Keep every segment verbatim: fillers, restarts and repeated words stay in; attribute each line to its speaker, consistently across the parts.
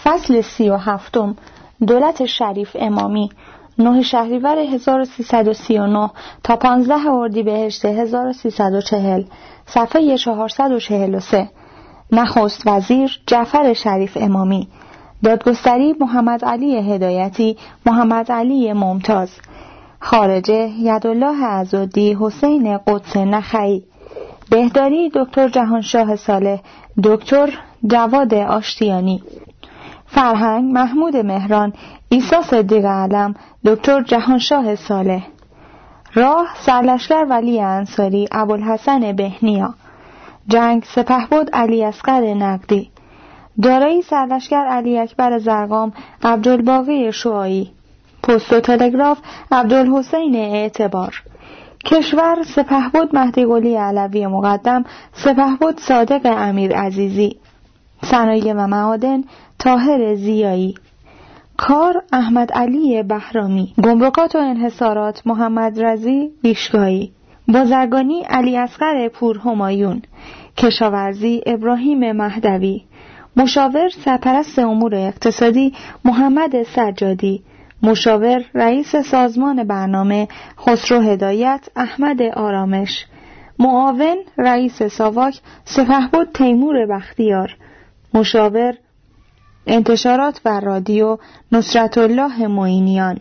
Speaker 1: فصل سی و هفتم، دولت شریف امامی، نه شهریور هزار و سیصد و سی و نه تا پانزده اردیبهشت هزار و سیصد و چهل، صفحه چهارصد و چهل و سه. نخست وزیر جعفر شریف امامی، دادگستری محمد علی هدایتی، محمد علی ممتاز، خارجه یدالله عزادی حسین قدس نخعی، بهداری دکتر جهانشاه صالح، دکتر جواد آشتیانی، فرهنگ محمود مهران، عیسی صدیق علم، دکتر جهانشاه صالح، راه سرلشکر ولی انصاری، ابوالحسن بهنیا، جنگ سپهبد علی اصغر نقدی، دارایی سرلشکر علی اکبر زرقام، عبدالباقی شعاعی، پست و تلگراف عبدالحسین اعتبار، کشور سپهبد مهدی قلی علوی مقدم، سپهبد صادق امیر عزیزی، صنایع و معادن طاهر زیایی، کار احمد علی بهرامی، گمرکات و انحصارات محمد رضی بیشگایی، بازرگانی علی اصغر پور همایون، کشاورزی ابراهیم مهدوی، مشاور سرپرست امور اقتصادی محمد سجادی، مشاور رئیس سازمان برنامه خسرو هدایت احمد آرامش، معاون رئیس ساواک سپهبد تیمور بختیار، مشاور انتشارات و رادیو نصرت الله معینیان،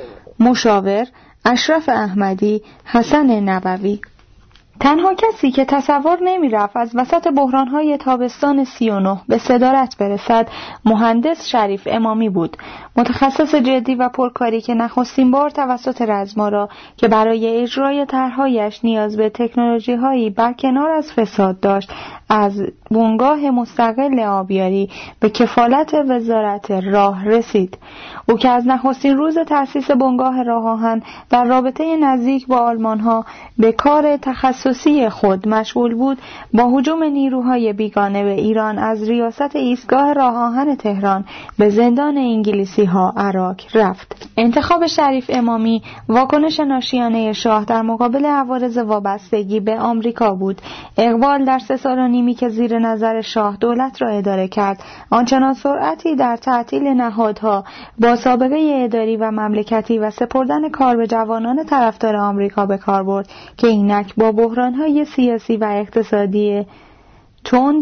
Speaker 1: مشاور اشرف احمدی حسن نبوی. تنها کسی که تصور نمی رفت از وسط بحرانهای تابستان سی و نه به صدارت برسد مهندس شریف امامی بود، متخصص جدی و پرکاری که نخستین بار توسط رزمارا که برای اجرای طرحهایش نیاز به تکنولوژی هایی برکنار از فساد داشت از بنگاه مستقل آبیاری به کفالت وزارت راه رسید. او که از نخستین روز تأسیس بنگاه راه آهن در رابطه نزدیک با آلمانها به کار تخصصی خود مشغول بود، با هجوم نیروهای بیگانه به ایران از ریاست ایستگاه راه آهن تهران به زندان انگلیسی ها عراق رفت. انتخاب شریف امامی واکنش ناشیانه شاه در مقابل عوارض وابستگی به آمریکا بود. اقبال در سه سال و نیمی که زیر نظر شاه دولت را اداره کرد آنچنان سرعتی در تعطیل نهادها با سابقه اداری و مملکتی و سپردن کار به جوانان طرفدار آمریکا به کار برد که اینک با بحران‌های سیاسی و اقتصادی تند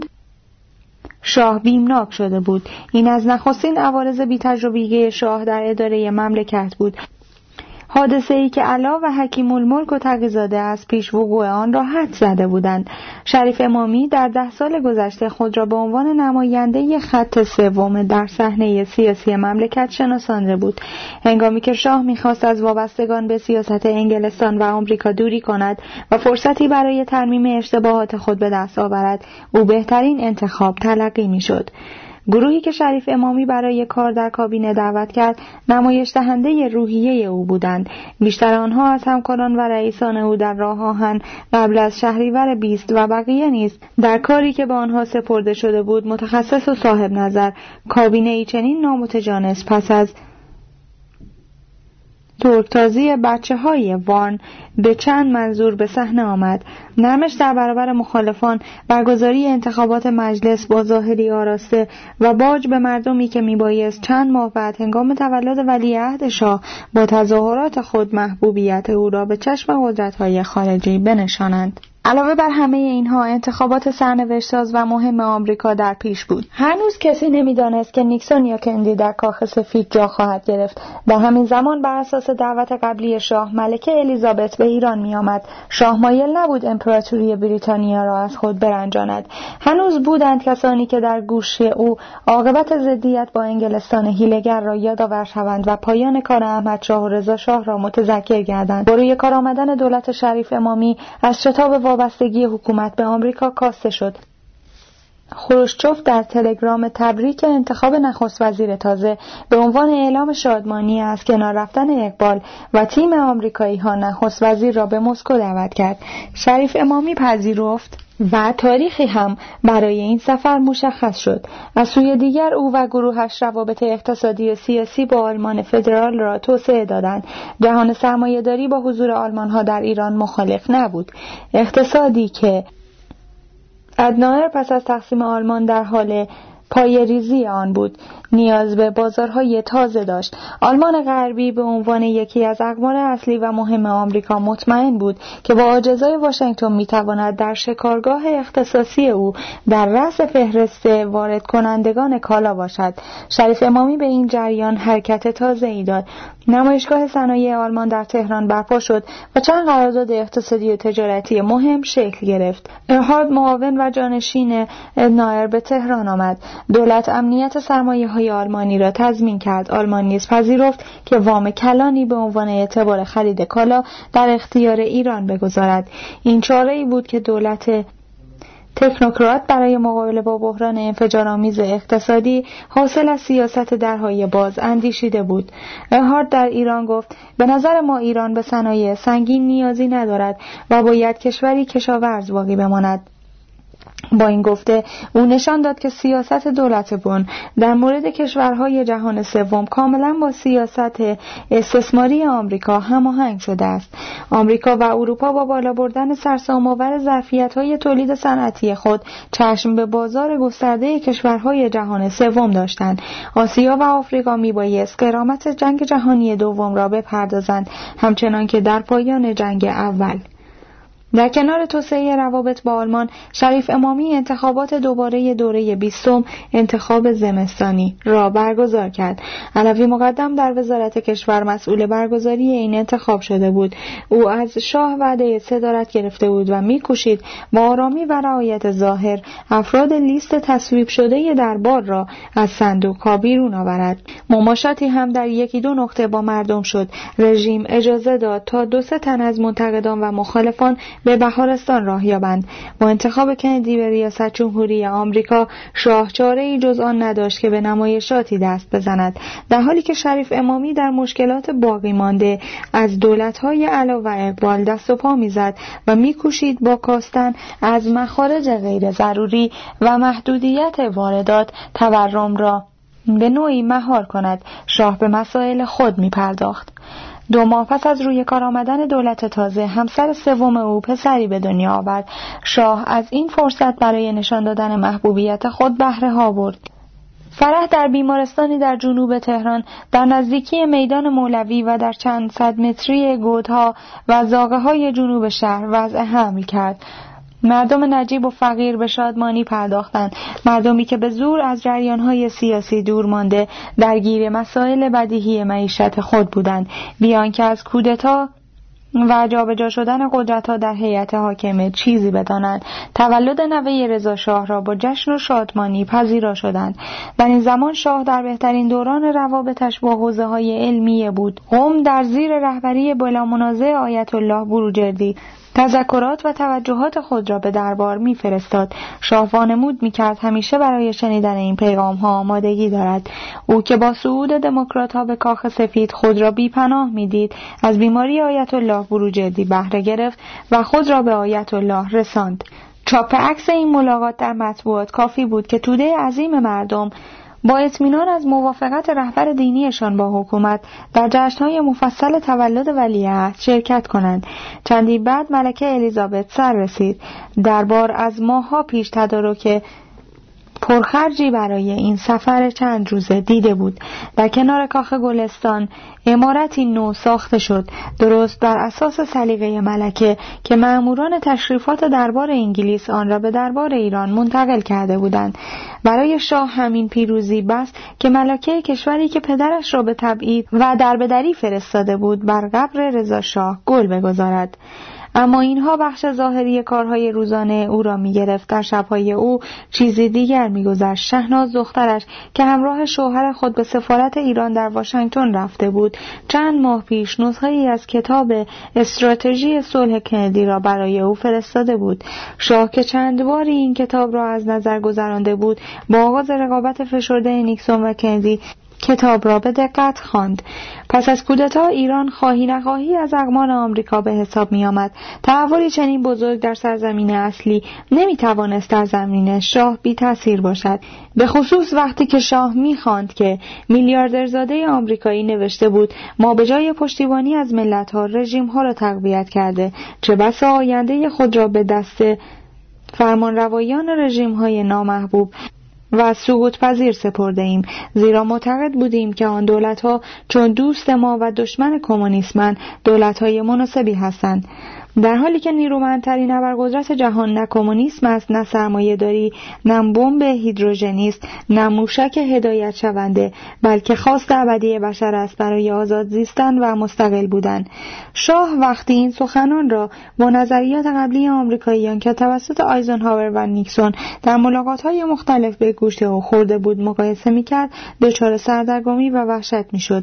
Speaker 1: شاه بیمناک شده بود. این از نخستین عوارض بی‌تجربگی شاه در اداره مملکت بود، حادثه ای که علا و حکیم الملک و تقی‌زاده از پیش وقوع آن را حد زده بودند. شریف امامی در ده سال گذشته خود را به عنوان نماینده خط سوم در صحنه سیاسی مملکت شناسانده بود. هنگامی که شاه می‌خواست از وابستگان به سیاست انگلستان و آمریکا دوری کند و فرصتی برای ترمیم اشتباهات خود به دست آورد، او بهترین انتخاب تلقی می‌شد. گروهی که شریف امامی برای کار در کابینه دعوت کرد نمایش دهنده روحیه او بودند. بیشتر آنها از همکاران و رئیسان او در راه آهن قبل از شهریور بیست و بقیه نیز در کاری که به آنها سپرده شده بود متخصص و صاحب نظر. کابینه ای چنین نامتجانس پس از ترکتازی بچه های وارن به چند منظور به صحنه آمد. نرمش در برابر مخالفان، برگزاری انتخابات مجلس با ظاهری آراسته و باج به مردمی که میبایست چند ماه بعد هنگام تولد ولیعهد شاه با تظاهرات خود محبوبیت او را به چشم قدرت‌های خارجی بنشانند. علاوه بر همه اینها انتخابات سرنوشت‌ساز و مهم آمریکا در پیش بود. هنوز کسی نمی‌دانست که نیکسون یا کندی در کاخ سفید جا خواهد گرفت. در همین زمان بر اساس دعوت قبلی شاه ملکه الیزابت به ایران می‌آمد. شاه مایل نبود امپراتوری بریتانیا را از خود برنجاند. هنوز بودند کسانی که در گوش او عاقبت ضدیت با انگلستان حیله‌گر را یادآور شوند و پایان کار احمد شاه و رضا شاه را متذکر گردند. با روی کار آمدن دولت شریف امامی از شتاب وابستگی حکومت به آمریکا کاسته شد. خروشچوف در تلگرام تبریک انتخاب نخست وزیر تازه به عنوان اعلام شادمانی از کنار رفتن اقبال و تیم آمریکایی ها نخست وزیر را به مسکو دعوت کرد. شریف امامی پذیرفت و تاریخی هم برای این سفر مشخص شد. از سوی دیگر او و گروهش روابط اقتصادی و سیاسی با آلمان فدرال را توسعه دادند. جهان سرمایه‌داری با حضور آلمان‌ها در ایران مخالف نبود. اقتصادی که ادنایر پس از تقسیم آلمان در حال پای ریزی آن بود. نیاز به بازارهای تازه داشت. آلمان غربی به عنوان یکی از اقمار اصلی و مهم آمریکا مطمئن بود که با عاجزای واشنگتن میتواند در شکارگاه اختصاصی او در رأس فهرست وارد کنندگان کالا باشد. شریف امامی به این جریان حرکت تازه‌ای داد. نمایشگاه صنایع آلمان در تهران برپا شد و چند قرارداد اقتصادی و تجارتی مهم شکل گرفت. ارهارد معاون و جانشین ادنایر به تهران آمد. دولت امنیت سرمایه‌های آلمانی را تضمین کرد. آلمان نیز پذیرفت که وام کلانی به عنوان اعتبار خرید کالا در اختیار ایران بگذارد. این چاره‌ای بود که دولت تکنوکرات برای مقابله با بحران انفجارآمیز اقتصادی حاصل از سیاست درهای باز اندیشیده بود. ارهارد در ایران گفت: به نظر ما ایران به صنایع سنگین نیازی ندارد و باید کشوری کشاورز باقی بماند. با این گفته او نشان داد که سیاست دولت بن در مورد کشورهای جهان سوم کاملا با سیاست استثماری آمریکا هماهنگ شده است. آمریکا و اروپا با بالا بردن سرسام‌آور ظرفیت‌های تولید صنعتی خود چشم به بازار گسترده کشورهای جهان سوم داشتند. آسیا و آفریقا میبایست غرامت جنگ جهانی دوم را بپردازند، همچنان که در پایان جنگ اول. در کنار توسعه روابط با آلمان، شریف امامی انتخابات دوباره دوره بیستم انتخاب زمستانی را برگزار کرد. علوی مقدم در وزارت کشور مسئول برگزاری این انتخاب شده بود. او از شاه وعده صدارت گرفته بود و می‌کوشید با آرامی و رعایت ظاهر افراد لیست تصویب شده دربار را از صندوق‌ها بیرون آورد. مماشاتی هم در یکی دو نقطه با مردم شد. رژیم اجازه داد تا دو سه تن از منتقدان و مخالفان به بهارستان راه یابند. با انتخاب کندی به ریاست جمهوری آمریکا، شاه چاره‌ای جز آن نداشت که به نمایشاتی دست بزند، در حالی که شریف امامی در مشکلات باقی مانده از دولت‌های علا و اقبال دست و پا می‌زد و می‌کوشید با کاستن از مخارج غیر ضروری و محدودیت واردات تورم را به نوعی مهار کند. شاه به مسائل خود می‌پرداخت. دو ماه پس از روی کار آمدن دولت تازه، همسر سوم او پسری به دنیا آورد. شاه از این فرصت برای نشان دادن محبوبیت خود بهره ها برد. فرح در بیمارستانی در جنوب تهران در نزدیکی میدان مولوی و در چند صد متری گودها و زاغه‌های جنوب شهر وضع حمل کرد. مردم نجیب و فقیر به شادمانی پرداختند. مردمی که به زور از جریان‌های سیاسی دور مانده درگیر مسائل بدیهی معیشت خود بودند، بیان که از کودتا و جابجا شدن قدرت‌ها در هیئت حاکمه چیزی بدانند. تولد نوه رضا شاه را با جشن و شادمانی پذیرا شدند. در این زمان شاه در بهترین دوران روابطش با حوزه‌های علمیه بود. قم در زیر رهبری بلامنازع آیت الله بروجردی تذکرات و توجهات خود را به دربار می‌فرستاد. شاه وانمود می‌کرد همیشه برای شنیدن این پیغام‌ها آمادگی دارد. او که با صعود دموکرات‌ها به کاخ سفید خود را بی‌پناه می‌دید، از بیماری آیت الله بروجردی بهره گرفت و خود را به آیت الله رساند. چاپ عکس این ملاقات در مطبوعات کافی بود که توده عظیم مردم با اطمینان از موافقت رهبر دینیشان با حکومت در جشن‌های مفصل تولد ولیعهد شرکت کنند. چندی بعد ملکه الیزابت سر رسید. دربار از ماه‌ها پیش تدارک پرخرجی برای این سفر چند روزه دیده بود. در کنار کاخ گلستان عمارتی نو ساخته شد، درست بر اساس سلیقه ملکه که مأموران تشریفات دربار انگلیس آن را به دربار ایران منتقل کرده بودند. برای شاه همین پیروزی بس که ملکه کشوری که پدرش را به تبعید و دربدری فرستاده بود بر قبر رضا شاه گل بگذارد. اما اینها بخش ظاهری کارهای روزانه او را می گرفت. در شبهای او چیزی دیگر می گذشت. شهناز دخترش که همراه شوهر خود به سفارت ایران در واشنگتن رفته بود، چند ماه پیش نسخه‌ای از کتاب استراتژی صلح کندی را برای او فرستاده بود. شاه که چند باری این کتاب را از نظر گذرانده بود، با آغاز رقابت فشرده نیکسون و کندی کتاب را به دقت خواند. پس از کودتا ایران خواهی نخواهی از اقمار آمریکا به حساب می آمد. تحولی چنین بزرگ در سرزمین اصلی نمی توانست در زمین شاه بی تأثیر باشد، به خصوص وقتی که شاه می خواند که میلیاردرزاده آمریکایی نوشته بود ما به جای پشتیبانی از ملت ها رژیم ها را تقویت کرده، چه بسا آینده خود را به دست فرمانروایان رژیم های نامحبوب و سقوط پذیر سپرده ایم، زیرا معتقد بودیم که آن دولت‌ها چون دوست ما و دشمن کمونیسمند دولت‌های مناسبی هستند. در حالی که نیرومندترین ابرقدرت جهان نه کمونیسم است، نه سرمایه‌داری، نه بمب هیدروژنی است، نه موشک هدایت شونده، بلکه خواست ابدی بشر است برای آزاد زیستن و مستقل بودن. شاه وقتی این سخنان را با نظریات قبلی آمریکاییان که توسط آیزنهاور و نیکسون در ملاقات‌های مختلف به گوش او خورده بود مقایسه می‌کرد، دچار سردرگمی و وحشت می‌شد.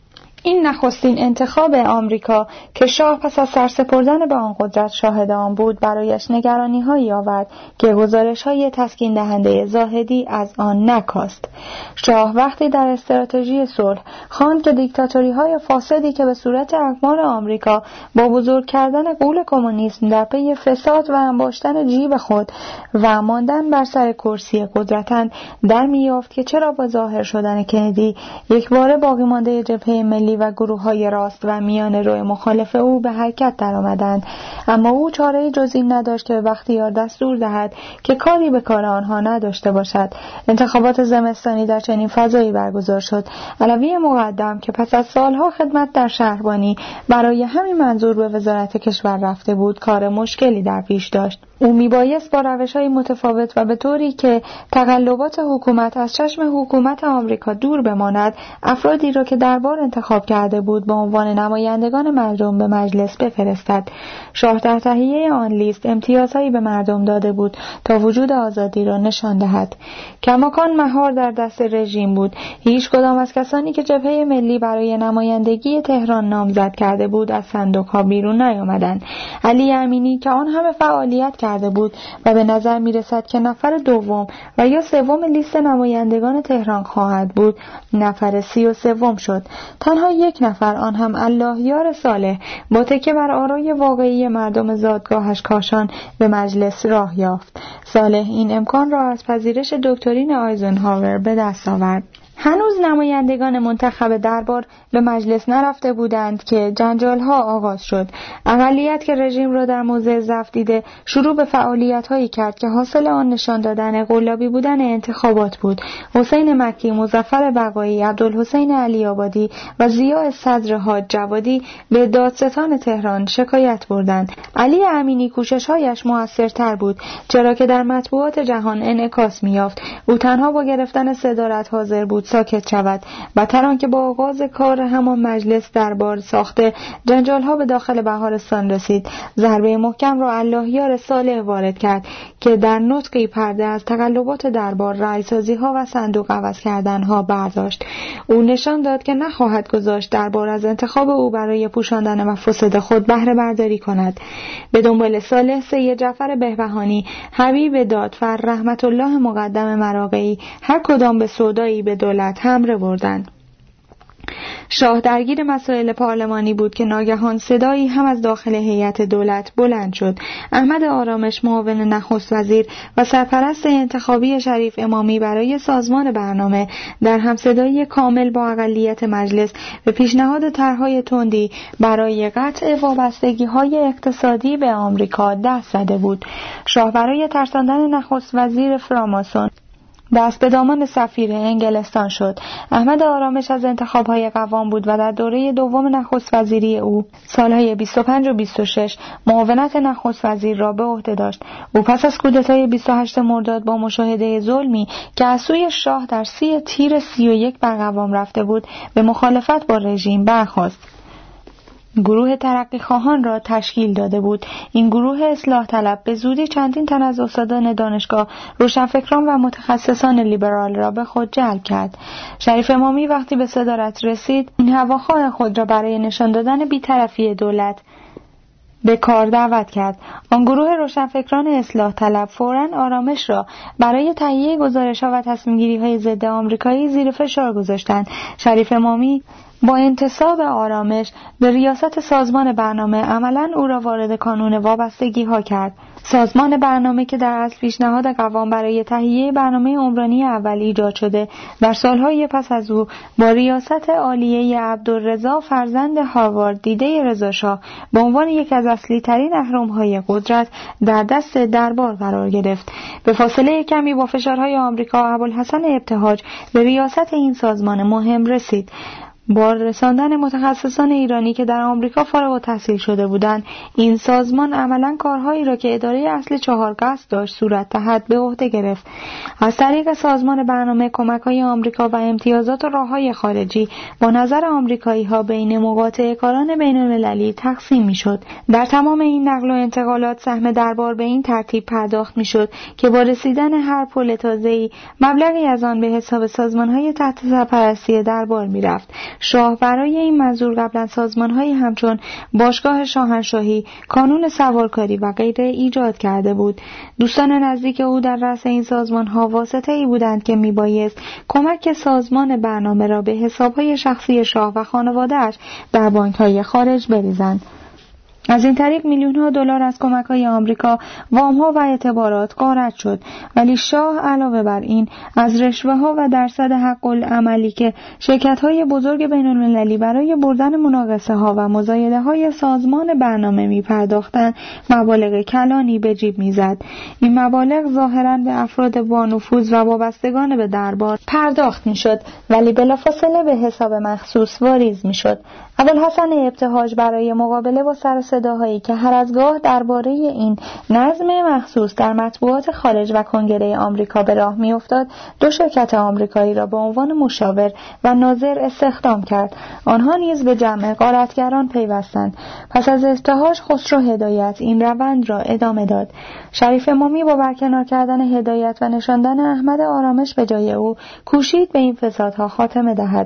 Speaker 1: این نخستین انتخاب آمریکا که شاه پس از سرسپردن به آن قدرت شاهد آن بود برایش نگرانی‌هایی آورد که گزارش‌های تسکین دهنده زاهدی از آن نکاست. شاه وقتی در استراتژی صلح خواند که دیکتاتوری‌های فاسدی که به صورت اقمار آمریکا با بزرگ کردن غول کمونیسم در پی فساد و انباشتن جیب خود و ماندن بر سر کرسی قدرتند، در می‌یافت که چرا با ظاهر شدن کندی یکباره باقی مانده جبهه ملی و گروه‌های راست و میان روی مخالف او به حرکت درآمدند. اما او چاره‌ای جز این نداشت که به بختیار دستور دهد که کاری به کار آنها نداشته باشد. انتخابات زمستانی در چنین فضایی برگزار شد. علوی مقدم که پس از سالها خدمت در شهربانی برای همین منظور به وزارت کشور رفته بود، کار مشکلی در پیش داشت. او میبایست با روش‌های متفاوت و به طوری که تقلبات حکومت از چشم حکومت آمریکا دور بماند، افرادی را که دربار انتخاب کرده بود به عنوان نمایندگان مردم به مجلس بفرستد. شاه در تهیه آن لیست امتیازهایی به مردم داده بود تا وجود آزادی را نشان دهد. کماکان مهار در دست رژیم بود. هیچ کدام از کسانی که جبهه ملی برای نمایندگی تهران نامزد کرده بود از صندوق‌ها بیرون نیامدند. علی امینی که آن همه فعالیت کرده بود و به نظر می رسد که نفر دوم و یا سوم لیست نمایندگان تهران خواهد بود، نفر سی و سوم شد. تنها یک نفر، آن هم الله یار صالح، با تکیه بر آرای واقعی مردم زادگاهش کاشان به مجلس راه یافت. صالح این امکان را از پذیرش دکترین آیزنهاور به دست آورد. هنوز نمایندگان منتخب دربار به مجلس نرفته بودند که جنجال‌ها آغاز شد. اقلیت که رژیم را در موضع ضعف دیده شروع به فعالیت‌هایی کرد که حاصل آن نشان دادن قلابی بودن انتخابات بود. حسین مکی، مظفر بقایی، عبدالحسین علی آبادی و ضیاء صدر حاج جوادی به دادستان تهران شکایت بردند. علی امینی کوشش‌هایش موثرتر بود، چرا که در مطبوعات جهان انعکاس می‌یافت. او تنها با گرفتن صدارت حاضر بود ساکت شود و تران که با آغاز کار همان مجلس دربار ساخته جنجال‌ها به داخل بهارستان رسید. ضربه محکم را الله یار صالح وارد کرد که در نطقی پرده از تقلبات دربار، رأی‌سازی‌ها و صندوق عوض کردن‌ها برداشت. او نشان داد که نخواهد گذاشت دربار از انتخاب او برای پوشاندن مفاسد خود بهره برداری کند. به دنبال صالح سید جعفر بهبهانی، حبیب دادفر، رحمت الله مقدم مراغه‌ای، هر کدام به سودایی به دولت حمله بردند. شاه درگیر مسائل پارلمانی بود که ناگهان صدایی هم از داخل هیئت دولت بلند شد. احمد آرامش، معاون نخست وزیر و سرپرست انتخابی شریف امامی برای سازمان برنامه، در همصدایی کامل با اقلیت مجلس به پیشنهاد طرح‌های تندی برای قطع وابستگی‌های اقتصادی به آمریکا دست زده بود. شاه برای ترساندن نخست وزیر فراماسون دست به دامان سفیر انگلستان شد. احمد آرامش از انتخاب‌های قوام بود و در دوره دوم نخست وزیری او سالهای بیست و پنج و بیست و شش معاونت نخست وزیر را به عهده داشت. او پس از کودتای بیست و هشتم مرداد با مشاهده ظلمی که از سوی شاه در سی تیر سی و یک بر قوام رفته بود به مخالفت با رژیم برخاست. گروه ترقی خواهان را تشکیل داده بود. این گروه اصلاح طلب به زودی چندین تن از استادان دانشگاه، روشنفکران و متخصصان لیبرال را به خود جلب کرد. شریف امامی وقتی به صدارت رسید، این هواخواه خود را برای نشان دادن بی‌طرفی دولت به کار دعوت کرد. آن گروه روشنفکران اصلاح طلب فوراً آرامش را برای تهیه گزارش‌ها و تصمیم‌گیری‌های ضد آمریکایی زیر فشار گذاشتند. شریف امامی با انتصاب آرامش به ریاست سازمان برنامه عملاً او را وارد کانون وابستگی ها کرد. سازمان برنامه که در اصل پیشنهاد قوام برای تهیه برنامه عمرانی اول ایجاد شده، در سالهای پس از او با ریاست عالیه عبدالرضا فرزند هاروارد دیده رضاشاه به عنوان یک از اصلی ترین اهرم‌های قدرت در دست دربار قرار گرفت. به فاصله کمی با فشارهای آمریکا، ابوالحسن ابتهاج به ریاست این سازمان مهم رسید. با رساندن متخصصان ایرانی که در آمریکا فارغ التحصیل شده بودند، این سازمان عملاً کارهایی را که اداره اصل چهار قصد داشت صورت دهد به عهده گرفت. از طریق سازمان برنامه کمک‌های آمریکا و امتیازات و راه‌های خارجی با نظر آمریکایی‌ها بین مقاطعه کاران بین‌المللی تقسیم می‌شد. در تمام این نقل و انتقالات سهم دربار به این ترتیب پرداخت می‌شد که با رسیدن هر پل تازه‌ای مبلغی از آن به حساب سازمان‌های تحت سرپرستی دربار می‌رفت. شاه برای این منظور قبلا سازمان‌هایی همچون باشگاه شاهنشاهی، کانون سوارکاری و غیره ایجاد کرده بود. دوستان نزدیک او در رأس این سازمان‌ها واسطه‌ای بودند که میبایست کمک سازمان برنامه را به حساب‌های شخصی شاه و خانواده‌اش در بانک‌های خارج بریزند. از این طریق میلیون‌ها دلار از کمک‌های آمریکا، وام‌ها و اعتبارات غارت شد. ولی شاه علاوه بر این از رشوه‌ها و درصد حق العملی که شرکت‌های بزرگ بین‌المللی برای بردن مناقصه‌ها و مزایده‌های سازمان برنامه می‌پرداختند، مبالغ کلانی به جیب می‌زد. این مبالغ ظاهراً به افراد با نفوذ و وابستگان به دربار پرداخت می‌شد، ولی بلافاصله به حساب مخصوص واریز می‌شد. ابوالحسن ابتهاج برای مقابله با سر صداهایی که هر از گاه درباره این نظم مخصوص در مطبوعات خارج و کنگره آمریکا به راه می‌افتاد، دو شرکت آمریکایی را به عنوان مشاور و ناظر استخدام کرد. آنها نیز به جمع غارتگران پیوستند. پس از ابتهاج، خسرو هدایت این روند را ادامه داد. شریف امامی با برکنار کردن هدایت و نشاندن احمد آرامش به جای او کوشید به این فسادها خاتمه دهد.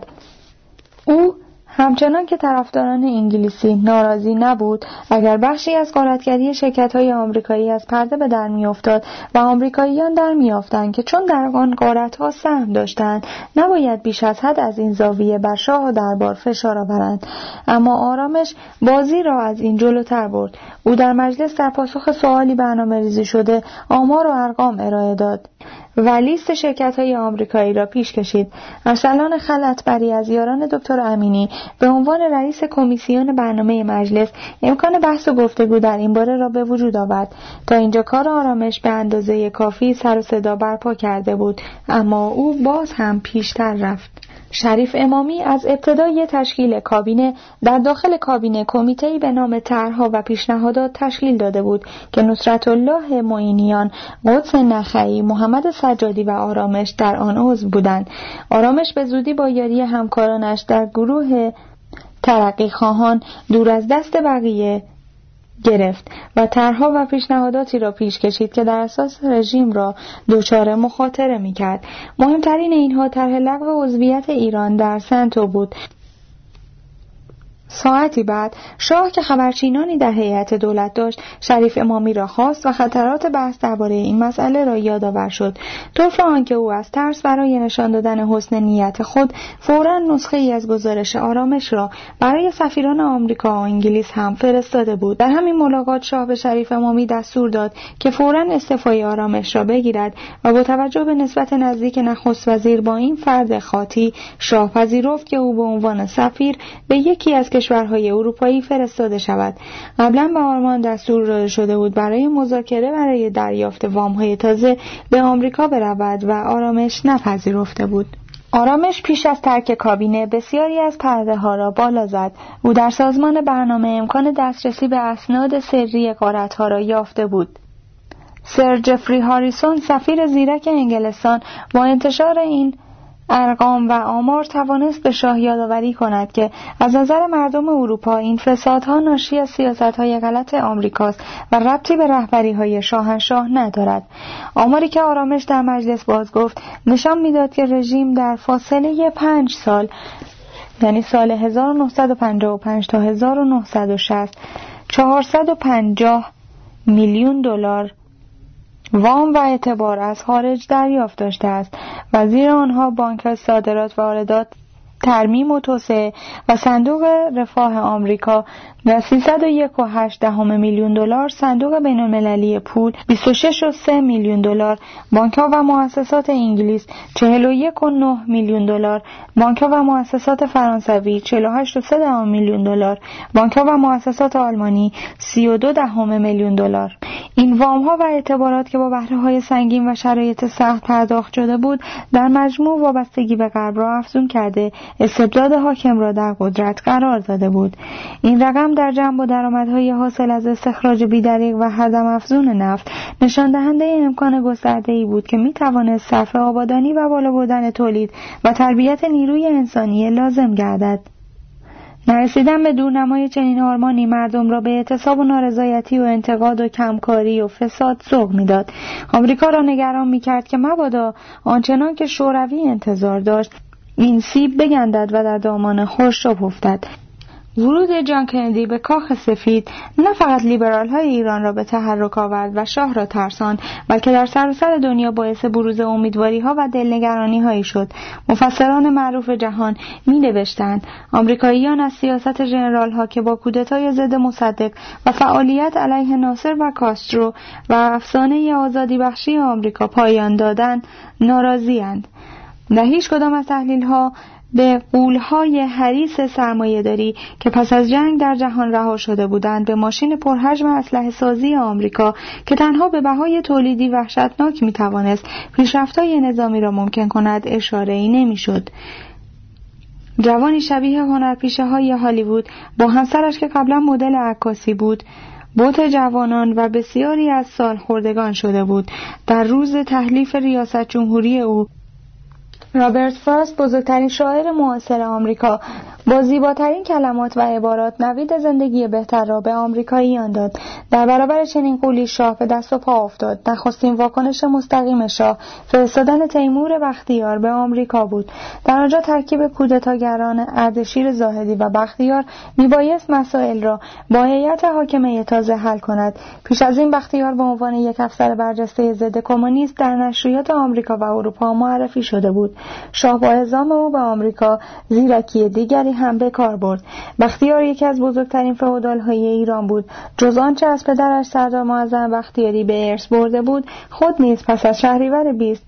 Speaker 1: او همچنان که طرفداران انگلیسی ناراضی نبود اگر بخشی از غارتگری شرکت‌های آمریکایی از پرده به در می‌افتاد و آمریکاییان در می‌یافتند که چون در آن غارت‌ها سهم داشتند نباید بیش از حد از این زاویه بر شاه و دربار فشار آورند. اما آرامش بازی را از این جلوتر برد. او در مجلس در پاسخ سوالی برنامه‌ریزی شده آمار و ارقام ارائه داد و لیست شرکت‌های آمریکایی را پیش کشید. ارسلان خلعتبری از یاران دکتر امینی به عنوان رئیس کمیسیون برنامه مجلس امکان بحث و گفتگو در این باره را به وجود آورد. تا اینجا کار آرامش به اندازه کافی سر و صدا برپا کرده بود، اما او باز هم پیشتر رفت. شریف امامی از ابتدای تشکیل کابینه در داخل کابینه کمیته‌ای به نام طرح‌ها و پیشنهادات تشکیل داده بود که نصرت الله معینیان، قدس نخعی، محمد سجادی و آرامش در آن عضو بودند. آرامش به زودی با یاری همکارانش در گروه ترقی خواهان دور از دست بقیه گرفت و طرح‌ها و پیشنهاداتی را پیش کشید که در اساس رژیم را دچار مخاطره می‌کرد. مهمترین اینها طرح لغو عضویت ایران در سنتو بود. ساعتی بعد شاه که خبرچینانی در هیئت دولت داشت، شریف امامی را خواست و خطرات بحث درباره این مسئله را یادآور شد. طرف آنکه او از ترس برای نشان دادن حسن نیت خود فوراً نسخه ای از گزارش آرامش را برای سفیران آمریکا و انگلیس هم فرستاده بود. در همین ملاقات شاه به شریف امامی دستور داد که فوراً استعفای آرامش را بگیرد و با توجه به نسبت نزدیک نخست وزیر با این فرد خاطی، شاه پذیرفت که او به عنوان سفیر به یکی از کشورهای اروپایی فرستاده شود. قبلا به آرمان دستور داده شده بود برای مذاکره برای دریافت وام‌های تازه به آمریکا برود و آرامش نپذیرفته بود. آرامش پیش از ترک کابینه بسیاری از پرده‌ها را بالا زد. او در سازمان برنامه امکان دسترسی به اسناد سری غارت‌ها را یافته بود. سر جفری هاریسون، سفیر زیرک انگلستان، با انتشار این ارقام و آمار توانست به شاه یادآوری کند که از نظر مردم اروپا این فسادها ناشی از سیاست‌های غلط آمریکاست و ربطی به رهبری‌های شاهنشاه ندارد. آماری که آرامش در مجلس باز گفت نشان می‌داد که رژیم در فاصله پنج سال، یعنی سال هزار و نهصد و پنجاه و پنج تا هزار و نهصد و شصت، چهارصد و پنجاه میلیون دلار وام و اعتبار از خارج دریافت داشته است و زیر آنها بانک صادرات و واردات ترمیم و توسعه و صندوق رفاه آمریکا و سیصد و یک و هشت دهم میلیون دلار، صندوق بین‌المللی پول بیست و شش و سه میلیون دلار، بانک‌ها و مؤسسات انگلیس چهل و یک و نه میلیون دلار، بانک‌ها و مؤسسات فرانسوی چهل و هشت و سه دهم میلیون دلار، بانک‌ها و مؤسسات آلمانی سی و دو دهم میلیون دلار. این وام‌ها و اعتبارات که با بهره‌های سنگین و شرایط سخت پرداخت شده بود، در مجموع وابستگی به غرب را افزون کرده، استبداد حاکم را در قدرت قرار داده بود. این رقم در جمع با درآمدهای حاصل از استخراج بی‌دریغ و هدم افزون نفت نشان دهنده امکان گسترده‌ای بود که می‌توانست صرف آبادانی و بالا بردن تولید و تربیت نیروی انسانی لازم گردد. نرسیدن به دورنمای چنین آرمانی مردم را به اعتصاب و نارضایتی و انتقاد و کمکاری و فساد سوق می‌داد. آمریکا را نگران می‌کرد که مبادا آنچنان که شوروی انتظار داشت این سیب بگندد و در دامان خروشچوف افتد. ورود جان کندی به کاخ سفید نه فقط لیبرال های ایران را به تحرک آورد و شاه را ترساند، بلکه در سراسر دنیا باعث بروز امیدواری ها و دلنگرانی هایی شد. مفسران معروف جهان می نوشتند آمریکاییان از سیاست ژنرال ها که با کودتای ضد مصدق و فعالیت علیه ناصر و کاسترو و افسانه آزادی بخشی آمریکا پایان دادند ناراضی اند. نه هیچ کدام از تحلیل ها به غول‌های حریص سرمایه‌داری که پس از جنگ در جهان رها شده بودند به ماشین پرحجم اسلحه سازی آمریکا که تنها به بهای تولیدی وحشتناک می‌توانست پیشرفت‌های نظامی را ممکن کند اشاره‌ای نمی‌شد. جوانی شبیه هنرپیشه‌های هالیوود با همسرش که قبلا مدل عکاسی بود، بوت جوانان و بسیاری از سالخوردگان شده بود. در روز تحلیف ریاست جمهوری او، رابرت فراست بزرگترین شاعر معاصر آمریکا با زیباترین کلمات و عبارات نوید زندگی بهتر را به آمریکاییان داد. در برابر چنین قولی شاه به دست و پا افتاد. نخستین واکنش مستقیم شاه فرستادن تیمور بختیار به آمریکا بود. در آنجا ترکیب کودتاگران اردشیر زاهدی و بختیار میبایست مسائل را با هیئت حاکمه تازه حل کند. پیش از این بختیار به عنوان یک افسر برجسته ضد کمونیست در نشریات آمریکا و اروپا معرفی شده بود. شاه با اعزام او به آمریکا زیرکی دیگری هم به کار برد. بختیار یکی از بزرگترین فئودال‌های ایران بود. جز آنچه از پدرش سردار معظم بختیاری به ارث برده بود، خود نیز پس از شهریور بیست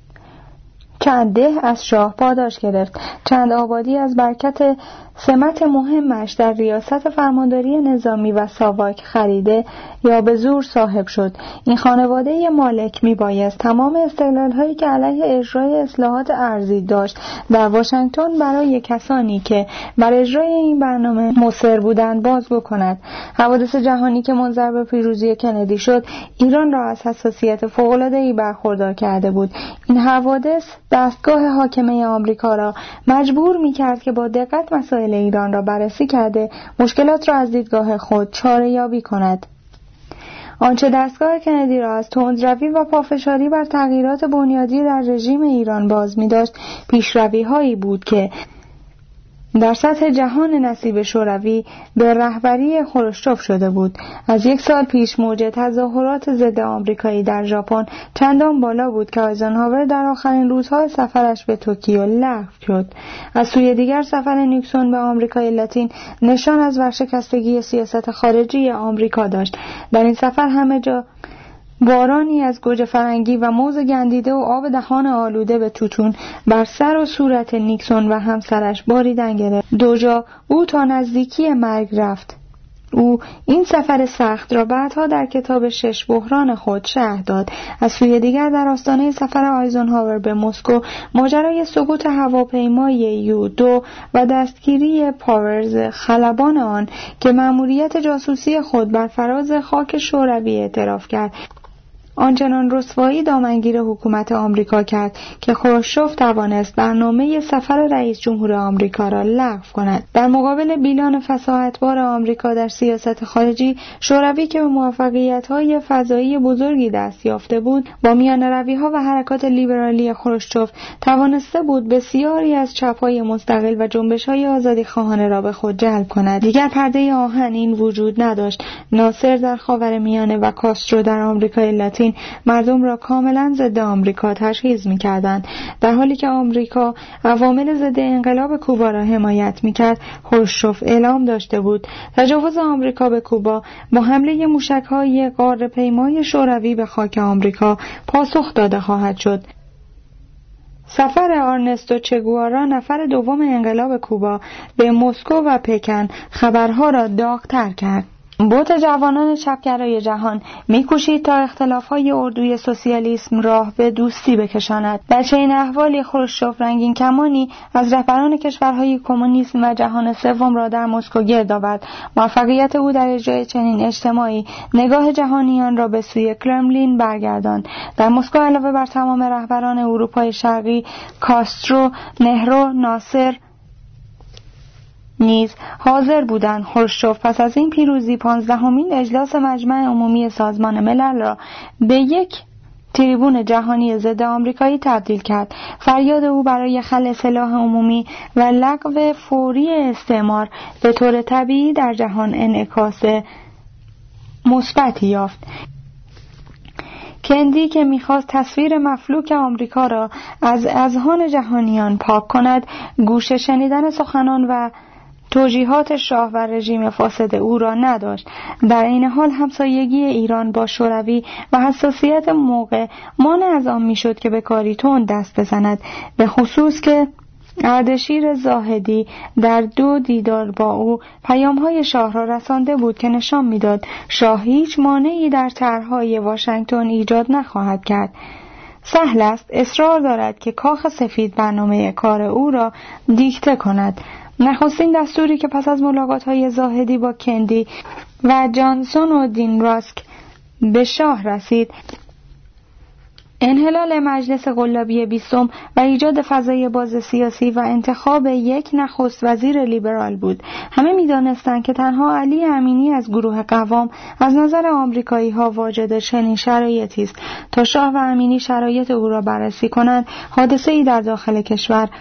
Speaker 1: چند ده از شاه پاداش گرفت. چند آبادی از برکت سمت مهمش در ریاست فرمانداری نظامی و ساواک خریده یا به زور صاحب شد. این خانواده مالک می بایست تمام استقلال هایی که علیه اجرای اصلاحات ارضی داشت در واشنگتن برای کسانی که بر اجرای این برنامه مصر بودند باز بکند. حوادث جهانی که منجر به پیروزی کندی شد ایران را از حساسیت فوق‌العاده‌ای برخوردار کرده بود. این حوادث دستگاه حاکمه آمریکا را مجبور می کرد که با دقت مسائل ایران را بررسی کرده مشکلات را از دیدگاه خود چاره یابی کند. آنچه دستگاه کندی را از تندروی و پافشاری بر تغییرات بنیادی در رژیم ایران باز می داشت پیشروی هایی بود که در سطح جهان نصیب شوروی به رهبری خروشچوف شده بود. از یک سال پیش موج تظاهرات ضد آمریکایی در ژاپن چندان بالا بود که آیزنهاور در آخرین روزهای سفرش به توکیو لغو شد. از سوی دیگر سفر نیکسون به آمریکای لاتین نشان از ورشکستگی سیاست خارجی آمریکا داشت. در این سفر همه جا بارانی از گوجه فرنگی و موز گندیده و آب دهان آلوده به توتون بر سر و صورت نیکسون و همسرش باریدن گرفت. دو جا او تا نزدیکی مرگ رفت. او این سفر سخت را بعدها در کتاب شش بحران خود شرح داد. از سوی دیگر در آستانه سفر آیزنهاور به مسکو ماجرای سقوط هواپیمای یو دو و دستگیری پاورز خلبان آن که مأموریت جاسوسی خود بر فراز خاک شوروی اعتراف کرد آنچنان رسوایی دامنگیر حکومت آمریکا کرد که خروشچوف توانست برنامه سفر رئیس جمهور آمریکا را لغو کند. در مقابل بیلان فصاحت‌بار آمریکا در سیاست خارجی، شوروی که به موفقیت‌های فضایی بزرگی دست یافته بود، با میانه‌روی‌ها و حرکات لیبرالی خروشچوف توانسته بود بسیاری از چپ‌های مستقل و جنبش‌های آزادی‌خواهانه را به خود جلب کند. دیگر پرده آهن این وجود نداشت. ناصر در خاورمیانه و کاسترو در آمریکای لاتین چین مردم را کاملا ضد آمریکا تشخیص می‌کردند. در حالی که آمریکا عوامل ضد انقلاب کوبا را حمایت می‌کرد، خروشچوف اعلام داشته بود تجاوز آمریکا به کوبا با حمله موشک‌های قاره‌پیمای شوروی به خاک آمریکا پاسخ داده خواهد شد. سفر آرنستو چه گوارا، نفر دوم انقلاب کوبا، به مسکو و پکن خبرها را داغ‌تر کرد. بوت جوانان چپگرای جهان می‌کوشید تا اختلاف‌های اردوی سوسیالیسم راه به دوستی بکشاند. در چنین احوالی خروشچوف رنگین کمانی از رهبران کشورهای کمونیسم و جهان سوم را در مسکو گرد آورد. موفقیت او در اجرای چنین اجتماعی نگاه جهانیان را به سوی کرملین برگرداند. در مسکو علاوه بر تمام رهبران اروپای شرقی، کاسترو، نهرو، ناصر نیز حاضر بودند. خروشچوف پس از این پیروزی پانزدهمین اجلاس مجمع عمومی سازمان ملل را به یک تریبون جهانی ضد آمریکایی تبدیل کرد. فریاد او برای خلع سلاح عمومی و لغو فوری استعمار به طور طبیعی در جهان انعکاس مثبتی یافت. کندی که می‌خواست تصویر مفلوک آمریکا را از اذهان جهانیان پاک کند، گوش شنیدن سخنان و توجیهات شاه و رژیم فاسد او را نداشت. در این حال همسایگی ایران با شوروی و حساسیت موقع مانع از آن میشد که به کاری تند دست بزند، به خصوص که اردشیر زاهدی در دو دیدار با او پیام‌های شاه را رسانده بود که نشان می‌داد شاه هیچ مانعی در طرح‌های واشنگتن ایجاد نخواهد کرد. سهل است اصرار دارد که کاخ سفید برنامه کار او را دیکته کند. نخستین دستوری که پس از ملاقات‌های زاهدی با کندی و جانسون و دین راسک به شاه رسید، انحلال مجلس قلابی بیستم و ایجاد فضای باز سیاسی و انتخاب یک نخست وزیر لیبرال بود. همه می‌دانستند که تنها علی امینی از گروه قوام از نظر آمریکایی‌ها واجد چنین شرایطی است تا شاه و امینی شرایط او را بررسی کنند. حادثه‌ای در داخل کشور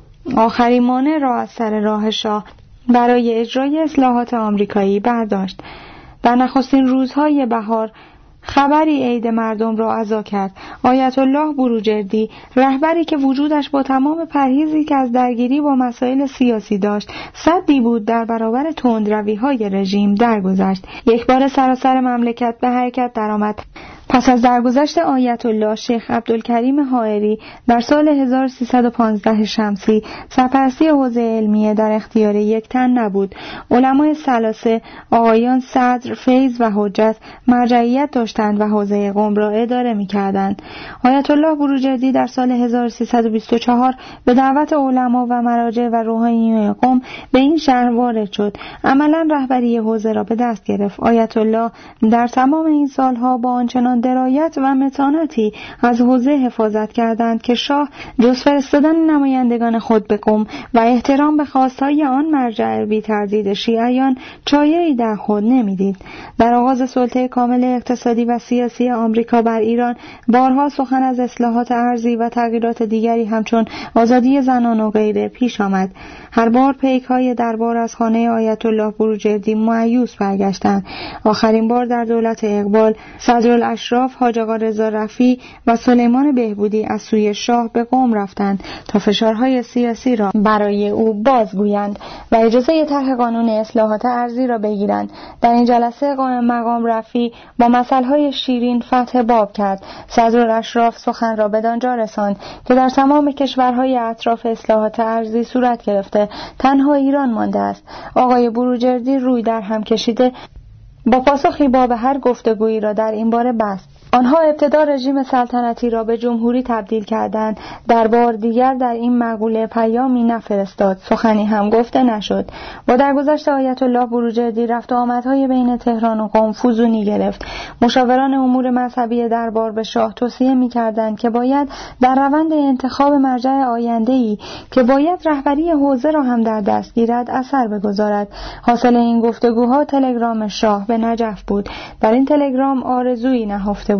Speaker 1: آخرین مانع را از سر راه شاه برای اجرای اصلاحات آمریکایی برداشت. در نخستین روزهای بهار خبری عید مردم را عزا کرد. آیت الله بروجردی، رهبری که وجودش با تمام پرهیزی که از درگیری با مسائل سیاسی داشت سدی بود در برابر تندروی‌های رژیم، درگذشت. یک بار سراسر مملکت به حرکت درآمد. پس از درگذشت آیت الله، شیخ عبدالکریم حائری در سال هزار و سیصد و پانزده شمسی سرپرستی حوزه علمیه در اختیار یک تن نبود. علمای ثلاثه، آقایان صدر، فیض و حجت مرجعیت داشتند و حوزه قم را اداره می‌کردند. آیت الله بروجردی در سال هزار و سیصد و بیست و چهار به دعوت علما و مراجع و روحانیون قم به این شهر وارد شد. عملاً رهبری حوزه را به دست گرفت. آیت الله در تمام این سالها با آنچنان درایت و متانتی از حوزه حفاظت کردند که شاه جز فرستادن نمایندگان خود به قم و احترام به خواستهای آن مرجع بی تردید شیعیان چایه‌ای در خود نمیدید. در آغاز سلطه کامل اقتصادی و سیاسی آمریکا بر ایران بارها سخن از اصلاحات ارضی و تغییرات دیگری همچون آزادی زنان و غیره پیش آمد. هر بار پیک‌های دربار از خانه آیت الله بروجردی مایوس برگشتند. آخرین بار در دولت اقبال صدرالاشراف حاج آقا رضا رفیع و سلیمان بهبودی از سوی شاه به قم رفتند تا فشارهای سیاسی را برای او بازگویند و اجازه طرح قانون اصلاحات ارضی را بگیرند. در این جلسه قائم مقام رفیع با مثلهای شیرین فتح باب کرد. صدرالاشراف سخن را بدانجا رساند که در تمام کشورهای اطراف اصلاحات ارضی صورت گرفته، تنها ایران مانده است. آقای بروجردی روی در هم کشیده با پاسخی باب هر گفتگویی را در این باره بست. آنها ابتدا رژیم سلطنتی را به جمهوری تبدیل کردند. در بار دیگر در این مقوله پیامی نفرستاد، سخنی هم گفته نشد. با درگذشت آیت الله بروجردی رفت و آمدهای بین تهران و قم فزونی گرفت. مشاوران امور مذهبی دربار به شاه توصیه می‌کردند که باید در روند انتخاب مرجع آینده‌ای که باید رهبری حوزه را هم در دست گیرد اثر بگذارد. حاصل این گفتگوها تلگرام شاه به نجف بود. در این تلگرام آرزویی نهفته بود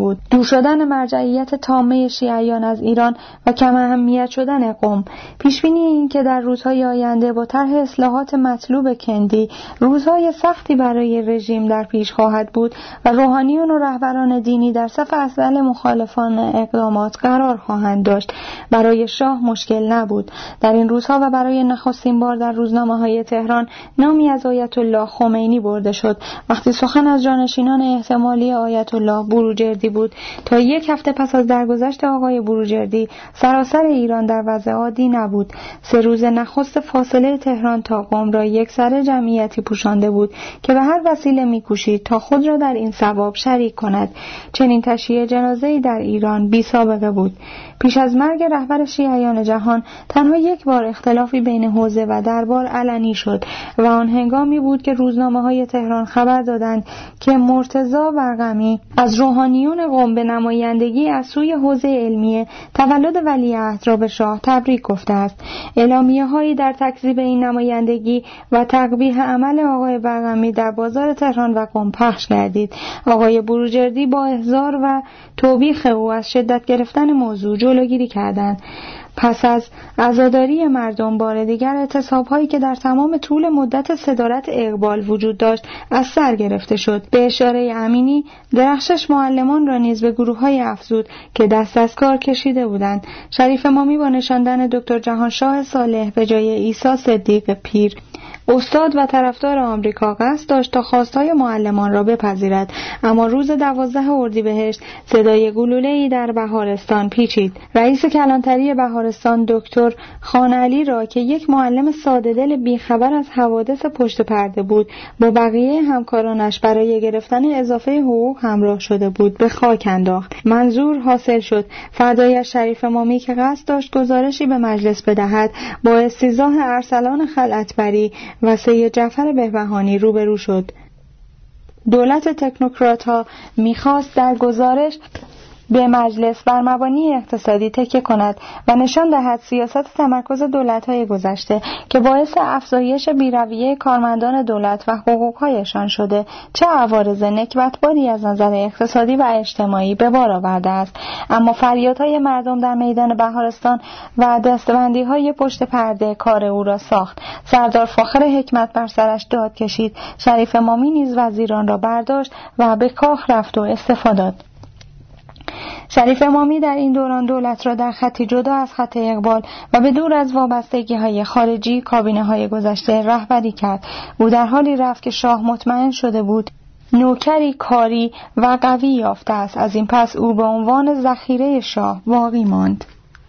Speaker 1: بود: دور شدن مرجعیت تامه شیعیان از ایران و کم اهمیت شدن قم. پیشبینی این که در روزهای آینده با طرح اصلاحات مطلوب کندی روزهای سختی برای رژیم در پیش خواهد بود و روحانیون و رهبران دینی در صف اصل مخالفان اقدامات قرار خواهند داشت، برای شاه مشکل نبود. در این روزها و برای نخستین بار در روزنامه‌های تهران نامی از آیت الله خمینی برده شد. وقتی سخن از جانشینان احتمالی آیت الله بروجردی بود، تا یک هفته پس از درگذشت آقای بروجردی سراسر ایران در وضع عادی نبود. سه روز نخست فاصله تهران تا قم را یک سر جمعیتی پوشانده بود که به هر وسیله می‌کوشید تا خود را در این ثواب شریک کند. چنین تشییع جنازه‌ای در ایران بی سابقه بود. پیش از مرگ رهبر شیعیان جهان تنها یک بار اختلافی بین حوزه و دربار علنی شد و آن هنگامی بود که روزنامه‌های تهران خبر دادند که مرتضی برقمی از روحانیون قم به نمایندگی از سوی حوزه علمیه تولد ولیعهد را به شاه تبریک گفته است. اعلامیه‌هایی در تکذیب این نمایندگی و تقبیح عمل آقای برقمی در بازار تهران و قم پخش گردید. آقای بروجردی با احضار و توبیخ او از شدت گرفتن موضوع جلوگیری کردند. پس از عزاداری مردم بار دیگر اعتصاب‌هایی که در تمام طول مدت صدارت اقبال وجود داشت از سر گرفته شد. به اشاره امینی درخشش معلمان را نیز به گروه‌های افزود که دست از کار کشیده بودند. شریف امامی با نشاندن دکتر جهانشاه صالح به جای عیسی صدیق پیر، استاد و طرفدار آمریکا، قصد داشت تا خواستهای معلمان را بپذیرد، اما روز دوازده اردیبهشت صدای گلوله‌ای در بهارستان پیچید. رئیس کلانتری بهارستان دکتر خانعلی را که یک معلم ساده‌دل بیخبر از حوادث پشت پرده بود، با بقیه همکارانش برای گرفتن اضافه حقوق همراه شده بود، به خاک انداخت. منظور حاصل شد. فردای شریف امامی که قصد داشت گزارشی به مجلس بدهد، با استیضاح ارسلان خلعتبری و سید جعفر بهبهانی روبرو شد. دولت تکنوکرات ها میخواست در گزارش به مجلس بر مبانی اقتصادی تکیه کند و نشان دهد سیاست تمرکز دولت‌های گذشته که باعث افزایش بی‌رویه کارمندان دولت و حقوق‌هایشان شده، چه عوارض نکبتباری از نظر اقتصادی و اجتماعی به بار آورده است. اما فریادهای مردم در میدان بهارستان و دستبندی‌های پشت پرده کار او را ساخت. سردار فاخر حکمت بر سرش داد کشید. شریف امامی نیز وزیران را برداشت و به کاخ رفت و استعفا داد. شریف امامی در این دوران دولت را در خطی جدا از خط اقبال و به دور از وابستگی‌های خارجی کابینه‌های گذشته رهبری کرد. او در حالی رفت که شاه مطمئن شده بود نوکری کاری و قوی یافته است. از این پس او به عنوان ذخیره شاه باقی ماند.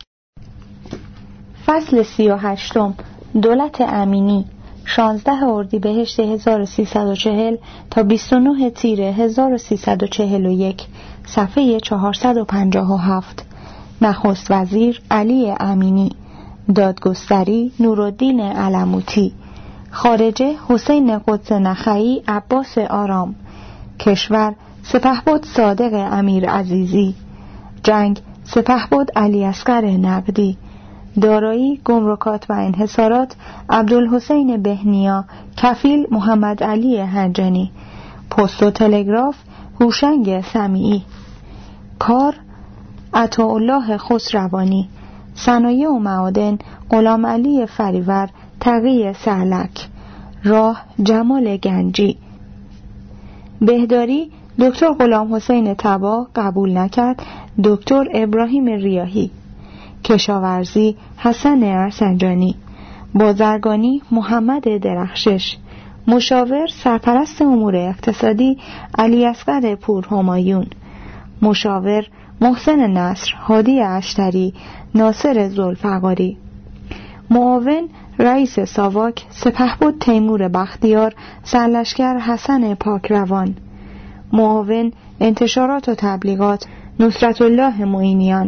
Speaker 1: فصل سی و هشتم، دولت امینی، شانزده اردیبهشت هزار و سیصد و چهل تا بیست و نه تیر هزار و سیصد و چهل و یک، صفحه چهارصد و پنجاه و هفت. نخست وزیر علی امینی، دادگستری نورالدین علموتی، خارجه حسین قدس نخعی عباس آرام، کشور سپهبد صادق امیر عزیزی، جنگ سپهبد علی اصغر نقدی، دارایی گمرکات و انحصارات عبدالحسین بهنیا، کفیل محمد علی هنجانی، پست و تلگراف هوشنگ سمیعی، کار عطاالله خسروانی، صنایع و معادن غلام علی فریور تقی سهلک، راه جمال گنجی، بهداری دکتر غلام حسین طبا قبول نکرد، دکتر ابراهیم ریاحی، کشاورزی حسن ارسنجانی، بازرگانی محمد درخشش، مشاور سرپرست امور اقتصادی علی اصغر پور همایون، مشاور محسن نصر هادی اشتری ناصر ذوالفقاری، معاون رئیس ساواک سپهبد تیمور بختیار سرلشکر حسن پاکروان، معاون انتشارات و تبلیغات نصرت الله معینیان،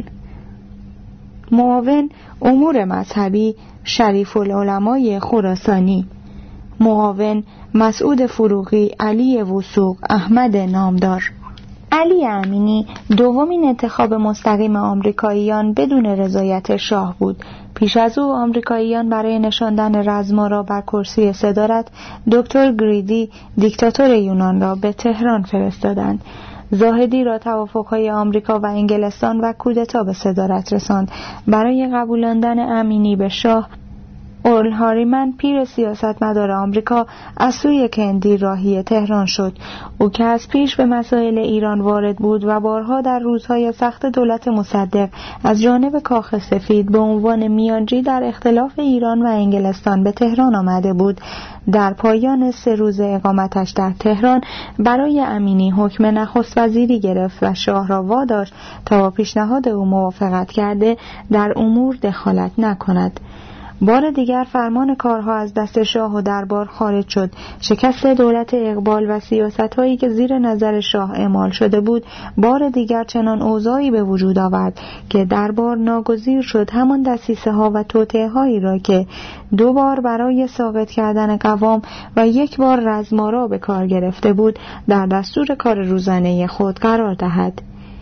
Speaker 1: معاون امور مذهبی شریف العلمای خراسانی، معاون مسعود فروغی علی وثوق احمد نامدار. علی امینی دومین انتخاب مستقیم آمریکاییان بدون رضایت شاه بود. پیش از او آمریکاییان برای نشاندن رزمارا بر کرسی صدارت دکتر گریدی دیکتاتور یونان را به تهران فرستادند. زاهدی را توافق‌های آمریکا و انگلستان و کودتا به صدارت رساند. برای قبولاندن امینی به شاه، اورل هاریمن پیر سیاستمدار آمریکا از سوی کندی راهی تهران شد. او که از پیش به مسائل ایران وارد بود و بارها در روزهای سخت دولت مصدق از جانب کاخ سفید به عنوان میانجی در اختلاف ایران و انگلستان به تهران آمده بود، در پایان سه روز اقامتش در تهران برای امینی حکم نخست وزیری گرفت و شاه را واداشت تا با پیشنهاد او موافقت کرده در امور دخالت نکند. بار دیگر فرمان کارها از دست شاه و دربار خارج شد. شکست دولت اقبال و سیاست‌هایی که زیر نظر شاه اعمال شده بود بار دیگر چنان اوضاعی به وجود آورد که دربار ناگزیر شد همان دسیسه‌ها و توطئه‌هایی را که دو بار برای ساقط کردن قوام و یک بار رزمارا به کار گرفته بود در دستور کار روزانه خود قرار دهد.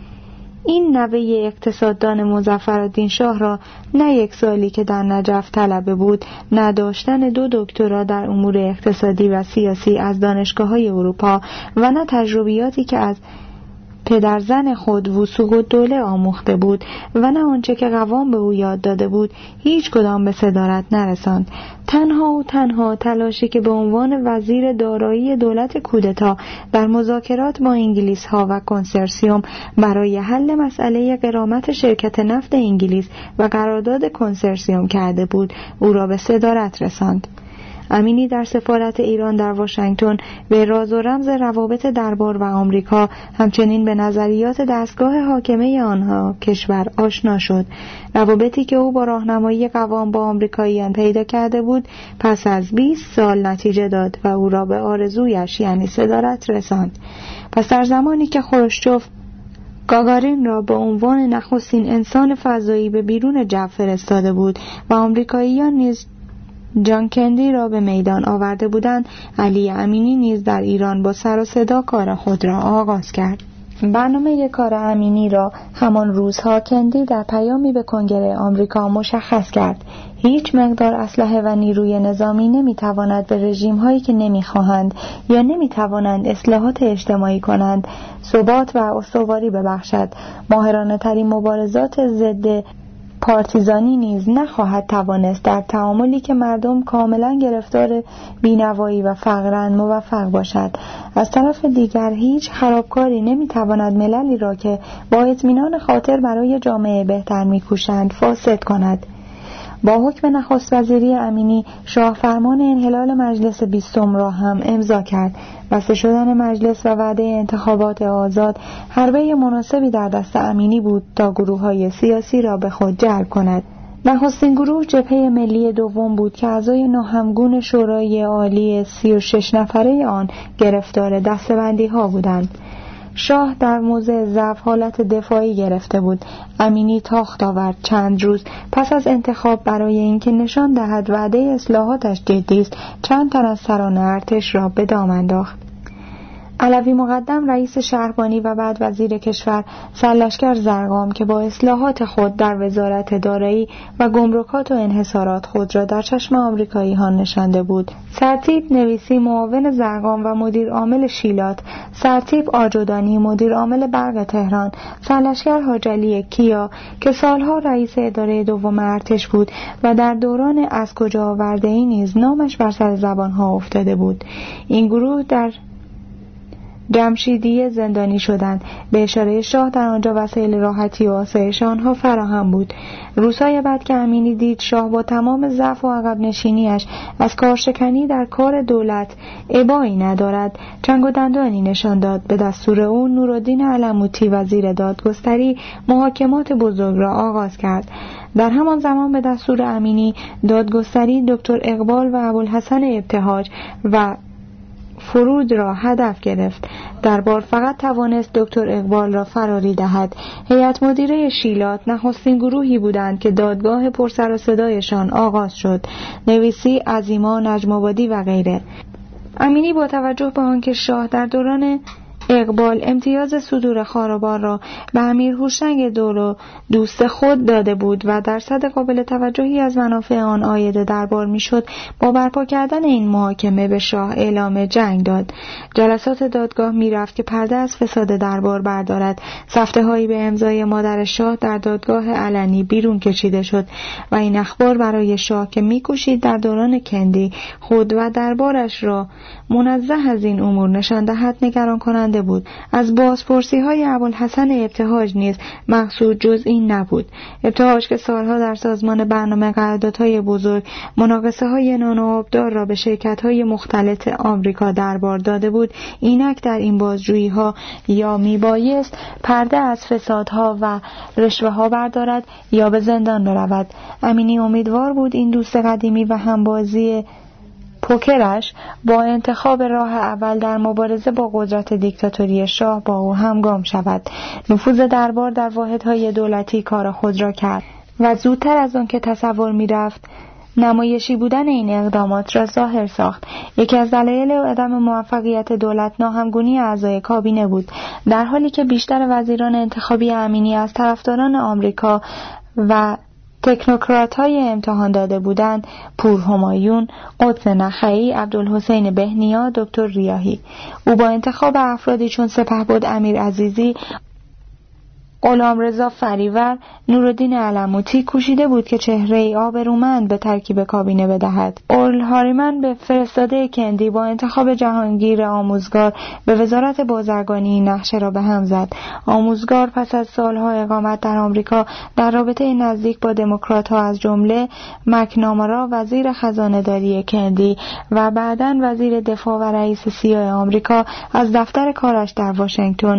Speaker 1: این نوه اقتصاددان مظفرالدین شاه را نه یک سالی که در نجف طلبه بود، نه داشتن دو دکترا در امور اقتصادی و سیاسی از دانشگاه‌های اروپا و نه تجربیاتی که از پدرزن خود وثوق الدوله آموخته بود و نه آنچه که قوام به او یاد داده بود، هیچ کدام به صدارت نرساند. تنها و تنها تلاشی که به عنوان وزیر دارایی دولت کودتا در مذاکرات با انگلیس ها و کنسرسیوم برای حل مسئله غرامت شرکت نفت انگلیس و قرارداد کنسرسیوم کرده بود، او را به صدارت رساند. امینی در سفارت ایران در واشنگتن به راز و رمز روابط دربار و آمریکا، همچنین به نظریات دستگاه حاکمه آنها کشور آشنا شد. روابطی که او با راهنمایی قوام با آمریکاییان پیدا کرده بود پس از بیست سال نتیجه داد و او را به آرزویش یعنی صدارت رساند. پس در زمانی که خروشچوف گاگارین را به عنوان نخستین انسان فضایی به بیرون جو فرستاده بود و آمریکاییان نیز جان کندی را به میدان آورده بودند، علی امینی نیز در ایران با سر و صدا کار خود را آغاز کرد. برنامه کار امینی را همان روزها کندی در پیامی به کنگره آمریکا مشخص کرد. هیچ مقدار اسلحه و نیروی نظامی نمیتواند به رژیم هایی که نمیخواهند یا نمیتوانند اصلاحات اجتماعی کنند ثبات و استواری ببخشد. ماهرانه ترین مبارزات ضد پارتیزانی نیز نخواهد توانست در تعاملی که مردم کاملا گرفتار بینوایی و فقرند موفق باشد. از طرف دیگر هیچ خرابکاری نمیتواند مللی را که با اطمینان خاطر برای جامعه بهتر میکوشند فاسد کند. با حکم نخست وزیری امینی شاه فرمان انحلال مجلس بیستم را هم امضا کرد. بسته شدن مجلس و وعده انتخابات آزاد حربه مناسبی در دست امینی بود تا گروه‌های سیاسی را به خود جلب کند. نخستین گروه جبهه ملی دوم بود که اعضای ناهمگون شورای عالی سی و شش نفره آن گرفتار دسته‌بندی‌ها بودند. شاه در موضع ضعف حالت دفاعی گرفته بود. امینی تاخت آورد. چند روز پس از انتخاب برای اینکه نشان دهد وعده اصلاحاتش جدی است، چند تن از سران ارتش را به دام انداخت. علوی مقدم رئیس شهربانی و بعد وزیر کشور، سرلشکر زرقام که با اصلاحات خود در وزارت دارایی و گمرکات و انحصارات خود را در چشم آمریکایی ها نشانده بود، سرتیپ نویسی معاون زرقام و مدیر عامل شیلات، سرتیپ آجودانی مدیر عامل برق تهران، سرلشکر حاجعلی کیا که سالها رئیس اداره دوم ارتش بود و در دوران از کجا آورده ای نیز نامش بر سر زبان ها افتاده بود. این گروه در جمشیدی زندانی شدند. به اشاره شاه در آنجا وسایل راحتی و آسایش آنها فراهم بود. روزهای بعد که امینی دید شاه با تمام ضعف و عقب نشینیش از کارشکنی در کار دولت ابایی ندارد، چنگ و دندانی نشان داد. به دستور او نورالدین علموطی وزیر دادگستری محاکمات بزرگ را آغاز کرد. در همان زمان به دستور امینی دادگستری دکتر اقبال و ابوالحسن ابتهاج و فرود را هدف گرفت. دربار فقط توانست دکتر اقبال را فراری دهد. هیئت مدیره شیلات نخستین گروهی بودند که دادگاه پرسر و صدایشان آغاز شد. نویسی، عزیما، نجم آبادی و غیره. امینی با توجه به آنکه شاه در دوران اقبال امتیاز صدور خاربار را به امیر هوشنگ دولو دوست خود داده بود و درصد قابل توجهی از منافع آن عاید دربار میشد، با برپا کردن این محاکمه به شاه اعلام جنگ داد. جلسات دادگاه میرفت که پرده از فساد دربار بردارد. سفته هایی به امضای مادر شاه در دادگاه علنی بیرون کشیده شد و این اخبار برای شاه که میکوشید در دوران کندی خود و دربارش را منزه از این امور نشان دهد نگران کننده بود. از بازپرسی های ابوالحسن ابتهاج نیز مقصود جز این نبود. ابتهاج که سالها در سازمان برنامه قراردادهای بزرگ مناقصه های نان و آبدار را به شرکت های مختلط آمریکا دربار داده بود، اینک در این بازجویی ها یا میبایست پرده از فسادها و رشوه ها بردارد یا به زندان برود. امینی امیدوار بود این دوست قدیمی و همبازی پوکرش با انتخاب راه اول در مبارزه با قدرت دیکتاتوری شاه با او همگام شود. نفوذ دربار در واحدهای دولتی کار خود را کرد و زودتر از آن که تصور می‌رفت نمایشی بودن این اقدامات را ظاهر ساخت. یکی از دلایل عدم موفقیت دولت ناهمگونی اعضای کابینه بود. در حالی که بیشتر وزیران انتخابی امینی از طرفداران آمریکا و تکنوکرات های امتحان داده بودند، پور همایون، قدس نخعی، عبدالحسین بهنیا، دکتر ریاحی. او با انتخاب افرادی چون سپهبد امیر عزیزی، غلامرضا فریور، نورالدین علموتی کوشیده بود که چهره آبرومند به ترکیب کابینه بدهد. اورل هاریمن به فرستاده کندی با انتخاب جهانگیر آموزگار به وزارت بازرگانی نقشه را به هم زد. آموزگار پس از سالها اقامت در آمریکا در رابطه نزدیک با دموکرات‌ها از جمله مکنامارا وزیر خزانه‌داری کندی و بعداً وزیر دفاع و رئیس سیاه آمریکا از دفتر کارش در واشنگتن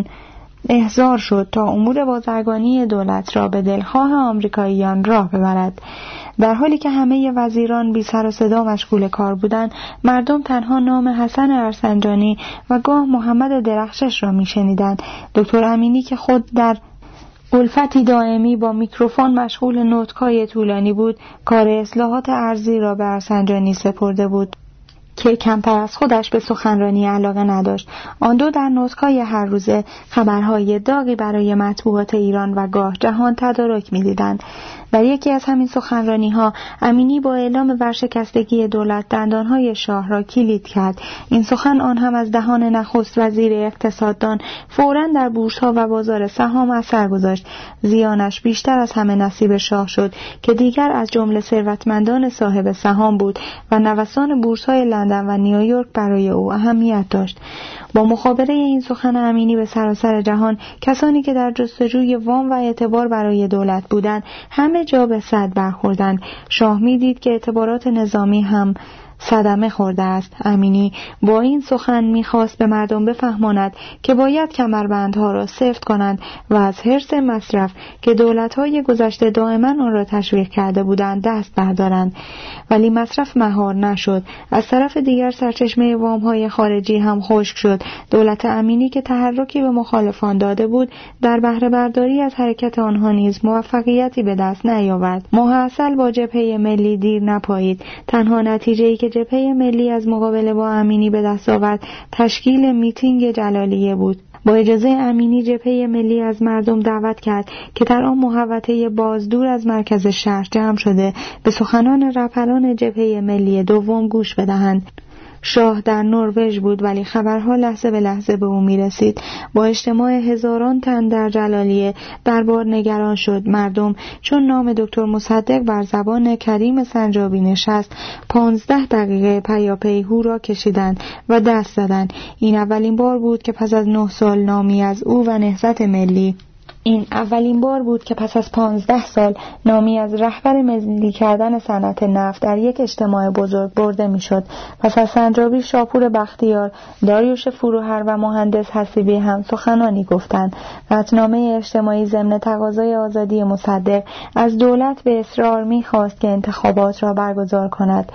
Speaker 1: احضار شد تا امور بازرگانی دولت را به دلخواه آمریکاییان راه ببرد. در حالی که همه وزیران بی سر و صدا مشغول کار بودند، مردم تنها نام حسن ارسنجانی و گاه محمد درخشش را می‌شنیدند. دکتر امینی که خود در الفتی دائمی با میکروفون مشغول نطق‌های طولانی بود، کار اصلاحات ارضی را به ارسنجانی سپرده بود که کمتر از خودش به سخنرانی علاقه نداشت. آن دو در نطق‌های هر روزه خبرهای داغی برای مطبوعات ایران و گاه جهان تدارک می‌دیدند. در یکی از همین سخنرانی‌ها امینی با اعلام ورشکستگی دولت دندانهای شاه را کلید کرد. این سخن آن هم از دهان نخست وزیر اقتصاددان فوراً در بورس‌ها و بازار سهام اثر گذاشت. زیانش بیشتر از همه نصیب شاه شد که دیگر از جمله ثروتمندان صاحب سهام بود و نوسان بورس‌های لندن و نیویورک برای او اهمیت داشت. با مخابره این سخن امینی به سراسر جهان، کسانی که در جستجوی وام و اعتبار برای دولت بودند همه جا به صد برخوردند. شاه می‌دید که اعتبارات نظامی هم صدمه خورده است. امینی با این سخن می‌خواست به مردم بفهماند که باید کمربندها را سفت کنند و از حرص مصرف که دولت‌های گذشته دائما آن را تشویق کرده بودند دست بردارند. ولی مصرف مهار نشد. از طرف دیگر سرچشمه وام‌های خارجی هم خشک شد. دولت امینی که تحرکی به مخالفان داده بود، در بهره برداری از حرکت آنها نیز موفقیتی به دست نیاورد. محصل با جبهه ملی دیر نپایید. تنها نتیجه‌ای که جبهه ملی از مقابله با امینی به دست آورد تشکیل میتینگ جلالیه بود. با اجازه امینی جبهه ملی از مردم دعوت کرد که در آن محوطه باز دور از مرکز شهر جمع شده به سخنان رهبران جبهه ملی دوم گوش بدهند. شاه در نروژ بود ولی خبرها لحظه به لحظه به او می رسید. با اجتماع هزاران تن در جلالیه دربار نگران شد. مردم چون نام دکتر مصدق بر زبان کریم سنجابی نشست، پانزده دقیقه پیاپی هورا کشیدند و دست زدند. این اولین بار بود که پس از نه سال نامی از او و نهضت ملی این اولین بار بود که پس از پانزده سال نامی از رهبر ملی کردن صنعت نفت در یک اجتماع بزرگ برده میشد. پس از سنجابی، شاپور بختیار، داریوش فروهر و مهندس حسیبی هم سخنانی گفتند. قطعنامه اجتماعی ضمن تقاضای آزادی مصدق از دولت به اصرار می‌خواست که انتخابات را برگزار کند.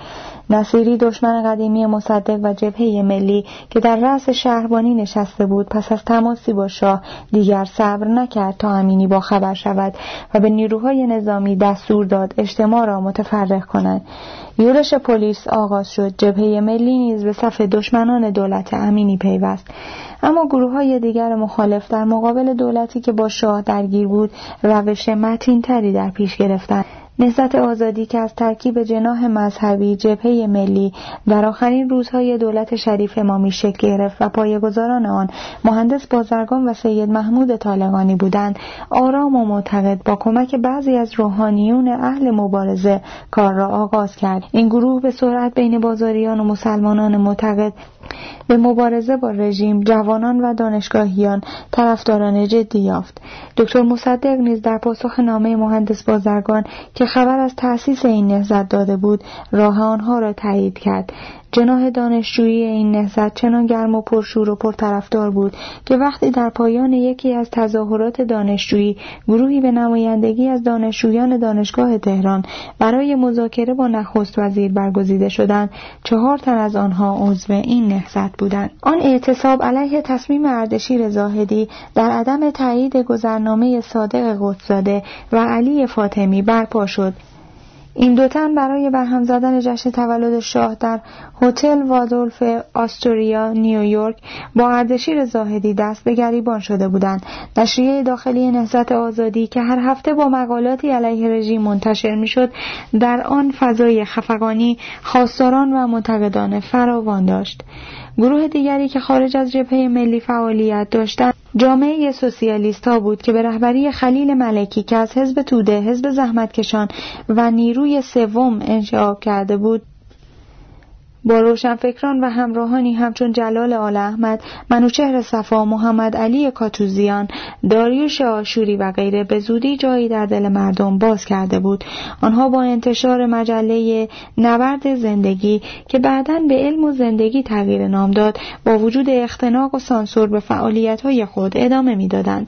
Speaker 1: نصیری دشمن قدیمی مصدق و جبهه ملی که در رأس شهربانی نشسته بود، پس از تماسی با شاه دیگر صبر نکرد تا امینی با خبر شود و به نیروهای نظامی دستور داد اجتماع را متفرق کنند. یورش پلیس آغاز شد. جبهه ملی نیز به صف دشمنان دولت امینی پیوست. اما گروه‌های دیگر مخالف در مقابل دولتی که با شاه درگیر بود روش متین‌تری در پیش گرفتند. نهضت آزادی که از ترکیب جناح مذهبی، جبهه ملی در آخرین روزهای دولت شریف امامی شکل گرفت و پایه‌گذاران آن مهندس بازرگان و سید محمود طالقانی بودند، آرام و معتقد با کمک بعضی از روحانیون اهل مبارزه کار را آغاز کرد. این گروه به سرعت بین بازاریان و مسلمانان معتقد به مبارزه با رژیم، جوانان و دانشگاهیان طرفداران جدی یافت. دکتر مصدق نیز در پاسخ نامه مهندس بازرگان که خبر از تأسیس این نهضت داده بود، راه آنها را تایید کرد. جناح دانشجویی این نهضت چنان گرم و پرشور و پرطرفدار بود که وقتی در پایان یکی از تظاهرات دانشجویی گروهی به نمایندگی از دانشجویان دانشگاه تهران برای مذاکره با نخست وزیر برگزیده شدند، چهار تن از آنها عضو این نهضت بودند. آن اعتصاب علیه تصمیم اردشیر زاهدی در عدم تایید گذرنامه صادق قطزاده و علی فاطمی برپا شد. این دو تن برای برهم زدن جشن تولد شاه در هتل وادولف آستوریا نیویورک با اردشیر زاهدی دست به گریبان شده بودند. نشریه داخلی نهضت آزادی که هر هفته با مقالاتی علیه رژیم منتشر میشد، در آن فضای خفقانی خواستاران و منتقدان فراوان داشت. گروه دیگری که خارج از جبهه ملی فعالیت داشتند جامعه سوسیالیست ها بود که به رهبری خلیل ملکی که از حزب توده، حزب زحمتکشان و نیروی سوم انشعاب کرده بود، با روشنفکران و همراهانی همچون جلال آل احمد، منوچهر صفا، محمد علی کاتوزیان، داریوش آشوری و غیره به زودی جایی در دل مردم باز کرده بود. آنها با انتشار مجله نبرد زندگی که بعداً به علم و زندگی تغییر نام داد، با وجود اختناق و سانسور به فعالیت‌های خود ادامه می‌دادند.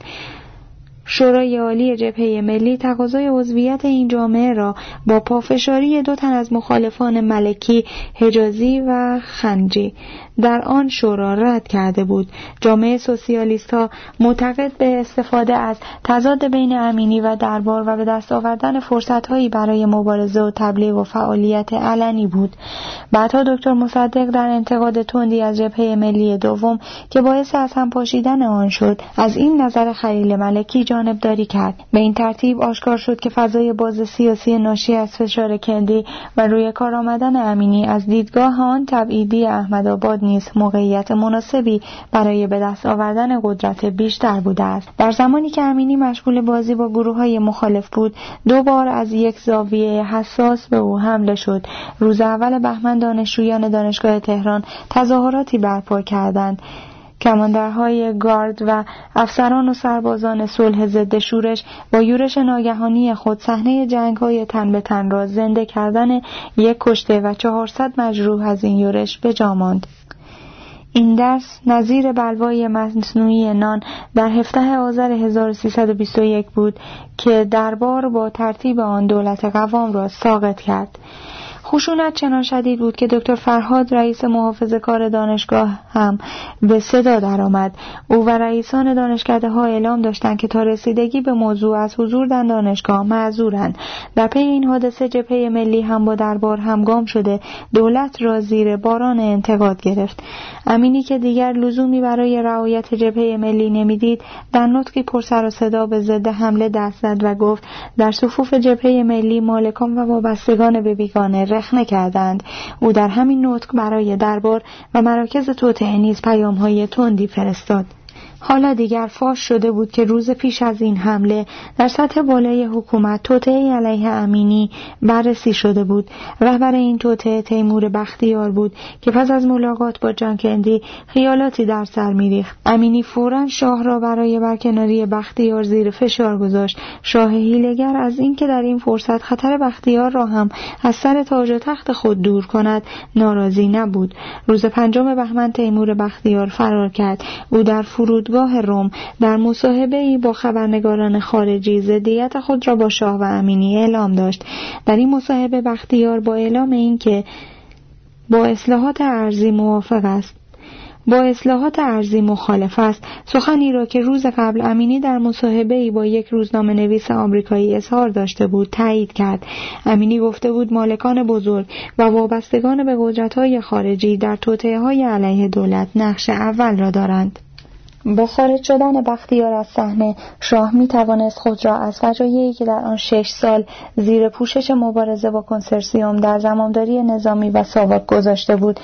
Speaker 1: شورای عالی جبهه ملی تقاضای عضویت این جامعه را با پافشاری دو تن از مخالفان ملکی، حجازی و خنجی در آن شورا رد کرده بود. جامعه سوسیالیست ها معتقد به استفاده از تضاد بین امینی و دربار و به دست آوردن فرصت هایی برای مبارزه و تبلیغ و فعالیت علنی بود. بعدها دکتر مصدق در انتقاد تندی از جبهه ملی دوم که باعث از هم پاشیدن آن شد، از این نظر خلیل ملکی جانبداری کرد. به این ترتیب آشکار شد که فضای باز سیاسی ناشی از فشار کندی و روی کار آمدن امینی از دیدگاه آن تبعیدی احمدآباد نیست موقعیت مناسبی برای به دست آوردن قدرت بیشتر بوده است. در زمانی که امینی مشغول بازی با گروه‌های مخالف بود، دو بار از یک زاویه حساس به او حمله شد. روز اول بهمن دانشجویان دانشگاه تهران تظاهراتی برپا کردند. کماندارهای گارد و افسران و سربازان صلح ضد شورش با یورش ناگهانی خود صحنه جنگ‌های تن به تن را زنده کردن یک کشته و چهارصد مجروح از این یورش به جا ماند. این درس نظیر بلوای مصنوعی نان در هفدهم آذر هزار و سیصد و بیست و یک بود که دربار با ترتیب آن دولت قوام را ساقط کرد. خشونت چنان شدید بود که دکتر فرهاد رئیس محافظه کار دانشگاه هم به صدا درآمد. او و رئیسان دانشکده ها اعلام داشتند که تا رسیدگی به موضوع از حضور در دانشگاه معذورند. در پی این حادثه جبهه ملی هم با دربار همگام شده دولت را زیر باران انتقاد گرفت. امینی که دیگر لزومی برای رعایت جبهه ملی نمیدید، در نطقی پر سر و صدا به ضد حمله دست زد و گفت در صفوف جبهه ملی مالکان و وابستگان به بیگانه رخنه کردند. او در همین نطق برای دربار و مراکز توطئه نیز پیام‌های تندی فرستاد. حالا دیگر فاش شده بود که روز پیش از این حمله در سطح بالای حکومت توطئه علیه امینی بررسی شده بود. رهبر این توطئه تیمور بختیار بود که پس از ملاقات با جان کندی خیالاتی در سر می‌ریخت. امینی فوراً شاه را برای برکناری بختیار زیر فشار گذاشت. شاه حیله‌گر از اینکه در این فرصت خطر بختیار را هم از سر تاج و تخت خود دور کند ناراضی نبود. روز پنجم بهمن تیمور بختیار فرار کرد. او در فرودگاه روم در مصاحبه‌ای با خبرنگاران خارجی ضدیت خود را با شاه و امینی اعلام داشت. در این مصاحبه بختیار با اعلام اینکه با اصلاحات ارضی موافق است. با اصلاحات ارضی مخالف است. سخنی را که روز قبل امینی در مصاحبه‌ای با یک روزنامه نویس آمریکایی اظهار داشته بود تایید کرد. امینی گفته بود مالکان بزرگ و وابستگان به قدرت‌های خارجی در توطئه‌های علیه دولت نقش اول را دارند. با خارج شدن بختیار از صحنه، شاه می توانست خود را از فجایعی که در آن شش سال زیر پوشش مبارزه با کنسرسیوم در زمامداری نظامی و ساواک گذاشته بود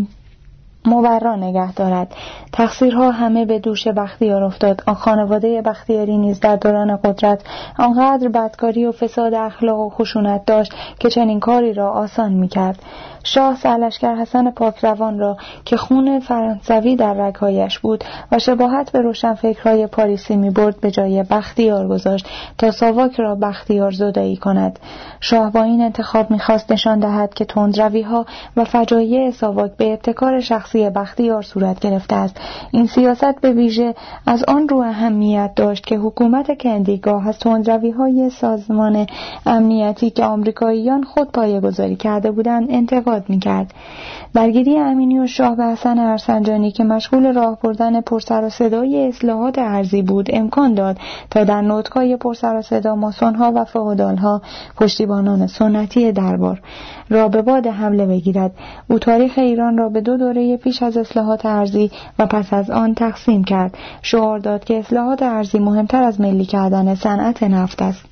Speaker 1: مبرا نگه دارد. تقصیرها همه به دوش بختیار افتاد. آن خانواده بختیاری نیز در دوران قدرت آنقدر بدکاری و فساد اخلاق و خشونت داشت که چنین کاری را آسان می‌کرد. شاه سرلشکر حسن پاکروان را که خون فرانسوی در رگ‌هایش بود و شباهت به روشنفکرهای پاریسی می‌برد به جای بختیار گذاشت تا ساواک را بختیار زدایی کند. شاه با این انتخاب می‌خواست نشان دهد که تندروی‌ها و فجایع ساواک به ابتکار شخصی بختیار صورت گرفته است. این سیاست به ویژه از آن رو اهمیت داشت که حکومت کندیگاه از تندروی‌های سازمان امنیتی که آمریکاییان خود پایه‌گذاری کرده بودند انتقاد می‌کرد. درگیری امینی و شاه به حسن ارسنجانی که مشغول راه بردن پرسر و صدای اصلاحات ارضی بود امکان داد تا در نطق‌های پرسر و صدا ماسون‌ها و فئودال‌ها پشتیبانان سنتی دربار را به باد حمله بگیرد. او تاریخ ایران را به دو دوره پیش از اصلاحات ارضی و پس از آن تقسیم کرد. شعار داد که اصلاحات ارضی مهمتر از ملی کردن صنعت نفت است.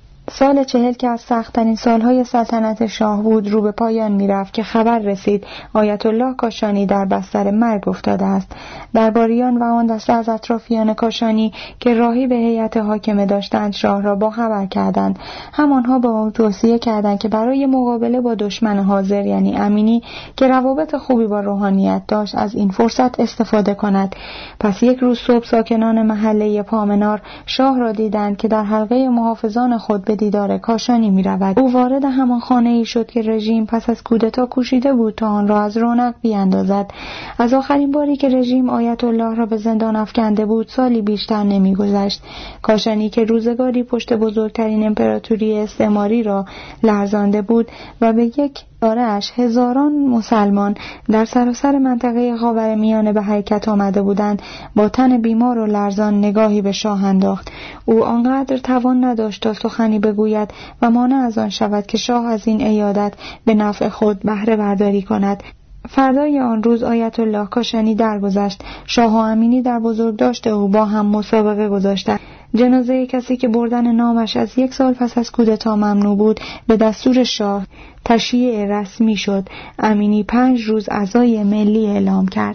Speaker 1: سال چهل که از سخت‌ترین سالهای سلطنت شاه بود رو به پایان می‌رفت که خبر رسید آیت الله کاشانی در بستر مرگ افتاده است. درباریان و آن دسته از اطرافیان کاشانی که راهی به هیئت حاکمه داشتند شاه را با خبر کردند. همانها با او توصیه کردند که برای مقابله با دشمن حاضر یعنی امینی که روابط خوبی با روحانیت داشت از این فرصت استفاده کند. پس یک روز صبح ساکنان محله پامنار شاه را دیدند که در حلقه محافظان خود به دیدار کاشانی می رود. او وارد همان خانه ای شد که رژیم پس از کودتا کوشیده بود تا آن را از رونق بیاندازد. از آخرین باری که رژیم آیت الله را به زندان افکنده بود سالی بیشتر نمی گذشت. کاشانی که روزگاری پشت بزرگترین امپراتوری استعماری را لرزانده بود و به یک دارش هزاران مسلمان در سراسر منطقه خاورمیانه به حرکت آمده بودند، با تن بیمار و لرزان نگاهی به شاه انداخت. او آنقدر توان نداشت تا سخنی بگوید و مانع از آن شود که شاه از این عیادت به نفع خود بهره برداری کند. فردای آن روز آیت الله کاشانی درگذشت. شاه و امینی در بزرگداشت او با هم مسابقه گذاشتند. جنازه کسی که بردن نامش از یک سال پس از کودتا ممنوع بود به دستور شاه تشییع رسمی شد. امینی پنج روز عزای ملی اعلام کرد.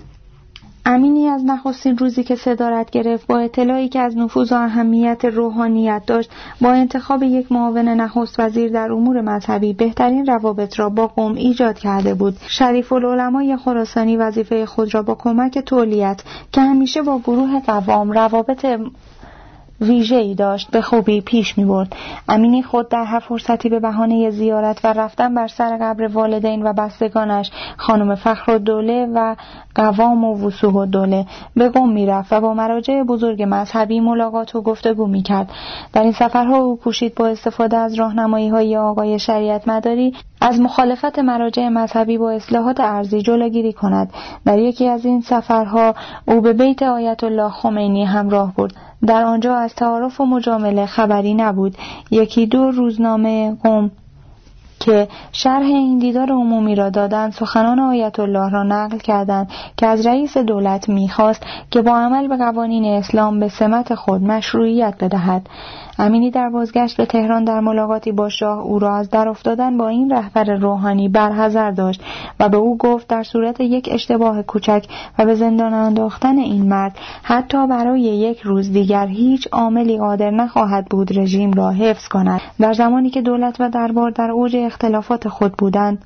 Speaker 1: امینی از نخستین روزی که صدارت گرفت با اطلاعی که از نفوذ و اهمیت روحانیت داشت با انتخاب یک معاون نخست وزیر در امور مذهبی بهترین روابط را با قم ایجاد کرده بود. شریف العلمای خراسانی وظیفه خود را با کمک تولیت که همیشه با گروه قوام روابط ویژه‌ای داشت به خوبی پیش می‌برد. امینی خود در هر فرصتی به بهانه زیارت و رفتن بر سر قبر والدین و بستگانش خانم فخرالدوله و قوام و وثوق الدوله به قم می‌رفت و با مراجع بزرگ مذهبی ملاقات و گفتگو می‌کرد. در این سفرها او کوشید با استفاده از راهنمایی‌های آقای شریعت مداری از مخالفت مراجع مذهبی با اصلاحات ارضی جلوگیری کند. در یکی از این سفرها او به بیت آیت الله خمینی همراه بود. در آنجا از تعارف و مجامله خبری نبود. یکی دو روزنامه قم که شرح این دیدار عمومی را دادند سخنان آیت الله را نقل کردند که از رئیس دولت می‌خواست که با عمل به قوانین اسلام به سمت خود مشروعیت بدهد. امینی در بازگشت به تهران در ملاقاتی با شاه او را از در افتادن با این رهبر روحانی برحذر داشت و به او گفت در صورت یک اشتباه کوچک و به زندان انداختن این مرد حتی برای یک روز دیگر هیچ عاملی قادر نخواهد بود رژیم را حفظ کند. در زمانی که دولت و دربار در اوج اختلافات خود بودند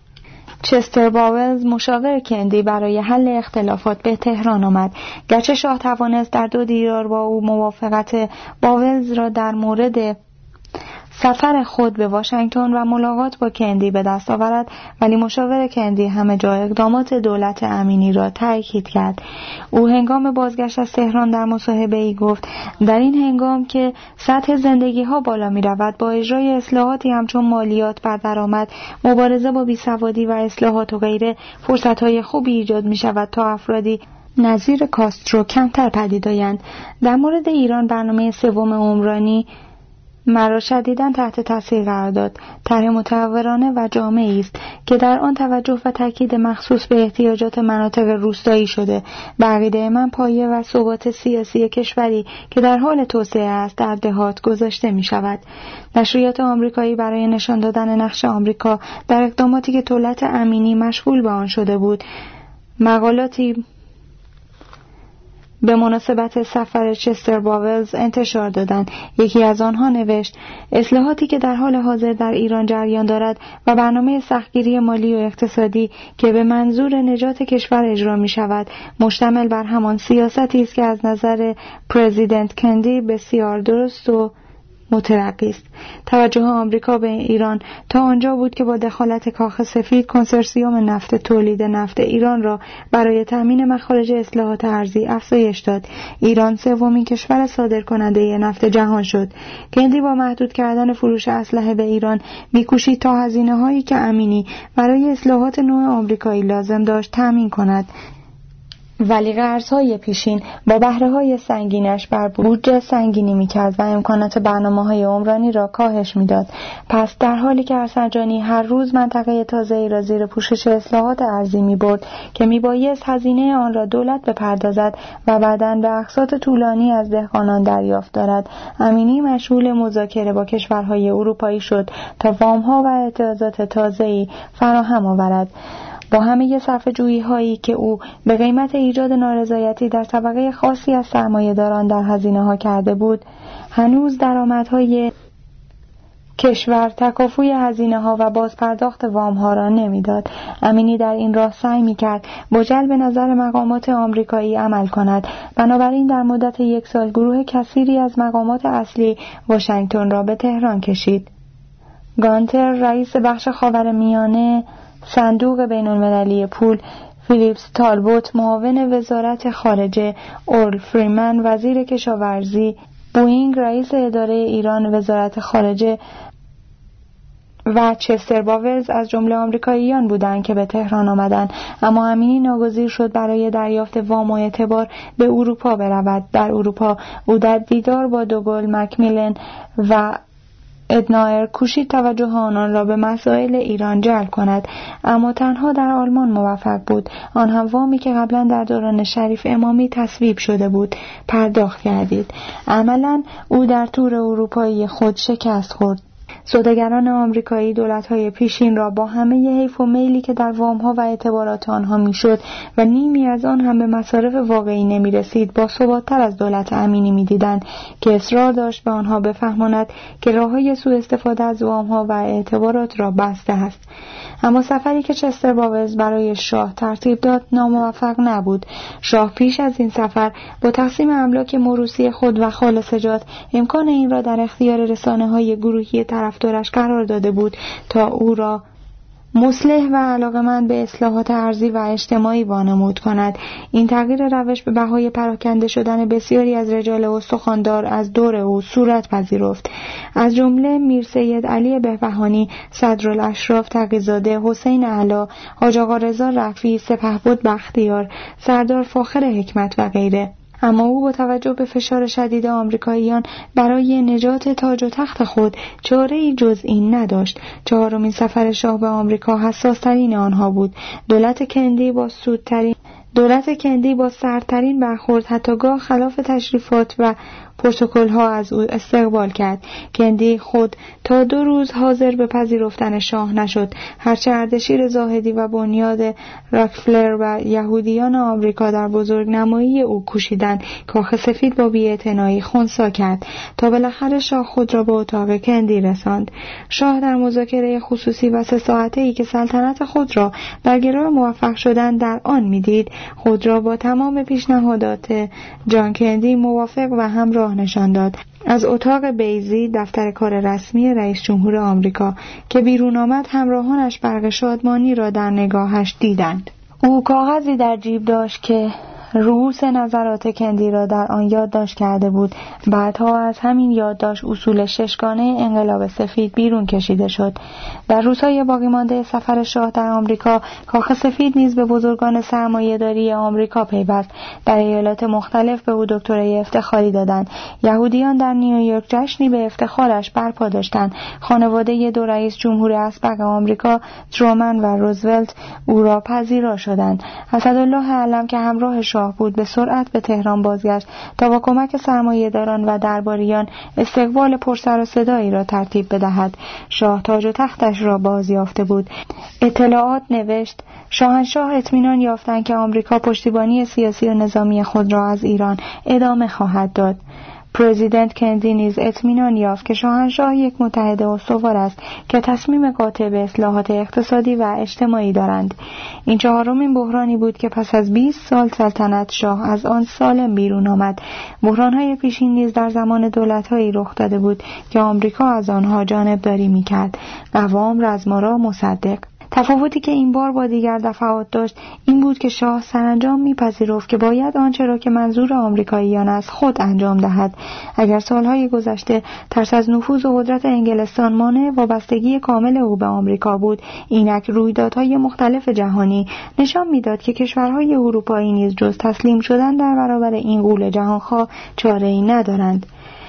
Speaker 1: چستر باولز مشاور کندی برای حل اختلافات به تهران آمد. گرچه شاه توانست در دو دیدار با او موافقت باولز را در مورد سفر خود به واشنگتن و ملاقات با کندی به دست آورد، ولی مشاور کندی همه جا اقدامات دولت امینی را تأکید کرد. او هنگام بازگشت از تهران در مصاحبه‌ای گفت در این هنگام که سطح زندگی ها بالا می رود، با اجرای اصلاحاتی همچون مالیات بر درآمد، مبارزه با بیسوادی و اصلاحات و غیره، فرصت های خوبی ایجاد می شود تا افرادی نظیر کاسترو کمتر پدید آیند. در مورد ایران برنامه سوم عمرانی مرا شدیداً تحت تاثیر قرار داد. طرح متحورانه و جامعی است که در آن توجه و تاکید مخصوص به احتیاجات مناطق روستایی شده. به عقیده من پایه و ثبات سیاسی کشوری که در حال توسعه است در دهات گذاشته می شود. نشریات آمریکایی برای نشان دادن نقش آمریکا در اقداماتی که دولت امینی مشغول به آن شده بود، مقالاتی به مناسبت سفر چستر باولز انتشار دادند. یکی از آنها نوشت اصلاحاتی که در حال حاضر در ایران جریان دارد و برنامه سختگیری مالی و اقتصادی که به منظور نجات کشور اجرا می شود مشتمل بر همان سیاستی است که از نظر پرزیدنت کندی بسیار درست و مترقی است. توجه آمریکا به ایران تا آنجا بود که با دخالت کاخ سفید کنسورسیوم نفت تولید نفت ایران را برای تامین مخارج اصلاحات ارضی افزایش داد. ایران سومین کشور صادرکننده نفت جهان شد. کندی با محدود کردن فروش اسلحه به ایران می‌کوشید تا هزینه‌هایی که امینی برای اصلاحات نوع آمریکایی لازم داشت تامین کند. ولی قرض‌های پیشین با بهره‌های سنگینش بر بودجه سنگینی می‌کرد و امکانات برنامه‌های عمرانی را کاهش می‌داد. پس در حالی که ارسنجانی هر روز منطقه تازه‌ای را زیر پوشش اصلاحات ارضی می‌برد که می‌بایست هزینه آن را دولت بپردازد و بعداً به اقساط طولانی از دهقانان دریافت دارد، امینی مشغول مذاکره با کشورهای اروپایی شد تا وام‌ها و اعتراضات تازه‌ای فراهم آورد. با همه صرفه‌جویی هایی که او به قیمت ایجاد نارضایتی در طبقه خاصی از سرمایه‌داران در هزینه ها کرده بود، هنوز درآمدهای کشور تکافوی هزینه ها و بازپرداخت وام ها را نمیداد. امینی در این راه سعی می‌کرد با جلب نظر مقامات آمریکایی عمل کند. بنابراین در مدت یک سال گروه کثیری از مقامات اصلی واشنگتن را به تهران کشید. گانتر رئیس بخش خاورمیانه صندوق بین‌المللی پول، فیلیپس تالبوت معاون وزارت خارجه، اورل فریمن وزیر کشاورزی، بوینگ رئیس اداره ایران وزارت خارجه و چستر باولز از جمله آمریکاییان بودند که به تهران آمدند. اما امینی ناگزیر شد برای دریافت وام و اعتبار به اروپا برود. در اروپا او در دیدار با دوگل، مکمیلن و ادنایر کوشید توجه آنان را به مسائل ایران جلب کند، اما تنها در آلمان موفق بود. آن هم وامی که قبلا در دوران شریف امامی تصویب شده بود پرداخت کردید. عملا او در تور اروپایی خود شکست خورد. سوداگران آمریکایی دولت‌های پیشین را با همه حیف و میلی که در وام‌ها و اعتبارات آنها میشد و نیمی از آن هم به مصارف واقعی نمی‌رسید با ثبات‌تر از دولت امینی می‌دیدند که اصرار داشت به آنها بفهماند که راه‌های سوء استفاده از وام‌ها و اعتبارات را بسته است. اما سفری که چستر باولز برای شاه ترتیب داد ناموفق نبود. شاه پیش از این سفر با تقسیم املاک موروثی خود و خالصجات امکان این را در اختیار رسانه‌های گروهی طرفدارش قرار داده بود تا او را مصلح و علاقمند به اصلاحات ارضی و اجتماعی وانمود کند. این تغییر روش به بهای پراکنده شدن بسیاری از رجال استخواندار از دور او صورت پذیرفت، از جمله میر سید علی بهبهانی، صدرالاشراف تقی‌زاده، حسین علا، حاج آقا رضا رفیعی، سپهبد بختیار، سردار فاخر حکمت و غیره. اما او با توجه به فشار شدید آمریکاییان برای نجات تاج و تخت خود چاره‌ای جز این نداشت. چهارمین سفر شاه به آمریکا حساس‌ترین آنها بود. دولت کندی با سودترین دولت کندی با سردترین برخورد حتی گاه خلاف تشریفات و پروتکل ها از او استقبال کرد. کندی خود تا دو روز حاضر به پذیرفتن شاه نشد، هرچه اردشیر زاهدی و بنیاد راکفلر و یهودیان آمریکا در بزرگنمایی او کوشیدند. کاخ سفید با بی‌اعتنایی خنثی کرد تا بالاخره شاه خود را به اتاق کندی رساند. شاه در مذاکره خصوصی و سه ساعته‌ای که سلطنت خود را در گرو موفق شدن در آن میدید، خود را با تمام پیشنهادات جان کندی موافق و همراه راه نشان داد. از اتاق بیضی، دفتر کار رسمی رئیس جمهور آمریکا، که بیرون آمد همراهانش برق شادمانی را در نگاهش دیدند. او کاغذی در جیب داشت که رؤوس نظرات کندی را در آن یادداشت کرده بود. بعدها از همین یادداشت اصول ششگانه انقلاب سفید بیرون کشیده شد. در روزهای باقی مانده سفر شاه در آمریکا، کاخ سفید نیز به بزرگان سرمایه‌داری آمریکا پیوست. در ایالات مختلف به او دکترای افتخاری دادند. یهودیان در نیویورک جشنی به افتخارش برپا داشتند. خانواده دو رئیس جمهور اسبق آمریکا، ترومن و روزولت، او را پذیرا شدند. اسدالله علم که همراه شاه بود به سرعت به تهران بازگشت تا با کمک سرمایه‌داران و درباریان استقبال پرسر و صدایی را ترتیب بدهد. شاه تاج و تختش را بازیافته بود. اطلاعات نوشت: شاهنشاه اطمینان یافتند که آمریکا پشتیبانی سیاسی و نظامی خود را از ایران ادامه خواهد داد. پرزیدنت کندی نیز اطمینان یافت که شاهنشاه یک متحد استوار است که تصمیم قاطع به اصلاحات اقتصادی و اجتماعی دارند. این چهارمین بحرانی بود که پس از بیست سال سلطنت شاه از آن سالم بیرون آمد. بحران‌های پیشین نیز در زمان دولت‌هایی رخ داده بود که آمریکا از آنها جانبداری می‌کرد. قوام رزمارا مصدق. تفاوتی که این بار با دیگر دفعات داشت این بود که شاه سرانجام میپذیرفت که باید آنچه را که منظور آمریکاییان است خود انجام دهد. اگر سالهای گذشته ترس از نفوذ و قدرت انگلستان مانع وابستگی کامل او به آمریکا بود، اینک رویدادهای مختلف جهانی نشان میداد که کشورهای اروپایی نیز جز تسلیم شدن در برابر این غول جهانخواه چاره‌ای ندارند.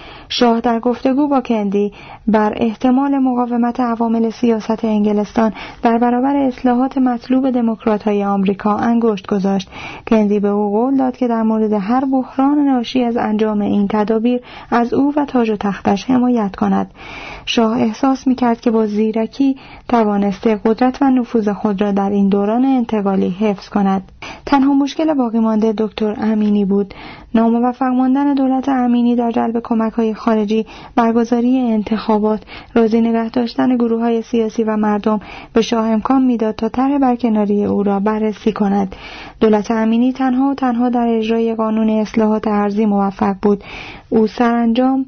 Speaker 1: شاه در گفتگو با کندی بر احتمال مقاومت عوامل سیاست انگلستان در برابر اصلاحات مطلوب دموکرات‌های آمریکا انگشت گذاشت. کندی به او قول داد که در مورد هر بحران ناشی از انجام این تدابیر از او و تاج و تختش حمایت کند. شاه احساس می‌کرد که با زیرکی توانسته قدرت و نفوذ خود را در این دوران انتقالی حفظ کند. تنها مشکل باقی مانده دکتر امینی بود. ناموفق ماندن دولت امینی در جلب کمک‌های خارجی، برگزاری انتخابات، راضی نگه داشتن گروه‌های سیاسی و مردم به شاه امکان میداد تا طرح برکناری او را بررسی کند. دولت امینی تنها و تنها در اجرای قانون اصلاحات ارضی موفق بود. او سرانجام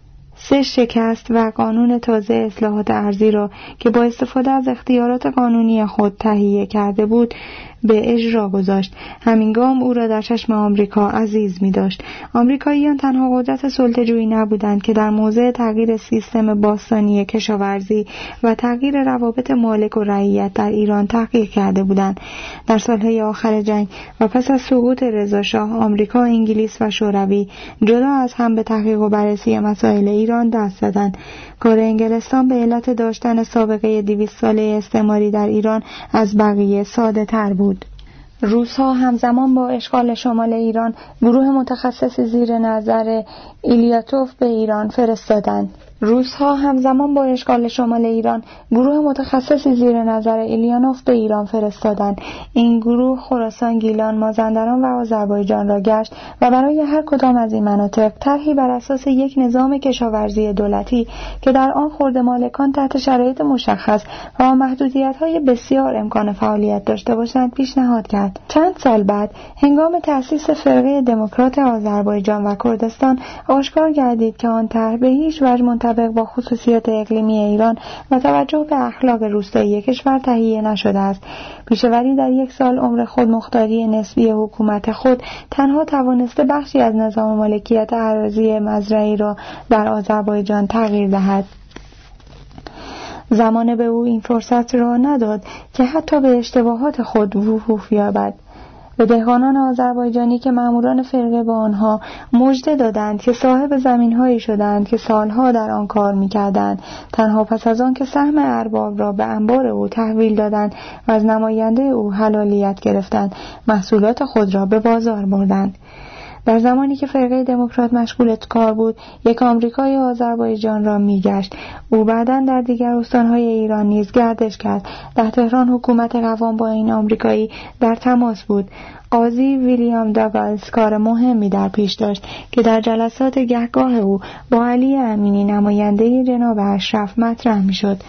Speaker 1: سه شکست و قانون تازه اصلاحات ارضی را که با استفاده از اختیارات قانونی خود تهیه کرده بود به اجرا گذاشت. همین گام او را در چشم آمریکا عزیز می داشت. آمریکاییان تنها قدرت سلطه‌جویی نبودند که در موضع تغییر سیستم باستانی کشاورزی و تغییر روابط مالک و رعیت در ایران تحقیق کرده بودند. در سالهای آخر جنگ و پس از سقوط رضاشاه، آمریکا، انگلیس و شوروی جدا از هم به تحقیق و بررسی مسائل ایران دست زدند. کار انگلستان به علت داشتن سابقه دویست ساله استعماری در ایران از بقیه ساده تر بود. روس‌ها همزمان با اشغال شمال ایران گروه متخصصی زیر نظر ایلیاتوف به ایران فرستادند. روس‌ها همزمان با اشغال شمال ایران گروه متخصصی زیر نظر ایلیانوف به ایران فرستادند. این گروه خراسان، گیلان، مازندران و آذربایجان را گشت و برای هر کدام از این مناطق طرحی بر اساس یک نظام کشاورزی دولتی که در آن خرده مالکان تحت شرایط مشخص و محدودیت‌های بسیار امکان فعالیت داشته باشند پیشنهاد کرد. چند سال بعد هنگام تأسیس فرقه دموکرات آذربایجان و کردستان آشکار گردید که آن طرح به هیچ وجه منطبق با خصوصیات اقلیمی ایران و توجه به اخلاق روستایی کشور تهیه نشده است. پیشوری در یک سال عمر خود مختاری نسبی حکومت خود تنها توانسته بخشی از نظام مالکیت اراضی مزرعی را در آذربایجان تغییر دهد. زمان به او این فرصت را نداد که حتی به اشتباهات خود وقوف یابد. به دهقانان آذربایجانی که ماموران فرقه به آنها مژده دادند که صاحب زمین‌هایی شدند که سالها در آن کار می‌کردند، تنها پس از آن که سهم ارباب را به انبار او تحویل دادند و از نماینده او حلالیت گرفتند، محصولات خود را به بازار بردند. در زمانی که فرقه دموکرات مشغول کار بود، یک آمریکایی آذربایجان را میگشت. او بعداً در دیگر استانهای ایران نیز گردش کرد. در تهران حکومت قوام با این آمریکایی در تماس بود. قاضی ویلیام داگلاس کار مهمی در پیش داشت که در جلسات گهگاه او با علی امینی نماینده جناب اشرف مطرح میشد.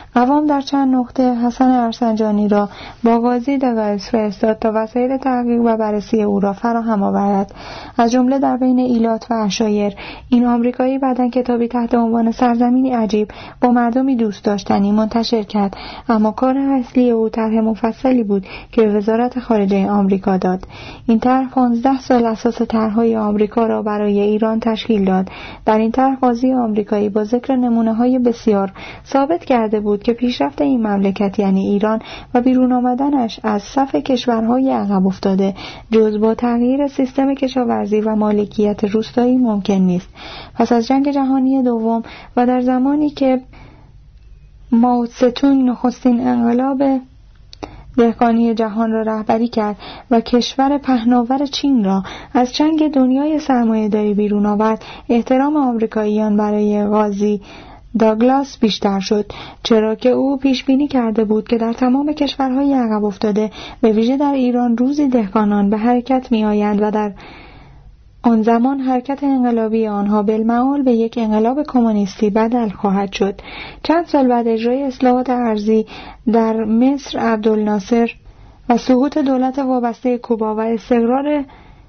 Speaker 1: قوام در چند نقطه حسن ارسنجانی را با قاضی دگالس فرستاد تا وسایل تحقیق و بررسی او را فراهم آورد. از جمله در بین ایلات و عشایر این آمریکایی بعداً کتابی تحت عنوان سرزمینی عجیب با مردمی دوست داشتنی منتشر کرد، اما کار اصلی او طرح مفصلی بود که به وزارت خارجه آمریکا داد. این طرح پانزده سال اساس طرح‌های آمریکا را برای ایران تشکیل داد. در این طرح قاضی آمریکایی با ذکر نمونه‌های بسیار ثابت کرده بود که پیشرفت این مملکت یعنی ایران و بیرون آمدنش از صف کشورهای عقب افتاده جز با تغییر سیستم کشاورزی و مالکیت روستایی ممکن نیست. پس از جنگ جهانی دوم و در زمانی که مائو تسه-تونگ نخستین انقلاب دهقانی جهان را رهبری کرد و کشور پهناور چین را از چنگ دنیای سرمایه‌داری بیرون آورد، احترام آمریکاییان برای قاضی داگلاس بیشتر شد، چرا که او پیش بینی کرده بود که در تمام کشورهای عقب افتاده به ویژه در ایران روزی دهقانان به حرکت می آیند و در آن زمان حرکت انقلابی آنها بالمعال به یک انقلاب کمونیستی بدل خواهد شد. چند سال بعد اجرای اصلاحات ارضی در مصر عبدالناصر و سقوط دولت وابسته کوبا و استقرار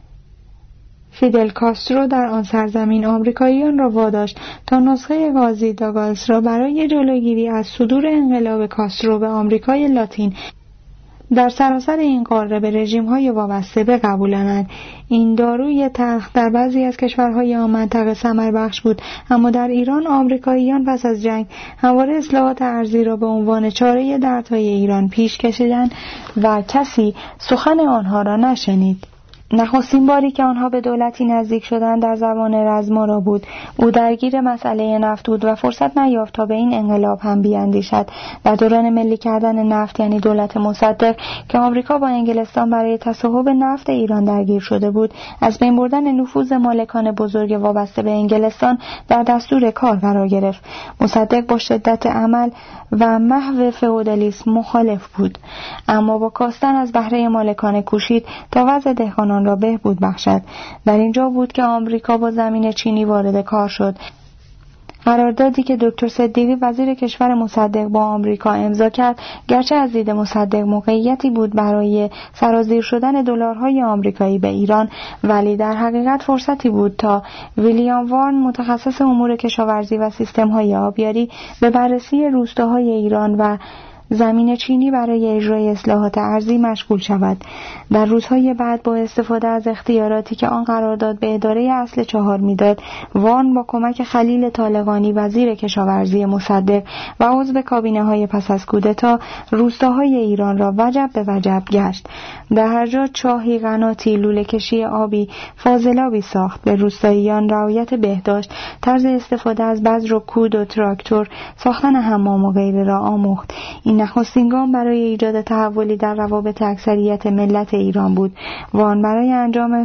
Speaker 1: فیدل کاسترو در آن سرزمین آمریکاییان را واداشت تا نسخه قاضی داگلاس را برای جلوگیری از صدور انقلاب کاسترو به آمریکای لاتین در سراسر این قاره به رژیم‌های وابسته بقبولانند. این داروی تلخ در بعضی از کشورهای آن منطقه ثمر بخش بود، اما در ایران آمریکاییان پس از جنگ همواره اصلاحات ارضی را به عنوان چاره دردهای ایران پیش کشیدند و کسی سخن آنها را نشنید. نخستین باری که آنها به دولتی نزدیک شدند در زمان رزمارا بود. او درگیر مسئله نفت بود و فرصت نیافت تا به این انقلاب هم بیاندیشد. در دوران ملی کردن نفت یعنی دولت مصدق که آمریکا با انگلستان برای تصاحب نفت ایران درگیر شده بود، از بین بردن نفوذ مالکان بزرگ وابسته به انگلستان در دستور کار قرار گرفت. مصدق با شدت عمل و محو فئودالیسم مخالف بود، اما با کاستن از بهره مالکان کوشید تا وضع دهقانان را بهبود بخشد. در اینجا بود که آمریکا با زمین چینی وارد کار شد. قراردادی که دکتر صدیقی وزیر کشور مصدق با آمریکا امضا کرد، گرچه از دید مصدق موقعیتی بود برای سرازیر شدن دلارهای آمریکایی به ایران، ولی در حقیقت فرصتی بود تا ویلیام وارن متخصص امور کشاورزی و سیستم‌های آبیاری به بررسی روستاهای ایران و زمین چینی برای اجرای اصلاحات ارضی مشغول شود. در روزهای بعد با استفاده از اختیاراتی که آن قرارداد به اداره اصل چهار میداد، وان با کمک خلیل طالقانی وزیر کشاورزی مصدق و عضو کابینه های پس از کودتا روستاهای ایران را وجب به وجب گشت. در هر جا چاهی، قناتی، لوله کشی آبی، فاضلابی ساخت. به روستاییان رعایت بهداشت، طرز استفاده از بذر و کود و تراکتور، ساختن حمام و غیره را آموخت. این نخستین گام برای ایجاد تحولی در روابط اکثریت ملت ایران بود. وان برای انجام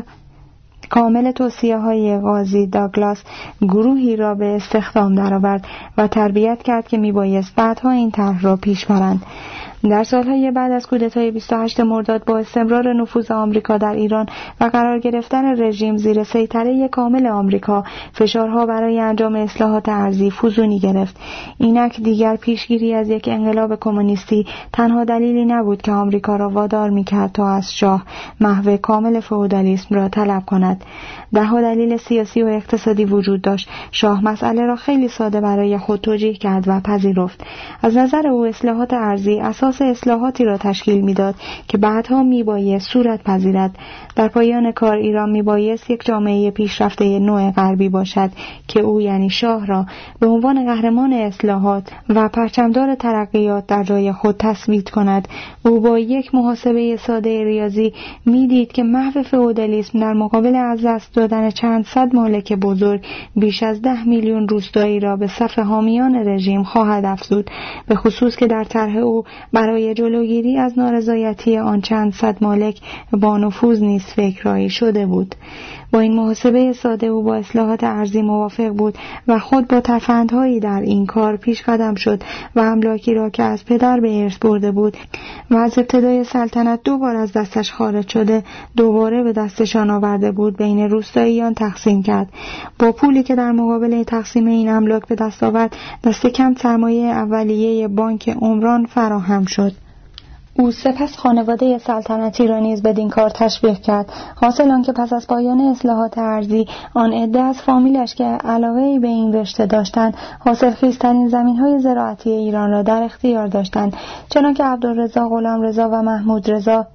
Speaker 1: کامل توصیه‌های قاضی داگلاس گروهی را به استخدام درآورد و تربیت کرد که میبایست بعدها این طرح را پیش برند. در سالهای بعد از کودتای بیست و هشتم مرداد با استمرار نفوذ آمریکا در ایران و قرار گرفتن رژیم زیر سیطره کامل آمریکا، فشارها برای انجام اصلاحات ارضی فزونی گرفت. اینک دیگر پیشگیری از یک انقلاب کمونیستی تنها دلیلی نبود که آمریکا را وادار می‌کرد تا از شاه محو کامل فئودالیسم را طلب کند. ده‌ها دلیل سیاسی و اقتصادی وجود داشت. شاه مسئله را خیلی ساده برای خود توجیه کرد و پذیرفت. از نظر او اصلاحات ارضی اساس اصلاحاتی را تشکیل میداد که بعدها میبایست صورت پذیرد. در پایان کار ایران میبایست یک جامعه پیشرفته نوع غربی باشد که او یعنی شاه را به عنوان قهرمان اصلاحات و پرچمدار ترقیات در جای خود تصویت کند. او با یک محاسبه ساده ریاضی میدید که محو فئودالیسم در مقابل از دست دادن چند صد مالک بزرگ بیش از ده میلیون روستایی را به صف حامیان رژیم خواهد افزود، به خصوص که در طرح او برای جلوگیری از نارضایتی آن چند صد مالک با نفوذ نیز فکرایی شده بود. با این محاسبه ساده او با اصلاحات ارضی موافق بود و خود با ترفندهایی در این کار پیش قدم شد و املاکی را که از پدر به ارث برده بود و از ابتدای سلطنت دوبار از دستش خارج شده دوباره به دستشان آورده بود بین روستاییان تقسیم کرد. با پولی که در مقابل تقسیم این املاک به دست آورد دست کم سرمایه اولیه بانک عمران فراهم شد. او سپس خانواده سلطنتی را نیز بدین کار تشویق کرد. حاصل آن که پس از پایان اصلاحات ارضی آن عده از فامیلش که علاوه به این رشته داشتند حاصلخیزترین زمین‌های زراعتی ایران را در اختیار داشتند، چنانکه عبدالرضا، غلامرضا و محمود رضا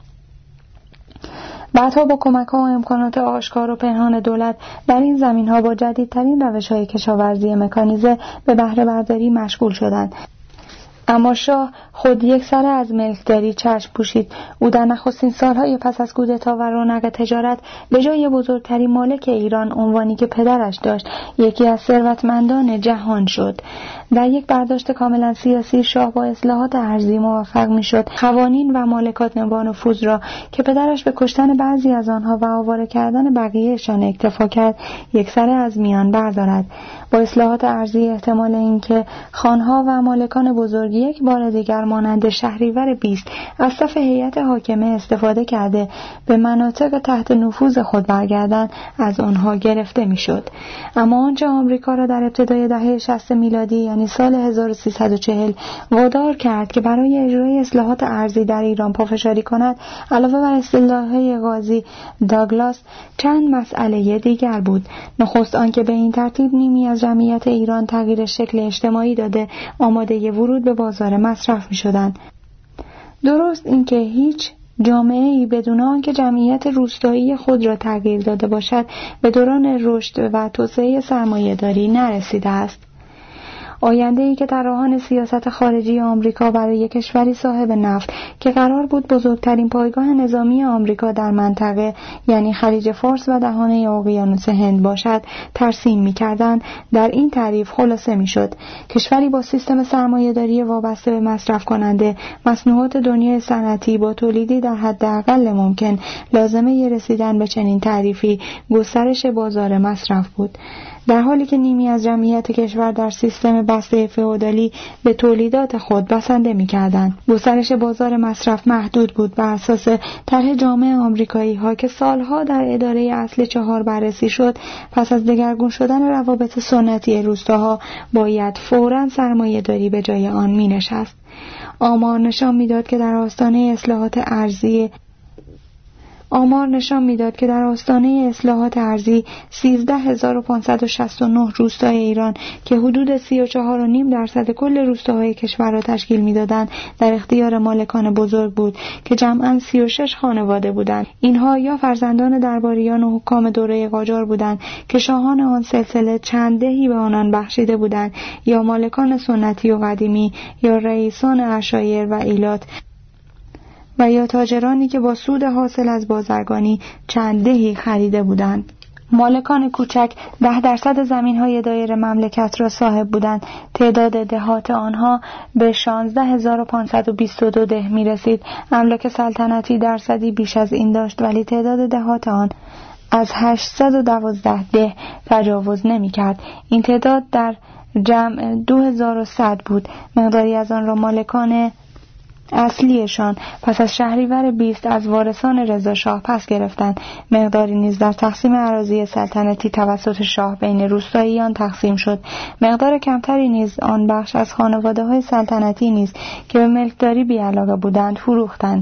Speaker 1: بعدها با کمک‌ها و امکانات آشکار و پنهان دولت در این زمین‌ها با جدیدترین روش‌های کشاورزی مکانیزه به بهره برداری مشغول شدند. اما شاه خود یک سره از ملکداری چشم پوشید. او در نخستین سالهای پس از کودتا و رونق تجارت به جای بزرگترین مالک ایران، عنوانی که پدرش داشت، یکی از ثروتمندان جهان شد. در یک برداشت کاملا سیاسی شاه با اصلاحات ارضی موفق میشد قوانین و مالکات با نفوذ را که پدرش به کشتن بعضی از آنها و آواره کردن بقیهشان اکتفا کرد یک سره از میان بردارد. با اصلاحات ارضی احتمال اینکه خانها و مالکان بزرگ یک بار دیگر مانند شهریور بیست از صف هیئت حاکمه استفاده کرده به مناطق تحت نفوذ خود برگردند از آنها گرفته میشد. اما آنچه آمریکا را در ابتدای دهه شصت میلادی یعنی سال هزار و سیصد و چهل وادار کرد که برای اجرای اصلاحات ارضی در ایران پافشاری کند، علاوه بر اصطلاح قاضی داگلاس، چند مسئله دیگر بود. نخست آنکه به این ترتیب نیمی از جمعیت ایران تغییر شکل اجتماعی داده آماده ورود به بازار مصرف می شدند. درست اینکه هیچ جامعه‌ای بدون آنکه جمعیت روستایی خود را تغییر داده باشد به دوران رشد و توسعه سرمایه‌داری نرسیده است. آینده‌ای که در راهن سیاست خارجی آمریکا برای کشوری صاحب نفت که قرار بود بزرگترین پایگاه نظامی آمریکا در منطقه یعنی خلیج فارس و دهانه اقیانوس هند باشد ترسیم می‌کردند، در این تعریف خلاصه می‌شد کشوری با سیستم سرمایه‌داری وابسته به مصرف کننده مصنوعات دنیای صنعتی با تولیدی در حداقل ممکن لازمه رسیدن به چنین تعریفی گسترش بازار مصرف بود. در حالی که نیمی از جمعیت کشور در سیستم بسته فئودالی به تولیدات خود بسنده می‌کردند، گسترش بازار مصرف محدود بود. بر اساس طرح جامع آمریکایی‌ها که سالها در اداره اصل چهار بررسی شد، پس از دگرگون شدن روابط سنتی روستاها باید فوراً سرمایه‌داری به جای آن می‌نشست. آمار نشان می‌داد که در آستانه اصلاحات ارضی آمار نشان میداد که در آستانه اصلاحات ارضی سیزده هزار و پانصد و شصت و نه روستای ایران که حدود سی و چهار و نیم درصد کل روستاهای کشور را تشکیل میدادند در اختیار مالکان بزرگ بود که جمعاً سی و شش خانواده بودند. اینها یا فرزندان درباریان و حکام دوره قاجار بودند که شاهان آن سلسله چند دهی به آنان بخشیده بودند، یا مالکان سنتی و قدیمی، یا رئیسان عشایر و ایلات، و یا تاجرانی که با سود حاصل از بازرگانی چند دهی خریده بودند. مالکان کوچک ده درصد زمین‌های دایر مملکت را صاحب بودند. تعداد دهات آنها به شانزده هزار و پانصد و بیست و دو ده می رسید. املاک سلطنتی درصدی بیش از این داشت، ولی تعداد دهات آن از هشتصد و دوازده ده تجاوز نمی کرد. این تعداد در جمع دو هزار و صد بود. مقداری از آن را مالکان اصلیشان پس از شهریور بیست از وارثان رضا شاه پس گرفتند. مقداری نیز در تقسیم اراضی سلطنتی توسط شاه بین روستاییان تقسیم شد. مقدار کمتری نیز آن بخش از خانواده‌های سلطنتی نیز که به ملکداری بی‌علاقه بودند فروختند.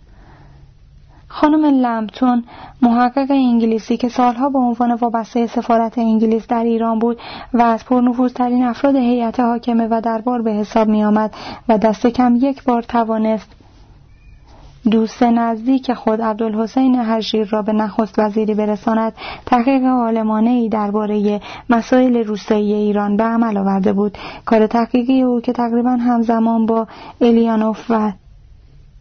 Speaker 1: خانم لمپتون، محقق انگلیسی که سالها به عنوان وابسته سفارت انگلیس در ایران بود و از پرنفوذترین افراد هیئت حاکمه و دربار به حساب می آمد و دست کم یک بار توانست دوست نزدیک خود عبدالحسین هژیر را به نخست وزیری برساند، تحقیق عالمانه‌ای درباره مسائل روستایی ایران به عمل آورده بود. کار تحقیقی او که تقریباً همزمان با الیانوف و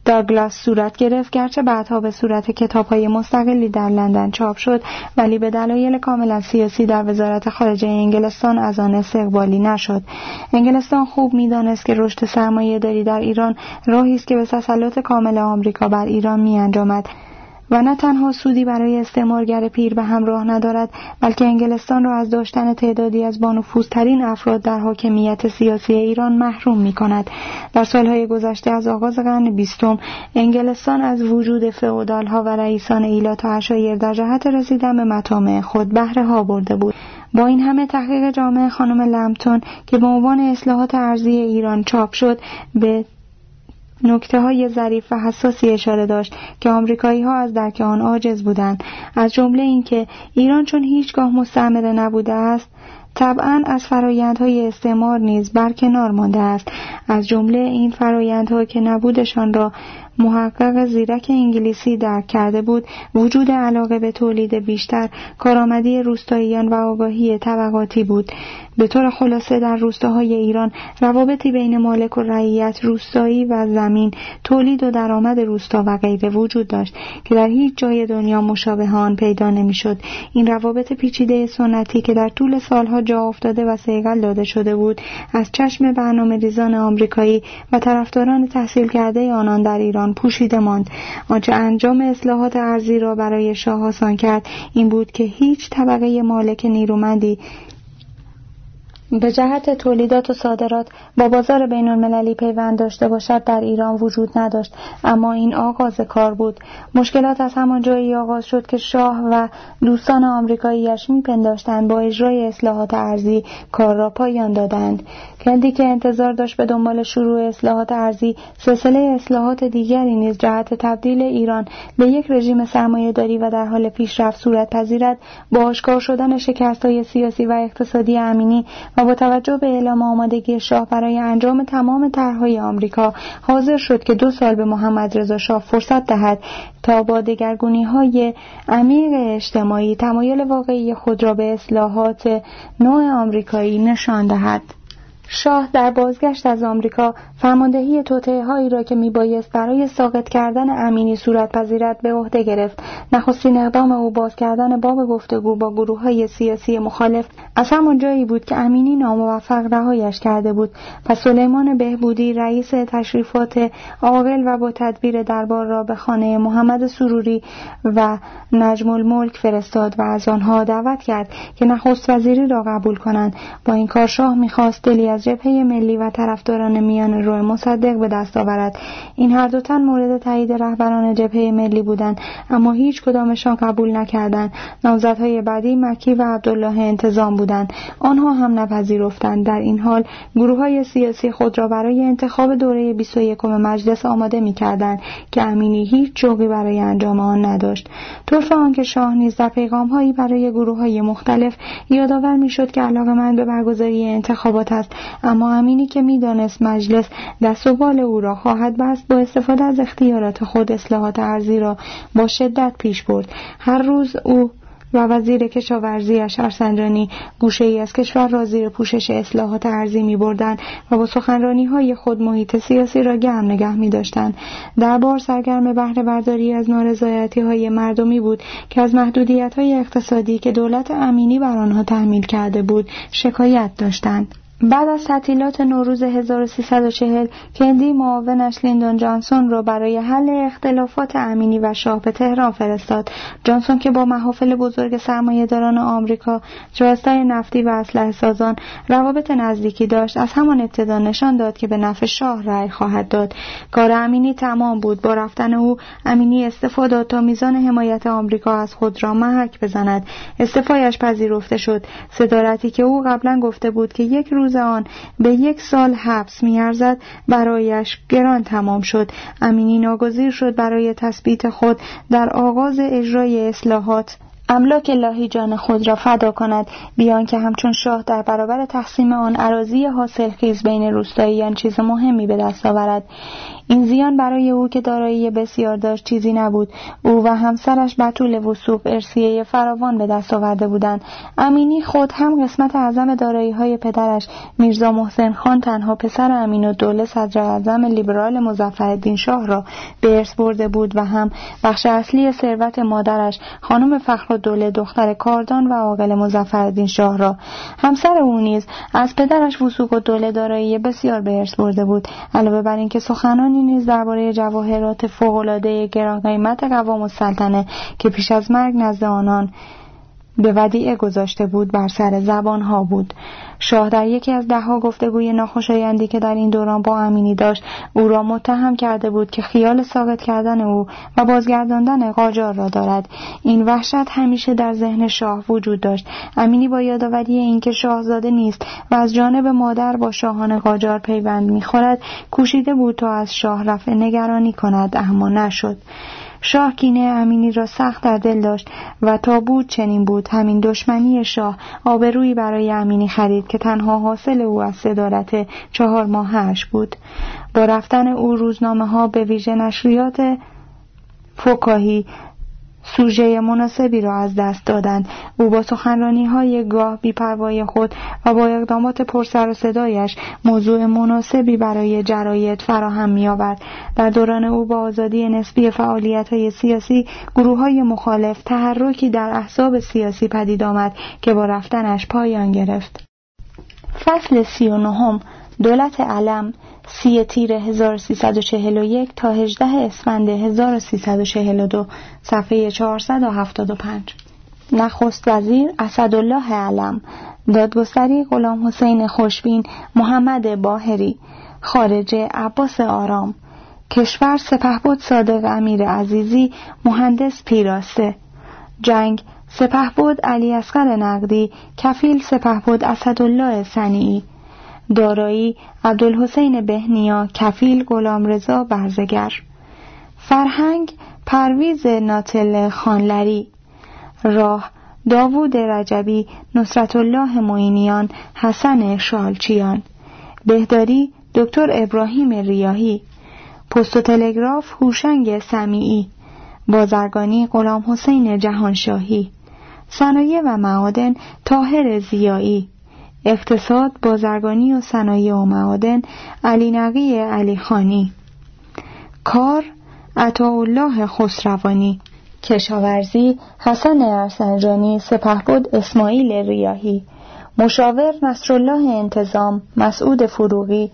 Speaker 1: داگلاس صورت گرفت، گرچه بعدها به صورت کتاب‌های مستقلی در لندن چاپ شد، ولی به دلایل کاملا سیاسی در وزارت خارجه انگلستان از آن استقبالی نشد. انگلستان خوب می‌دانست که رشد سرمایه‌داری در ایران راهی است که به تسلط کامل آمریکا بر ایران می‌انجامد و نه تنها سودی برای استعمارگر پیر به همراه ندارد، بلکه انگلستان را از داشتن تعدادی از بانفوذترین افراد در حاکمیت سیاسی ایران محروم می‌کند. در سالهای گذشته از آغاز قرن بیستم انگلستان از وجود فئودال‌ها و رئیسان ایلات و عشایر در جهت رسیدن به مطامع خود بهره ها برده بود. با این همه تحقیق جامع خانم لمپتون که به عنوان اصلاحات ارضی ایران چاپ شد به نکته های ظریف و حساسی اشاره داشت که آمریکایی ها از درک آن عاجز بودند، از جمله اینکه ایران چون هیچگاه مستعمره نبوده است طبعاً از فرایندهای استعمار نیز برکنار مانده است، از جمله این فرایندها که نبودشان را محقق زیرک انگلیسی درک کرده بود وجود علاقه به تولید بیشتر، کارآمدی روستاییان و آگاهی طبقاتی بود. به طور خلاصه در روستاهای ایران روابطی بین مالک و رعیت، روستایی و زمین، تولید و درآمد روستا و غیره وجود داشت که در هیچ جای دنیا مشابه آن پیدا نمی‌شد. این روابط پیچیده سنتی که در طول سالها جا افتاده و صیقل داده شده بود از چشم برنامه‌ریزان آمریکایی و طرفداران تحصیل کرده آنان در ایران پوشیده ماند. آنچه انجام اصلاحات ارضی را برای شاه آسان کرد این بود که هیچ طبقه مالک نیرومندی به جهت تولیدات و صادرات با بازار بین المللی پیوند داشته باشد در ایران وجود نداشت. اما این آغاز کار بود. مشکلات از همان جایی آغاز شد که شاه و دوستان آمریکایی‌اش می‌پنداشتند با اجرای اصلاحات ارضی کار را پایان دادند. کندی که انتظار داشت به دنبال شروع اصلاحات ارضی سلسله اصلاحات دیگری نیز جهت تبدیل ایران به یک رژیم سرمایه‌داری و در حال پیشرفت صورت پذیرد، با آشکار شدن شکست‌های سیاسی و اقتصادی امینی و با توجه به اعلام آمادگی شاه برای انجام تمام طرح‌های آمریکا حاضر شد که دو سال به محمد رضا شاه فرصت دهد تا با دگرگونی‌های عمیق اجتماعی تمایل واقعی خود را به اصلاحات نوع آمریکایی نشان دهد. شاه در بازگشت از آمریکا فرماندهی توطئه‌هایی را که میبایست برای ساقط کردن امینی صورت پذیرد به عهده گرفت. نخستین اقدام او باز کردن باب گفتگو با گروه‌های سیاسی مخالف از همان جایی بود که امینی ناموفق رهایش کرده بود. پس سلیمان بهبودی رئیس تشریفات عاقل و با تدبیر دربار را به خانه محمد سروری و نجم الملک فرستاد و از آنها دعوت کرد که نخست وزیری را قبول کنند. با این کار شاه می‌خواست دلی از جبهه ملی و طرفداران میان رو مصدق به دست آورد. این هر دو تن مورد تایید رهبران جبهه ملی بودند، اما هیچ کدامشان قبول نکردند. نامزدهای بعدی مکی و عبدالله انتظام بودند، آنها هم نپذیرفتند. در این حال گروه‌های سیاسی خود را برای انتخاب دوره بیست و یکم مجلس آماده می‌کردند که امینی هیچ جوقی برای انجام آن نداشت. طرف آنکه شاه نیز در پیغام‌هایی برای گروه‌های مختلف یادآور می‌شد که علاقه‌مند به برگزاری انتخابات است، اما امینی که می‌دانست مجلس دست و بال او را خواهد بست با استفاده از اختیارات خود اصلاحات ارضی را با شدت پیش برد. هر روز او و وزیر کشاورزی‌اش ارسنجانی گوشه‌ای از کشور را زیر پوشش اصلاحات ارضی می‌بردند و با سخنرانی‌های خود محیط سیاسی را گرم نگه می‌داشتند. دربار سرگرم بهره برداری از نارضایتی‌های مردمی بود که از محدودیت‌های اقتصادی که دولت امینی بر آنها تحمیل کرده بود شکایت داشتند. بعد از تعطیلات نوروز هزار و سیصد و چهل کندی معاونش لیندون جانسون را برای حل اختلافات امینی و شاه به تهران فرستاد. جانسون که با محافل بزرگ سرمایه‌داران آمریکا، تراست‌های نفتی و اسلحه سازان روابط نزدیکی داشت، از همان ابتدا نشان داد که به نفع شاه رأی خواهد داد. کار امینی تمام بود. با رفتن او امینی استعفا داد تا میزان حمایت آمریکا از خود را محک بزند. استعفایش پذیرفته شد. صدارتی که او قبلا گفته بود که یک روز آن به یک سال حبس می‌ارزد برایش گران تمام شد. امینی ناگزیر شد برای تثبیت خود در آغاز اجرای اصلاحات املاک الهی جان خود را فدا کند، بیان که همچون شاه در برابر تقسیم آن اراضی حاصلخیز بین روستاییان چیز مهمی به دست آورد. این زیان برای او که دارایی بسیار داشت چیزی نبود. او و همسرش بتول وثوق ارثیه فراوان به دست آورده بودند. امینی خود هم قسمت اعظم دارایی‌های پدرش میرزا محسن خان، تنها پسر امین‌الدوله صدراعظم لیبرال مظفرالدین شاه، را به ارث برده بود و هم بخش اصلی ثروت مادرش خانم فخرالدوله دختر کاردان و عاقل مظفرالدین شاه را. همسر او نیز از پدرش وثوق الدوله دارایی بسیار به ارث برده بود. علاوه بر اینکه سخنانی نیز درباره جواهرات فوق‌العاده گران قیمت قوام السلطنه که پیش از مرگ نزد آنان به ودیعه گذاشته بود بر سر زبانها بود. شاه در یکی از دهها گفتگوی ناخوشایندی که در این دوران با امینی داشت، او را متهم کرده بود که خیال ساقط کردن او و بازگرداندن قاجار را دارد. این وحشت همیشه در ذهن شاه وجود داشت. امینی با یادآوری اینکه شاهزاده نیست و از جانب مادر با شاهان قاجار پیوند می‌خورد، کوشیده بود تا از شاه رفع نگرانی کند، اما نشد. شاه کینه امینی را سخت در دل داشت و تا بود چنین بود. همین دشمنی شاه آبرویی برای امینی خرید که تنها حاصل او از صدارت چهار ماهش بود. با رفتن او روزنامه ها به ویژه نشریات فکاهی سوژه مناسبی را از دست دادند. او با سخنرانی های گاه بی‌پروای خود و با اقدامات پرسر و صدایش موضوع مناسبی برای جراید فراهم می آورد. در دوران او با آزادی نسبی فعالیت های سیاسی، گروه های مخالف تحرکی در احزاب سیاسی پدید آمد که با رفتنش پایان گرفت. فصل سی و نهم، دولت علم، سی تیر هزار و سیصد و چهل و یک تا هجده اسفند هزار و سیصد و چهل و دو، صفحه چهارصد و هفتاد و پنج. نخست وزیر اسدالله علم، دادگستری غلام حسین خوشبین، محمد باهری، خارجه عباس آرام، کشور سپهبد صادق امیر عزیزی، مهندس پیراسته، جنگ سپهبد علی اصغر نقدی، کفیل سپهبد اسدالله صنیعی، دارایی عبدالحسین بهنیا، کفیل غلامرضا برزگر، فرهنگ پرویز ناتل خانلری، راه داوود رجبی، نصرت الله معینیان، حسن شالچیان، بهداری دکتر ابراهیم ریاحی، پست و تلگراف هوشنگ سمیعی، بازرگانی غلام حسین جهانشاهی، صنایع و معادن طاهر زیایی، اقتصاد بازرگانی و صنایع و معادن علی نقی علی خانی، کار عطاالله خسروانی، کشاورزی حسن ارسنجانی، سپهبد اسماعیل ریاحی، مشاور نصرالله انتظام، مسعود فروغی،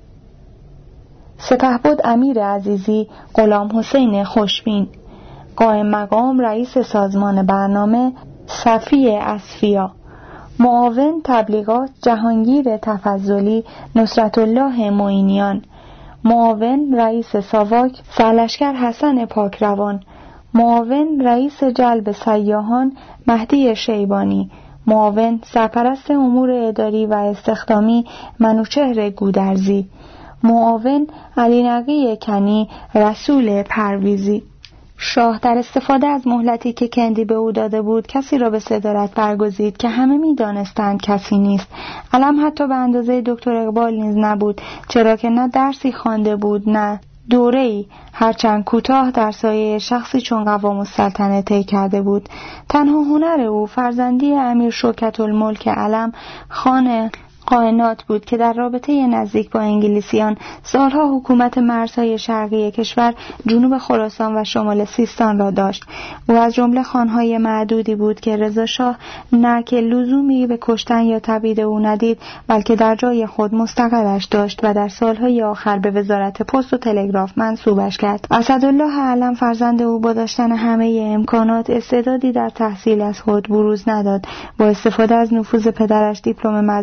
Speaker 1: سپهبد امیر عزیزی، غلام حسین خوشبین، قائم مقام رئیس سازمان برنامه صفی اصفیا، معاون تبلیغات جهانگیر تفضلی، نصرت الله معینیان، معاون رئیس ساواک سرلشکر حسن پاکروان، معاون رئیس جلب سیاحان مهدی شیبانی، معاون سرپرست امور اداری و استخدامی منوچهر گودرزی، معاون علی نقی کنی رسول پرویزی. شاه در استفاده از مهلتی که کندی به او داده بود کسی را به صدارت برگزید که همه می دانستند کسی نیست. علم حتی به اندازه دکتر اقبال نیز نبود، چرا که نه درسی خوانده بود نه دوره‌ای هرچند کوتاه در سایه شخصی چون قوام السلطنه طی کرده بود. تنها هنر او فرزندی امیر شوکت الملک علم خان قائنات بود که در رابطه نزدیک با انگلیسیان سالها حکومت مرزهای شرقی کشور جنوب خراسان و شمال سیستان را داشت. او از جمله خانهای معدودی بود که رضا شاه نه که لزومی به کشتن یا تبعید او ندید، بلکه در جای خود مستقرش داشت و در سالهای آخر به وزارت پست و تلگراف منصوبش کرد. اسدالله علم فرزند او با داشتن همه امکانات استعدادی در تحصیل از خود بروز نداد. با استفاده از نفوذ پدرش دیپلم مدرسه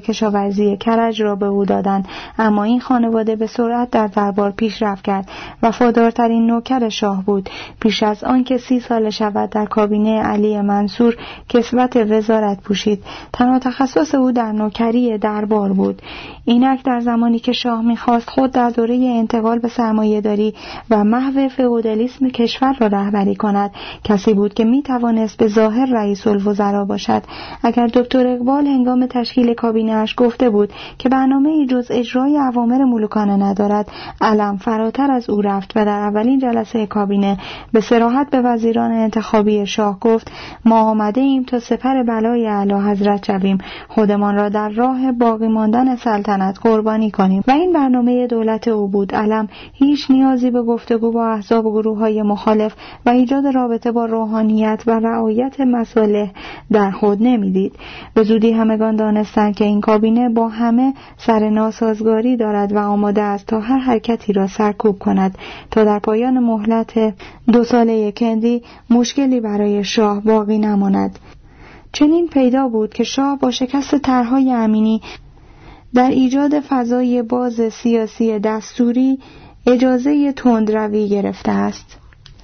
Speaker 1: کشاورزی کرج را به او دادند، اما این خانواده به سرعت در دربار پیشرفت کرد. وفادارترین نوکر شاه بود. پیش از آن که سی سال شود در کابینه علی منصور کسوت وزارت پوشید. تنها تخصص او در نوکری دربار بود. اینک در زمانی که شاه می‌خواست خود در دوره انتقال به سرمایه‌داری و محو فئودالیسم کشور را رهبری کند، کسی بود که می‌توانست به ظاهر رئیس الوزراء باشد. اگر دکتر اقبال هنگام تشکیل کابینه‌اش گفته بود که برنامه‌ای جز اجرای اوامر ملوکانه ندارد، علم فراتر از او رفت و در اولین جلسه کابینه به صراحت به وزیران انتخابی شاه گفت: ما آمده ایم تا سپر بلای اعلی حضرت شویم، خودمان را در راه باقی ماندن سلطنت قربانی کنیم. و این برنامه دولت او بود. علم هیچ نیازی به گفتگو با احزاب و گروه‌های مخالف و ایجاد رابطه با روحانیت و رعایت مصالح در خود نمیدید. به زودی همگان دانستند که این کابینه با همه سر ناسازگاری دارد و آماده است تا هر حرکتی را سرکوب کند تا در پایان مهلت دو ساله کندی مشکلی برای شاه باقی نماند. چنین پیدا بود که شاه با شکست طرح‌های امینی در ایجاد فضای باز سیاسی دستوری اجازه تندروی گرفته است.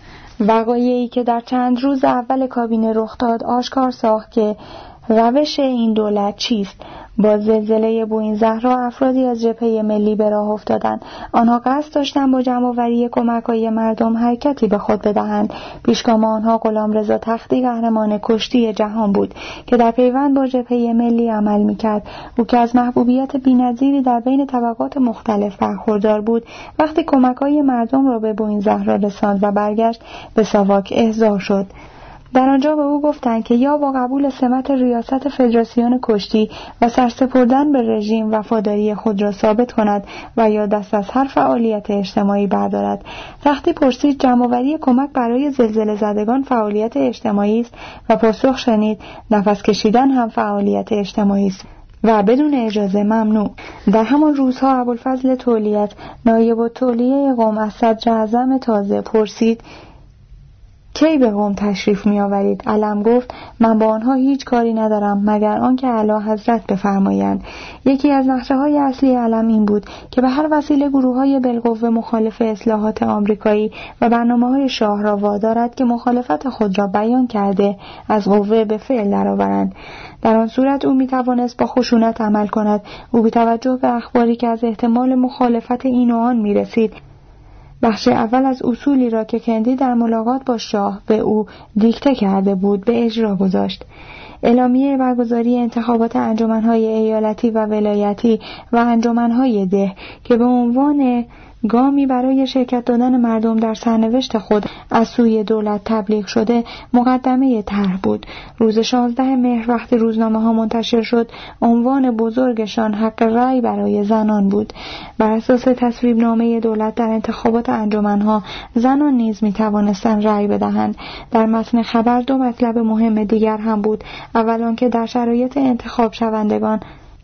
Speaker 1: وقایعی که در چند روز اول کابینه رخ داد آشکار ساخت که روش این دولت چیست. با زلزله بوئینزهرا افرادی از جبهه ملی به راه افتادند. آنها قصد داشتند با جمع‌آوری کمک‌های مردم حرکتی به خود بدهند. پیشگام آنها غلامرضا تختی قهرمان کشتی جهان بود که در پیوند با جبهه ملی عمل می‌کرد. او که از محبوبیت بی‌نظیری در بین طبقات مختلف برخوردار بود، وقتی کمک‌های مردم را به بوئینزهرا رساند و برگشت به ساواک احضار شد. در آنجا به او گفتند که یا با قبول سمت ریاست فدراسیون کشتی و سرسپردن به رژیم وفاداری خود را ثابت کند و یا دست از هر فعالیت اجتماعی بردارد. تختی پرسید جمع‌آوری کمک برای زلزله زدگان فعالیت اجتماعی است و پاسخ شنید نفس کشیدن هم فعالیت اجتماعی است و بدون اجازه ممنوع. در همان روزها ابوالفضل تولیت نایب التولیه قم از صدر اعظم تازه پرسید کی به قم تشریف می آورید؟ علم گفت من با آنها هیچ کاری ندارم مگر آنکه اعلی حضرت بفرمایند. یکی از نقشه‌های اصلی علم این بود که به هر وسیله گروه‌های بالقوه مخالف اصلاحات آمریکایی و برنامه‌های شاه را وادارد که مخالفت خود را بیان کرده از قوه به فعل درآورند. در آن صورت او می توانست با خشونت عمل کند. او بی توجه به اخباری که از احتمال مخالفت این و آن می رسید، بخش اول از اصولی را که کندی در ملاقات با شاه به او دیکته کرده بود به اجرا گذاشت. اعلامیه برگزاری انتخابات انجمن‌های ایالتی و ولایتی و انجمن‌های ده که به عنوان گامی برای شرکت دادن مردم در سرنوشت خود از سوی دولت تبلیغ شده مقدمه طرح بود. روز شانزده مهر وقتی روزنامه ها منتشر شد، عنوان بزرگشان حق رأی برای زنان بود. بر اساس تصویب نامه دولت در انتخابات انجمن‌ها زنان نیز می توانستند رأی بدهند. در متن خبر دو مطلب مهم دیگر هم بود. اول آنکه در شرایط انتخاب شوندگان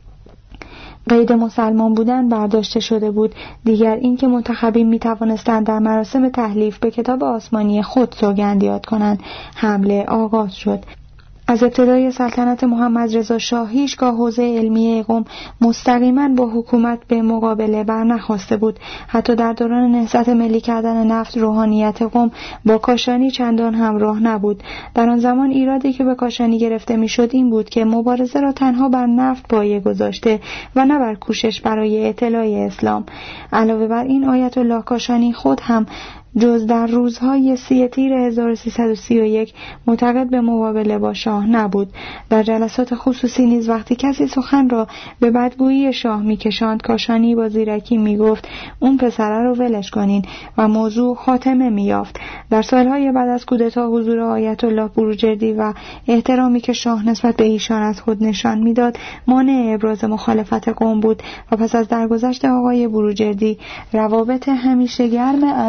Speaker 1: قید مسلمان بودن برداشته شده بود. دیگر این که منتخبین می توانستند در مراسم تحلیف به کتاب آسمانی خود سوگند یاد کنند. حمله آغاز شد. از ابتدای سلطنت محمد رضا شاه هیچگاه حوزه علمیه قم مستقیما با حکومت به مقابله برنخواسته بود. حتی در دوران نهضت ملی کردن نفت روحانیت قم با کاشانی چندان همراه نبود. در آن زمان ایرادی که به کاشانی گرفته میشد این بود که مبارزه را تنها بر نفت پایه گذاشته و نه بر کوشش برای اطلاع اسلام. علاوه بر این آیت الله کاشانی خود هم جز در روزهای سی تیر هزار و سیصد و سی و یک معتقد به مقابله با شاه نبود. در جلسات خصوصی نیز وقتی کسی سخن را به بدگویی شاه میکشاند، کاشانی با زیرکی میگفت اون پسره رو ولش کنین و موضوع خاتمه میافت. در سالهای بعد از کودتا حضور آیت الله بروجردی و احترامی که شاه نسبت به ایشان از خود نشان میداد مانع ابراز مخالفت قوم بود و پس از درگذشت آقای بروجردی روابط همیشه گرم امینی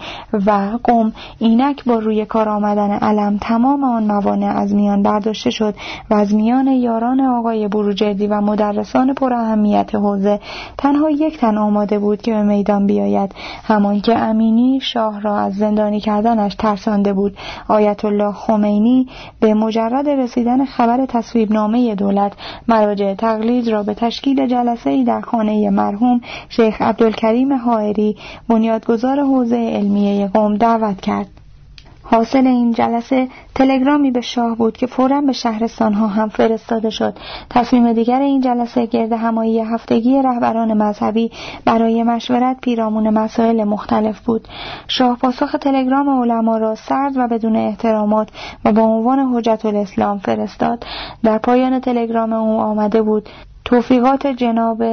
Speaker 1: و قم اینک با روی کار آمدن علم تمام آن موانع از میان برداشته شد و از میان یاران آقای بروجردی و مدرسان پر اهمیت حوزه تنها یک تن آماده بود که به میدان بیاید، همان که امینی شاه را از زندانی کردنش ترسانده بود. آیت الله خمینی به مجرد رسیدن خبر تصویبنامه دولت مراجع تقلید را به تشکیل جلسه‌ای در خانه مرحوم شیخ عبدالکریم حائری بنیادگذار حوزه علمیه قم دعوت کرد. حاصل این جلسه تلگرامی به شاه بود که فوراً به شهرستانها هم فرستاده شد. تصمیم دیگر این جلسه گرد همایی هفتگی رهبران مذهبی برای مشورت پیرامون مسائل مختلف بود. شاه پاسخ تلگرام علما را سرد و بدون احترامات و با عنوان حجت الاسلام فرستاد. در پایان تلگرام او آمده بود: توفیقات جناب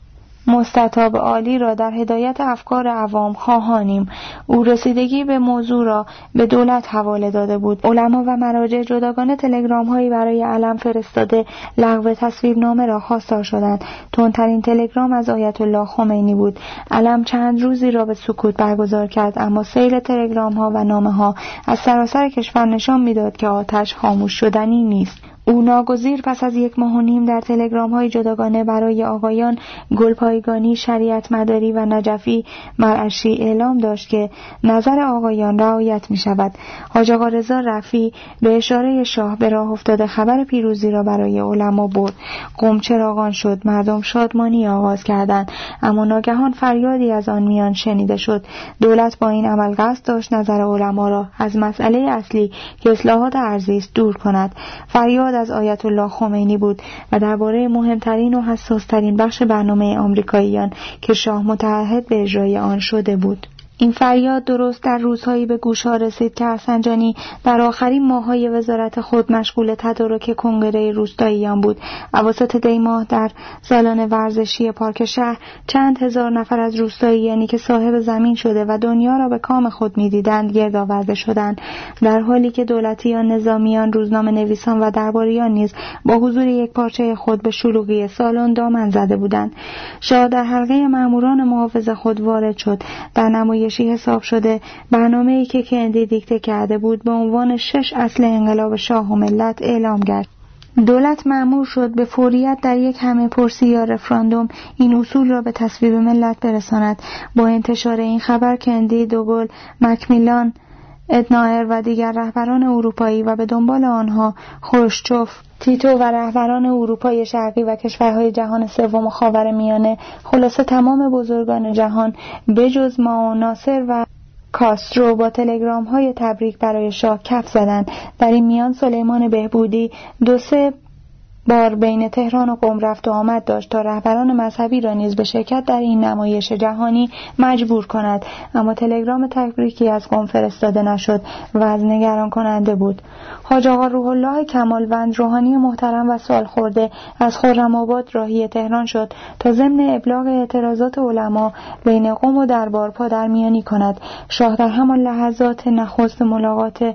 Speaker 1: مستطاب عالی را در هدایت افکار عوام خواهانیم. او رسیدگی به موضوع را به دولت حواله داده بود. علما و مراجع جداگانه تلگرام هایی برای علم فرستاده لغو تصویبنامه را خواستار شدند. تندترین تلگرام از آیت الله خمینی بود. علم چند روزی را به سکوت برگزار کرد، اما سیل تلگرام ها و نامه ها از سراسر کشور نشان میداد که آتش خاموش شدنی نیست. او ناگزیر پس از یک ماه و نیم در تلگرام های جداگانه برای آقایان گلپایگانی، شریعت مداری و نجفی مرعشی اعلام داشت که نظر آقایان رعایت می شود. حاج آقا رضا رفیع به اشاره شاه به راه افتاده خبر پیروزی را برای علما برد. قم چراغان شد، مردم شادمانی آغاز کردند، اما ناگهان فریادی از آن میان شنیده شد. دولت با این عمل قصد داشت نظر علما را از مسئله اصلی که اصلاحات ارضی است دور کند. فریاد از آیت الله خمینی بود و درباره مهمترین و حساس‌ترین بخش برنامه آمریکاییان که شاه متعهد به اجرای آن شده بود. این فریاد درست در روزهایی به گوش‌ها رسید که رفسنجانی در آخرین ماه‌های وزارت خود مشغول تدارک کنگره روستاییان بود. اواسط دی ماه در سالن ورزشی پارک شهر چند هزار نفر از روستاییانی که صاحب زمین شده و دنیا را به کام خود می‌دیدند گرد آورده شدند، در حالی که دولتیان، نظامیان، روزنامه نویسان و درباریان نیز با حضور یک پارچه خود به شلوغی سالن دامن زده بودند. شاه در حلقه ماموران محافظ خود وارد شد. در نمایش حساب شده برنامه‌ای که کندی دیکته کرده بود به عنوان شش اصل انقلاب شاه و ملت اعلام کرد. دولت مأمور شد به فوریت در یک همه پرسی یا رفراندوم این اصول را به تصویب ملت برساند. با انتشار این خبر کندی، دوگل، مکمیلان، ادنایر و دیگر رهبران اروپایی و به دنبال آنها خروشچوف، تیتو و رهبران اروپای شرقی و کشورهای جهان سوم و خاورمیانه، خلاصه تمام بزرگان جهان بجز مائو ناصر و کاسترو با تلگرام های تبریک برای شاه کف زدند. در این میان سلیمان بهبودی دو سه بار بین تهران و قم رفت و آمد داشت تا رهبران مذهبی را نیز به شرکت در این نمایش جهانی مجبور کند، اما تلگرام تبریکی از قم فرستاده نشد و از نگران کننده بود. حاج آقا روح الله کمالوند، روحانی محترم و سال خورده، از خرم‌آباد راهی تهران شد تا ضمن ابلاغ اعتراضات علما بین قم و دربار پادرمیانی کند. شاه در همان لحظات نخست ملاقات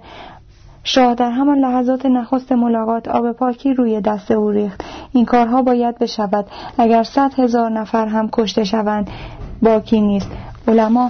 Speaker 1: شاه در همان لحظات نخست ملاقات آب پاکی روی دست او ریخت. این کارها باید بشود، اگر صد هزار نفر هم کشته شوند باکی نیست. علما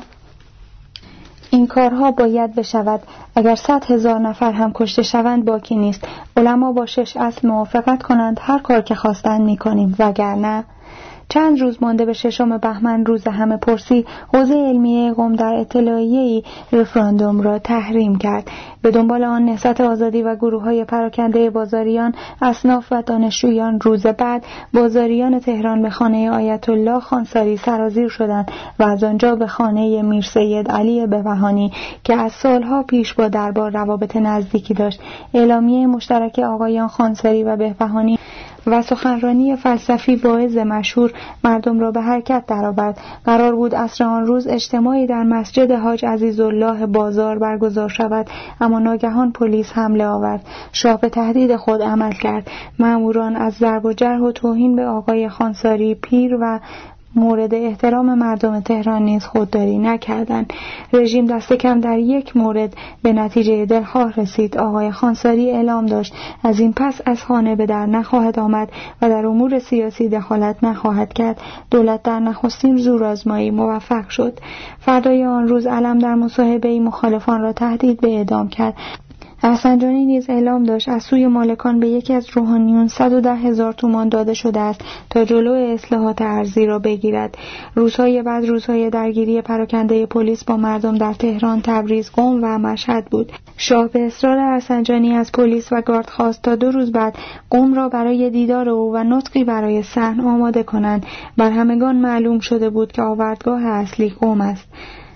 Speaker 1: این کارها باید بشود اگر صد هزار نفر هم کشته شوند باکی نیست. علما با شش اصل موافقت کنند، هر کار که خواستند میکنیم، وگرنه. چند روز مانده به ششم بهمن، روز همه پرسی، حوزه علمیه قم در اطلاعیه‌ای رفراندوم را تحریم کرد. به دنبال آن نهضت آزادی و گروه‌های پراکنده بازاریان، اصناف و دانشجویان روز بعد بازاریان تهران به خانه آیت الله خانساری سرازیر شدند و از آنجا به خانه میر سید علی بهبهانی که از سالها پیش با دربار روابط نزدیکی داشت. اعلامیه مشترک آقایان خانساری و بهبهانی و سخنرانی فلسفی واعظ مشهور مردم را به حرکت درآورد. قرار بود عصر آن روز اجتماعی در مسجد حاج عزیزالله بازار برگزار شود، اما ناگهان پلیس حمله آورد. شاه به تهدید خود عمل کرد. ماموران از ضرب و جرح و توهین به آقای خانساری پیر و مورد احترام مردم تهران نیز خودداری نکردند. رژیم دست کم در یک مورد به نتیجه دلخواه رسید. آقای خانساری اعلام داشت از این پس از خانه به در نخواهد آمد و در امور سیاسی دخالت نخواهد کرد. دولت در نخستین زورآزمایی موفق شد. فردای آن روز علم در مصاحبه‌ای مخالفان را تهدید به اعدام کرد. رفسنجانی نیز اعلام داشت از سوی مالکان به یکی از روحانیون صد و ده هزار تومان داده شده است تا جلوی اصلاحات ارضی را بگیرد. روزهای بعد روزهای درگیری پراکنده پلیس با مردم در تهران، تبریز، قم و مشهد بود. شاه به اصرار رفسنجانی از پلیس و گارد خواست تا دو روز بعد قم را برای دیدار او و نطقی برای صحن آماده کنند. بر همگان معلوم شده بود که آوردگاه اصلی قم است.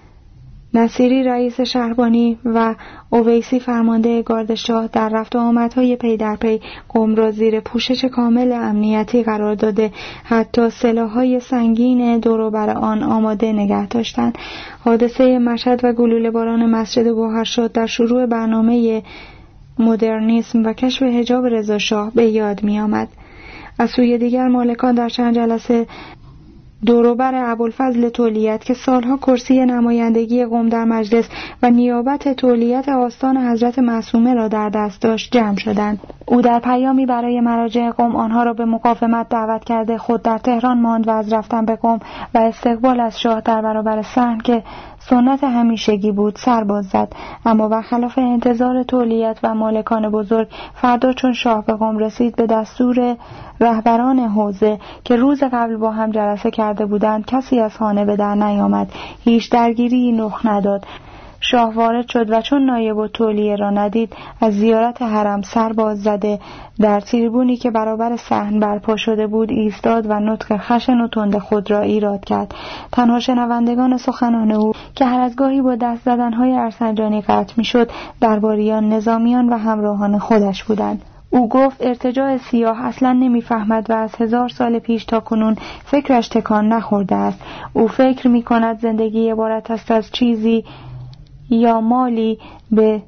Speaker 1: نصیری رئیس شهربانی و اویسی فرمانده گارد شاه در رفت و آمدهای پی در پی قم را زیر پوشش کامل امنیتی قرار داده، حتی سلاح‌های سنگین دور و بر آن آماده نگه داشتند. حادثه مشهد و گلوله باران مسجد گوهرشاد در شروع برنامه مدرنیسم و کشف حجاب رضا شاه به یاد می آمد. از سوی دیگر مالکان در چند جلسه دوروبر ابوالفضل تولیت که سالها کرسی نمایندگی قم در مجلس و نیابت تولیت آستان حضرت معصومه را در دست داشت جمع شدند. او در پیامی برای مراجع قم آنها را به مقاومت دعوت کرده خود در تهران ماند و از رفتن به قم و استقبال از شاه در برابر صحن که سنت همیشگی بود سر باز زد. اما برخلاف انتظار تولیت و مالکان بزرگ، فردا چون شاه به قم رسید به دستور رهبران حوزه که روز قبل با هم جلسه کرده بودند کسی از خانه به در نیامد. هیچ درگیری نخ نداد. شاه وارد شد و چون نایب التولیه را ندید از زیارت حرم سر باز زده در تریبونی که برابر صحن برپا شده بود ایستاد و نطق خشن و تند خود را ایراد کرد. تنها شنوندگان سخنان او که هر از گاهی با دست زدنهای رفسنجانی قطع می‌شد درباریان، نظامیان و همراهان خودش بودند. او گفت ارتجاع سیاه اصلا نمیفهمد و از هزار سال پیش تا کنون فکرش تکان نخورده است. او فکر می‌کند زندگی عبارت است از چیزی یا مالی به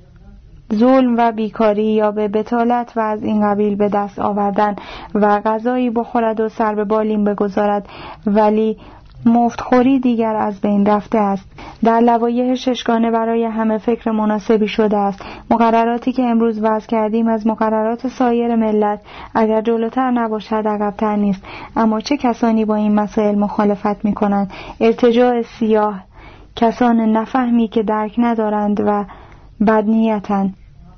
Speaker 1: ظلم و بیکاری یا به بطالت و از این قبیل به دست آوردن و غذایی بخورد و سر به بالین بگذارد، ولی مفتخوری دیگر از بین رفته است. در لوایح ششگانه برای همه فکر مناسبی شده است. مقرراتی که امروز وضع کردیم از مقررات سایر ملت اگر جلوتر نباشد عقب‌تر نیست. اما چه کسانی با این مسائل مخالفت می‌کنند؟ ارتجاع سیاه، کسان نفهمی که درک ندارند و بدنیتند.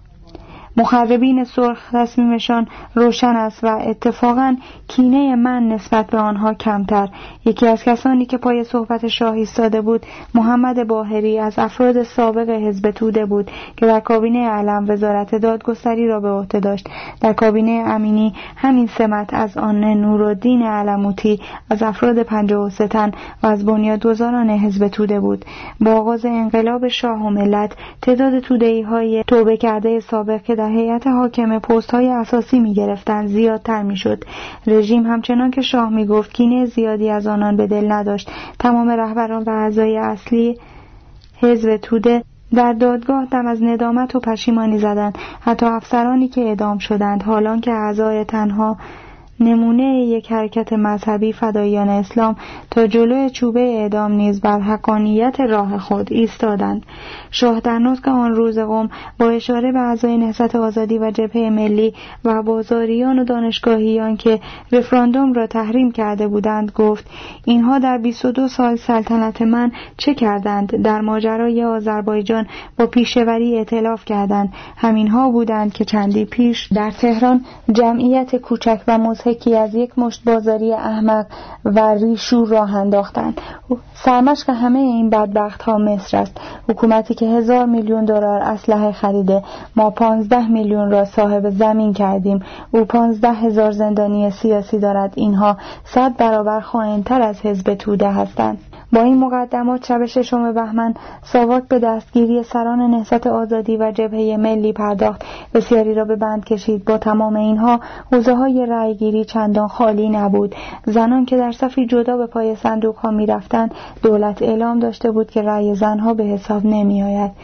Speaker 1: مخربین سرخ تصمیمشان روشن است و اتفاقاً کینه من نسبت به آنها کمتر. یکی از کسانی که پای صحبت شاه ایستاده بود محمد باهری از افراد سابق حزب توده بود که در کابینه علم وزارت دادگستری را به عهده داشت. در کابینه امینی همین سمت از آن نورالدین علموتی از افراد پنجاه و سه تن و از بنیادگذاران حزب توده بود. با آغاز انقلاب شاه و ملت تعداد توده‌ای‌های توبه کرده سابق که در هیئت حاکمه پست‌های اساسی می‌گرفتند زیادتر می‌شد. رژیم همچنان که شاه می‌گفت کینه زیادی از آنان به دل نداشت. تمام رهبران و اعضای اصلی حزب توده در دادگاه دم از ندامت و پشیمانی زدند. حتی افسرانی که اعدام شدند حالان که اعضای تنها نمونه یک حرکت مذهبی فدایان اسلام تا جلوی چوبه اعدام نیز بر حقانیت راه خود ایستادند. شاه در نطق آن روز قم با اشاره به اعضای نهضت آزادی و جبهه ملی و بازاریان و دانشگاهیان که رفراندوم را تحریم کرده بودند گفت اینها در بیست و دو سال سلطنت من چه کردند؟ در ماجرای آذربایجان با پیشوری ائتلاف کردند. همینها بودند که چندی پیش در تهران جمعیت کوچک و مضحکی از یک مشت بازاری احمق و ریشور راه انداختند. سرمشق همه این بدبخت ها مصر است. حکومتی که هزار میلیون دلار اسلحه خریده، ما پانزده میلیون را صاحب زمین کردیم. او پانزده هزار زندانی سیاسی دارد. اینها صد برابر خائن‌تر از حزب توده هستند. با این مقدمات شب ششم بهمن ساواک به دستگیری سران نهضت آزادی و جبهه ملی پرداخت. بسیاری را به بند کشید. با تمام اینها حوزه‌های رأیگیری چندان خالی نبود. زنان که در صفی جدا به پای صندوق‌ها می‌رفتند، دولت اعلام داشته بود که رأی زنها به حساب نمی‌آید.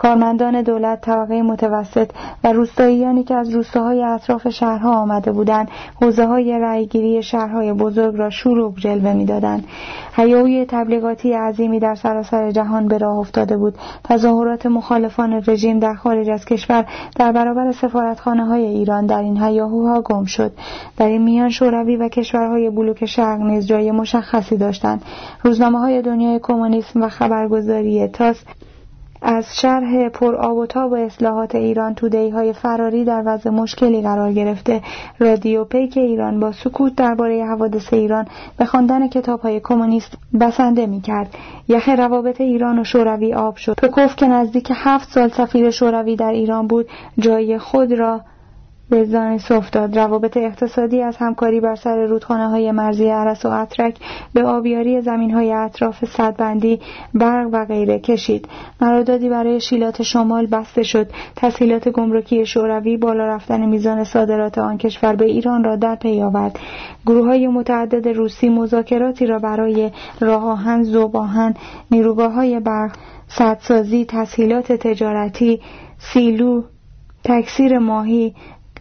Speaker 1: کارمندان دولت، طبقه متوسط و روستاییانی که از روستاهای اطراف شهرها آمده بودند، حوزه‌های رأیگیری شهرهای بزرگ را شروع جلوه می‌دادند. هیاهوی تبلیغاتی عظیمی در سراسر جهان به راه افتاده بود. تظاهرات مخالفان رژیم در خارج از کشور در برابر سفارتخانه‌های ایران در این هیاهوها گم شد. در این میان شوروی و کشورهای بلوک شرق نیز جای مشخصی داشتند. روزنامه‌های دنیای کمونیسم و خبرگزاری تاس از شرح پر آب و تاب و اصلاحات ایران توده‌های فراری در وضع مشکلی قرار گرفته، رادیو پیک ایران با سکوت درباره حوادث ایران به خواندن کتاب‌های کمونیست بسنده می‌کرد. یخ روابط ایران و شوروی آب شد. پکوف که نزدیک هفت سال سفیر شوروی در ایران بود، جای خود را به زانس افتاد. روابط اقتصادی از همکاری بر سر رودخانه‌های مرزی ارس و اترک به آبیاری زمین‌های اطراف سدبندی، برق و غیره کشید. قراردادی برای شیلات شمال بسته شد. تسهیلات گمرکی شوروی بالا رفتن میزان صادرات آن کشور به ایران را در پی آورد. گروه‌های متعدد روسی مذاکراتی را برای راه آهن، ذوب آهن، نیروگاه‌های برق، سدسازی، تسهیلات تجارتی، سیلو، تکثیر ماهی،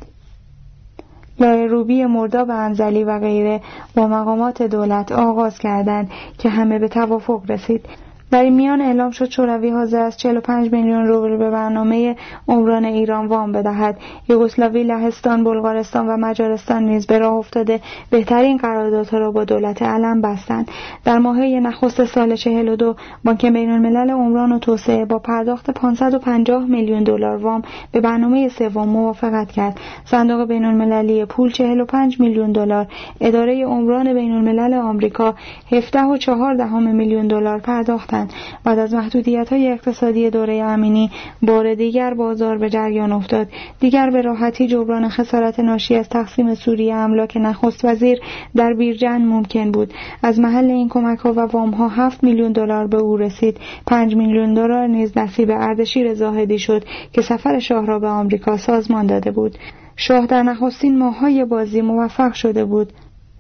Speaker 1: لایروبی مرداب انزلی و غیره با مقامات دولت آغاز کردند که همه به توافق رسید. در این میان اعلام شد شوروی حاضر است چهل و پنج میلیون روبل به برنامه عمران ایران وام بدهد. یوگسلاوی، لهستان، بلغارستان و مجارستان نیز به راه افتاده بهترین قراردادها را با دولت علم بستند. در ماهه نخست سال چهل و دو بانک بین‌الملل عمران و توسعه با پرداخت پانصد و پنجاه میلیون دلار وام به برنامه سوم موافقت کرد. صندوق بین‌المللی پول چهل و پنج میلیون دلار، اداره عمران بین‌الملل آمریکا هفده و چهار دهم میلیون دلار پرداختند. بعد از محدودیت‌های اقتصادی دوره امینی بار دیگر بازار به جریان افتاد. دیگر به راحتی جبران خسارت ناشی از تقسیم سوریه املاک نخست وزیر در بیرجند ممکن بود. از محل این کمک‌ها و وام‌ها هفت میلیون دلار به او رسید. پنج میلیون دلار نیز نصیب اردشیر زاهدی شد که سفر شاه را به آمریکا سازمان داده بود. شاه در نخستین ماه‌های بازی موفق شده بود.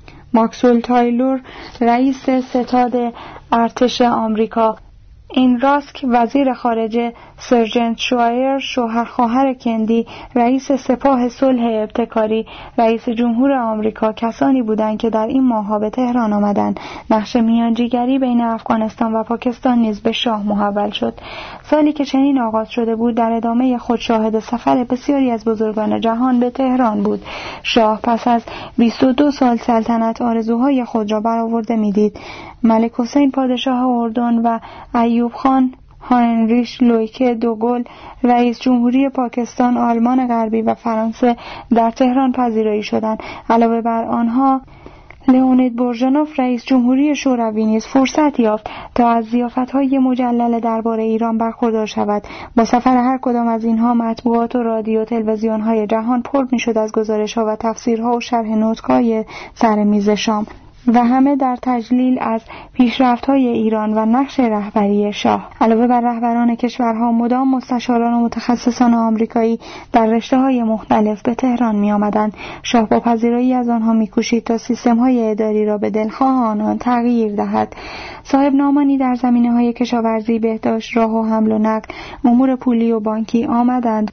Speaker 1: ماکسول تایلور، رئیس ستاد ارتش آمریکا، این راسک وزیر خارجه، سرجنت شوایر شوهر خواهر کندی رئیس سپاه صلح ابتکاری، رئیس جمهور آمریکا کسانی بودند که در این ماه‌ها به تهران آمدند. نقش میانجیگری بین افغانستان و پاکستان نیز به شاه محول شد. سالی که چنین آغاز شده بود در ادامه خود شاهد سفر بسیاری از بزرگان جهان به تهران بود. شاه پس از بیست و دو سال سلطنت آرزوهای خود را برآورده می‌دید. ملک حسین پادشاه اردن و ایوب خان، هانریش لویک دوگل رئیس جمهوری پاکستان، آلمان غربی و فرانسه در تهران پذیرایی شدند. علاوه بر آنها لئونید برژنوف رئیس جمهوری شوروی نیز فرصت یافت تا از ضیافت‌های مجلل درباره ایران برخوردار شود. با سفر هر کدام از اینها مطبوعات و رادیو و تلویزیون‌های جهان پر می‌شد از گزارش‌ها و تفسیرها و شرح نطق‌های سر میز شام و همه در تجلیل از پیشرفت‌های ایران و نقش رهبری شاه. علاوه بر رهبران کشورها، مدام مستشاران و متخصصان آمریکایی در رشته‌های مختلف به تهران می‌آمدند. شاه با پذیرایی از آنها می‌کوشید تا سیستم‌های اداری را به دلخواه آنان تغییر دهد. صاحب نامانی در زمینه‌های کشاورزی، بهداشت، راه و حمل و نقل، امور پولی و بانکی آمدند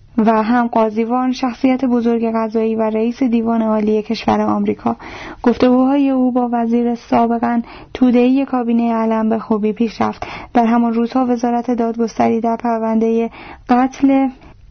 Speaker 1: و هم قاضیوان، شخصیت بزرگ قضایی و رئیس دیوان عالی کشور آمریکا. گفتگوهای او با وزیر سابقاً توده‌ای کابینه علم به خوبی پیش رفت. در همان روزها وزارت دادگستری در پرونده قتل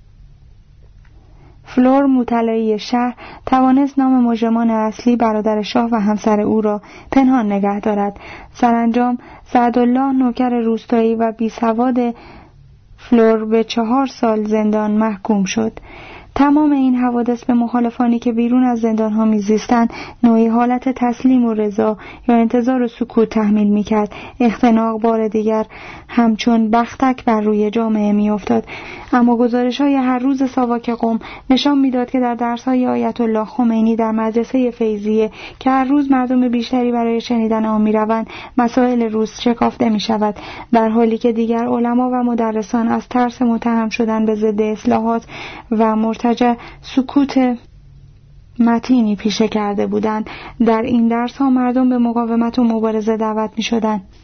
Speaker 1: فلور مطلعی شهر توانست نام مجرمان اصلی برادر شاه و همسر او را پنهان نگه دارد. سرانجام سعدالله نوکر روستایی و بیسواد فلور به چهار سال زندان محکوم شد. تمام این حوادث به مخالفانی که بیرون از زندان‌ها می‌زیستند نوعی حالت تسلیم و رضا یا انتظار و سکوت تحمیل می‌کرد. اختناق بار دیگر همچون بختک بر روی جامعه می‌افتاد. اما گزارش‌های هر روز ساواک قم نشان می‌داد که در درس‌های آیت الله خمینی در مدرسه فیضیه که هر روز مردم بیشتری برای شنیدن آن می‌روند، مسائل روز شکافته می‌شود، در حالی که دیگر علما و مدرسان از ترس متهم شدن به ضد اصلاحات و مرتجع سکوت متینی پیشه کرده بودند. در این درس ها مردم به مقاومت و مبارزه دعوت می شدند.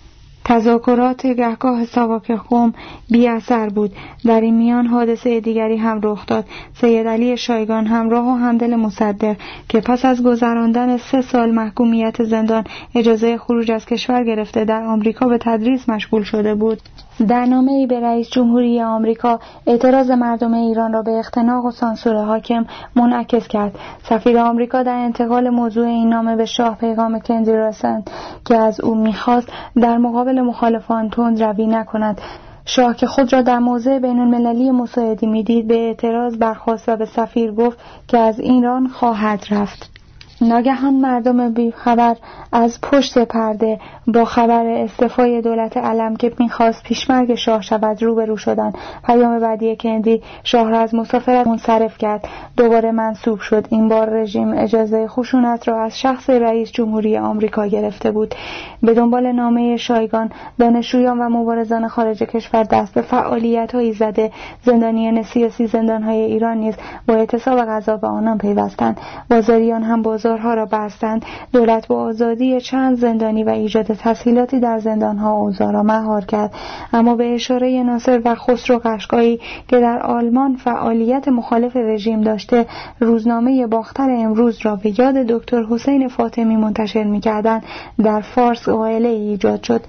Speaker 1: تظاهرات گهگاه ساواک قم بی اثر بود. در این میان حادثه دیگری هم رخ داد. سید علی شایگان همراه و همدل مصدق که پس از گذراندن سه سال محکومیت زندان اجازه خروج از کشور گرفته در آمریکا به تدریس مشغول شده بود، در نامه‌ای به رئیس جمهوری آمریکا اعتراض مردم ایران را به اختناق و سانسور حاکم منعکس کرد. سفیر آمریکا در انتقال موضوع این نامه به شاه پیغام کندی رساند که از او می‌خواست در مقابل مخالفان تندروی نکند. شاه که خود را در موضع بین المللی مساعدی می‌دید به اعتراض برخاست و به سفیر گفت که از ایران خواهد رفت. ناگهان مردم بیخبر از پشت پرده با خبر استعفای دولت علم که می‌خواست پیشمرگ شاه شود روبرو شدند. پیام بعدی کندی شاه را از مسافرت منصرف کرد. دوباره منصوب شد. این بار رژیم اجازه خشونت را از شخص رئیس جمهوری آمریکا گرفته بود. به دنبال نامه شایگان دانشجویان و مبارزان خارج کشور دست به فعالیت‌هایی زده. زندانیان سیاسی زندان‌های ایران نیز با اعتصاب غذا به آنان پیوستند. بازاریان هم بازارها را بستند. دولت با آزادی چند زندانی و ایجاد تسهیلاتی در زندان‌ها اوضاع را مهار کرد. اما به اشاره ناصر و خسرو قشقایی که در آلمان فعالیت مخالف رژیم داشته روزنامه باختر امروز را به یاد دکتر حسین فاطمی منتشر می‌کردند، در فارس قائله ایجاد شد.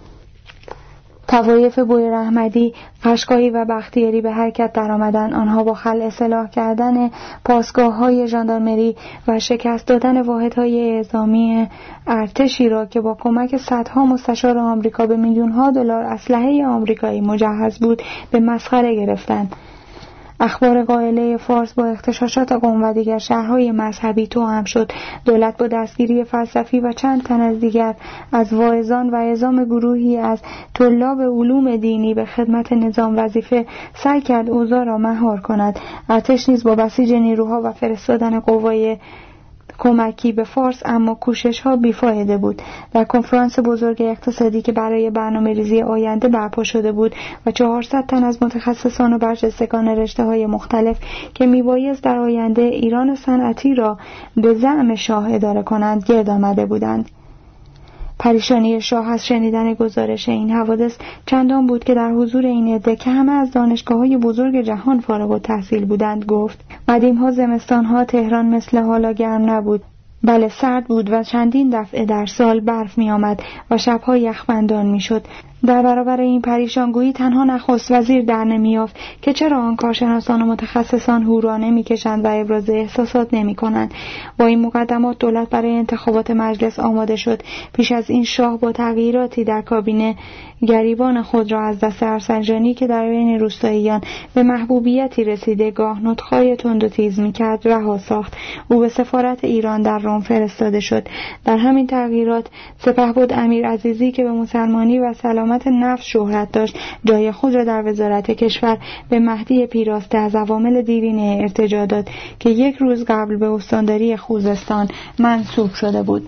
Speaker 1: طوایف بویراحمدی، قشقایی و بختیاری به حرکت درآمدند. آنها با خلع سلاح کردن پاسگاه‌های ژاندارمری و شکست دادن واحدهای اعزامی ارتشی را که با کمک صدها مستشار آمریکا به میلیون‌ها دلار اسلحه آمریکایی مجهز بود به مسخره گرفتند. اخبار قائله فارس با اغتشاشات قم و دیگر شهرهای مذهبی توأم شد. دولت با دستگیری فلسفی و چند تن از دیگر از واعظان و اعزام گروهی از طلاب علوم دینی به خدمت نظام وظیفه سعی کرد اوضاع را مهار کند. ارتش نیز با بسیج نیروها و فرستادن قوای کمکی به فارس، اما کوشش‌ها بیفایده بود. در کنفرانس بزرگ اقتصادی که برای برنامه‌ریزی آینده برپا شده بود و چهارصد تن از متخصصان و برجستگان رشته‌های مختلف که میبایست در آینده ایران صنعتی را به زعم شاه اداره کنند گرد آمده بودند. پریشانی شاه از شنیدن گزارش این حوادث چندان بود که در حضور این عده که همه از دانشگاه‌های بزرگ جهان فارغ التحصیل بودند گفت: قدیم‌ها زمستان‌ها تهران مثل حالا گرم نبود، بله سرد بود و چندین دفعه در سال برف می آمد و شبها یخبندان می شد. در برابر این پریشانگویی تنها نخست وزیر در نمی‌یافت که چرا آن کارشناسان و متخصصان هورا نمی‌کشند و ابراز احساسات نمی‌کنند. با این مقدمات دولت برای انتخابات مجلس آماده شد. پیش از این شاه با تغییراتی در کابینه گریبان خود را از دست ارسنجانی که در بین روستاییان به محبوبیتی رسیده گاه نطق‌های تند و تیز می‌کرد رها ساخت. او به سفارت ایران در روم فرستاده شد. در همین تغییرات سپهبد امیر عزیزی که به مسلمانی و سلامت نفس شهرت داشت جای خود را در وزارت کشور به مهدی پیراسته از عوامل دیرینه ارتجاع داد که یک روز قبل به استانداری خوزستان منصوب شده بود.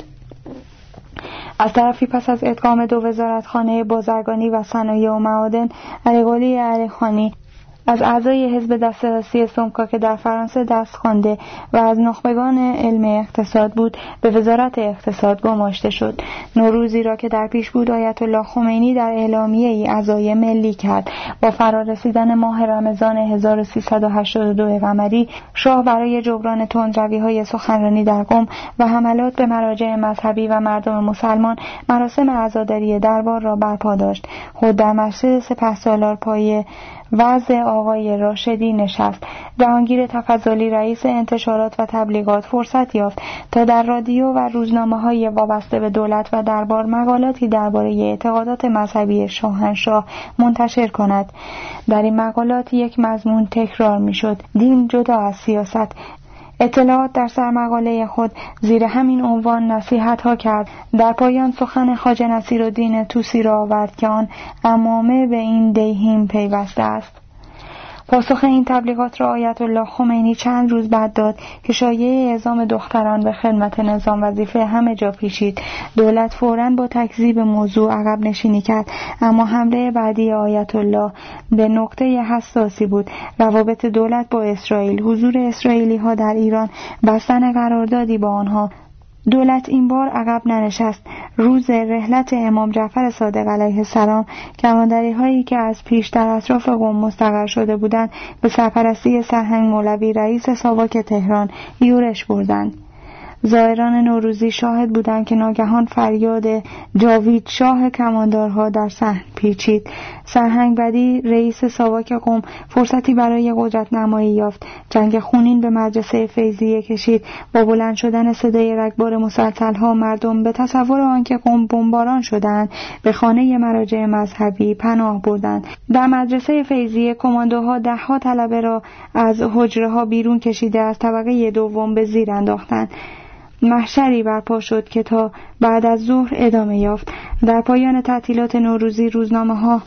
Speaker 1: از طرفی پس از ادغام دو وزارتخانه بازرگانی و صنایع و معادن، علیقلی علیخانی از اعضای حزب دسترسی سمکا که در فرانسه دست خوانده و از نخبگان علم اقتصاد بود به وزارت اقتصاد گماشته شد. نوروزی را که در پیش بود آیت الله خمینی در اعلامیه ای عزای ملی کرد. با فرارسیدن ماه رمضان هزار و سیصد و هشتاد و دو قمری شاه برای جبران تندروی‌های سخنرانی در قم و حملات به مراجع مذهبی و مردم مسلمان مراسم عزاداری دربار را برپا داشت. خود در مسجد سپهسالار پای وضع آقای راشدی نشست. جهانگیر تفضلی رئیس انتشارات و تبلیغات فرصت یافت تا در رادیو و روزنامه‌های وابسته به دولت و دربار مقالاتی درباره اعتقادات مذهبی شاهنشاه منتشر کند. در این مقالات یک مضمون تکرار می‌شد: دین جدا از سیاست. اطلاعات در سرمقاله خود زیر همین عنوان نصیحت‌ها کرد. در پایان سخن خواجه نصیرالدین طوسی را آورد که آن عمامه به این دیهیم پیوسته است. پاسخ این تبلیغات را آیت الله خمینی چند روز بعد داد که شایعه اعزام دختران به خدمت نظام وظیفه همه جا پیچید. دولت فوراً با تکذیب موضوع عقب نشینی کرد، اما حمله بعدی آیت الله به نقطه حساسی بود: روابط دولت با اسرائیل، حضور اسرائیلی ها در ایران، بستن قراردادی با آنها. دولت این بار عقب ننشست. روز رحلت امام جعفر صادق علیه السلام کمانداری هایی که از پیش در اطراف قم مستقر شده بودند به سرپرستی سرهنگ مولوی رئیس ساواک تهران یورش بردند. زائران نوروزی شاهد بودند که ناگهان فریاد جاوید شاه کماندارها در صحن پیچید. سرهنگ بدی رئیس ساواک قم فرصتی برای قدرت نمایی یافت. جنگ خونین به مدرسه فیضیه کشید. با بلند شدن صدای رگبار مسلسل‌ها مردم به تصور آنکه قم بمباران شدند به خانه مراجع مذهبی پناه بردند. در مدرسه فیضیه کماندوها ده‌ها طلبه را از حجره‌ها بیرون کشیده از طبقه دوم به زیر انداختند. محشری برپا شد که تا بعد از ظهر ادامه یافت. در پایان تعطیلات نوروزی روزنامه‌ها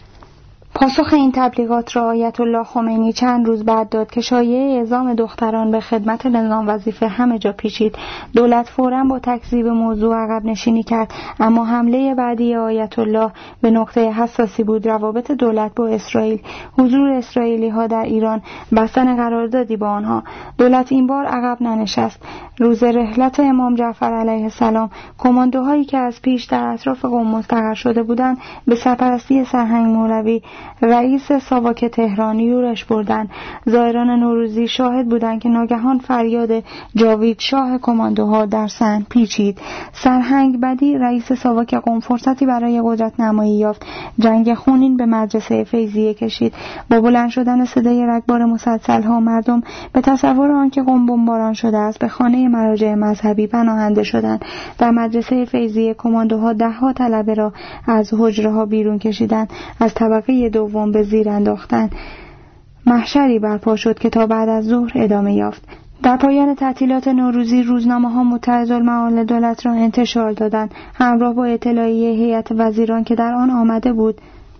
Speaker 1: پاسخ این تبلیغات را آیت الله خمینی چند روز بعد داد که شایعه اعزام دختران به خدمت نظام وظیفه همه جا پیچید. دولت فوراً با تکذیب موضوع عقب نشینی کرد، اما حمله بعدی آیت الله به نقطه حساسی بود: روابط دولت با اسرائیل. حضور اسرائیلی ها در ایران، بستن قراردادی با آنها. دولت این بار عقب ننشست. روز رحلت امام جعفر علیه السلام کماندوهایی که از پیش در اطراف قم مستقر شده بودند به سرپرستی سرهنگ مولوی رئیس ساواک تهران یورش بردند. زائران نوروزی شاهد بودند که ناگهان فریاد جاوید شاه کماندوها در صحن پیچید. سرهنگ بدی رئیس ساواک قم فرصتی برای قدرت نمایی یافت. جنگ خونین به مدرسه فیضیه کشید. با بلند شدن صدای رگبار مسلسل‌ها مردم به تصور آنکه قم بمباران شده است به خانه مراجع مذهبی پناهنده شدند. در مدرسه فیضیه کماندوها ده‌ها طلبه را از حجره‌ها بیرون کشیدند، از طبقه دوم به زیر انداختند. محشری برپا شد که تا بعد از ظهر ادامه یافت. در پایان تعطیلات نوروزی روزنامه‌ها متعظالمآل دولت را انتشار دادند، همراه با اطلاعیه هیئت وزیران که در آن آمده بود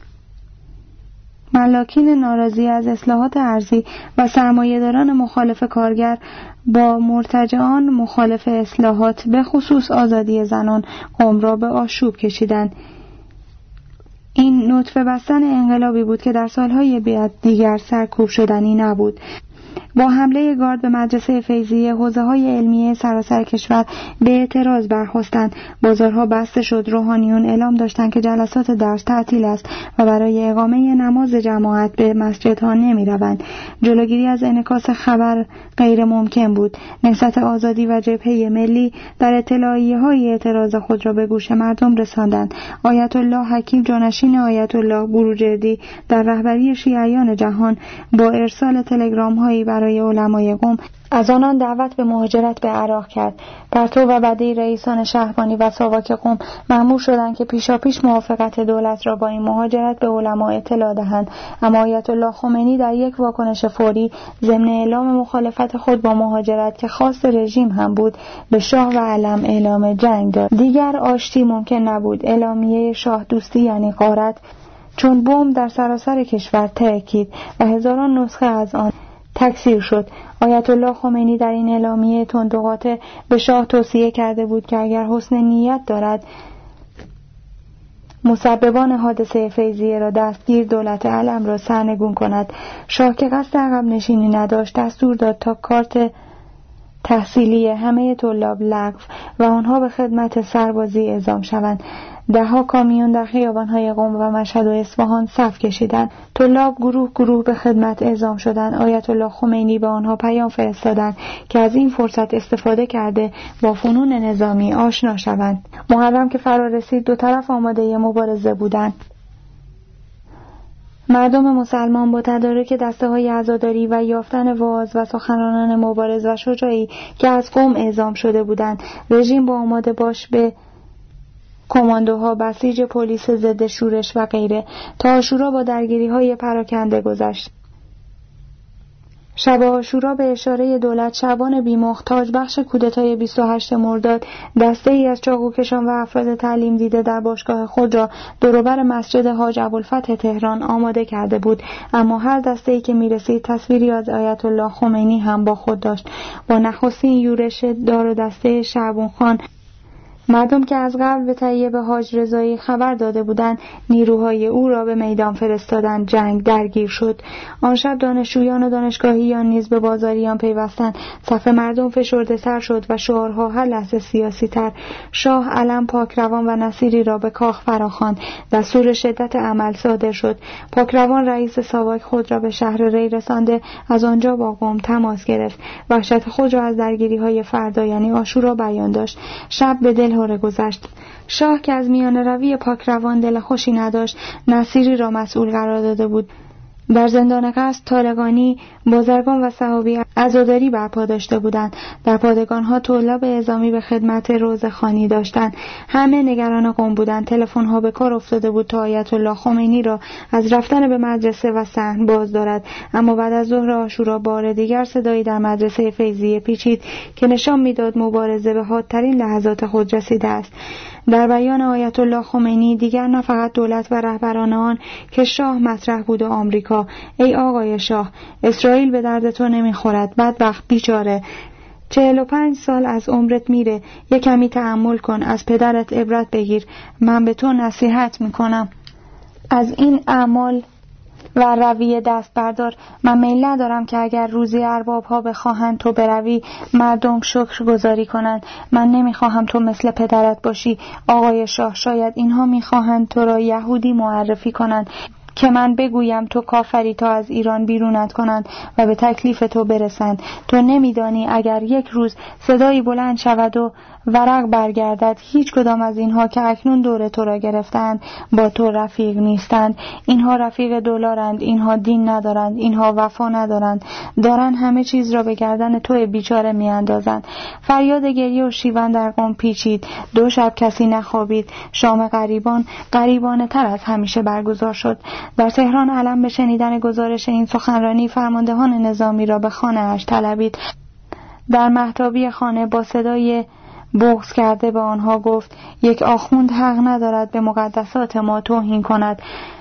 Speaker 1: ملاکین ناراضی از اصلاحات ارضی و سرمایه‌داران مخالف کارگر با مرتجعان مخالف اصلاحات به خصوص آزادی زنان قم را به آشوب کشیدند. این نطفه بستن انقلابی بود که در سالهای بعد دیگر سرکوب شدنی نبود. با حمله گارد به مدرسه فیضیه حوزه‌های علمیه سراسر کشور به اعتراض برخاستند. بازارها بسته شد. روحانیون اعلام داشتند که جلسات درس تعطیل است و برای اقامه نماز جماعت به مسجدها نمی‌روند. جلوگیری از انعکاس خبر غیر ممکن بود. نهضت آزادی و جبهه ملی در اطلاعیه‌های اعتراض خود را به گوش مردم رساندند. آیت الله حکیم، جانشین آیت الله بروجردی، در رهبری شیعیان جهان با ارسال تلگرام‌هایی برای علمای قم از آنان دعوت به مهاجرت به عراق کرد. پرتو و بدی رئیسان شهربانی و ساواک قم مأمور شدند که پیشاپیش موافقت دولت را با این مهاجرت به علما اطلاع دهند، اما آیت الله خمینی در یک واکنش فوری ضمن اعلام مخالفت خود با مهاجرت که خاص رژیم هم بود به شاه و علم اعلام جنگ داد. دیگر آشتی ممکن نبود. اعلامیه شاه دوستی یعنی غارت چون بمب در سراسر کشور ترکید و هزاران نسخه از آن تکثیر شد. آیت الله خمینی در این اعلامیه تندقاطع به شاه توصیه کرده بود که اگر حسن نیت دارد مسببان حادثه فیضیه را دستگیر، دولت علم را سرنگون کند. شاه که قصد عقب نشینی نداشت دستور داد تا کارت تحصیلی همه طلاب لغو و آنها به خدمت سربازی اعزام شوند. ده ها کامیون در خیابان‌های قم و مشهد و اصفهان صف کشیدند. طلاب گروه گروه به خدمت اعزام شدند. آیت الله خمینی به آنها پیام فرستادند که از این فرصت استفاده کرده با فنون نظامی آشنا شوند. محرم که فرا رسید دو طرف آماده مبارزه بودند. مردم مسلمان با تدارک دسته‌های عزاداری و یافتن واعظ و سخنرانان مبارز و شجاعی که از قم اعزام شده بودند، رژیم با آماده باش به کماندوها، بسیج پلیس ضد شورش و غیره تا عاشورا با درگیری‌های پراکنده گذشت. شب عاشورا به اشاره دولت شعبان بی‌مخ تاج بخش کودتای بیست و هشتم مرداد دسته‌ای از چاقوکشان و افراد تعلیم دیده در باشگاه خود را دور و بر مسجد حاج ابوالفتح تهران آماده کرده بود، اما هر دسته‌ای که می‌رسید تصویری از آیت الله خمینی هم با خود داشت. با نخستین یورش دار و دسته شعبون خان مردم که از قبل به طیب حاج رضایی خبر داده بودند نیروهای او را به میدان فرستادند. جنگ درگیر شد. آن شب دانشجویان و دانشگاهیان نیز به بازاریان پیوستند. صف مردم فشرده تر شد و شعارها هر لحظه سیاسی تر. شاه علم، پاکروان و نصیری را به کاخ فراخواند. دستور شدت عمل صادر شد. پاکروان رئیس ساواک خود را به شهر ری رسانده از آنجا با قم تماس گرفت. وحشت خود را از درگیری‌های فردا یعنی عاشورا بیان داشت. شب به دل هره گذشت. شاه که از میان روی پاکروان دل خوشی نداشت، نصیری را مسئول قرار داده بود. در زندان قصد طالقانی، بازرگان و صحابی عزاداری برپا داشته بودند. در پادگان‌ها طلاب اعزامی به خدمت روزخوانی داشتند. همه نگران قم بودند. تلفن‌ها به کار افتاده بود تا آیت الله خمینی را از رفتن به مدرسه و صحن باز دارد. اما بعد از ظهر عاشورا بار دیگر صدایی در مدرسه فیضیه پیچید که نشان می‌داد مبارزه به حادترین لحظات خود رسیده است. در بیان آیت الله خمینی دیگر نه فقط دولت و رهبران آن که شاه مطرح بود و آمریکا. ای آقای شاه، اسرائیل به درد تو نمیخورد. بدبخت بیچاره، چهل و پنج سال از عمرت میره. یک کمی تأمل کن، از پدرت عبرت بگیر. من به تو نصیحت میکنم، از این اعمال و رویه دست بردار. من میل ندارم که اگر روزی ارباب ها بخواهند تو بروی مردم شکر گذاری کنند. من نمیخواهم تو مثل پدرت باشی. آقای شاه، شاید اینها میخواهند تو را یهودی معرفی کنند که من بگویم تو کافری تا از ایران بیرونت کنند و به تکلیف تو برسند. تو نمیدانی اگر یک روز صدایی بلند شود و ورق برگردد هیچ کدام از اینها که اکنون دور تو را گرفتند با تو رفیق نیستند. اینها رفیق دلارند، اینها دین ندارند، اینها وفا ندارند، دارن همه چیز را به گردن تو بیچاره میاندازند. فریاد گریه و شیون در قم پیچید. دو شب کسی نخوابید. شام غریبان غریبانه تر از همیشه برگزار شد. در تهران علم به شنیدن گزارش این سخنرانی فرماندهان نظامی را به خانه اش طلبید. در مهتابی خانه با صدای بغض کرده به آنها گفت یک آخوند حق ندارد به مقدسات ما توهین کند.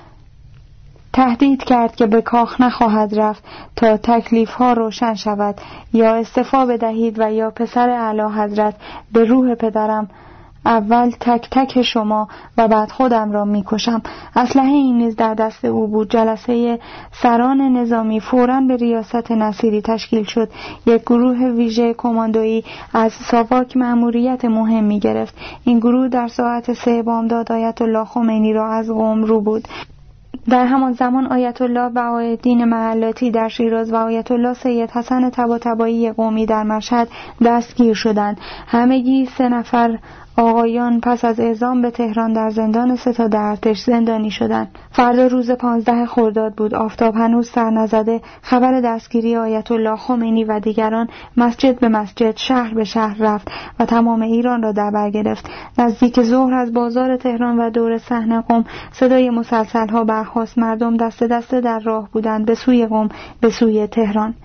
Speaker 1: تهدید کرد که به کاخ نخواهد رفت تا تکلیف ها روشن شود. یا استعفا بدهید و یا پسر اعلی حضرت به روح پدرم اول تک تک شما و بعد خودم را میکشم. اسلحه این نیز در دست او بود. جلسه سران نظامی فوراً به ریاست نصیری تشکیل شد. یک گروه ویژه کماندویی از ساواک مأموریت مهمی گرفت. این گروه در ساعت سه بامداد آیت الله خمینی را از قم رو بود. در همان زمان آیت الله بهاءالدین محلاتی در شیراز و آیت الله سید حسن طباطبایی قمی در مشهد دستگیر شدند. همگی سه نفر آقایان پس از اعزام به تهران در زندان ستاد ارتش زندانی شدند. فردا روز پانزده خرداد بود. آفتاب هنوز سر نزده. خبر دستگیری آیت الله خمینی و دیگران مسجد به مسجد، شهر به شهر رفت و تمام ایران را در بر گرفت. نزدیک ظهر از بازار تهران و دور صحن قم صدای مسلسل ها برخاست. مردم دست دسته در راه بودند به سوی قم، به سوی تهران.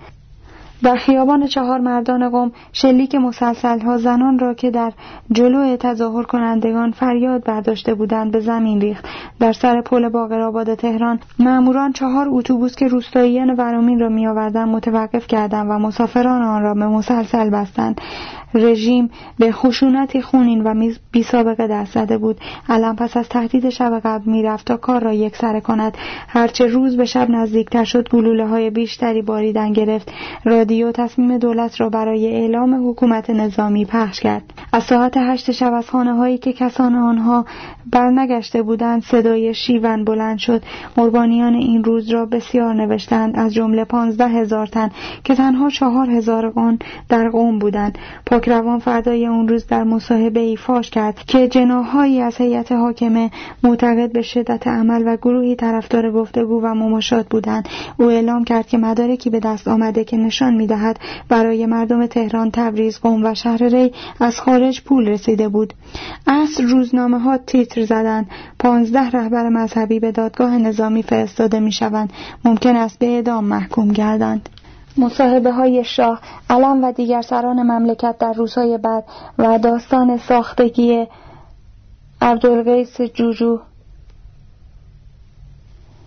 Speaker 1: در خیابان چهار مردان قم شلیک مسلسل ها زنان را که در جلو تظاهر کنندگان فریاد برداشته بودند به زمین ریخت. در سر پل باقرآباد تهران ماموران چهار اتوبوس که روستاییان ورامین را می آوردند متوقف کردند و مسافران آن را به مسلسل بستند. رژیم به خشونتی خونین و بی سابقه دست زده بود. علم پس از تهدید شب قبل می رفت تا کار را یک سره کند. هرچه روز به شب نزدیکتر شد گلوله های بیشتری باریدن گرفت. رادیو تصمیم دولت را برای اعلام حکومت نظامی پخش کرد. از ساعت هشت شب از خانه هایی که کسان آنها برنگشته بودند صدای شیون بلند شد. قربانیان این روز را بسیار نوشتند، از جمله پانزده هزار تن که تنها چهار هزار آن در قم بودند. پاکروان فردای اون روز در مصاحبه ای فاش کرد که جناحهایی از هیئت حاکمه معتقد به شدت عمل و گروهی طرفدار گفتگو و مماشات بودند. او اعلام کرد که مدارکی به دست آمده که نشان می‌دهد برای مردم تهران، تبریز، قم و شهر ری از خارج پول رسیده بود. عصر روزنامه ها تیتر زدند پانزده رهبر مذهبی به دادگاه نظامی فرستاده می‌شوند، ممکن است به اعدام محکوم گردند. مصاحبه های شاه، علم و دیگر سران مملکت در روزهای بعد و داستان ساختگی عبدالقیس جوجو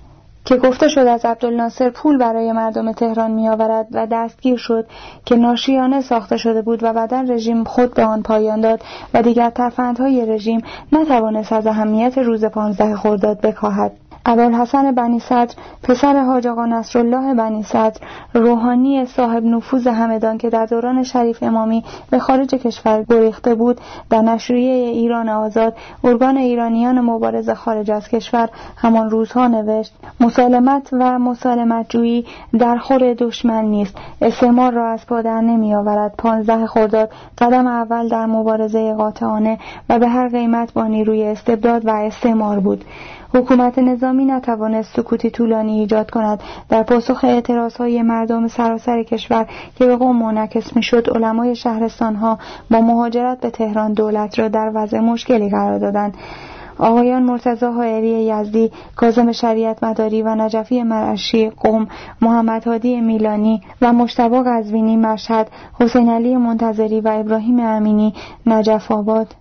Speaker 1: که گفته شد از عبدالناصر پول برای مردم تهران می آورد و دستگیر شد که ناشیانه ساخته شده بود و بعداً رژیم خود به آن پایان داد و دیگر ترفندهای رژیم نتوانست از اهمیت روز پانزده خرداد بکاهد. ابوالحسن بنی صدر پسر حاج آقا نصرالله بنی صدر، روحانی صاحب نفوذ همدان که در دوران شریف امامی به خارج کشور گریخته بود، در نشریه ایران آزاد، ارگان ایرانیان مبارز خارج از کشور، همان روزها نوشت: مسالمت و مسالمت جویی در خور دشمن نیست، استعمار را از پا در نمی آورد. پانزده خرداد قدم اول در مبارزه قاطعانه و به هر قیمت با نیروی استبداد و استعمار بود. حکومت نظامی نتوانست سکوتی طولانی ایجاد کند. در پاسخ اعتراضهای مردم سراسر کشور که به قوم منعکس می‌شد، علمای شهرستان‌ها با مهاجرت به تهران دولت را در وضع مشکلی قرار دادند. آقایان مرتضی حائری یزدی، کاظم شریعت مداری و نجفی مرعشی قم، محمد هادی میلانی و مجتبی قزوینی مشهد، حسین علی منتظری و ابراهیم امینی نجف آباد،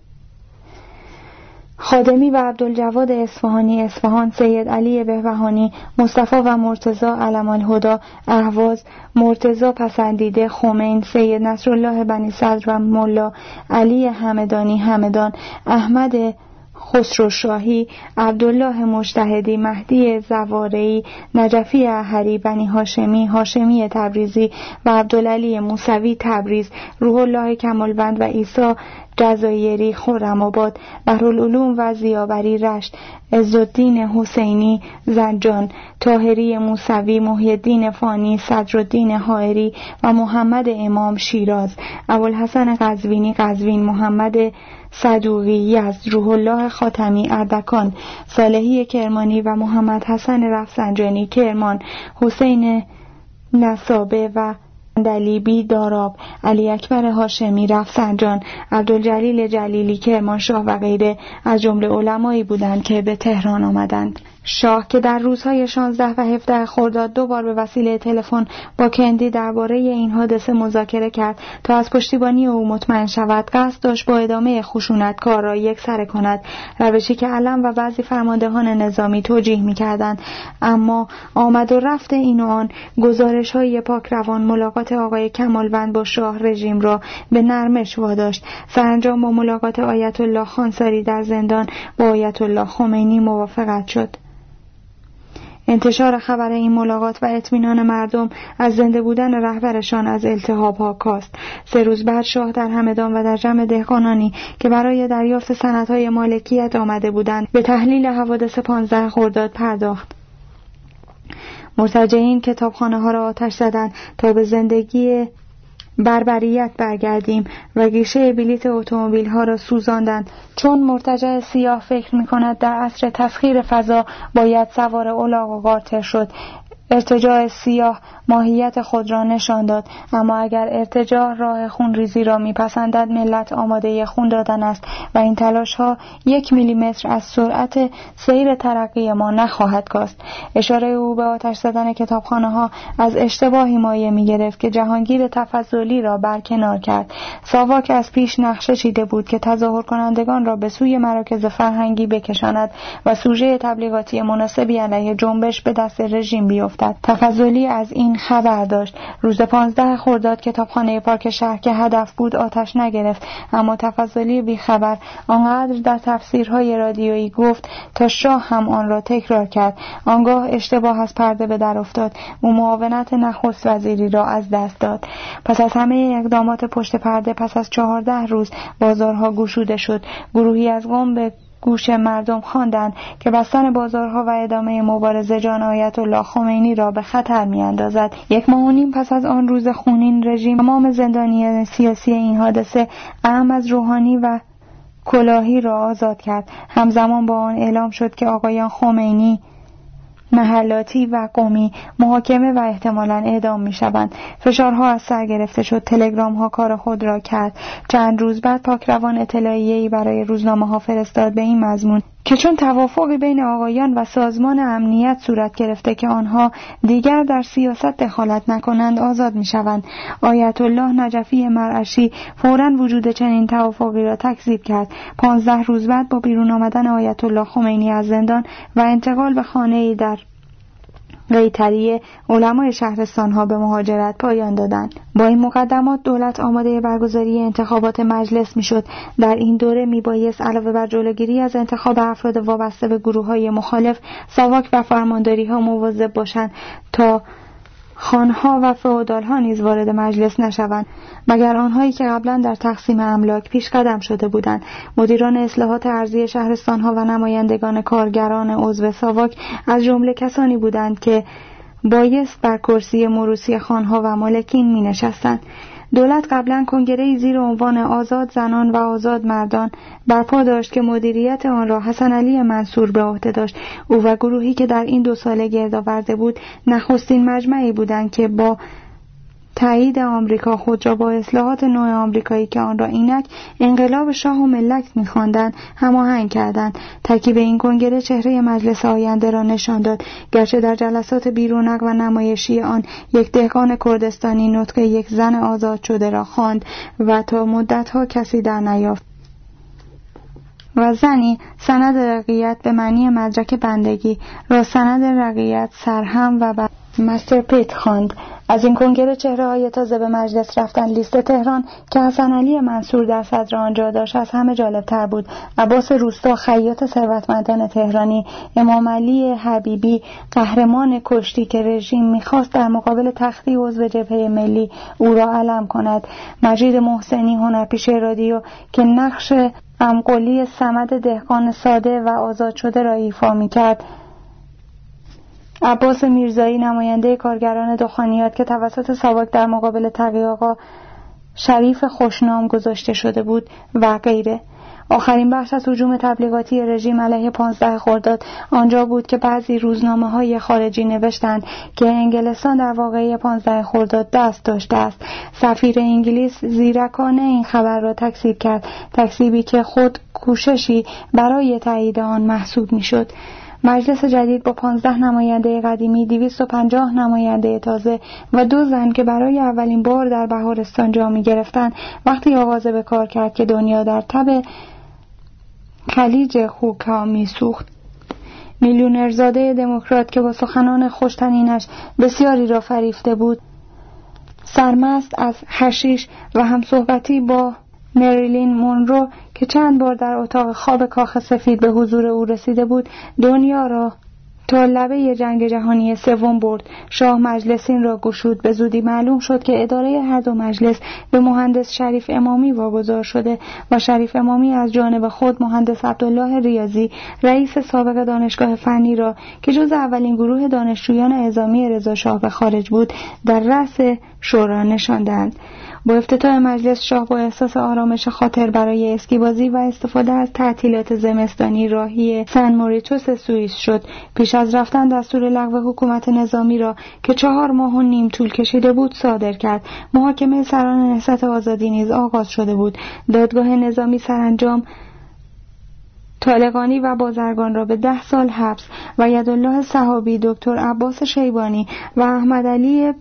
Speaker 1: خادمی و عبدالجواد اصفهانی اصفهان، سید علی بهبهانی، مصطفی و مرتضی علم الهدی اهواز، مرتضی پسندیده خمین، سید نصرالله بنی صدر و ملا علی همدانی همدان، احمد خسروشاهی، عبدالله مجتهدی، مهدی زوارعی، نجفی احری، بنی هاشمی، هاشمی تبریزی و عبدالعلی موسوی تبریز، روح الله کمالوند و عیسی جزایری خرم‌آباد، بحرالعلوم و ضیاوری رشت، عزالدین حسینی زنجان، طاهری موسوی، محی الدین فانی، صدرالدین حائری و محمد امام شیراز، ابوالحسن قزوینی قزوین، محمد صدوقی یزد، روح الله خاتمی اردکان، صالحی کرمانی و محمد حسن رفسنجانی کرمان، حسین نسابه و دلیبی داراب، علی اکبر هاشمی رفسنجان، عبدالجلیل جلیلی کرمانشاه و غیره از جمله علمایی بودند که به تهران آمدند. شاه که در روزهای شانزده و هفده خرداد دو بار به وسیله تلفن با کندی درباره این حادثه مذاکره کرد تا از پشتیبانی او مطمئن شود، قصد داشت با ادامه خشونت کار را یکسره کند، روشی که علم و بعضی فرماندهان نظامی توجیه می‌کردند. اما آمد و رفت این و آن گزارش‌های پاک روان ملاقات آقای کمالوند با شاه رژیم را به نرمش واداشت. سرانجام با ملاقات آیت الله خانساری در زندان با آیت الله خمینی موافقت شد. انتشار خبر این ملاقات و اطمینان مردم از زنده بودن رهبرشان از التهاب‌ها کاست. سه روز بعد شاه در همدان و در جمع دهقانانی که برای دریافت سندهای مالکیت آمده بودند به تحلیل حوادث پانزده خرداد پرداخت. مرتجعین کتابخانه‌ها را آتش زدند تا به زندگی بربریت برگردیم و گیشه بلیت اتومبیل ها را سوزاندند، چون مرتجع سیاه فکر می کند در عصر تسخیر فضا باید سوار الاغ و قارتر شد. ارتجاع سیاه ماهیت خود را نشان داد، اما اگر ارتجاع راه خونریزی را میپسندد، ملت آماده خون دادن است و این تلاش ها یک میلیمتر از سرعت سیر ترقی ما نخواهد کاست. اشاره او به آتش زدن کتابخانه ها از اشتباهی مایه می گرفت که جهانگیر تفضلی را برکنار کرد. ساواک از پیش نقشه چیده بود که تظاهر کنندگان را به سوی مراکز فرهنگی بکشاند و سوژه تبلیغاتی مناسبی علیه جنبش به دست رژیم بیفتد. تفضلی از این خبر داشت. روز پانزده خرداد کتابخانه پارک شهر که هدف بود آتش نگرفت، اما تفضلی بیخبر آنقدر در تفسیرهای رادیویی گفت تا شاه هم آن را تکرار کرد. آنگاه اشتباه از پرده به در افتاد. او معاونت نخست وزیری را از دست داد. پس از همه اقدامات پشت پرده، پس از چهارده روز بازارها گشوده شد. گروهی از قوم به گوش مردم خواندند که بستن بازارها و ادامه مبارزه جان آیت الله خمینی را به خطر می اندازد. یک ماه و نیم پس از آن روز خونین، رژیم تمام زندانیان سیاسی این حادثه اعم از روحانی و کلاهی را آزاد کرد. همزمان با آن اعلام شد که آقایان خمینی، محلاتی و قومی محاکمه و احتمالاً اعدام می شوند. فشارها از سر گرفته شد. تلگرام ها کار خود را کرد. چند روز بعد پاکروان اطلاعیه‌ای برای روزنامه ها فرستاد به این مضمون که چون توافقی بین آقایان و سازمان امنیت صورت گرفته که آنها دیگر در سیاست دخالت نکنند، آزاد می شوند. آیت الله نجفی مرعشی فوراً وجود چنین توافقی را تکذیب کرد. پانزده روز بعد با بیرون آمدن آیت الله خمینی از زندان و انتقال به خانه‌ای در قیطریه علمای شهرستان‌ها به مهاجرت پایان دادند. با این مقدمات دولت آماده برگزاری انتخابات مجلس میشد. در این دوره میبایست علاوه بر جلوگیری از انتخاب افراد وابسته به گروه‌های مخالف، ساواک و فرمانداری‌ها مواظب باشند تا خانها و فئودال‌ها نیز وارد مجلس نشوند، مگر آنهایی که قبلا در تقسیم املاک پیش قدم شده بودند. مدیران اصلاحات ارضی شهرستان‌ها و نمایندگان کارگران عضو ساواک از جمله کسانی بودند که بایست بر کرسی موروثی خانها و مالکین می‌نشستند. دولت قبلا کنگره‌ای زیر عنوان آزاد زنان و آزاد مردان برپا داشت که مدیریت آن را حسن علی منصور به عهده داشت. او و گروهی که در این دو ساله گرد آورده بود نخستین مجمعی بودند که با تایید آمریکا خود را با اصلاحات نوع آمریکایی که آن را اینک انقلاب شاه و ملت می‌خواندند هماهنگ کردند. ترکیب این کنگره چهره مجلس آینده را نشان داد، گرچه در جلسات بیرونق و نمایشی آن یک دهقان کردستانی نطق یک زن آزاد شده را خواند و تا مدت‌ها کسی در نیافت و زنی سند رقیت به معنی مدرک بندگی را سند رقیت سرهم و بر مستر پیت خواند. از این کنگره چهره‌های تازه به مجلس رفتن. لیست تهران که حسن علی منصور در صدر آنجا داشت از همه جالب‌تر بود. عباس روستا، خیاط ثروتمندان تهرانی، امام علی حبیبی، قهرمان کشتی که رژیم می‌خواست در مقابل تختی عضو جبهه ملی او را علم کند، مجید محسنی، هنرپیشه رادیو که نقش امقلی صمد دهقان ساده و آزاد شده را ایفا می‌کرد، عباس میرزایی، نماینده کارگران دخانیات که توسط ساواک در مقابل تقی آقا شریف خوشنام گذاشته شده بود و غیره. آخرین بخش از هجوم تبلیغاتی رژیم علیه پانزده خرداد آنجا بود که بعضی روزنامه‌های خارجی نوشتند که انگلستان در واقعه پانزده خرداد دست داشته است. سفیر انگلیس زیرکانه این خبر را تکذیب کرد، تکذیبی که خود کوششی برای تایید آن محسوب می‌شد. مجلس جدید با پانزده نماینده قدیمی، دویست و پنجاه نماینده تازه و دو زن که برای اولین بار در بهارستان جا می گرفتند وقتی آغاز به کار کرد که دنیا در تب خلیج خوکا می سوخت. میلیونرزاده دموکرات که با سخنان خوش‌طنینش بسیاری را فریفته بود، سرمست از حشیش و همصحبتی با مریلین مونرو که چند بار در اتاق خواب کاخ سفید به حضور او رسیده بود، دنیا را تا لبه جنگ جهانی سوم برد. شاه مجلسین را گشود. به زودی معلوم شد که اداره هر دو مجلس به مهندس شریف امامی واگذار شده و شریف امامی از جانب خود مهندس عبدالله ریاضی، رئیس سابق دانشگاه فنی را که جز اولین گروه دانشجویان اعزامی رضا شاه به خارج بود در رأس شورا نشاندند. با افتتاح مجلس شاه با احساس آرامش خاطر برای اسکیبازی و استفاده از تعطیلات زمستانی راهی سن موریتوس سوئیس شد. پیش از رفتن دستور لغو حکومت نظامی را که چهار ماه و نیم طول کشیده بود صادر کرد. محاکمه سران نهضت آزادی نیز آغاز شده بود. دادگاه نظامی سرانجام طالقانی و بازرگان را به ده سال حبس و یدالله صحابی، دکتر عباس شیبانی و احمد علی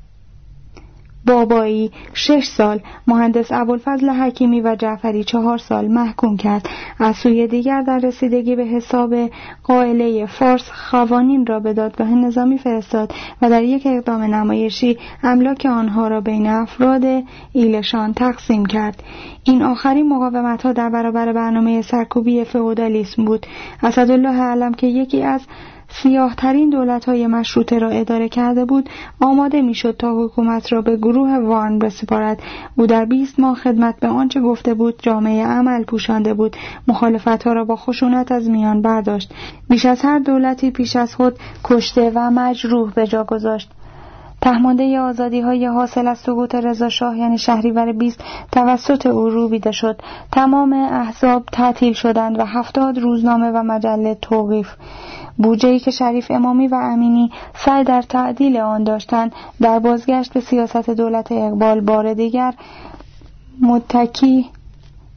Speaker 1: بابایی شش سال، مهندس ابوالفضل حکیمی و جعفری چهار سال محکوم کرد. از سوی دیگر در رسیدگی به حساب قائله فارس خوانین را به دادگاه نظامی فرستاد و در یک اقدام نمایشی املاک آنها را بین افراد ایلشان تقسیم کرد. این آخرین مقاومت‌ها در برابر برنامه سرکوبی فئودالیسم بود. اسدالله علم که یکی از سیاه ترین دولت های مشروطه را اداره کرده بود آماده می شد تا حکومت را به گروه وارن بسپارد. او در بیست ماه خدمت به آنچه گفته بود جامعه عمل پوشانده بود. مخالفت ها را با خشونت از میان برداشت. بیش از هر دولتی پیش از خود کشته و مجروح به جا گذاشت. تهمانده آزادی های حاصل از سقوط رضا شاه یعنی شهریور بیست توسط او روبیده شد. تمام احزاب تعطیل شدند و هفتاد روزنامه و مجله توقیف. بودجه‌ای که شریف امامی و امینی سعی در تعدیل آن داشتند در بازگشت به سیاست دولت اقبال بار دیگر متکی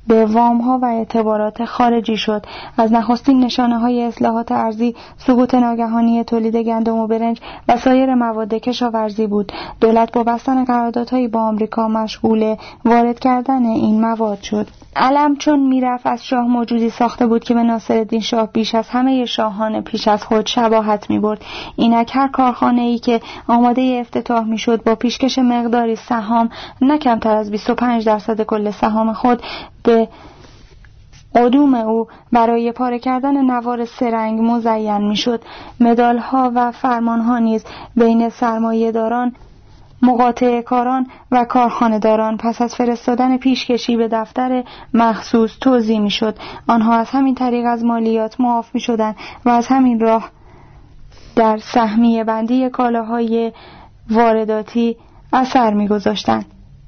Speaker 1: به وام‌ها و اعتبارات خارجی شد. از نخستین نشانه‌های اصلاحات ارضی سقوط ناگهانی تولید گندم و برنج و سایر مواد کشاورزی بود. دولت با بستن قراردادهایی با آمریکا مشغول وارد کردن این مواد شد. علم چون میرفت از شاه موجودی ساخته بود که به ناصرالدین شاه بیش از همه شاهان پیش از خود شباهت می‌برد. اینک هر کارخانه‌ای که آماده افتتاح می‌شد با پیشکش مقداری سهام نه کمتر از بیست و پنج درصد کل سهام خود به قدوم او برای پاره کردن نوار سرنگ مزین می‌شد. مدال‌ها و فرمان‌ها نیز بین سرمایه‌داران، مقاطعه کاران و کارخانه‌داران پس از فرستادن پیشکشی به دفتر مخصوص توزیع می‌شد. آنها از همین طریق از مالیات معاف می‌شدند و از همین راه در سهمیه بندی کالاهای وارداتی اثر می‌گذاشتند.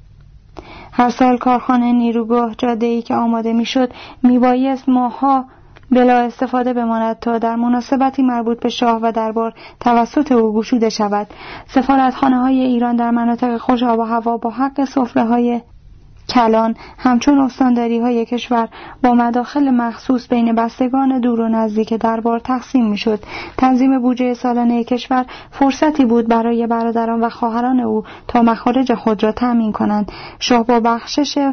Speaker 1: هر سال کارخانه نیروگاه جاده‌ای که آماده می‌شد میبایست ماه‌ها بلا استفاده بماند تا در مناسبتی مربوط به شاه و دربار توسط او گشوده شود. سفارتخانه‌های ایران در مناطق خوش آب و هوا با حق سفره‌های کلان همچون استانداری‌های کشور با مداخل مخصوص بین بستگان دور و نزدیک دربار تقسیم می‌شد. تنظیم بودجه سالانه کشور فرصتی بود برای برادران و خواهران او تا مخارج خود را تأمین کنند. شاه با بخشش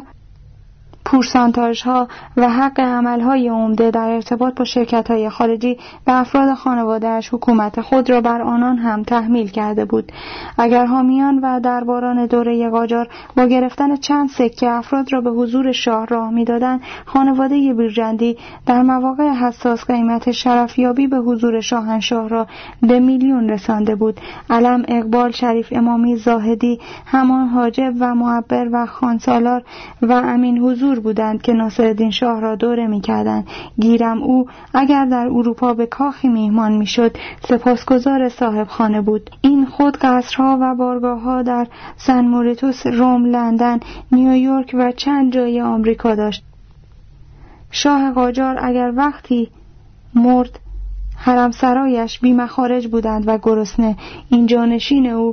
Speaker 1: پورسانتاژها و حق عملهای عمده در ارتباط با شرکت‌های خارجی به افراد خانواده‌اش حکومت خود را بر آنان هم تحمیل کرده بود. اگر حامیان و درباران دوره قاجار با گرفتن چند سکه افراد را به حضور شاه راه می‌دادند، خانواده بیرجندی در مواقع حساس قیمت شرفیابی به حضور شاهنشاه را به میلیون رسانده بود. علم، اقبال، شریف امامی، زاهدی، همان حاجب و معبر و خانسالار و امین حضور بودند که ناصرالدین شاه را دوره می‌کردند. گیرم او اگر در اروپا به کاخی میهمان میشد سپاسگزار صاحب خانه بود. این خود قصرها و بارگاه‌ها در سن موریتوس، روم، لندن، نیویورک و چند جای آمریکا داشت. شاه قاجار اگر وقتی مرد حرم سرایش بی مخارج بودند و گرسنه، این جانشین او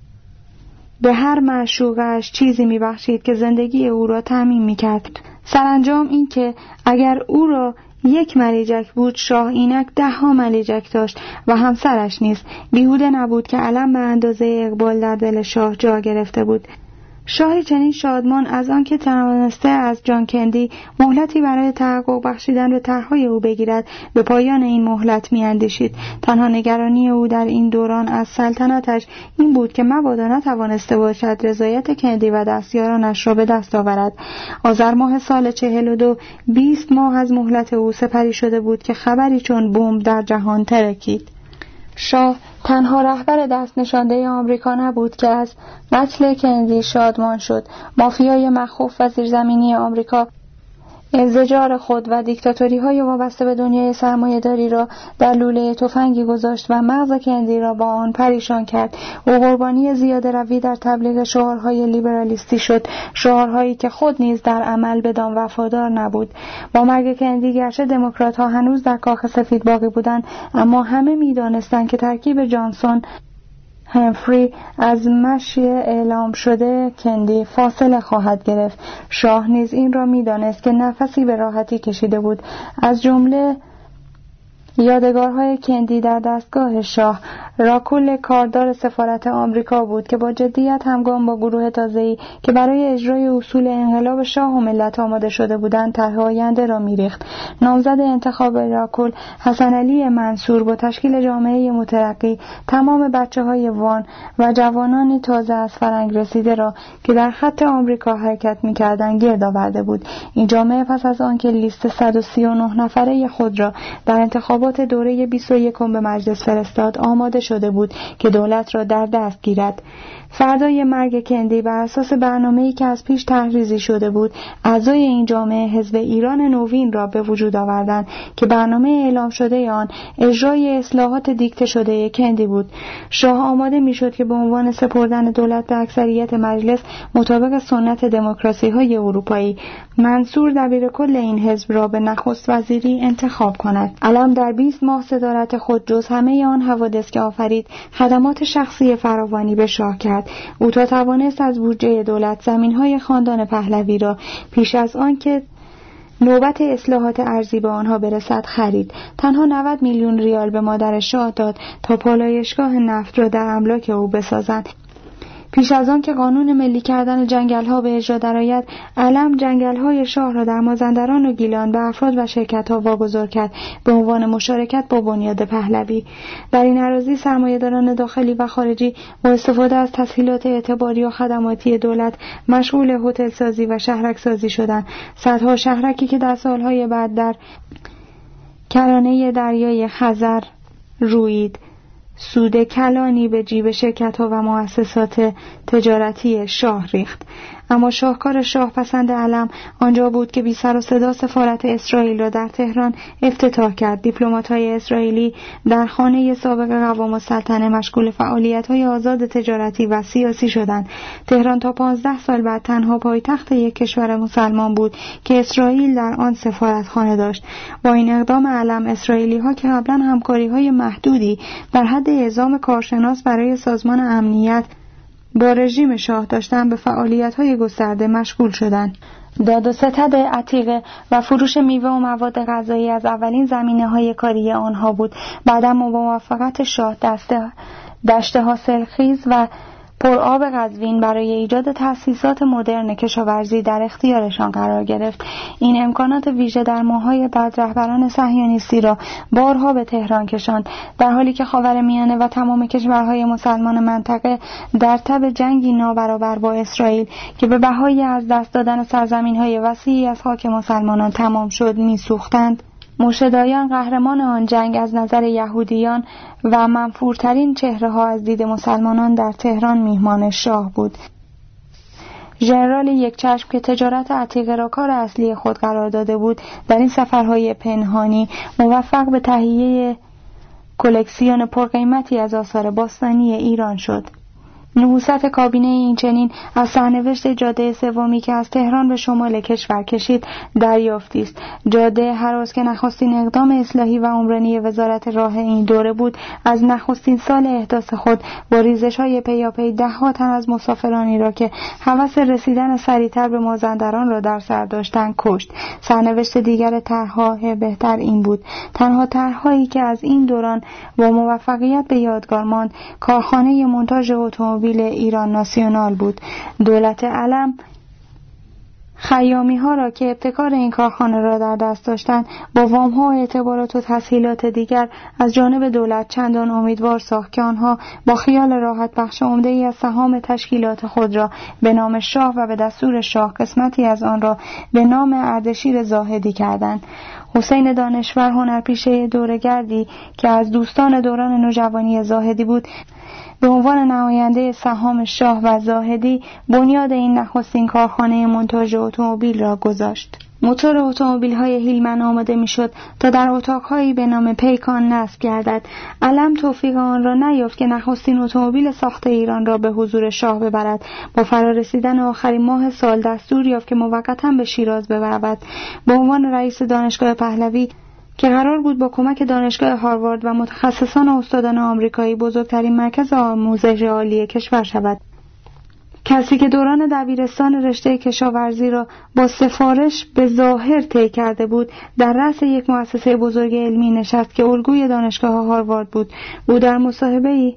Speaker 1: به هر معشوقش چیزی میبخشید که زندگی او را تأمین میکرد. سرانجام این که اگر او را یک ملیجک بود، شاه اینک ده ها ملیجک داشت و همسرش نیست. بیهوده نبود که علم به اندازه اقبال در دل شاه جا گرفته بود. شاه چنین شادمان از آن که توانسته از جان کندی مهلتی برای تحقق بخشیدن به طرحهای او بگیرد به پایان این مهلت میاندیشید. تنها نگرانی او در این دوران از سلطنتش این بود که مبادا نتوانسته باشد رضایت کندی و دستیارانش را به دست آورد. آذر ماه سال چهل و دو، بیست ماه از مهلت او سپری شده بود که خبری چون بمب در جهان ترکید. شاه تنها رهبر دست نشانده آمریکا نبود که از قتل کندی شادمان شد. مافیای مخوف و زیرزمینی آمریکا انزجار خود و دیکتاتوری‌های وابسته به دنیای سرمایه‌داری را در لوله تفنگی گذاشت و مغز کندی را با آن پریشان کرد. او قربانی زیاده روی در تبلیغ شعارهای لیبرالیستی شد، شعارهایی که خود نیز در عمل بدان وفادار نبود. با مرگ کندی گرچه دموکرات‌ها هنوز در کاخ سفید باقی بودند، اما همه می‌دانستند که ترکیب جانسون همفری از مشی اعلام شده کندی فاصله خواهد گرفت. شاه نیز این را می‌دانست که نفسی به راحتی کشیده بود. از جمله یادگارهای کندی در دستگاه شاه راکول کاردار سفارت آمریکا بود که با جدیت همگام با گروه تازه‌ای که برای اجرای اصول انقلاب شاه و ملت آماده شده بودند طرح آینده را می‌ریخت. نامزد انتخاب راکول، حسن علی منصور، با تشکیل جامعه مترقی تمام بچه‌های وان و جوانانی تازه از فرنگ رسیده را که در خط آمریکا حرکت می‌کردند گرد آورده بود. این جامعه پس از آنکه لیست صد و سی و نه نفره خود را در انتخابات دوره بیست و یکم به مجلس فرستاد، آماده شده بود که دولت را در دست گیرد. فردای مرگ کندی بر اساس برنامه‌ای که از پیش تحریزی شده بود، اعضای این جامعه حزب ایران نوین را به وجود آوردند که برنامه اعلام شده آن اجرای اصلاحات دیکته شده کندی بود. شاه آماده می‌شد که به عنوان سپردن دولت به اکثریت مجلس مطابق سنت دموکراسی‌های اروپایی، منصور دبیر کل این حزب را به نخست وزیری انتخاب کند. علم در بیست ماه صدارت خود جز همه آن حوادث که آفرید، خدمات شخصی فراوانی به شاه کرد. او تا توانست از بودجه دولت زمین‌های خاندان پهلوی را پیش از آن که نوبت اصلاحات ارضی به آنها برسد خرید. تنها نود میلیون ریال به مادر شاه داد تا پالایشگاه نفت را در املاک او بسازند. پیش از آن که قانون ملی کردن جنگل‌ها به اجرا درآید، علم جنگل‌های شاه را در مازندران و گیلان به افراد و شرکت‌ها واگذار کرد به عنوان مشارکت با بنیاد پهلوی. در این اراضی سرمایه‌داران داخلی و خارجی با استفاده از تسهیلات اعتباری و خدماتی دولت مشغول هتل سازی و شهرک سازی شدند. صدها شهرکی که در سالهای بعد در کرانه دریای خزر رویید، سود کلانی به جیب شرکت‌ها و مؤسسات تجارتی شاه ریخت. اما شاهکار شاه پسند علم آنجا بود که بی سر و صدا سفارت اسرائیل را در تهران افتتاح کرد. دیپلمات‌های اسرائیلی در خانه سابق قوام السلطنه مشغول فعالیت‌های آزاد تجارتی و سیاسی شدند. تهران تا پانزده سال بعد تنها پایتخت یک کشور مسلمان بود که اسرائیل در آن سفارتخانه داشت. با این اقدام علم، اسرائیلی‌ها که قبلا همکاری‌های محدودی در حد اعزام کارشناس برای سازمان امنیت با رژیم شاه داشتن، به فعالیت‌های گسترده مشغول شدند. داد و ستد عتیقه و فروش میوه و مواد غذایی از اولین زمینه‌های کاری آنها بود. بعداً با موافقت شاه دشت دشت حاصلخیز و پرآب قزوین برای ایجاد تأسیسات مدرن کشاورزی در اختیارشان قرار گرفت. این امکانات ویژه در ماه‌های بعد رهبران صهیونیستی را بارها به تهران کشاند، در حالی که خاورمیانه و تمام کشورهای مسلمان منطقه در تب جنگی نابرابر با اسرائیل که به بهای از دست دادن سرزمین‌های وسیعی از خاک مسلمانان تمام شد می‌سوختند. موشدایان قهرمان آن جنگ از نظر یهودیان و منفورترین چهره ها از دید مسلمانان در تهران میهمان شاه بود. ژنرال یکچشم که تجارت عتیقه را کار اصلی خود قرار داده بود، در این سفرهای پنهانی موفق به تهیه کلکسیون پرقیمتی از آثار باستانی ایران شد. نحوست کابینه این چنین از سرنوشت جاده سومی که از تهران به شمال کشور کشید دریافتی است. جاده هراز که نخستین اقدام اصلاحی و عمرانی وزارت راه این دوره بود، از نخستین سال احداث خود با ریزش‌های پیاپی ده‌ها تن از مسافرانی را که هوس رسیدن سریعتر به مازندران را در سر داشتند کشت. سرنوشت دیگر طرح‌ها بهتر این بود. تنها طرح‌هایی که از این دوران با موفقیت به یادگار ماند، کارخانه مونتاژ اتومبیل ایران ناسیونال بود. دولت علم خیامی ها را که ابتکار این کارخانه را در دست داشتند با وام ها و اعتبارات و تسهیلات دیگر از جانب دولت چندان امیدوار ساخت که آنها با خیال راحت بخش عمده ای از سهام تشکیلات خود را به نام شاه و به دستور شاه قسمتی از آن را به نام اردشیر زاهدی کردند. حسین دانشور، هنرپیشه دوره‌گردی که از دوستان دوران نوجوانی زاهدی بود، به عنوان نماینده سهام شاه و زاهدی بنیاد این نخستین کارخانه مونتاژ اتومبیل را گذاشت. موتور اتومبیل‌های هیلمن آماده می‌شد تا در اتاق‌هایی به نام پیکان نصب گردد. علم توفیق آن را نیافت که نخستین اتومبیل ساخت ایران را به حضور شاه ببرد. با فرارسیدن آخرین ماه سال دستور یافت که موقتاً به شیراز برود. به عنوان رئیس دانشگاه پهلوی که قرار بود با کمک دانشگاه هاروارد و متخصصان و استادان آمریکایی بزرگترین مرکز آموزش عالی کشور شود. کسی که دوران دبیرستان رشته کشاورزی را با سفارش به ظاهر طی کرده بود، در رأس یک مؤسسه بزرگ علمی نشست که الگوی دانشگاه هاروارد بود. او در مصاحبه‌ای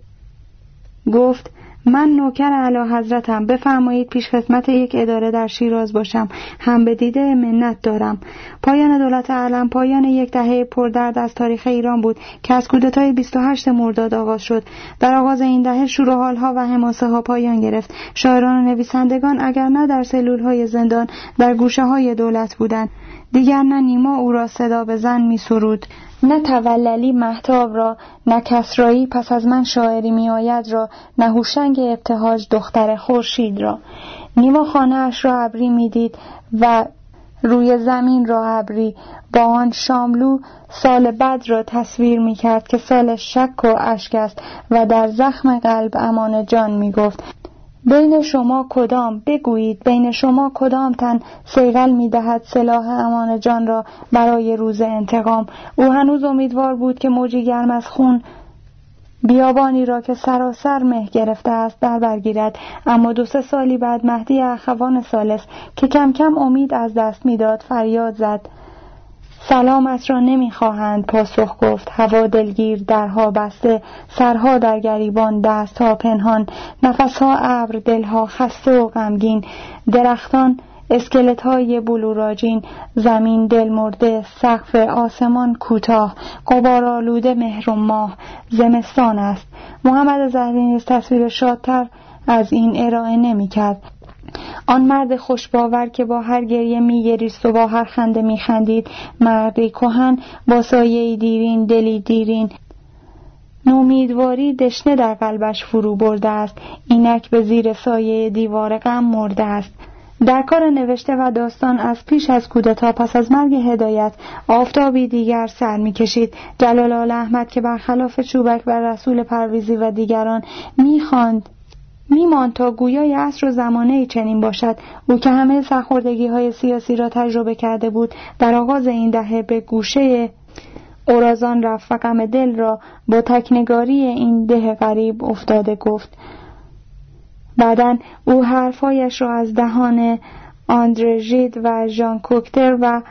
Speaker 1: گفت: من نوکر اعلیحضرتم، بفرمایید پیش خدمت یک اداره در شیراز باشم، هم به دیده منت دارم. پایان دولت علم پایان یک دهه پردرد از تاریخ ایران بود که از کودتای بیست و هشتم مرداد آغاز شد. در آغاز این دهه شور و حال‌ها و حماسه ها پایان گرفت. شاعران و نویسندگان اگر نه در سلول‌های زندان، در گوشه‌های دولت بودند. دیگر نه نیما او را صدا به زن می سرود، نه توللی مهتاب را، نه کسرایی پس از من شاعری می آید را، نه هوشنگ ابتهاج دختر خورشید را. نیما خانه اش را ابری می دید و روی زمین را ابری. با آن شاملو سال بد را تصویر می کرد که سال شک و اشک است و در زخم قلب امان جان می گفت: بین شما کدام، بگویید بین شما کدام تن صیقل می دهد سلاح امان جان را برای روز انتقام. او هنوز امیدوار بود که موجی گرم از خون بیابانی را که سراسر مه گرفته است در برگیرد. اما دو سه سالی بعد مهدی اخوان ثالث که کم کم امید از دست میداد فریاد زد: سلامت را نمیخواهند. پاسخ گفت: هوا دلگیر، درها بسته، سرها در گریبان، دستها پنهان، نفسها ابر، دلها خسته و غمگین، درختان اسکلت های بلوراجین، زمین دل مرده، سقف آسمان کوتاه، غبارآلوده مهر و ماه، زمستان است. محمد زهری نیز تصویر شادتر از این ارائه نمی کرد. آن مرد خوشباور که با هر گریه می گریست و با هر خنده می خندید، مردی کهن با سایه دیرین، دلی دیرین، نومیدواری دشنه در قلبش فرو برده است. اینک به زیر سایه دیوار غم مرده است. در کار نوشته و داستان از پیش از کودتا پس از مرگ هدایت آفتابی دیگر سر می‌کشید. جلال آل احمد که برخلاف چوبک و رسول پرویزی و دیگران می‌خواند می‌ماند تا گویای عصر و زمانه چنین باشد، او که همه سرخوردگی‌های سیاسی را تجربه کرده بود، در آغاز این دهه به گوشه اورازان رفت و غم دل را با تکنگاری این ده غریب افتاده گفت. بعداً او حرفایش را از دهان آندره ژید و ژان کوکتر و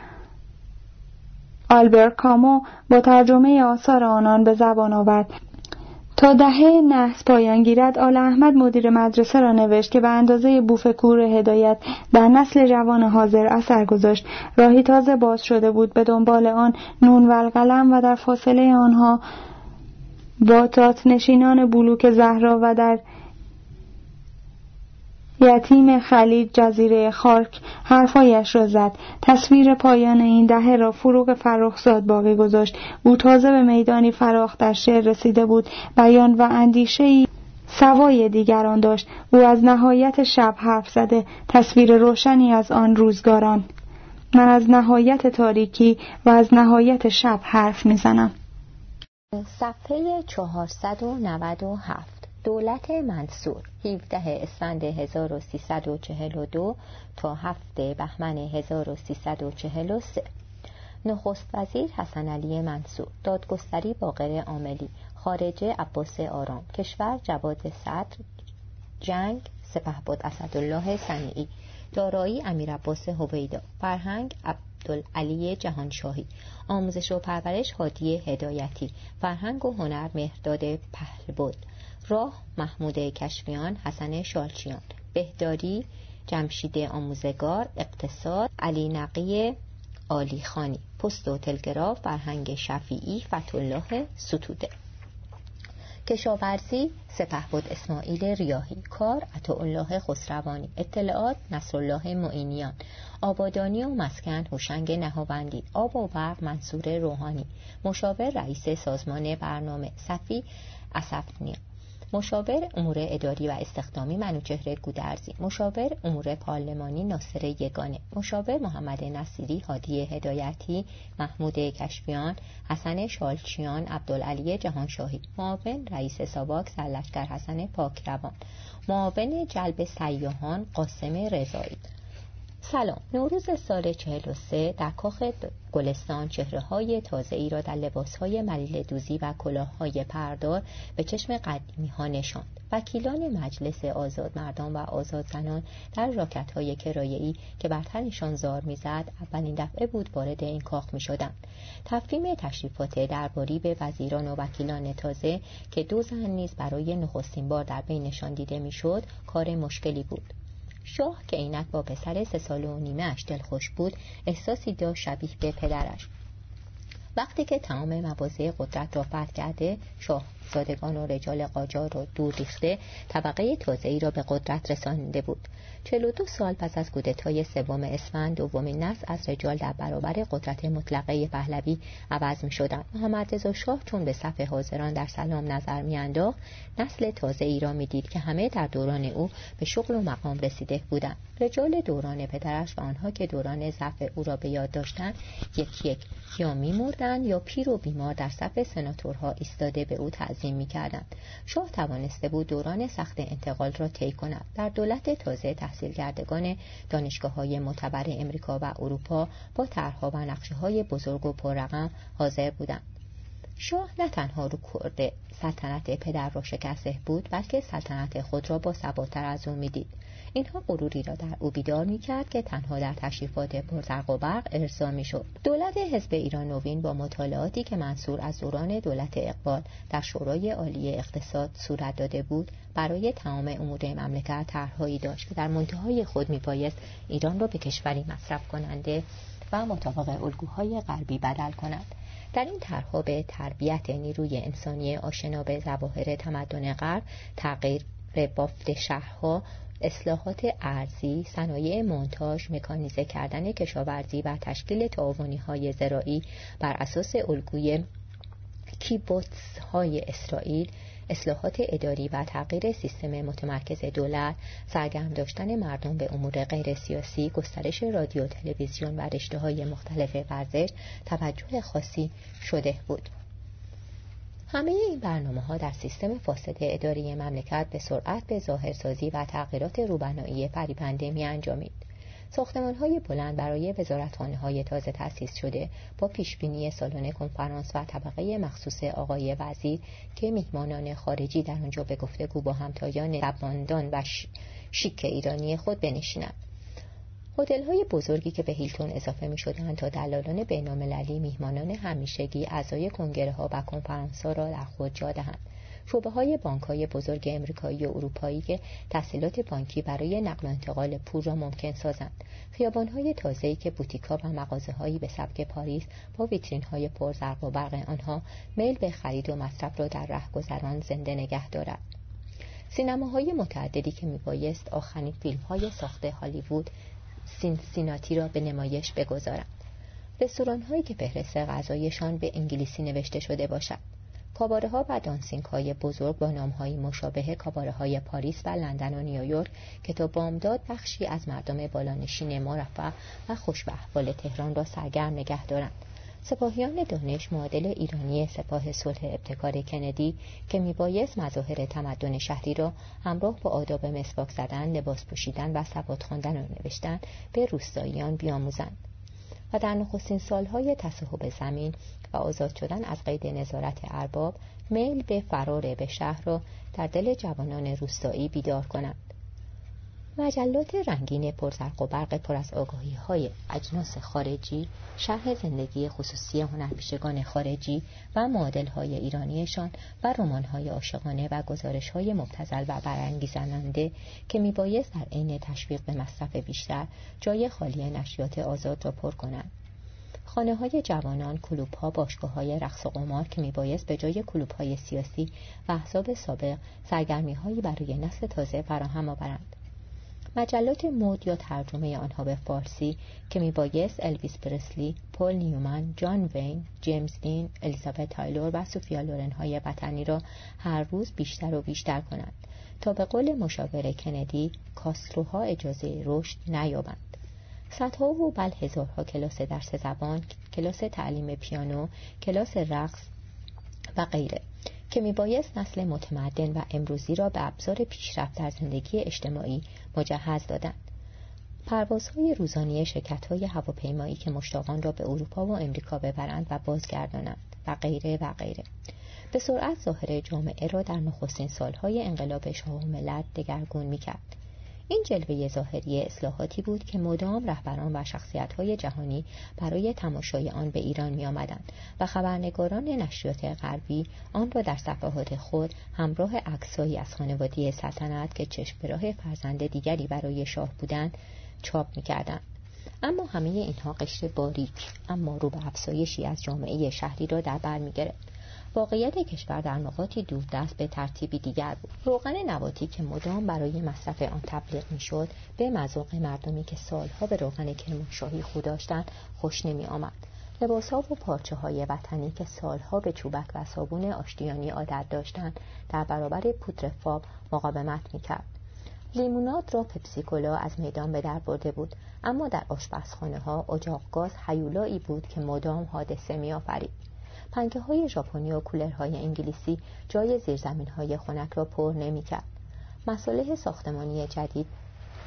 Speaker 1: آلبر کامو با ترجمه آثار آنان به زبان آورد. تا دهه نحس پایان گیرد، آل احمد مدیر مدرسه را نوشت که به اندازه بوفکور هدایت در نسل جوان حاضر اثر گذاشت. راهی تازه باز شده بود، به دنبال آن نون و القلم و در فاصله آنها با تات نشینان بلوک زهرا و در یتیم خلیج جزیره خارک حرفایش را زد. تصویر پایان این دهه را فروغ فرخزاد باقی گذاشت. او تازه به میدانی فراخ در شعر رسیده بود، بیان و اندیشه‌ای سوای دیگران داشت. او از نهایت شب حرف زده، تصویر روشنی از آن روزگاران. من از نهایت تاریکی و از نهایت شب حرف میزنم.
Speaker 2: صفحه چهارصد و نود و هفت. دولت منصور، هفدهم اسفند هزار و سیصد و چهل و دو تا هفتم بهمن هزار و سیصد و چهل و سه. نخست وزیر حسن علی منصور، دادگستری باقر عاملی، خارجه عباس آرام، کشور جواد صدر، جنگ سپهبد اسدالله صنیعی، دارایی امیر عباس هویدا، فرهنگ عبدالعلی جهانشاهی، آموزش و پرورش هادی هدایتی، فرهنگ و هنر مهرداد پهلبد، راه محمود کشمیان، حسن شالچیان، بهداری جمشید آموزگار، اقتصاد علی نقی عالی خانی، پست و تلگراف فرهنگ شفیعی، فتح‌الله ستوده، کشاورزی سپهبد اسماعیل ریاحی، کار عطاالله خسروانی، اطلاعات نصرالله معینیان، آبادانی و مسکن هوشنگ نهاوندی، آب و برق منصور روحانی، مشاور رئیس سازمان برنامه صفی اسفنیا، مشاور امور اداری و استخدامی منوچهر گودرزی، مشاور امور پارلمانی ناصر یگانه، مشاور محمد نصیری هادی هدایتی، محمود کشفیان، حسن شالچیان، عبدالعلی جهانشاهی، معاون رئیس ساواک سرلشکر حسن پاکروان، معاون جلب سیاحان قاسم رضایی. سلام. نوروز سال چهل و سه در کاخ گلستان چهره های تازه ای را در لباس های ملیل دوزی و کلاه های پردار به چشم قدیمی ها نشاند. وکیلان مجلس آزاد مردان و آزاد زنان در ژاکت های کرایه‌ای که بر تنشان زار میزد اولین دفعه بود وارد این کاخ می شدند. تفهیم تشریفات درباری به وزیران و وکیلان تازه که دو زن نیز برای نخستین بار در بینشان دیده می شد کار مشکلی بود. شاه که اینک با پسر سه ساله و نیمه اش دلخوش بود، احساسی داشت شبیه به پدرش. وقتی که تمام مواضع قدرت را فتح کرده، شاهزادگان و رجال قاجار را دور ریخته، طبقه تازه‌ای را به قدرت رسانده بود. چهل و دو سال پس از کودتای سوم اسفند، دومین نسل از رجال در برابر قدرت مطلقه پهلوی عوض می‌شدند. محمد رضا شاه چون به صف حاضران در سلام نظر می‌انداخت، نسل تازه‌ای را می‌دید که همه در دوران او به شغل و مقام رسیده بودند. رجال دوران پدرش و آنها که دوران ضعف او را به یاد داشتند، یک یک یا می‌مردند یا پیر و بیمار در صف سناتورها ایستاده به او تعظیم می‌کردند. شاه توانسته بود دوران سخت انتقال را طی کند. در دولت تازه تحصیلکردگان دانشگاه‌های معتبر امریکا و اروپا با طرح‌ها و نقشه‌های بزرگ و پررقم حاضر بودند. شاه نه تنها رو کرده سلطنت پدر را شکسته بود، بلکه سلطنت خود را با ثبات‌تر از او می‌دید. اینها غروری را در او بیدار می‌کرد که تنها در تشریفات پرزرق و برق ارضا می‌شد. دولت حزب ایران نوین با مطالعاتی که منصور از دوران دولت اقبال در شورای عالی اقتصاد صورت داده بود، برای تمام امور مملکت طرح‌هایی داشت که در منتهای خود می‌بایست ایران را به کشوری مصرف کننده و مطابق الگوهای غربی بدل کند. در این طرح‌ها به تربیت نیروی انسانی آشنا به ظواهر تمدن غرب، تغییر بافت شهرها، اصلاحات ارضی، صنایع مونتاژ، مکانیزه کردن کشاورزی و تشکیل تعاونی‌های زراعی بر اساس الگوی کیبوتزهای اسرائیل، اصلاحات اداری و تغییر سیستم متمرکز دولت، سرگرم داشتن مردم به امور غیر سیاسی، گسترش رادیو، تلویزیون و رشته‌های مختلف ورزش توجه خاصی شده بود. همه این برنامه‌ها در سیستم فاسد اداری مملکت به سرعت به ظاهرسازی و تغییرات روبنایی فریبنده می‌انجامید. ساختمان‌های بلند برای وزارتخانه‌های تازه تأسیس شده با پیشبینی سالن کنفرانس و طبقه مخصوص آقای وزیر که میهمانان خارجی در آنجا به گفتگو با همتایان زباندان و شیک ایرانی خود بنشینند. هتل‌های بزرگی که به هیلتون اضافه می‌شدند تا دلالان بین‌المللی میهمانان همیشگی اعضای کنگره‌ها و کنفرانس‌ها را در خود جا دهند. شعبه‌های بانک‌های بزرگ امریکایی و اروپایی که تسهیلات بانکی برای نقل و انتقال پول را ممکن سازند. خیابان‌های تازه‌ای که بوتیک‌ها و مغازه‌هایی به سبک پاریس با ویترین‌های پرزرق و برق آنها میل به خرید و مصرف را در رهگذران زنده نگه دارد. سینماهای متعددی که میبایست آخرین فیلم‌های ساخته هالیوود سینسیناتی را به نمایش بگذارند. رستوران‌هایی که فهرست غذایشان به انگلیسی نوشته شده باشد. کاباره‌ها و دانسینگ‌های بزرگ با نام‌های مشابه کاباره‌های پاریس و لندن و نیویورک که تا بامداد بخشی از مردم بالانشین مرفه و خوش‌به-احوال تهران را سرگرم نگه دارند. سپاهیان دانش معادل ایرانی سپاه صلح ابتکار کندی که میبایست مظاهر تمدن شهری را همراه با آداب مسواک زدن، لباس پوشیدن و سواد خواندن و نوشتن به روستاییان بیاموزند. و در نخستین سالهای تصاحب زمین و آزاد شدن از قید نظارت ارباب، میل به فرار به شهر را در دل جوانان روستایی بیدار کنند. مجلات رنگین پرزرق و برق پر از آگاهی‌های اجناس خارجی، شرح زندگی خصوصی هنرپیشگان خارجی و معادل‌های ایرانیشان و رمان‌های عاشقانه و گزارش‌های مبتذل و برانگیزننده که میبایست در عین تشویق به مصرف بیشتر جای خالی نشریات آزاد را پر کنند. خانه‌های جوانان، کلوب‌ها، باشگاه‌های رقص و قمار که میبایست به جای کلوب‌های سیاسی و احزاب سابق سرگرمی‌هایی برای نسل تازه فراهم آورند. مجلات مد یا ترجمه آنها به فارسی که میبایست الویس پرسلی، پول نیومن، جان وین، جیمز دین، الیزابت تایلور و سوفیا لورن های وطنی را هر روز بیشتر و بیشتر کنند تا به قول مشاور کندی کاستروها اجازه رشد نیابند. صدها و بل هزارها کلاس درس زبان، کلاس تعلیم پیانو، کلاس رقص و غیره که میبایست نسل متمدن و امروزی را به ابزار پیشرفت در زندگی اجتماعی مجهز دادند. پروازهای روزانه شرکت‌های هواپیمایی که مشتاقان را به اروپا و امریکا ببرند و بازگردانند و غیره و غیره. به سرعت ظاهر جامعه را در نخستین سالهای انقلاب شاه و ملت دگرگون می‌کرد. این جلوه ظاهری اصلاحاتی بود که مدام رهبران و شخصیت‌های جهانی برای تماشای آن به ایران می‌آمدند و خبرنگاران نشریات غربی آن را در صفحات خود همراه عکسایی از خانواده سلطنت که چشم به راه فرزند دیگری برای شاه بودند چاپ می‌کردند. اما همه اینها قشر باریک اما رو به افزایشی از جامعه شهری را در بر می‌گرفت. واقعیت کشور در نقاطی دوردست به ترتیبی دیگر بود. روغن نباتی که مدام برای مصرف آن تبلیغ میشد به مذاق مردمی که سالها به روغن کرمانشاهی خو داشتند خوش نمی آمد. لباس‌ها و پارچه‌های وطنی که سالها به چوبک و صابون آشتیانی عادت داشتند در برابر پودر فاب مقاومت میکرد. لیموناد را پپسی کولا از میدان به در برده بود، اما در آشپزخانه‌ها اجاق گاز هیولایی بود که مدام حادثه می‌آفرید. پنکه های ژاپنی و کولرهای انگلیسی جای زیرزمین های خنک را پر نمی کرد. مصالح ساختمانی جدید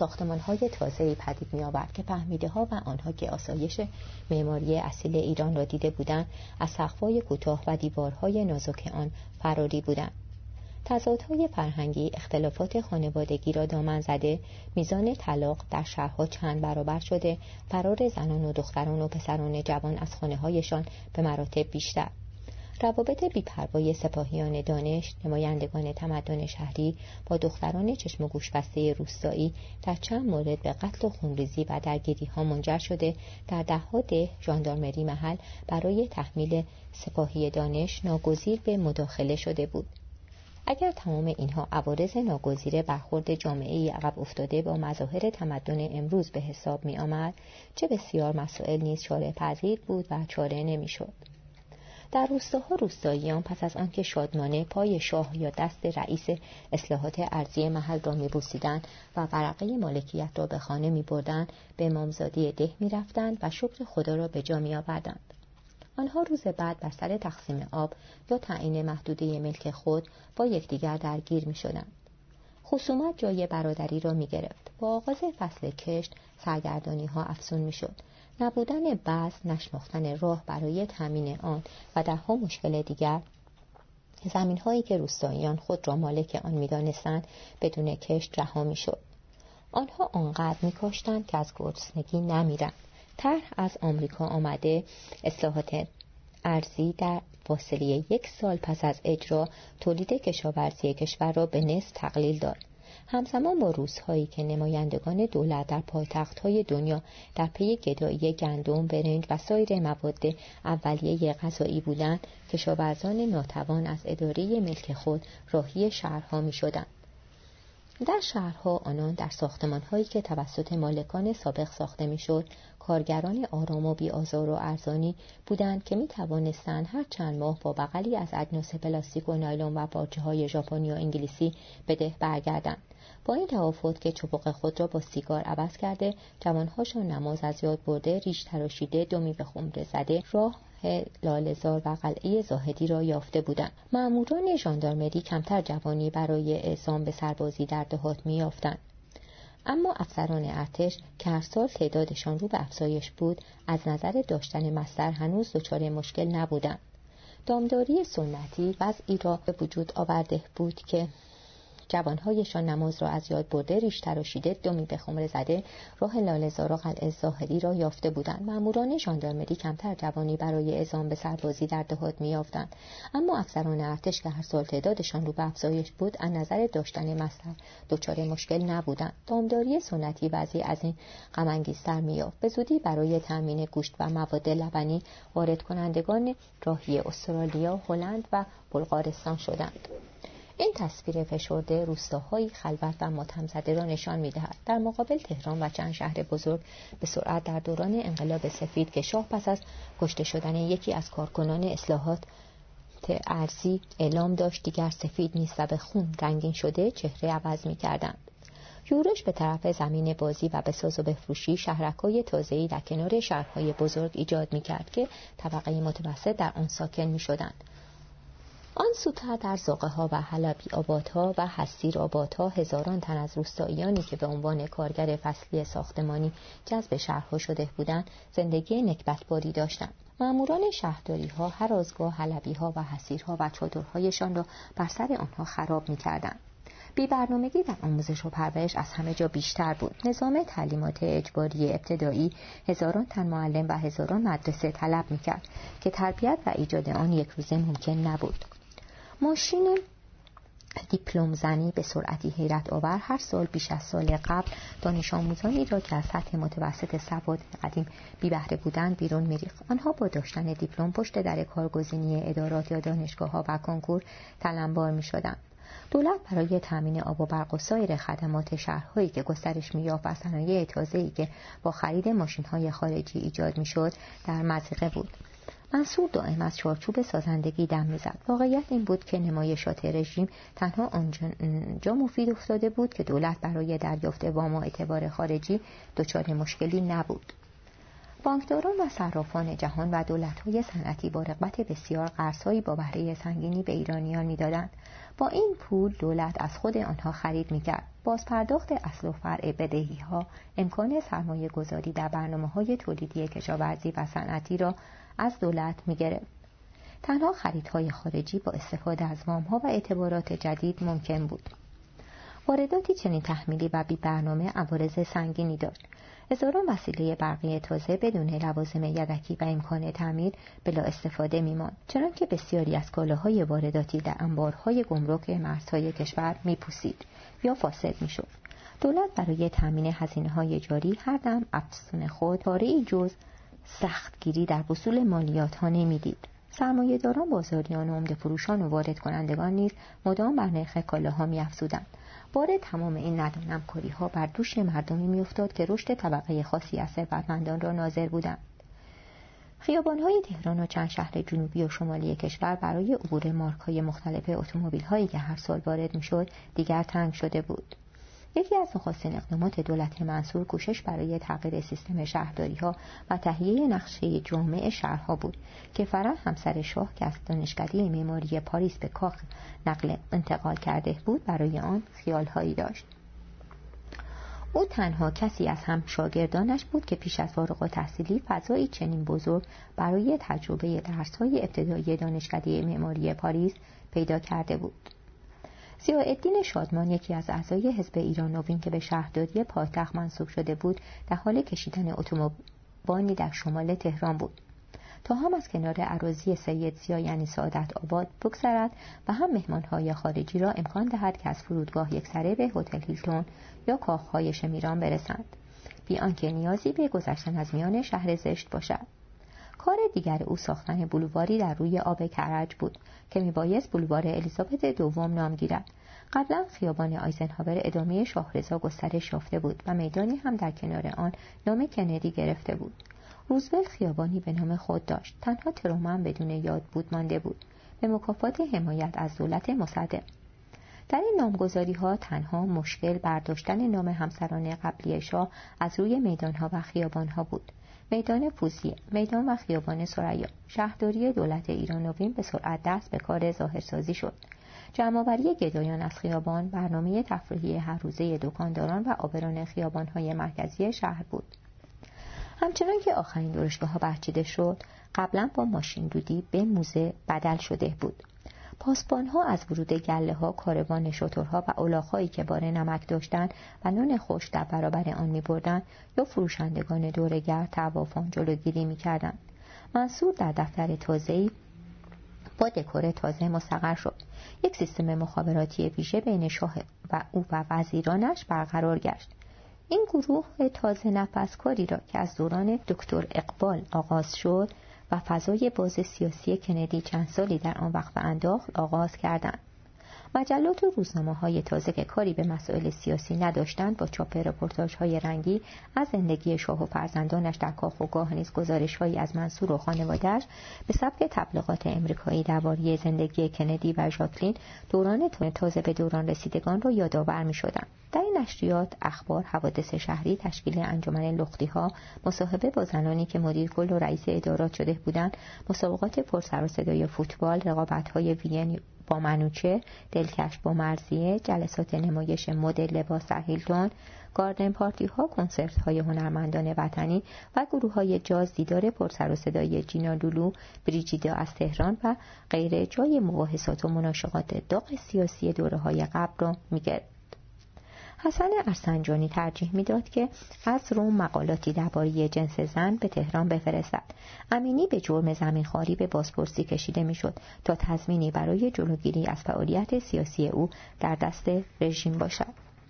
Speaker 2: ساختمان‌های تازه‌ای پدید می‌آورد که فهمیده‌ها و آنها که آسایش معماری اصیل ایران را دیده بودند، از سقف‌های کوتاه و دیوارهای نازک آن فراری بودند. تضادهای فرهنگی، اختلافات خانوادگی را دامن زده، میزان طلاق در شهرها چند برابر شده، فرار زنان و دختران و پسران جوان از خانه‌هایشان به مراتب بیشتر. روابط بی‌پروای سپاهیان دانش، نمایندگان تمدن شهری با دختران چشم و گوش بسته روستایی در چند مورد به قتل و خونریزی و درگیری‌ها منجر شده، در ده‌ها ده ژاندارمری محل برای تحمیل سپاهی دانش ناگزیر به مداخله شده بود. اگر تمام اینها عوارض ناگزیر برخورد جامعه‌ای عقب افتاده با مظاهر تمدن امروز به حساب می آمد، چه بسیار مسائل نیز چاره پذیر بود و چاره نمی شد. در روستاها روستاییان پس از آنکه شادمانه پای شاه یا دست رئیس اصلاحات ارضی محل را می بوسیدند و ورقه مالکیت را به خانه می بردند، به امامزاده ده می رفتند و شکر خدا را به جا می آوردند. آنها روز بعد بر سر تقسیم آب یا تعیین محدوده ملک خود با یکدیگر درگیر می شدند. خصومت جای برادری را می گرفت. با آغاز فصل کشت سرگردانی ها افزون می شد. نبودن بذر، نشناختن راه برای تامین آن و ده‌ها مشکل دیگر، زمین هایی که روستاییان خود را مالک آن می دانستند بدون کشت رها می شد. آنها آنقدر می کاشتند که از گرسنگی نمیرند. طرح از آمریکا آمده اصلاحات ارضی در فاصله یک سال پس از اجرا تولید کشاورزی کشور را به نصف تقلیل داد. همزمان با روزهایی که نمایندگان دولت در پایتخت‌های دنیا در پی گدایی گندم، برنج و سایر مواد اولیه غذایی بودند، کشاورزان ناتوان از اداره ملک خود راهی شهرها می‌شدند. در شهرها آنان در ساختمان‌هایی که توسط مالکان سابق ساخته می‌شد، کارگران آرام و بی‌آزار و ارزانی بودند که می‌توانستند هر چند ماه با بغلی از اجناس پلاستیک و نایلون و پارچه‌های ژاپنی و انگلیسی به ده برگردند. با این تفاوت که چپق خود را با سیگار عوض کرده، جوان‌هاشان نماز از یاد برده، ریش تراشیده، دمی به خمره زده، راه لاله‌زار و قلعه زاهدی را یافته بودند. مأموران ژاندارمری کمتر جوانی برای اعزام به سربازی در دهات می‌یافتند. اما افسران ارتش که هر سال تعدادشان رو به افزایش بود، از نظر داشتن مصدر هنوز دچار مشکل نبودند. دامداری سنتی وضعی را به وجود آورده بود که جوانهایشان نماز را از یاد برده، ریش تراشیده، دمی به خمره زده، راه لاله‌زار و قلعه زاهدی را یافته بودند. مأموران ژاندارمری کمتر جوانی برای اعزام به سربازی در دهات می‌یافتند. اما افسران ارتش که هر سال تعدادشان رو به افزایش بود، از نظر داشتن مصدر دچار مشکل نبودند. دامداری سنتی وضعی از این غم انگیزتر می‌یافت. به زودی برای تامین گوشت و مواد لبنی وارد کنندگان راهی استرالیا، هلند و بلغارستان شدند. این تصویر فشرده روستاهای خلوت و ماتم زده را نشان می‌دهد. در مقابل تهران و چند شهر بزرگ به سرعت در دوران انقلاب سفید که شاه پس از کشته شدن یکی از کارکنان اصلاحات ارضی اعلام داشت دیگر سفید نیست و به خون رنگین شده، چهره عوض می‌کردند. یورش به طرف زمین بازی و به ساز و بفروشی شهرک‌های تازه‌ای در کنار شهرهای بزرگ ایجاد می‌کرد که طبقه متوسط در آن ساکن می‌شدند. آن سوتر در زاغه‌ها و حلبی آبادها و حسیر آبادها هزاران تن از روستاییانی که به عنوان کارگر فصلی ساختمانی جذب شهرها شده بودند، زندگی نکبتباری داشتند. مأموران شهرداری‌ها هر آزگاه حلبی‌ها و حسیرها و چادرهایشان را بر سر آنها خراب می‌کردند. بی برنامگی در آموزش و پرورش از همه جا بیشتر بود. نظام تعلیمات اجباری ابتدایی هزاران تن معلم و هزاران مدرسه طلب می‌کرد که تربیت و ایجاد آن یک روزه ممکن نبود. ماشین دیپلم زنی به سرعتی حیرت آور هر سال بیش از سال قبل دانش آموزانی را که از سطح متوسط سواد قدیم بی بهره بودند بیرون می‌ریخت. آنها با داشتن دیپلم پشت در کارگزینی ادارات یا دانشگاه‌ها و کنکور تلمبار می‌شدند. دولت برای تامین آب و برق و سایر خدمات شهرهایی که گسترش می‌یافت و صنایع تازه‌ای که با خرید ماشین‌های خارجی ایجاد می‌شد در مضیقه بود. منصور دائم از چارچوب سازندگی دم می‌زد. واقعیت این بود که نمایشات رژیم تنها آنجا مفید افتاده بود که دولت برای دریافت وام و اعتبار خارجی دچار مشکلی نبود. بانکداران و صرافان جهان و دولت‌های صنعتی با رغبت بسیار قرض‌هایی با بهره سنگینی به ایرانیان می‌دادند. با این پول دولت از خود آنها خرید می‌کرد. بازپرداخت اصل و فرع بدهی‌ها امکان سرمایه‌گذاری در برنامه‌های تولیدی کشاورزی و صنعتی را از دولت می‌گرفت. تنها خریدهای خارجی با استفاده از وام‌ها و اعتبارات جدید ممکن بود. وارداتی چنین تحمیلی و بی برنامه عوارض سنگینی داشت. هزاران وسیله برقی تازه بدون لوازم یدکی و امکان تعمیر بلا استفاده می‌ماند، چنانکه بسیاری از کالاهای وارداتی در انبارهای گمرک مرزهای کشور می‌پوسید یا فاسد می‌شد. دولت برای تامین هزینه‌های جاری هر دم افسون خود کاری جز سختگیری در وصول مالیات‌ها نمی‌دید. سرمایه‌داران، بازاریان و عمده فروشان و وارد کنندگان نیز مدام بر نرخ کالاها می‌افزودند. بار تمام این ندانم‌کاری‌ها بر دوش مردمی می‌افتاد که رشد طبقه خاصی از ثروتمندان را ناظر بودند. خیابان‌های تهران و چند شهر جنوبی و شمالی کشور برای عبور مارک‌های مختلف اتومبیل‌هایی که هر سال وارد می‌شد دیگر تنگ شده بود. یکی از نخستین اقدامات دولت منصور کوشش برای تغییر سیستم شهرداری‌ها و تهیه نقشه جامع شهرها بود که فرح همسر شاه که از دانشکده معماری پاریس به کاخ نقل انتقال کرده بود برای آن خیال‌هایی داشت. او تنها کسی از هم شاگردانش بود که پیش از فارغ التحصیلی فضایی چنین بزرگ برای تجربه درس‌های ابتدایی دانشکده معماری پاریس پیدا کرده بود. ضیاءالدین شادمان، یکی از اعضای حزب ایران نوین که به شهرداری پایتخت منصوب شده بود، در حال کشیدن اتوبانی در شمال تهران بود تا هم از کنار اراضی سید زیا یعنی سعادت آباد بگذرد و هم مهمانهای خارجی را امکان دهد که از فرودگاه یکسره به هتل هیلتون یا کاخهای شمیران برسند، بی آنکه نیازی به گذشتن از میان شهر زشت باشد. کار دیگر او ساختن بلواری در روی آب کرج بود که میبایست بلوار الیزابت دوم نام گیرد. قبلا خیابان آیزنهاور ادامه شاهرضا گسترش یافته بود و میدانی هم در کنار آن نام کندی گرفته بود. روزولت خیابانی به نام خود داشت. تنها ترومن بدون یاد بود مانده بود، به مکافات حمایت از دولت مصدق. در این نامگذاری ها تنها مشکل برداشتن نام همسران قبلی شاه از روی میدانها و خیابانها بود. میدان فوزیه، میدان و خیابان ثریا. شهرداری دولت ایران نوین به سرعت دست به کار ظاهرسازی شد. جمع‌آوری گدایان از خیابان برنامه تفریحی هر روزه دکانداران و آبران خیابان‌های مرکزی شهر بود. همچنان که آخرین درشگاه‌ها برچیده شد، قبلا با ماشین دودی به موزه بدل شده بود. پاسبان‌ها از ورود گله‌ها، کاروان شترها و الاغ‌هایی که بار نمک داشتند و نان خوش در برابر آن می‌بردند یا فروشندگان دوره‌گرد طوافان جلوگیری می‌کردند. منصور در دفتر تازه‌ای با دکور تازه مستقر شد. یک سیستم مخابراتی ویژه بین شاه و او و وزیرانش برقرار گشت. این گروه تازه نفس کاری را که از دوران دکتر اقبال آغاز شد و فضای باز سیاسی کندی چند سالی در آن وقت انداخت آغاز کردند. مجلات و روزنامه‌های تازه که کاری به مسائل سیاسی نداشتند با چاپ رپورتاژهای رنگی از زندگی شاه و فرزندانش در کاخ و گاه نیز گزارش‌هایی از منصور و خانواده‌اش به سبک تبلیغات امریکایی درباره زندگی کندی و ژاکلین دوران تازه به دوران رسیدگان را یادآور می‌شدند. در این نشریات اخبار، حوادث شهری، تشکیل انجمن لختی‌ها، مصاحبه با زنانی که مدیر کل و رئیس ادارات شده بودند، مسابقات پر سر و صدای فوتبال، رقابت‌های وین با منوچه، دلکش با مرضیه، جلسات نمایش مدل لباس در هیلتون، گاردن پارتی ها، کنسرت های هنرمندان وطنی و گروه های جاز، دیدار پر سر و صدای جینا لولو، بریجیدا از تهران و غیره جای مباحثات و مناشقات داغ سیاسی دوره های قبل را می‌گرفت. حسن ارسنجانی ترجیح میداد که از روم مقالاتی درباره جنس زن به تهران بفرستد. امینی به جرم زمینخواری به بازپرسی کشیده میشد تا تضمینی برای جلوگیری از فعالیت سیاسی او در دست رژیم باشد.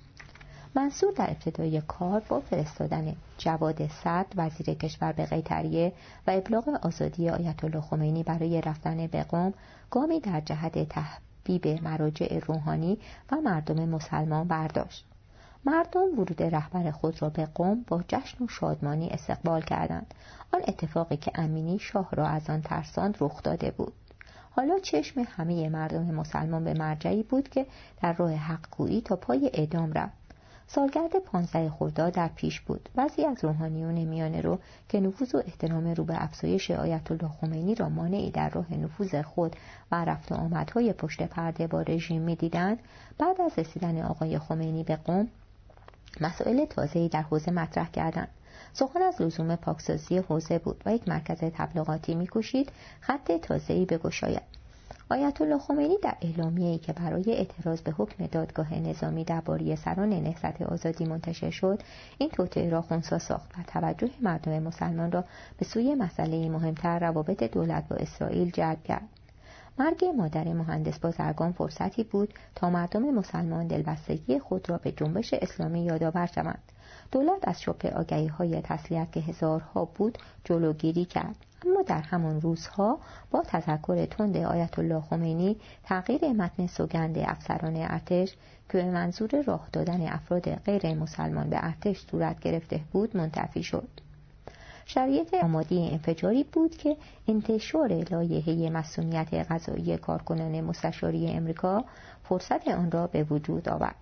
Speaker 2: منصور در ابتدای کار با فرستادن جواد صدر وزیر کشور به قیطریه و ابلاغ آزادی آیت الله خمینی برای رفتن به قم گامی در جهت تحبیب مراجع روحانی و مردم مسلمان برداشت. مردم ورود رهبر خود را به قم با جشن و شادمانی استقبال کردند. آن اتفاقی که امینی شاه را از آن ترساند رخ داده بود. حالا چشم همه مردم مسلمان به مرجعی بود که در راه حق گویی تا پای اعدام رفت. سالگرد پانزده خرداد در پیش بود. بعضی از روحانیون میانه رو که نفوذ و احترام رو به افزایش آیت الله خمینی را مانعی در راه نفوذ خود و رفت و آمدهای پشت پرده با رژیم می‌دیدند، بعد از رسیدن آقای خمینی به قم مسائل تازه‌ای در حوزه مطرح کردند. سخن از لزوم پاکسازی حوزه بود و یک مرکز تبلیغاتی می‌کوشید خط تازه‌ای بگشاید. آیت الله خمینی در اعلامیه‌ای که برای اعتراض به حکم دادگاه نظامی درباره سران نهضت آزادی منتشر شد، این توطئه را خنثی ساخت و توجه مردم مسلمان را به سوی مسئله مهمتر، روابط دولت با اسرائیل، جلب کرد. مرگ مادر مهندس بازرگان فرصتی بود تا مردم مسلمان دلبستگی خود را به جنبش اسلامی یادآور شوند. دولت از شبه آگهی‌های تسلیت که هزارها بود جلوگیری کرد، اما در همان روزها با تذکر تند آیت الله خمینی تغییر متن سوگند افسران ارتش که به منظور راه دادن افراد غیر مسلمان به ارتش صورت گرفته بود منتفی شد. شرایط آماده انفجاری بود که انتشار لایحه مصونیت قضایی کارکنان مستشاری امریکا فرصت آن را به وجود آورد.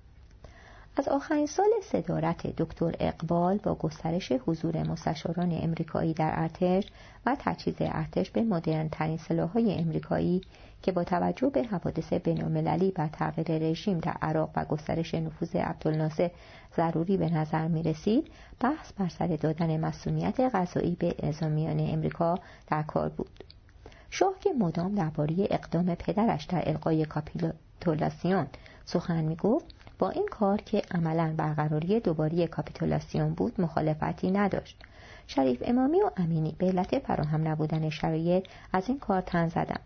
Speaker 2: از آخرین سال صدارت دکتر اقبال با گسترش حضور مستشاران امریکایی در ارتش و تجهیز ارتش به مدرن ترین سلاح‌های امریکایی که با توجه به حوادث بین‌المللی و تغییر رژیم در عراق و گسترش نفوذ عبدالناصر ضروری به نظر می رسید، بحث بر سر دادن مصونیت قضایی به اعزامیان امریکا در کار بود. شاه که مدام درباره اقدام پدرش در الغای کاپیتولاسیون سخن می گفت، با این کار که عملاً برقراری دوباره کاپیتولاسیون بود مخالفتی نداشت. شریف امامی و امینی به علت فراهم نبودن شرایط از این کار تن زدند.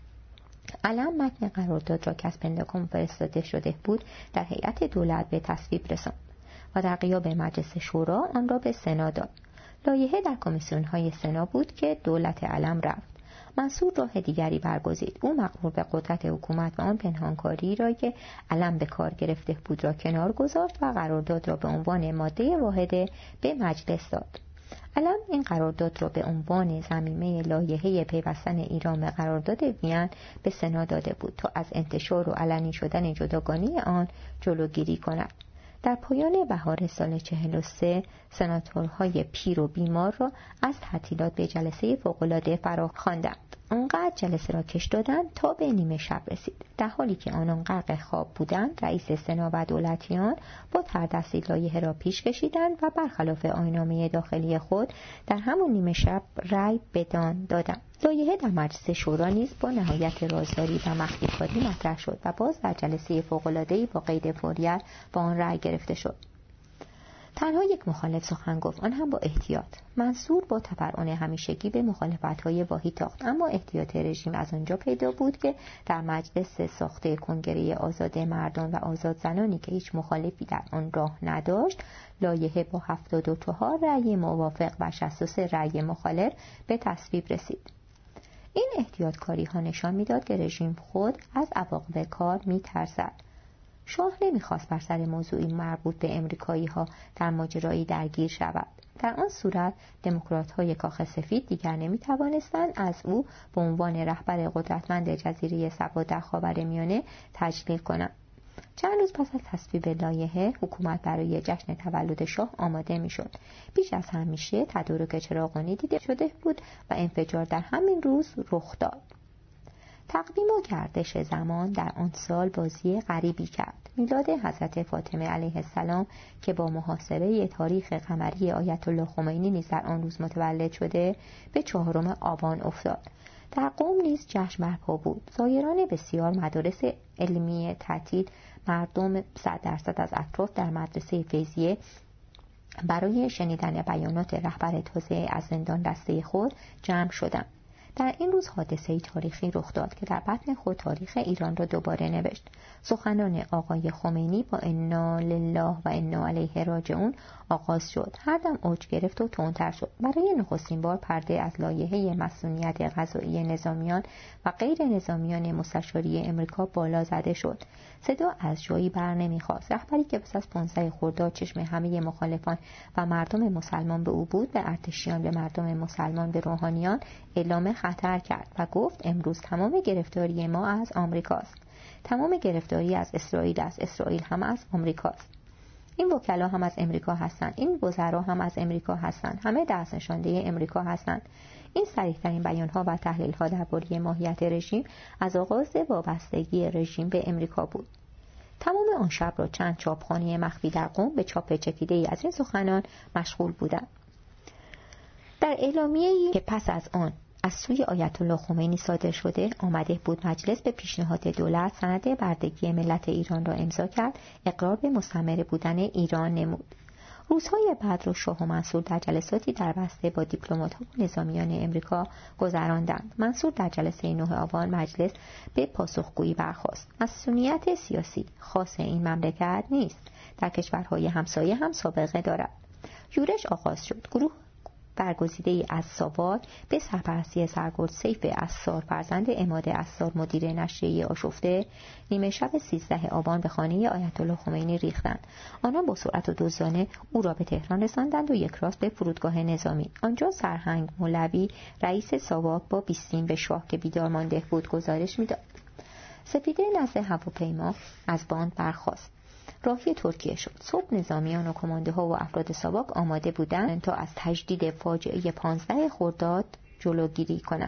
Speaker 2: علم متن قرارداد را که از پنتاگون فرستاده شده بود در هیئت دولت به تصویب رساند و در غیاب مجلس شورا آن را به سنا داد. لایحه در کمیسیون‌های سنا بود که دولت علم رفت. منصور راه دیگری برگزید. او مغرور به قدرت حکومت و آن پنهانکاری را که علم به کار گرفته بود را کنار گذاشت و قرارداد را به عنوان ماده واحده به مجلس داد. علم این قرارداد را به عنوان ضمیمه لایحه پیوستن ایران به قرارداد وین به سنا داده بود تا از انتشار و علنی شدن جداگانه آن جلوگیری کند. در پایان بهار سال چهل و سه سناتورهای پیر و بیمار را از تعطیلات به جلسه فوق‌العاده فرا خواندند. آنقدر جلسه را کش دادند تا به نیمه شب رسید. در حالی که آنان غرق خواب بودند، رئیس سنا و دولتیان با تردستی لایحه را پیش کشیدند و برخلاف آیین‌نامه داخلی خود در همون نیمه شب رأی بدان دادند. لایحه در مجلس شورا نیز با نهایت رازداری و مخفی‌کاری مطرح شد و باز در جلسه فوق‌العاده‌ای با قید فوریت با آن رأی گرفته شد. تنها یک مخالف سخن گفت، آن هم با احتیاط. منصور با تفرعن همیشگی به مخالفت‌های واهی تاخت، اما احتیاط رژیم از آنجا پیدا بود که در مجلس ساخته کنگره آزاد مردان و آزاد زنانی که هیچ مخالفی در آن راه نداشت، لایحه با هفتاد و چهار رأی موافق و شصت و سه رأی مخالف به تصویب رسید. این احتیاطکاری ها نشان میداد که رژیم خود از عواقب کار می‌ترسد. شاه نمیخواست بر سر موضوعی مربوط به امریکایی ها در ماجرایی درگیر شود. در آن صورت دموکرات های کاخ سفید دیگر نمی توانستند از او به عنوان رهبر قدرتمند جزیره سبا در خاورمیانه تجلیل کنند. چند روز پس از تصویب لایحه، حکومت برای جشن تولد شاه آماده می شد. بیش از همیشه تدارک چراغانی دیده شده بود و انفجار در همین روز رخ داد. تقویم و گردش زمان در آن سال بازی غریبی کرد. میلاد حضرت فاطمه علیه السلام که با محاصره تاریخ قمری آیت الله خمینی نیز در آن روز متولد شده به چهارم آبان افتاد. در قم نیز جشن برپا بود. زایران بسیار، مدارس علمی تعطیل، مردم صد درصد از اطراف در مدرسه فیضیه برای شنیدن بیانات رهبر تازه از زندان دسته خود جمع شدند. در این روز حادثه‌ای تاریخی رخ داد که در بطن خود تاریخ ایران را دوباره نوشت. سخنان آقای خمینی با انا لله و انا الیه راجعون آغاز شد. هر دم اوج گرفت و تندتر شد. برای نخستین بار پرده از لایحه مصونیت قضایی نظامیان و غیر نظامیان مستشاری امریکا بالا زده شد. صدا از جایی بر نمیخواست. رهبری که پس از پانزده خرداد چشم همه مخالفان و مردم مسلمان به او بود، به ارتشیان، به مردم مسلمان، به روحانیان اعلام خطر کرد و گفت امروز تمام گرفتاری ما از آمریکاست. تمام گرفتاری از اسرائیل است. اسرائیل هم از آمریکاست. این وکلا هم از امریکا هستند، این وزرا هم از امریکا هستند، همه دست نشانده امریکا هستند. این صریح‌ترین بیان‌ها و تحلیل‌ها درباره ماهیت رژیم از آغاز وابستگی رژیم به امریکا بود. تمام آن شب را چند چاپخانه مخفی در قم به چاپ چکیده‌ای از این سخنان مشغول بودند. در اعلامیه‌ای که پس از آن از سوی آیت الله خمینی صادر شده آمده بود، مجلس به پیشنهاد دولت سند بردگی ملت ایران را امضا کرد، اقرار به مستعمره بودن ایران نمود. روزهای بعد را شاه و منصور در جلساتی در بسته با دیپلمات‌ها و نظامیان امریکا گذراندند. منصور در جلسه نه آبان مجلس به پاسخگویی برخاست. مسئولیت سیاسی خاص این مملکت نیست، در کشورهای همسایه هم سابقه دارد. یورش آغاز شد. گروه برگزیده‌ای از ساواک به سرپرستی سرگرد سیف عصار فرزند عماد عصار مدیر نشریه آشفته نیمه شب سیزده آبان به خانه آیت الله خمینی ریختند. آنان با سرعت و دزدانه او را به تهران رساندند و یک راست به فرودگاه نظامی. آنجا سرهنگ مولوی رئیس ساواک با بیستیم به شاه که بیدار مانده بود گزارش می‌داد. سپیده نزد هواپیما از باند برخاست. راهی ترکیه شد. صبح نظامیان و کماندوها و افراد ساواک آماده بودند تا از تجدید فاجعه پانزده خرداد جلوگیری کنند.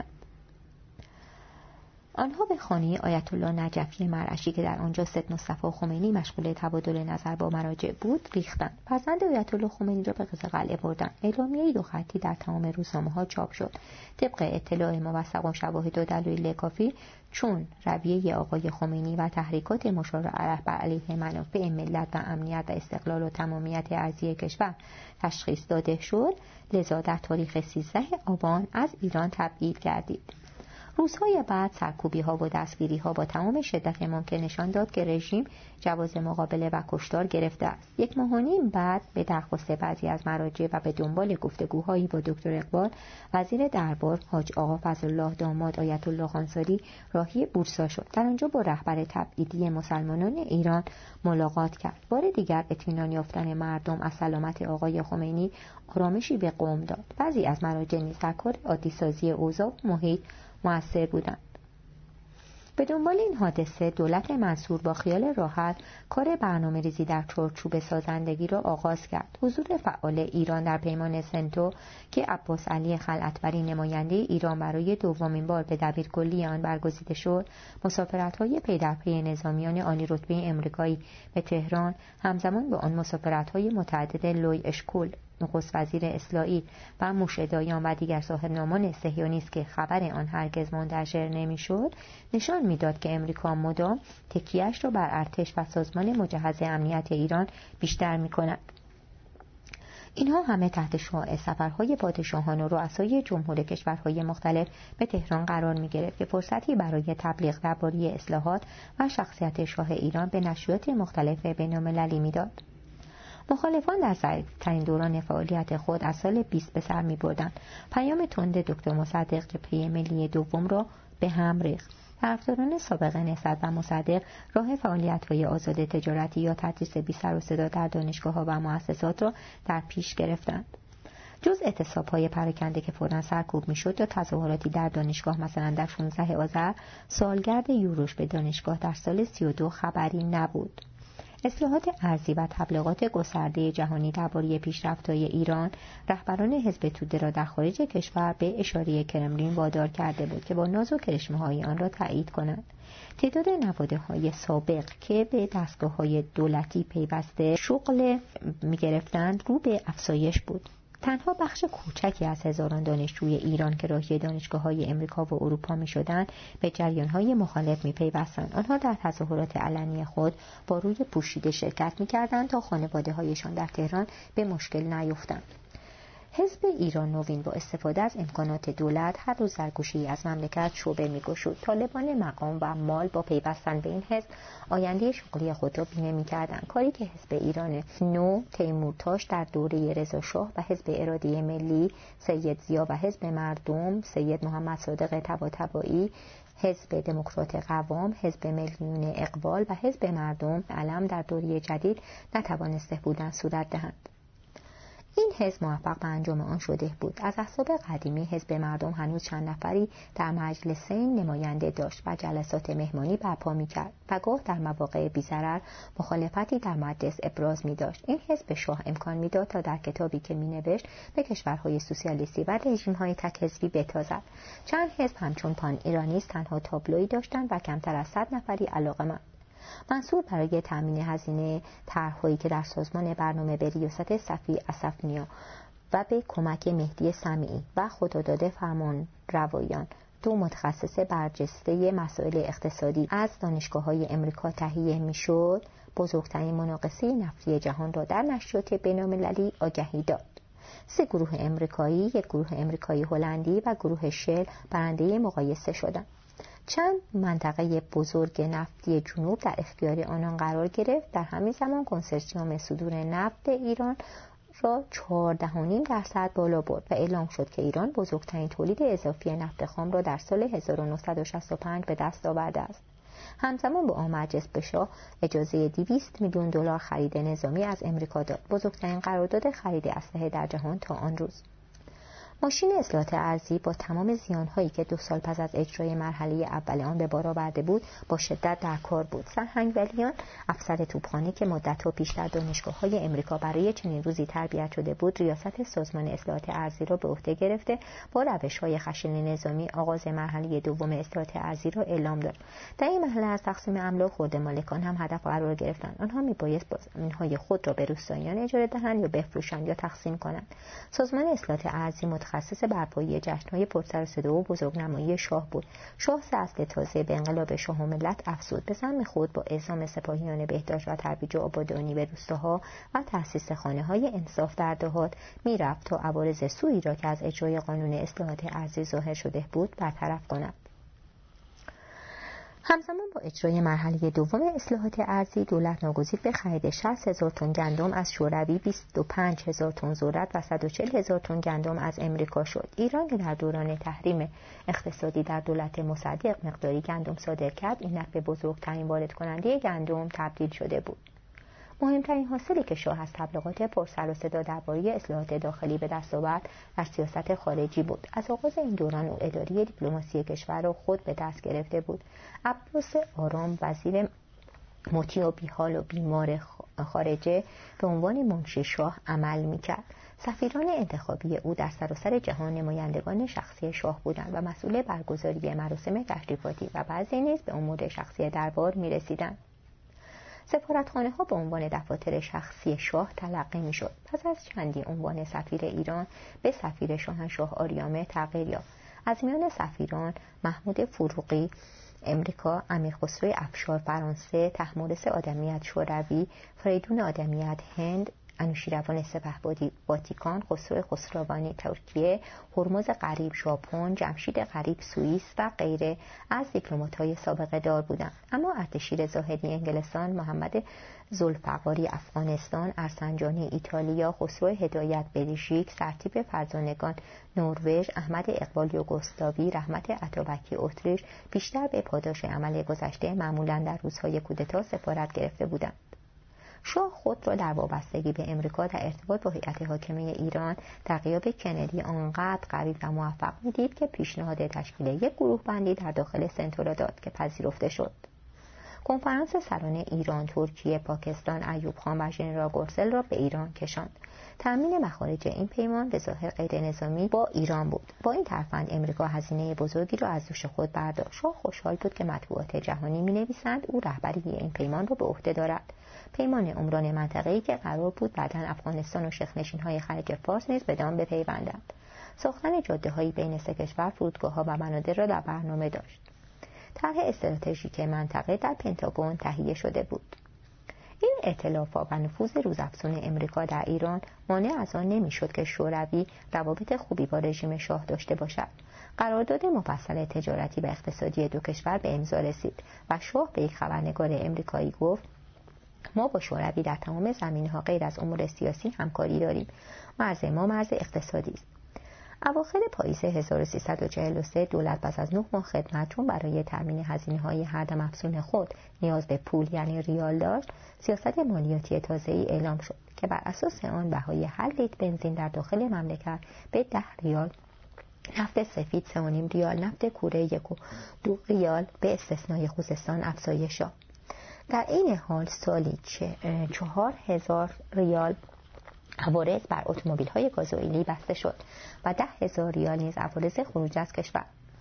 Speaker 2: آنها به خانه آیت الله نجفی مرعشی که در آنجا سید مصطفی خمینی مشغول تبادل نظر با مراجع بود ریختند. فرزند آیت الله خمینی را به قصر قلعه بردند. اعلامیه‌ای دو خطی در تمام روزنامه‌ها چاپ شد. طبق اطلاع موثق و شواهد و دلایل کافی، چون رویه آقای خمینی و تحریکات مشار بر علیه منافع ملت و امنیت و استقلال و تمامیت ارضی کشور تشخیص داده شد، لذا در تاریخ سیزده آبان از ایران تبعید گردید. روزهای بعد سرکوبی‌ها و دستگیری‌ها با تمام شدت ممکن نشان داد که رژیم جواز مقابله و کشتار گرفته است. یک ماه و نیم بعد به درخواست بعضی از مراجع و به دنبال گفتگوهایی با دکتر اقبال، وزیر دربار حاج آقا فضلالله داماد آیت الله خانساری راهی بورسا شد. در آنجا با رهبر تبعیدی مسلمانان ایران ملاقات کرد. بار دیگر اطمینان یافتن مردم از سلامت آقای خمینی آرامشی به قوم داد. بعضی از مراجع نیز در کار عادی‌سازی اوضاع و محیط مؤثر بودند. به دنبال این حادثه دولت منصور با خیال راحت کار برنامه ریزی در چارچوب سازندگی را آغاز کرد. حضور فعال ایران در پیمان سنتو که عباس علی خلعتبری نماینده ایران برای دومین بار به دبیرکلی آن برگزیده شد، مسافرت‌های پی در پی نظامیان عالی رتبه امریکایی به تهران، همزمان با آن مسافرت‌های متعدد لوی اشکول، نخست وزیر اسرائیل و موشدایان و دیگر صاحبنامان صهیونیست که خبر آن هرگز منتشر نمی‌شد، نشان می‌داد که امریکا مدام تکیه‌اش را بر ارتش و سازمان مجهز امنیت ایران بیشتر می‌کند. اینها همه تحت شعاع سفرهای پادشاهان و رؤسای جمهور کشورهای مختلف به تهران قرار می‌گرفت که فرصتی برای تبلیغ درباره اصلاحات و شخصیت شاه ایران به نشریات مختلف بین‌المللی می‌داد. مخالفان در ضعیف‌ترین دوران فعالیت خود از سال بیست به سر می‌بردند. پیام تند دکتر مصدق جبهه ملی دوم را به هم ریخت. طرفداران سابق نهضت و مصدق راه فعالیت‌های آزاد تجارتی یا تدریس بی سر و صدا در دانشگاه‌ها و مؤسسات را در پیش گرفتند. جز اعتصاب‌های پراکنده که فوراً سرکوب می‌شد یا تظاهراتی در دانشگاه، مثلا در شانزده آذر سالگرد یوروش به دانشگاه در سال سی و دو خبری نبود. اصلاحات ارضی و تبلیغات گسترده جهانی درباره پیشرفت‌های ایران رهبران حزب توده را در خارج کشور به اشاره کرملین وادار کرده بود که با ناز و کرشمه‌های آن را تایید کنند. تعداد نواده‌های سابق که به دستگاه‌های دولتی پیوسته شغل می‌گرفتند رو به افزایش بود. تنها بخش کوچکی از هزاران دانشجوی ایران که راهی دانشگاه‌های امریکا و اروپا می‌شدند به جریان‌های مخالف می‌پیوستند. آنها در تظاهرات علنی خود با روی پوشیده شرکت می‌کردند تا خانواده‌هایشان در تهران به مشکل نیفتند. حزب ایران نوین با استفاده از امکانات دولت هر روز در گوشه‌ای از مملکت شعبه می‌گشود. طالبان مقام و مال با پیوستن به این حزب آینده شغلی خود را بیمه می‌کردند، کاری که حزب ایران نو تیمورتاش در دوره رضا شاه و حزب اراده ملی سید ضیا و حزب مردم سید محمد صادق طباطبایی، حزب دموکرات قوام، حزب میلیون اقبال و حزب مردم علم در دوره جدید نتوانسته بودند صورت دهند. این حزب موفق به انجام آن شده بود. از احزاب قدیمی حزب مردم هنوز چند نفری در مجلسین نماینده داشت و جلسات مهمانی برپا می‌کرد و گاه در مواقع بی‌ضرر مخالفتی در مجلس ابراز می‌داشت. این حزب شاه امکان می‌داد تا در کتابی که می‌نوشت به کشورهای سوسیالیستی و رژیم‌های تک حزبی بتازد. چند حزب همچون پان ایرانیست تنها تابلویی داشتند و کمتر از صد نفری علاقه‌مند. منصور برای تامین هزینه طرح‌هایی که در سازمان برنامه به ریاست صفی اسفنیا و به کمک مهدی سمیعی و خداداد فرمان روایان، دو متخصص برجسته مسائل اقتصادی از دانشگاه‌های امریکا تهیه می‌شد، بزرگترین مناقصه نفتی جهان را در نشریات بین‌المللی آگهی داد. سه گروه امریکایی، یک گروه امریکایی هلندی و گروه شل برنده مقایسه شدند. چند منطقه بزرگ نفتی جنوب در اختیار آنان قرار گرفت. در همین زمان کنسرسیوم صدور نفت ایران را چهارده و نیم درصد بالا برد و اعلام شد که ایران بزرگترین تولید اضافی نفت خام را در سال هزار و نهصد و شصت و پنج به دست آورده است. همزمان با آن مجلس به شاه اجازه دویست میلیون دلار خرید نظامی از امریکا داد، بزرگترین قرارداد خرید اسلحه در جهان تا آن روز. ماشین اصلاحات ارضی با تمام زیان‌هایی که دو سال پس از اجرای مرحله اول آن به بار آورده بود با شدت در کار بود. سرهنگ ولیان، افسر توپخانه که مدت‌ها پیش در دانشگاه‌های امریکا برای چنین روزی تربیت شده بود، ریاست سازمان اصلاحات ارضی را به عهده گرفته با روش‌های خشن نظامی آغاز مرحله دوم اصلاحات ارضی را اعلام داد. در این مرحله از تقسیم املاک خود مالکان هم هدف قرار گرفتند. آنها می‌بایست با زمین‌های خود را به روستاییان اجاره دهند یا بفروشند یا تقسیم کنند. سازمان اصلاحات ارضی متخصص برپایی جشن‌های پرسر و صدا و بزرگنمایی شاه بود. شاه سه اصل تازه به انقلاب شاه و ملت افزود. به سهم خود با اعزام سپاهیان بهداشت و ترویج آبادانی به روستاها و تأسیس خانه‌های انصاف در دهات می‌رفت تا عوارض سوئی را که از اجرای قانون اصلاحات ارضی ظاهر شده بود برطرف کند. همزمان با اجرای مرحله دوم اصلاحات ارضی، دولت ناگزیر به خرید شصت هزار تن گندم از شوروی، بیست و پنج هزار تن ذرت و صد و چهل هزار تن گندم از امریکا شد. ایران که در دوران تحریم اقتصادی در دولت مصدق مقداری گندم صادر کرد، اینک به بزرگترین وارد کننده گندم تبدیل شده بود. مهمترین حاصلی که شاه از تبلیغات پرسر و صدا درباره اصلاحات داخلی به دست آورد در سیاست خارجی بود. از آغاز این دوران او اداره دیپلماسی کشور را خود به دست گرفته بود. عباس آرام، وزیر مطیع و بیحال و بیمار خارجه، به عنوان منشی شاه عمل می‌کرد. سفیران انتخابی او در سراسر جهان نمایندگان شخصی شاه بودند و مسئول برگزاری مراسم تشریفاتی و بعضی نیز به امور شخصی دربار می‌رسیدند. سفارتخانه ها به عنوان دفاتر شخصی شاه تلقی می شد. پس از چندی عنوان سفیر ایران به سفیر شاهنشاه آریامه تغییر یافت. از میان سفیران محمود فروغی امریکا، امیرخسرو افشار فرانسه، طهماسب آدمیت شوروی، فریدون آدمیت هند، انوشیروان سپهبدی واتیکان، خسرو خسروانی ترکیه، هرمز غریب ژاپن، جمشید غریب سوئیس و غیره از دیپلمات‌های سابقه دار بودند. اما اردشیر زاهدی انگلستان، محمد ذوالفقاری افغانستان، ارسنجانی ایتالیا، خسرو هدایت بلژیک، سرتیپ فرزانگان نروژ، احمد اقبال یوگسلاوی، رحمت عطابکی اتریش بیشتر به پاداش عمل گذشته معمولاً در روزهای کودتا سفارت گرفته بودند. شاه خود را در وابستگی به امریکا در ارتباط با هیئت حاکمه ایران در غیاب کندی آنقدر قوی و موفق می‌دید که پیشنهاد تشکیل یک گروه بندی در داخل سنتو را داد که پذیرفته شد. کنفرانس سران ایران، ترکیه، پاکستان، ایوب خان و ژنرال گورسل را به ایران کشاند. تامین مخارج این پیمان به ظاهر غیر نظامی با ایران بود. با این ترفند امریکا هزینه بزرگی را از دوش خود برداشت. شاه خوشحال بود که مطبوعات جهانی می‌نویسند او رهبری این پیمان را به عهده دارد. پیمان عمران منطقه‌ای که قرار بود بعداً افغانستان و شاخنشین‌های خلیج فارس نیز بدان بپیوندند. ساختن جاده‌هایی بین سه کشور، فرودگاه‌ها و بنادر را در برنامه داشت. طرح استراتژیک منطقه در پنتاگون تهیه شده بود. این ائتلاف‌ها و نفوذ روزافزون امریکا در ایران مانع از آن نمی‌شد که شوروی روابط خوبی با رژیم شاه داشته باشد. قرارداد مفصل تجارتی و اقتصادی دو کشور به امضا رسید و شاه به یک خبرنگار امریکایی گفت: ما با شوروی در تمام زمینه‌ها غیر از امور سیاسی همکاری داریم. مرز ما مرز اقتصادی است. اواخر پاییز هزار و سیصد و چهل و سه دولت پس از نه ماه خدمت، چون برای تامین هزینه‌های هر دم افزون خود نیاز به پول یعنی ریال داشت، سیاست مالیاتی تازه‌ای اعلام شد که بر اساس آن بهای هر لیتر بنزین در داخل مملکت به ده ریال، نفت سفید سه و نیم ریال، نفت کوره یک و دو ریال به استثنای خوزستان افزایش یافت. در این حال سالی چهار هزار ریال عوارض بر اتومبیل‌های گازوئیلی بسته شد و ده هزار ریال نیز عوارض خروج از کشور.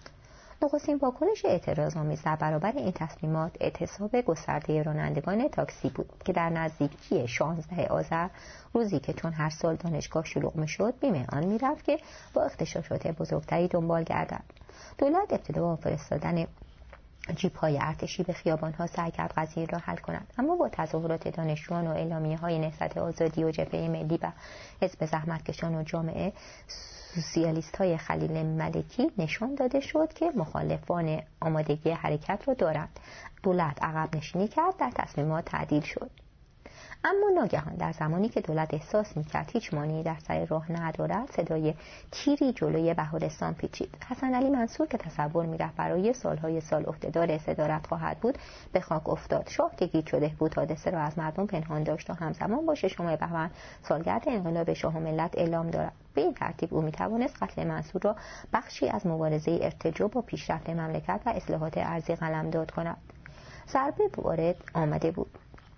Speaker 2: نخستین واکنش اعتراض‌آمیز در برابر این تصمیمات اعتصاب گسترده رانندگان تاکسی بود که در نزدیکی شانزده آذر، روزی که چون هر سال دانشگاه شلوغ می‌شد، بیم آن می‌رفت که با اغتشاشات بزرگتری دنبال گردد. دولت ابتدا با فرستادن جیپ‌های ارتشی به خیابان‌ها سعی کرد قضیه را حل کند، اما با تظاهرات دانشجویان و اعلامیه‌های نهضت آزادی و جبهه ملی و حزب زحمتکشان و جامعه سوسیالیست‌های خلیل ملکی نشان داده شد که مخالفان آمادگی حرکت را دارند. دولت عقب نشینی کرد، در تصمیمات تعدیل شد. اما ناگهان در زمانی که دولت احساس می‌کرد هیچ مانعی در سر راه ندارد، صدای تیری جلوی بهارستان پیچید. حسن علی منصور که تصور می‌رفت برای سالهای سال عهدهدار صدارت خواهد بود، به خاک افتاد. شاه که گیج شده بود حادثه را از مردم پنهان داشت تا همزمان با ششم بهمن سالگرد انقلاب شاه و ملت اعلام دارد. به این ترتیب او می‌توانست قتل منصور را بخشی از مبارزه ارتجاع با پیشرفت مملکت و اصلاحات ارضی قلمداد کند. ضربه وارد آمده بود.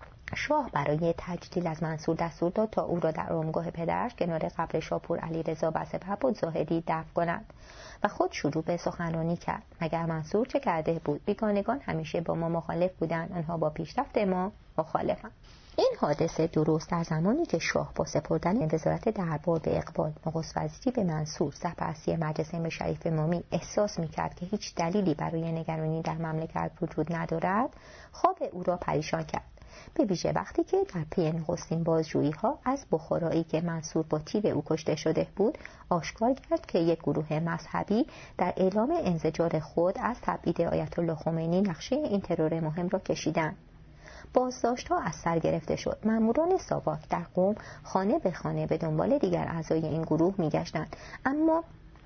Speaker 2: شاه برای تجدید از منصور دستور داد تا او را در آرامگاه پدرش کنار قبر شاپور علیرضا و سپهبد زاهدی دفن کند و خود شروع به سخنرانی کرد. مگر منصور چه کرده بود؟ بیگانگان همیشه با ما مخالف بودند، آنها با پیشرفت ما مخالفند. این حادثه درست در زمانی که شاه با سپردن وزارت دربار به اقبال، نخست وزیری به منصور، سرپرستی مجلس امام شریف امامی احساس می‌کرد که هیچ دلیلی برای نگرانی در مملکت وجود ندارد، خواب او را پریشان کرد. به ویژه وقتی که در پی نخستین بازجویی‌ها از بخارایی که منصور با تیر او کشته شده بود آشکار کرد که یک گروه مذهبی در اعلام انزجار خود از تبعید آیت الله خمینی نقشه این ترور مهم را کشیدند. بازداشت‌ها از سر گرفته شد. ماموران ساواک در قم خانه به خانه به دنبال دیگر اعضای این گروه می‌گشتند، اما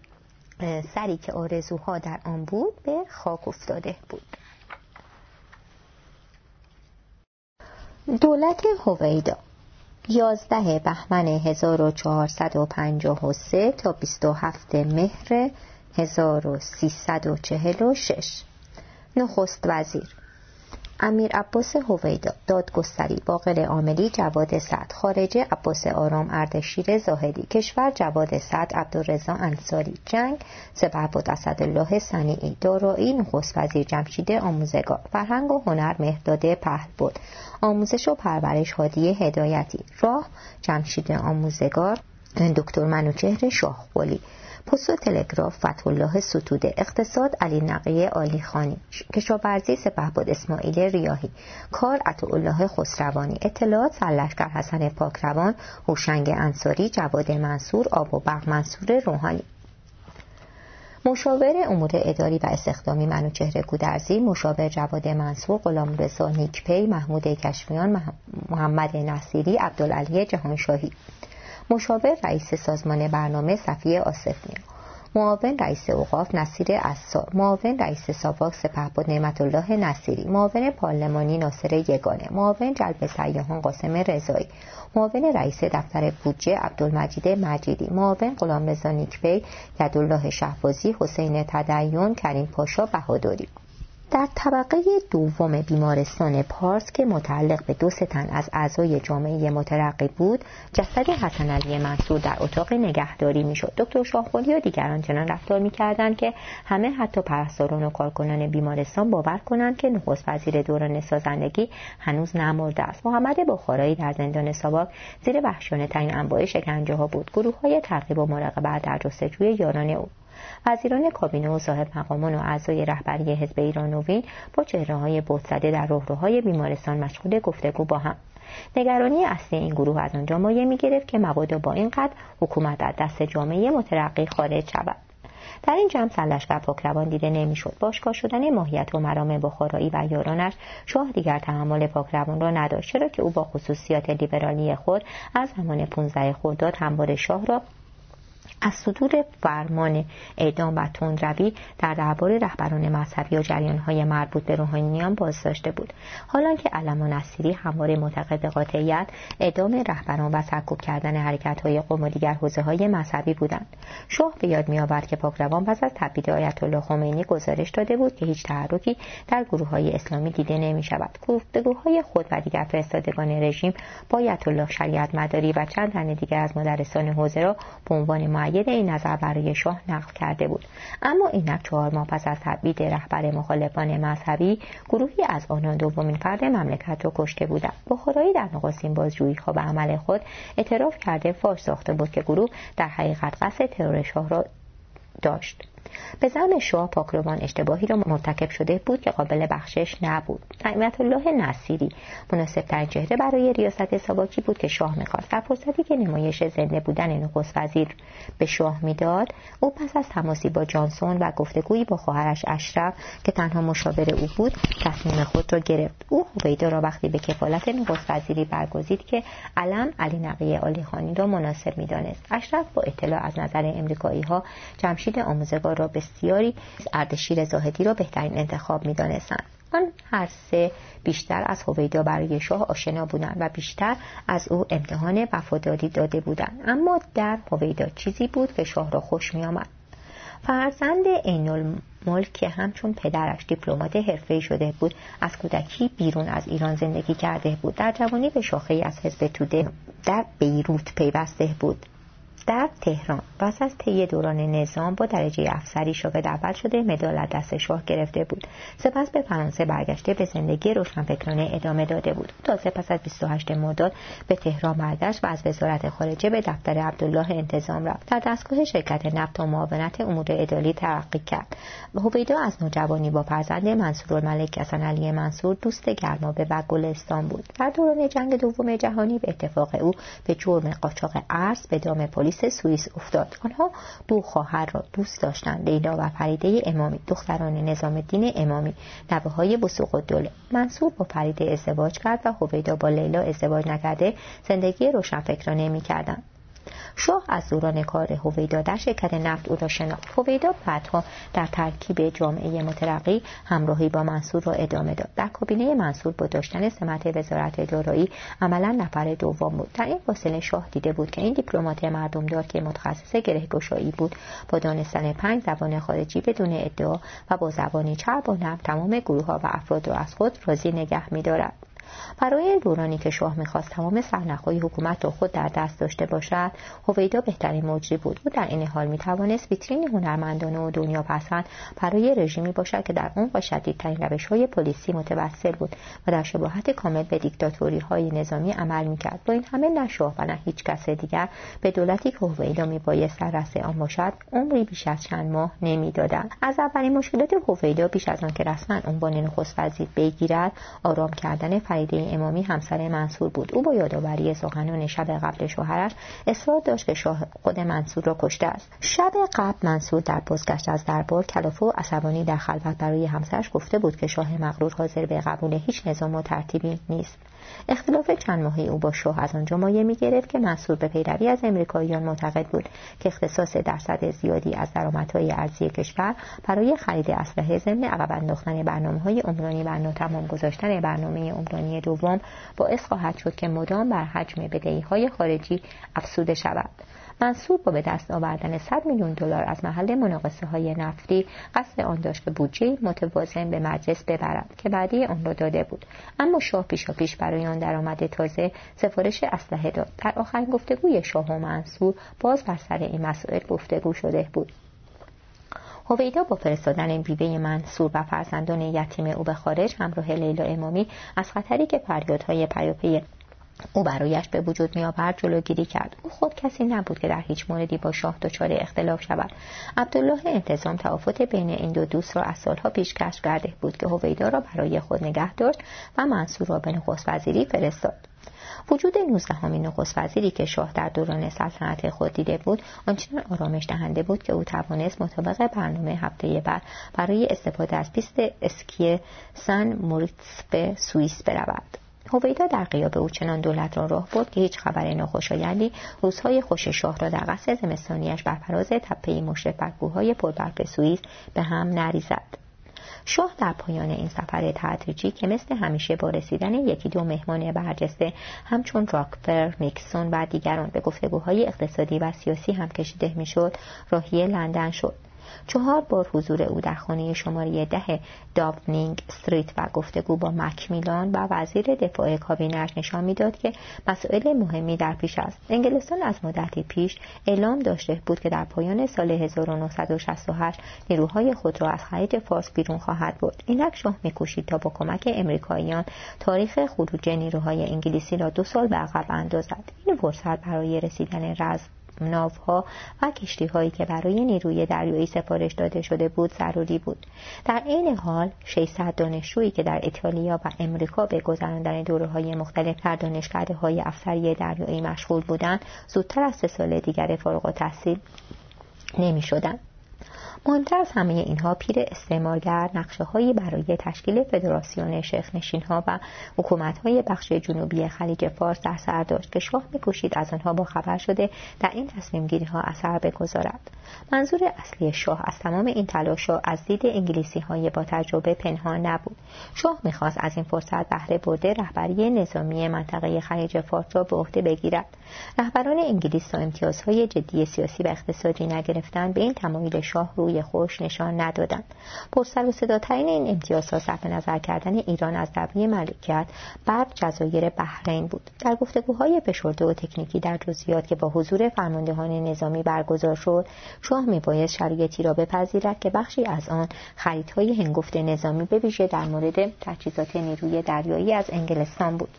Speaker 2: سری که آرزوها در آن بود به خاک افتاده بود. دولت هویدا یازده بهمن هزار و چهارصد و پنجاه و سه تا بیست و هفتم مهر هزار و سیصد و چهل و شش. نخست وزیر امیر عباس هویدا، دادگستری باقر عاملی جواد سعد، خارجه عباس آرام اردشیر زاهدی، کشور جواد سعد عبدالرضا انصاری، جنگ سپهبد اسدالله صنیعی، دارایی نخست وزیر جمشید آموزگار، فرهنگ و هنر مهرداد پهلبد، آموزش و پرورش هادی هدایتی، راه جمشید آموزگار، دکتر منوچهر شاهقلی، پست و تلگراف فتح الله ستوده، اقتصاد علی نقی عالیخانی، کشاورزی سپهبد اسماعیل ریاحی، کار عطاالله خسروانی، اطلاعات سرلشکر حسن پاکروان، هوشنگ انصاری، جواد منصور، آب و برق منصور روحانی. مشاور امور اداری و استخدامی منوچهر گودرزی، مشاور جواد منصور، غلامرضا نیکپی، محمود کشمیان، محمد نصیری، عبدالعلی جهانشاهی. مشاور رئیس سازمان برنامه صفیه آصفیان، معاون رئیس اوقاف نصیر عصار، معاون رئیس ساواک سپهبد نعمت الله نصیری، معاون پارلمانی ناصر یگانه، معاون جلب سیاحان قاسم رضایی، معاون رئیس دفتر بودجه عبدالمجید مجیدی، معاون غلامرضا نیکپی، یدالله شهبازی، حسین تدین، کریم پاشا بهادری. در طبقه دوم بیمارستان پارس که متعلق به دو تن از اعضای جامعه مترقی بود، جسد حسن علی منصور در اتاق نگهداری میشد. دکتر شاهقلی و دیگران چنان رفتار میکردند که همه، حتی پرستاران و کارکنان بیمارستان، باور کنند که نخست وزیر دوران سازندگی هنوز نمرده است. محمد بخارایی در زندان ساواک زیر وحشیانه ترین انواع شکنجه ها بود. گروه های تعقیب و مراقبت در جستجوی یاران او. وزیران کابینه و صاحب مقامان و اعضای رهبری حزب ایران نوین با چهره‌های بت‌زده در راهروهای بیمارستان مشغول گفتگو با هم. نگرانی اصلی این گروه از آنجا مایه می‌گرفت که مبادا با این قدر حکومت از دست جامعه مترقی خارج شود. در این جمع سرلشکر پاکروان دیده نمی‌شد. باشگاه شدن ماهیت و مرام بخارایی و یارانش شاه دیگر تحمل پاکروان را نداشت، چرا که او با خصوصیات لیبرالی خود از زمان پانزده خرداد همواره شاه را از صدور فرمان اعدام و تندروی در دربار رهبران مذهبی و جریان‌های مربوط به روحانیان بازداشته بود، حالا که علم و نصیری همواره معتقد به قاطعیت اعدام رهبران و سرکوب کردن حرکت‌های قم و دیگر حوزه‌های مذهبی بودند. شاه به یاد می‌آورد که پاکروان پس از تبعید آیت الله خمینی گزارش داده بود که هیچ تحرکی در گروه‌های اسلامی دیده نمی‌شود. گفتگوهای خود و دیگر فرستادگان رژیم با آیت الله شریعت مداری و چند تن دیگر از مدرسان حوزه را به عنوان مؤید این نظر برای شاه نقل کرده بود. اما اینک چهار ماه پس از تبعید رهبر مخالفان مذهبی، گروهی از آنان دومین فرد مملکت را کشته بودند. بخارایی در نخستین بازجویی‌ها به عمل خود اعتراف کرده فاش ساخته بود که گروه در حقیقت قصد ترور شاه را داشت. به زعم شاه پاکروان اشتباهی را مرتکب شده بود که قابل بخشش نبود. نعمت الله نصیری مناسب‌ترین چهره برای ریاست ساواکی بود که شاه می‌خواست. در فرصتی که نمایش زنده بودن نخست وزیر به شاه میداد، او پس از تماسی با جانسون و گفتگویی با خواهرش اشرف که تنها مشاور او بود، تصمیم خود را گرفت. او هویدا را وقتی به کفالت نخست وزیری برگزید که علم علی نقی عالیخانی را مناسب می‌دانست. اشرف با اطلاع از نظر امریکایی‌ها جمشید آموزگار را بسیاری اردشیر زاهدی را بهترین انتخاب می‌دانستند. آن هر سه بیشتر از هویدا برای شاه آشنا بودند و بیشتر از او امتحان وفاداری داده بودند، اما در هویدا چیزی بود که شاه را خوش می‌آمد. فرزند عین‌الملک که همچون پدرش دیپلمات حرفه‌ای شده بود، از کودکی بیرون از ایران زندگی کرده بود. در جوانی به شاخه‌ای از حزب توده در بیروت پیوسته بود. در تهران پس از طی دوران نظام با درجه افسری شاگرد اول شده مدال از دست شاه گرفته بود. سپس به فرانسه برگشته به زندگی روشنفکرانه ادامه داده بود. تازه پس از بیست و هشتم مرداد به تهران برگشت و از وزارت خارجه به دفتر عبدالله انتظام رفت. در دستگاه شرکت نفت و معاونت امور اداری ترقی کرد. هویدا از نوجوانی با فرزند منصورالملک حسن علی منصور دوست گرمابه و گلستان بود. در دوران جنگ دوم جهانی به اتفاق او به جرم قاچاق ارز به دام پلیس سوئیس افتاد. آنها دو خواهر را دوست داشتند، لیلا و فریده امامی، دختران نظام الدین امامی، نوه‌های بسوق‌الدوله. منصور با فریده ازدواج کرد و هویدا با لیلا ازدواج نکرده زندگی روشنفکرانه می‌کردند. شاه از دوران کار هویدا در شرکت نفت او را شناخت. هویدا بعدها در ترکیب جامعه مترقی همراهی با منصور را ادامه داد. در کابینه منصور با داشتن سمت وزارت دارایی عملا نفر دوم بود. در این فاصله شاه دیده بود که این دیپلمات مردمدار که متخصص گره‌گشایی بود، با دانستن پنج زبان خارجی بدون ادعا و با زبانی چرب و نرم تمام گروه‌ها و افراد را از خود راضی نگه می‌دارد. برای دورانی که شاه می‌خواست تمام سرنخ‌های حکومت را خود در دست داشته باشد، هویدا بهترین مجری بود. او در این حال می‌توانست ویترین هنرمندانه و دنیا پسند برای رژیمی باشد که در عمق و شدیدترین روش‌های پلیسی متوسل بود و در شباهت کامل به دیکتاتوری‌های نظامی عمل می‌کرد. با این همه نه شاه و نه هیچ کس دیگر به دولتی که هویدا می‌بایست سررأس آن باشد عمری بیش از چند ماه نمی‌دادند. از اولین مشکلات هویدا بیش از آن که رسما عنوان نخست وزیر بگیرد، آرام کردن فریده امامی همسر منصور بود. او با یادآوری سخنان شب قبل شوهرش اصرار داشت که شاه خود منصور را کشته است. شب قبل منصور در بازگشت از دربار کلافه و عصبانی در خلوت برای همسرش گفته بود که شاه مغرور حاضر به قبول هیچ نظام و ترتیبی نیست. اختلاف چند ماهه او با شاه از آنجا مایه می‌گرفت که منصور به پیروی از امریکاییان معتقد بود که اختصاص درصد زیادی از درآمدهای ارزی کشور برای خرید اسلحه ضمن عقب انداختن برنامه‌های عمرانی و ناتمام گذاشتن برنامه عمرانی دوم باعث خواهد شد که مدام بر حجم بدهی‌های خارجی افزوده شود. منصور با به دست آوردن صد میلیون دلار از محل مناقصه‌های نفتی قصد آن داشت که بودجه متوازن به مجلس ببرد که وعده آن را داده بود، اما شاه پیشاپیش برای آن درآمد تازه سفارش اسلحه داد. در آخرین گفتگوی شاه و منصور باز بر سر این مسائل گفتگو شده بود. هویدا با فرستادن بیوه منصور و فرزندان یتیم او به خارج همراه لیلا امامی از خطری که فریادهای پیاپی او برایش به وجود می آورد جلوگیری کرد. او خود کسی نبود که در هیچ موردی با شاه دچار اختلاف شود. عبدالله انتظام توافت بین این دو دوست را از سالها پیش کشف کرده بود که هویدا را برای خود نگه داشت و منصور را به نخست وزیری فرستاد. وجود نوزدهمین نخست وزیری که شاه در دوران سلطنت خود دیده بود آنچنان آرامش دهنده بود که او توانست مطابق برنامه هفته بعد برای استفاده از پیست اسکی سن موریتس به سوئیس برود. هویدا در غیاب او چنان دولت را راه برد که هیچ خبر ناخوشایندی روزهای خوش شاه را در قصر زمستانیش بر فراز تپه‌ای مشرف بر کوههای پربرف سوئیس به هم نریزد. شاه در پایان این سفر تدریجی که مثل همیشه با رسیدن یکی دو مهمان برجسته همچون راکفلر، نیکسون و دیگران به گفتگوهای اقتصادی و سیاسی هم کشیده میشد، راهی لندن شد. چهار بار حضور او در خانه شماره ده داونینگ استریت و گفتگو با مکمیلان و وزیر دفاع کابینه‌اش نشان میداد که مسائل مهمی در پیش است. انگلستان از مدتی پیش اعلام داشته بود که در پایان سال هزار و نهصد و شصت و هشت نیروهای خود را از خلیج فارس بیرون خواهد برد. اینک شاه می‌کوشید تا با کمک امریکاییان تاریخ خروج نیروهای انگلیسی را دو سال به عقب اندازد. این فرصت برای رسیدن رزم ناوها و کشتی‌هایی که برای نیروی دریایی سفارش داده شده بود ضروری بود. در این حال ششصد دانشجویی که در ایتالیا و امریکا به گذراندن دوره‌های مختلف در دانشکده‌های افسری دریایی مشغول بودند، زودتر از سه سال دیگر فارغ التحصیل نمی‌شدند. مهمتر از همه اینها پیر استعمارگر نقشه‌هایی برای تشکیل فدراسیون شیخ‌نشین‌ها و حکومت‌های بخش جنوبی خلیج فارس در سر داشت که شاه می‌کوشید از آنها با خبر شده در این تصمیم‌گیری‌ها اثر بگذارد. منظور اصلی شاه از تمام این تلاش‌ها از دید انگلیسی‌های با تجربه پنهان نبود. شاه می‌خواست از این فرصت بهره برده رهبری نظامی منطقه خلیج فارس را به عهده بگیرد. رهبران انگلیس تا امتیازهای جدی سیاسی و اقتصادی نگرفتند به این تمایل شاه روی خوش نشان ندادند. پرسر و صداترین این امتیازها صرف نظر کردن ایران از دعوی ملکیت بر جزایر بحرین بود. در گفتگوهای فشرده و تکنیکی در جزئیات که با حضور فرماندهان نظامی برگزار شد، شاه میبایست شرایطی را بپذیرد که بخشی از آن خریدهای هنگفت نظامی به ویژه در مورد تجهیزات نیروی دریایی از انگلستان بود.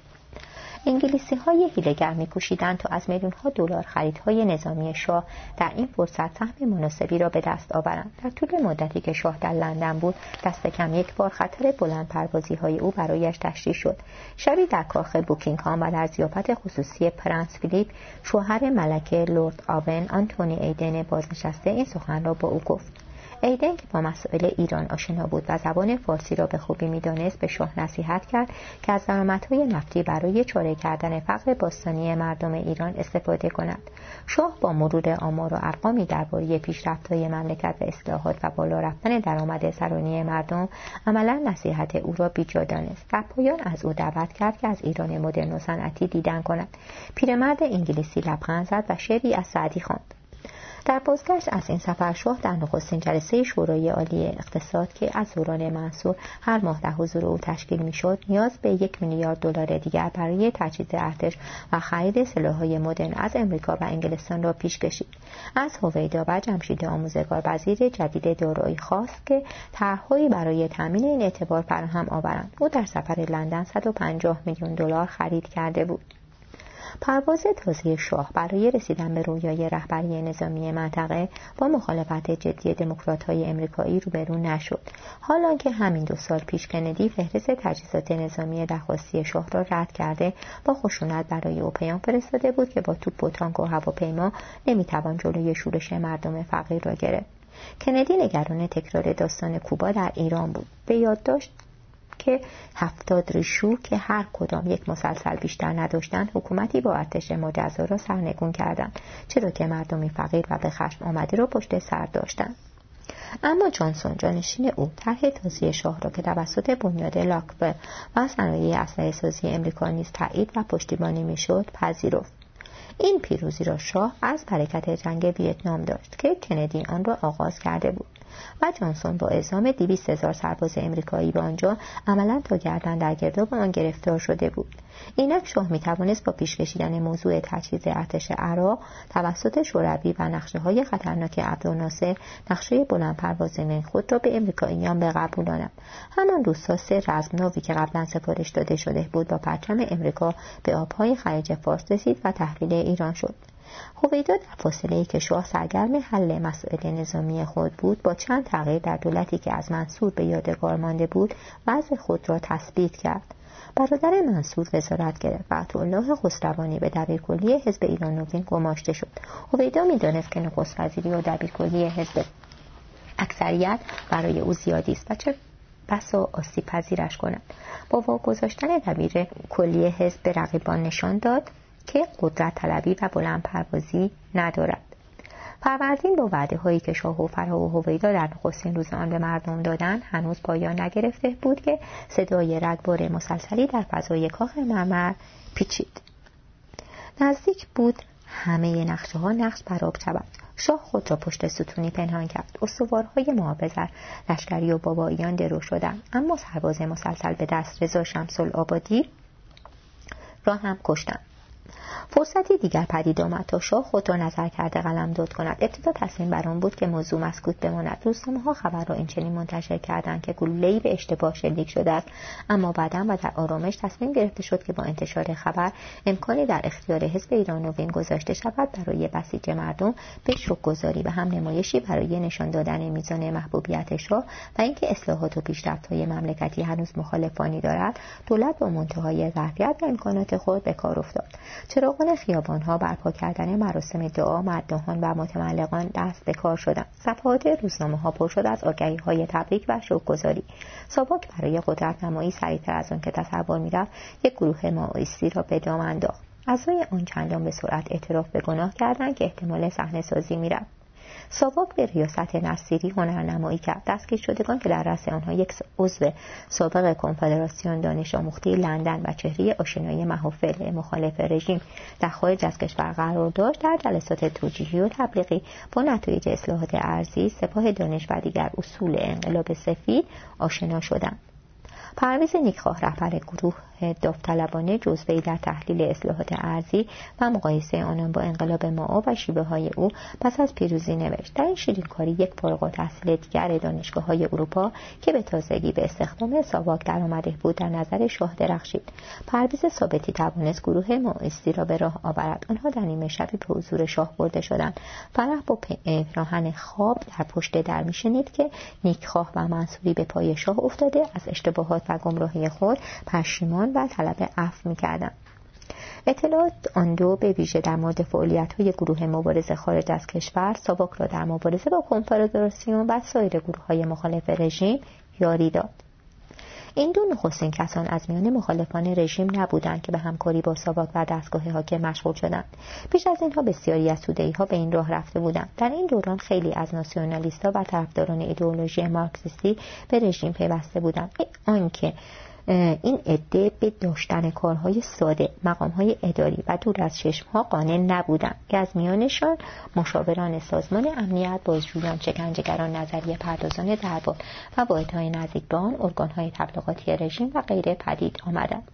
Speaker 2: انگلیسی‌های حیله‌گر می‌کوشیدند تا از میلیون‌ها دلار خریدهای نظامی شاه در این فرصت سهم مناسبی را به دست آورند. در طول مدتی که شاه در لندن بود، دست کم یک بار خطر بلند پروازی‌های او برایش تشریح شد. شبی در کاخ بوکینگهام و در ضیافت خصوصی پرنس فیلیپ، شوهر ملکه لرد آون، آنتونی ایدن بازنشسته، این سخن را با او گفت. ایدن که با مسائل ایران آشنا بود و زبان فارسی را به خوبی می‌دانست، به شاه نصیحت کرد که از درآمدهای نفتی برای چاره کردن فقر باستانی مردم ایران استفاده کند. شاه با مرور آمار و ارقامی درباره پیشرفت‌های مملکت و اصلاحات و بالا رفتن درآمد سرانی مردم عملاً نصیحت او را بیجا دانست. در پایان از او دعوت کرد که از ایران مدرن و صنعتی دیدن کند. پیرمرد انگلیسی لبخند زد و شعری از سعدی خواند. در بازگشت از این سفر شاه در نخستین جلسه شورای عالی اقتصاد که از دوران منصور هر ماه در حضور او تشکیل میشد، نیاز به یک میلیارد دلار دیگر برای تجهیز ارتش و خرید سلاح‌های مدرن از امریکا و انگلستان را پیش کشید. از هویدا و جمشید آموزگار وزیر جدید دارایی خواست که طرح‌هایی برای تامین این اعتبار فراهم آورند. او در سفر لندن صد و پنجاه میلیون دلار خرید کرده بود. پرواز تازه شاه برای رسیدن به رویای رهبری نظامی منطقه با مخالفت جدی دموکرات‌های امریکایی روبرو نشد، حالانکه همین دو سال پیش کندی فهرست تجهیزات نظامی درخواستی شاه را رد کرده با خشونت برای او پیام فرستاده بود که با توپ و تانک و هواپیما نمیتوان جلوی شورش مردم فقیر را گرفت. کندی نگران تکرار داستان کوبا در ایران بود. به یاد داشت که هفتاد ریشو که هر کدام یک مسلسل بیشتر نداشتند، حکومتی با ارتش مجزا را سرنگون کردند، چرا که مردمی فقیر و به خشم آمده را پشت سر داشتند. اما جانسون جانشین او طرح تازه شاه را که توسط بنیاد لاکفل و صنایع اسلحه سازی امریکا نیز تایید و پشتیبانی میشد پذیرفت. این پیروزی را شاه از برکت جنگ ویتنام داشت که کندی آن را آغاز کرده بود و جانسون با اعزام دویست هزار سرباز امریکایی به آنجا عملاً تا گردن در گرداب آن گرفتار شده بود. اینک شاه می توانست با پیش کشیدن موضوع تجهیز ارتش عراق توسط شوروی و نقشه‌های خطرناک عبدالناصر نقشه بلند پروازانه خود را به امریکاییان بقبولاند. همان روزها سه رزمناوی که قبلا سفارش داده شده بود با پرچم امریکا به آبهای خلیج فارس رسید و تحویل ایران شد. هویدا در فاصله‌ای که شاه سرگرم حل مسائل نظامی خود بود، با چند تغییر در دولتی که از منصور به یادگار مانده بود وضع خود را تثبیت کرد. برادر منصور وزارت گرفت و عطاالله خسروانی به دبیرکلی حزب ایران نوین گماشته شد. هویدا می‌دانست که نخست وزیری و دبیرکلی حزب اکثریت برای او زیادی است و چه بسا آسیب پذیرش کنند. با واگذاشتن دبیر کلی حزب به رقیبان نشان داد که قدرت طلبی و بلند پروازی ندارد. فروردین با وعده هایی که شاه و فرها و هویدا در نخستین روز آن به مردم دادند هنوز پایان نگرفته بود که صدای رگبار مسلسلی در فضای کاخ مرمر پیچید. نزدیک بود همه نقشه ها نقش برآب شود. شاه خود را پشت ستونی پنهان کرد. استوارهای محافظ لشکری و باباییان درو شدند، اما سرباز مسلسل به دست رضا شمس الآبادی را هم کشتند. فرصتی دیگر پدید آمد تا شاه خود را نظر کرده قلمداد کند. ابتدا تصمیم بر آن بود که موضوع مسکوت بماند. روزنامه‌ها خبر را اینچنین منتشر کردند که گلوله‌ای به اشتباه شلیک شده است، اما بعداً و در آرامش تصمیم گرفته شد که با انتشار خبر امکانی در اختیار حزب ایرانوین گذاشته شود برای بسیج مردم به شکرگزاری و هم نمایشی برای نشان دادن میزان محبوبیت شاه و اینکه اصلاحات و پیشرفت‌های مملکتی هنوز مخالفانی دارد. دولت با منتهای ظرفیت و امکانات خود به کار افتاد. چراغان خیابان‌ها، برپا کردن مراسم دعا، مداحان و متملقان دست به کار شدند. صفحات روزنامه‌ها پر شد از آگهی‌های تبریک و شکرگزاری. ساواک برای قدرت نمایی سریعتر از آن که تصور می‌رفت یک گروه مائویستی را به دام انداخت. اعضای آن چندان به سرعت اعتراف به گناه کردند که احتمال صحنه‌سازی می‌رفت. ساواک به ریاست نصیری هنرنمایی کرد. دستگیر شدگان که در رأس آنها یک عضو سابق کنفدراسیون دانش آموخته لندن و چهره آشنای محافل مخالف رژیم در خارج از کشور قرار داشت، در جلسات توجیهی و تبلیغی با نتایج اصلاحات ارضی، سپاه دانش و دیگر اصول انقلاب سفید آشنا شدند. پرویز نیکخواه رهبر گروه داوطلبانه جزوه‌ای در تحلیل اصلاحات ارضی و مقایسه آنان با انقلاب مائو و شیوه‌های او پس از پیروزی نوشت. در این شیرینکاری یک فارغ التحصیل دیگر دانشگاه‌های اروپا که به تازگی به استخدام ساواک درآمده بود در نظر شاه درخشید. پرویز ثابتی توانست گروه مائویستی را به راه آورد. آنها در نیمه شبی به حضور شاه برده شدند. فرح با پیراهن خواب در پشت در می‌شنید که نیکخواه و منصوری به پای شاه افتاده از اشتباهات و گمراهی خود پشیمان و طلب عفو می‌کردند. اطلاعات آن دو به ویژه در مورد فعالیت‌های گروه مبارزه خارج از کشور، ساواک را در مبارزه با کنفدراسیون و سایر گروه‌های مخالف رژیم یاری داد. این دو نخستین کسان از میان مخالفان رژیم نبودند که به همکاری با ساواک و دستگاه حاکم مشغول شدند. پیش از اینها بسیاری از توده‌ای‌ها به این راه رفته بودند. در این دوران خیلی از ناسیونالیست‌ها و طرفداران ایدئولوژی مارکسیستی به رژیم پیوسته بودند. آنکه این عده به داشتن کارهای ساده، مقامهای اداری و دور از چشمها قانع نبودند که از میانشان مشاوران سازمان امنیت، بازجویان، شکنجهگران، نظریه پردازان دربار و واحدهای نزدیک به آن ارگانهای تبلیغاتی رژیم و غیره پدید آمدند.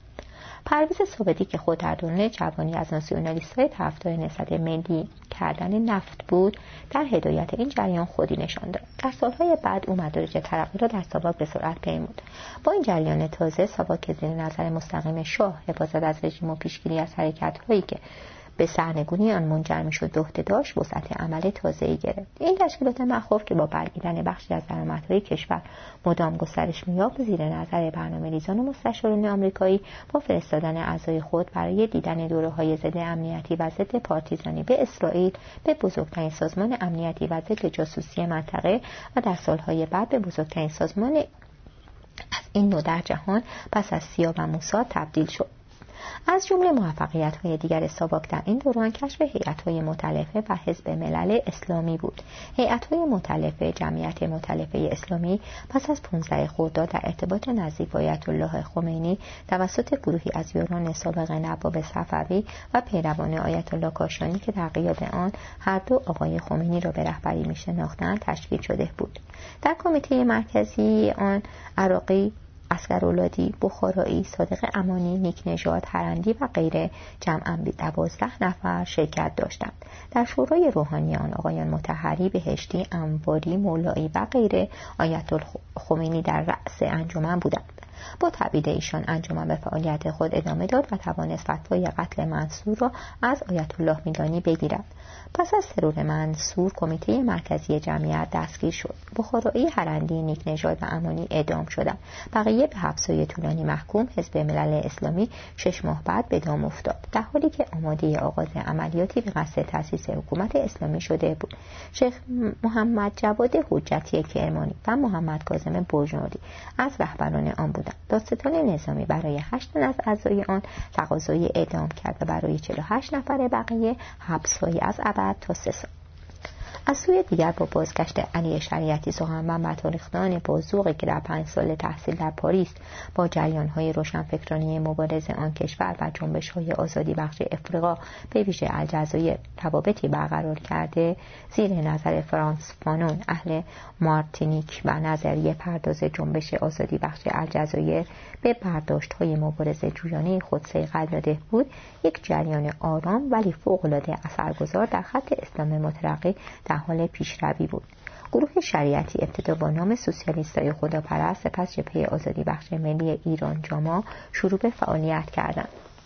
Speaker 2: پرویز ثابتی که خود در دوران جوانی از ناسیونالیست‌های طرفدار نهضت ملی کردن نفت بود، در هدایت این جریان خودی نشان داد. در سالهای بعد او مدارج ترقی را در ساواک به سرعت پیمود. با این جریان تازه، ساواک زیر نظر مستقیم شاه حفاظت از رژیم و پیشگیری از حرکت‌هایی که به سرنگونی آن منجر می‌شد عهده داشت، وسعت عمل تازه‌ای گرفت. این تشکیلات مخوف که با برگیرن بخشی از درآمدهای کشور مدام گسترش می‌یافت، زیر نظر برنامه‌ریزان و مستشاران آمریکایی با فرستادن اعضای خود برای دیدن دوره‌های ضد امنیتی و ضد پارتیزانی به اسرائیل، به بزرگترین سازمان امنیتی و ضد جاسوسی منطقه و در سالهای بعد به بزرگترین سازمان از این نوع در جهان پس از سیا و موساد تبدیل شد. از جمله موفقیت‌های دیگر ساواک در این دوران کشف هیئت‌های مؤتلفه و حزب ملل اسلامی بود. هیئت‌های مؤتلفه جمعیت مؤتلفه اسلامی پس از پانزده خرداد در ارتباط نزدیک با آیت الله خمینی توسط گروهی از یاران سابق نواب صفوی و پیروان آیت الله کاشانی که در غیاب آن هر دو آقای خمینی را به رهبری می‌شناختند تشکیل شده بود. در کمیته مرکزی آن عراقی، عسکرولادی، بخارایی، صادق امانی، نیک نژاد، هرندی و غیره جمعاً به دوازده نفر شرکت داشتند. در شورای روحانیان آقایان مطهری، بهشتی، انواری، مولایی و غیره آیت الله خمینی در رأس انجمن بودند. با تبعید ایشان انجمن به فعالیت خود ادامه داد و توانست فتوای قتل منصور را از آیت الله میدانی بگیرد. پس از ترور منصور کمیته مرکزی جمعیت دستگیر شد. بخارایی، هرندی، نیک نژاد و امانی اعدام شدند. بقیه به حبس‌های طولانی محکوم. حزب ملل اسلامی شش ماه بعد به دام افتاد، در حالی که آماده آغاز عملیاتی به قصد تأسیس حکومت اسلامی شده بود. شیخ محمد جواد حجتی کرمانی و محمد کاظم برجنوردی از رهبران آن بودند. دادستان نظامی برای هشت تن از اعضای آن تقاضای اعدام کرد و برای چهل و هشت نفر بقیه حبس‌های از ابد تا سه سال. از سوی دیگر با بازگشت علی شریعتی سخنور و تاریخدان بازوقی که در پنج سال تحصیل در پاریس با جریان‌های روشنفکرانه مبارز آن کشور و جنبش‌های آزادی بخش افریقا به ویژه الجزایر روابطی برقرار کرده، زیر نظر فرانس فانون اهل مارتینیک و نظریه پرداز جنبش آزادی بخش الجزایر به برداشت‌های مبارزه جویانه خود صیقل داده بود، یک جریان آرام ولی فوق‌العاده اثرگذار در خط اسلام مترقی در حال پیشروی بود. گروه شریعتی ابتدا با نام سوسیالیستای خداپرست، سپس جبهه آزادی بخش ملی ایران جاما شروع به فعالیت کردند.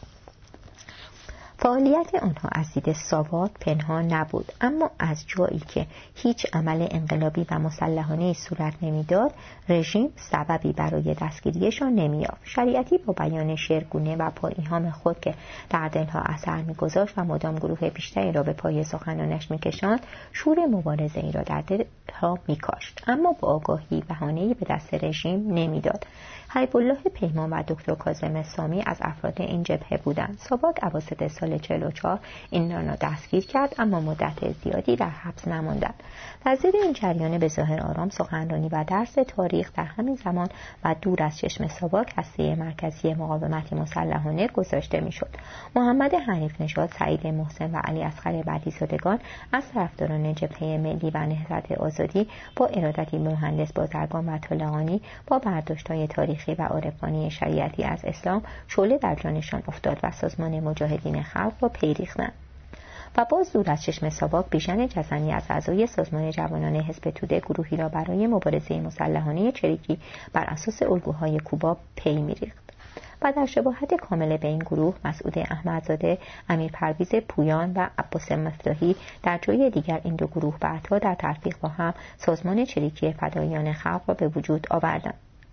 Speaker 2: فعالیت آنها از دید ساواک پنهان نبود، اما از جایی که هیچ عمل انقلابی و مسلحانه‌ای صورت نمی‌داد، رژیم سببی برای دستگیریشان نمی‌یافت. شریعتی با بیان شعرگونه و با ایهام خود که در دلها اثر می‌گذاشت و مدام گروه بیشتری را به پای سخنانش می‌کشاند، شور مبارزه ای را در دلها می‌کاشت، اما با آگاهی بهانه‌ای به دست رژیم نمی‌داد. حبیب الله پیمان و دکتر کاظم سامی از افراد این جبهه بودند. ساواک اواسط سال چهل و چهار اینان را دستگیر کرد، اما مدت زیادی در حبس نماندند. در زیر این جریان به ظاهر آرام سخنرانی و درس تاریخ در همین زمان و دور از چشم ساواک هسته مرکزی مقاومت مسلحانه گذاشته میشد. محمد حنیف نژاد، سعید محسن و علی اصغر بعدیزادگان از طرفداران جبهه ملی و نهضت آزادی با ارادتی مهندس بازرگان و طالقانی با برداشت‌های تاریخی و عرفانی شریعتی از اسلام شعله در جانشان افتاد و سازمان مجاهدین خلق را پی ریختند. و باز دور از چشم ساواک بیژن جزنی از اعضای سازمان جوانان حزب توده گروهی را برای مبارزه مسلحانه چریکی بر اساس الگوهای کوبا پی می‌ریخت. و در شباهت کامل به این گروه مسعود احمدزاده، امیر پرویز پویان و عباس مفتاحی در جای دیگر این دو گروه بعدها در تلفیق با هم سازمان چریکی فداییان خلق را به وجود آوردند.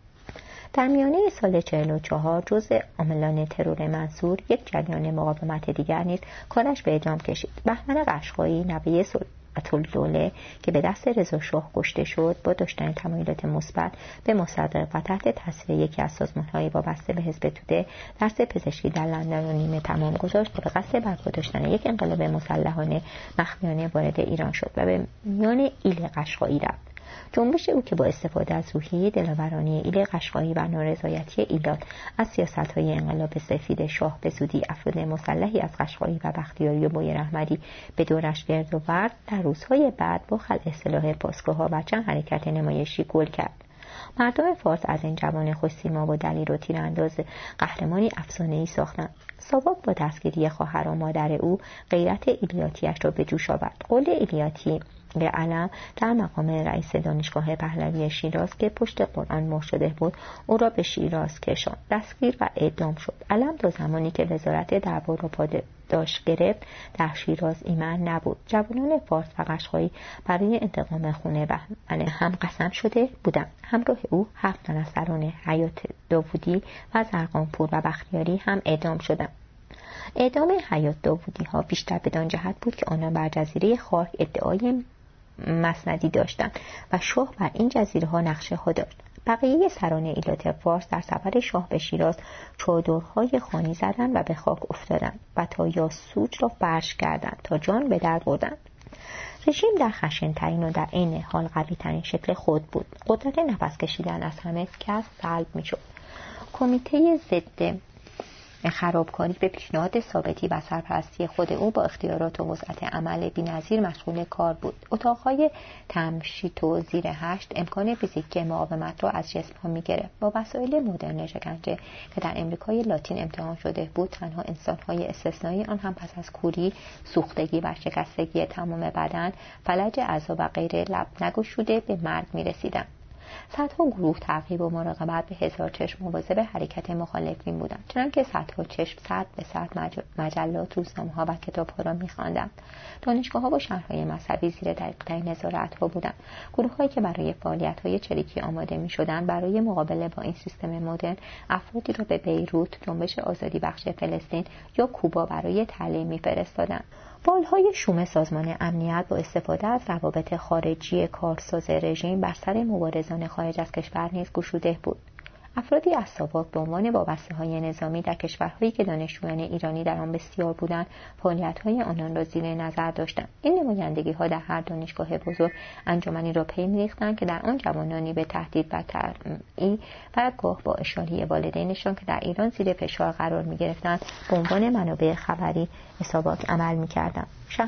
Speaker 2: در میانه سال چهل و چهار جزء عاملان ترور منصور یک جریان مقاومت دیگر نیز کارش به اعدام کشید. بهمن قشقایی، نوه سلطن‌الدوله که به دست رضا شاه کشته شد، با داشتن تمایلات مثبت به مصدق و تحت تاثیر یکی از سازمان‌های وابسته به حزب توده درس پزشکی در لندن را نیمه تمام گذاشت و به قصد برپا داشتن یک انقلاب مسلحانه مخفیانه وارد ایران شد و به میان ایل قشقایی رفت. جنبش او که با استفاده از روحیه دلاورانه ایل قشقایی و نارضایتی ایلات از سیاست‌های انقلاب سفید شاه به زودی افراد مسلحی از قشقایی و بختیاری و بویراحمدی به دورش گرد آورد، در روزهای بعد با خلع سلاح پاسگاه‌ها و چند حرکت نمایشی گل کرد. مردم فارس از این جوان خوش‌سیما و دلیر و تیرانداز قهرمانی افسانه‌ای ساختند. ساواک با دستگیری خواهر و مادر او غیرت ایلیاتیش را به جوش آورد. قول ایلیاتی به علم در مقام رئیس دانشگاه پهلوی شیراز که پشت قرآن مهر شده بود او را به شیراز کشاند. دستگیر و اعدام شد. علم تا زمانی که وزارت دربار را پاداش گرفت در شیراز ایمن نبود. جوانان فارس و قشقایی برای انتقام خون بهمن هم قسم شده بودند. همراه او هفت تن از سران حیات داوودی و زرقانپور و بختیاری هم اعدام شدند. اعدام حیات داوودی ها بیشتر بدان جهت بود که آنها بر جزیره خاک ادعای مسندی داشتند و شاه بر این جزیره ها نقشه ها داشت. بقیه سران ایلات فارس در سفر شاه به شیراز چادرهای خانی زدند و به خاک افتادند و تا یاسوج را فرش کردند تا جان به در بردند. رژیم در خشن‌ترین و در عین حال قوی‌ترین شکل خود بود. قدرت نفس کشیدن از همه کس سلب می‌شد. کمیته ضد خرابکاری به پیشنهاد ثابتی و سرپرستی خود او با اختیارات و وسعت عمل بی‌نظیر مشغول کار بود. اتاق‌های تمشیط و زیر هشت امکان فیزیکی مقاومت را از جسم‌ها می‌گرفت. با وسایل مدرن شکنجه که در امریکای لاتین امتحان شده بود، تنها انسان‌های استثنایی آن هم پس از کوری، سوختگی و شکستگی تمام بدن، فلج اعضا و غیر لب نگشوده به مرگ می‌رسیدند. صدها گروه تعقیب و مراقبت به هزار چشم مواظب حرکت مخالفین بودند، چنانکه صدها چشم صد به صد مجلات، روزنامه‌ها و کتاب‌ها را می‌خواندند. دانشگاه‌ها و شهرهای مذهبی زیر دقیق‌ترین نظارت‌ها بودند. گروه‌هایی که برای فعالیت‌های چریکی آماده می‌شدند برای مقابله با این سیستم مدرن افرادی را به بیروت، جنبش آزادی بخش فلسطین یا کوبا برای تعلیم می‌فرستادند. بالهای شوم سازمان امنیت با استفاده از روابط خارجی کارساز رژیم بر سر مبارزان خارج از کشور نیز گشوده بود. افرادی از ساواک به عنوان وابسته‌های نظامی در کشورهایی که دانشجویان ایرانی در آن بسیار بودند، فعالیت‌های آنان را زیر نظر داشتند. این نمایندگی‌ها در هر دانشگاه بزرگ انجمنی را پی می‌ریختند که در آن جوانانی به تهدید و ترعی و گاه با اشاره والدینشان که در ایران زیر فشار قرار می‌گرفتند به عنوان منابع خبری ساواک عمل می‌کردند.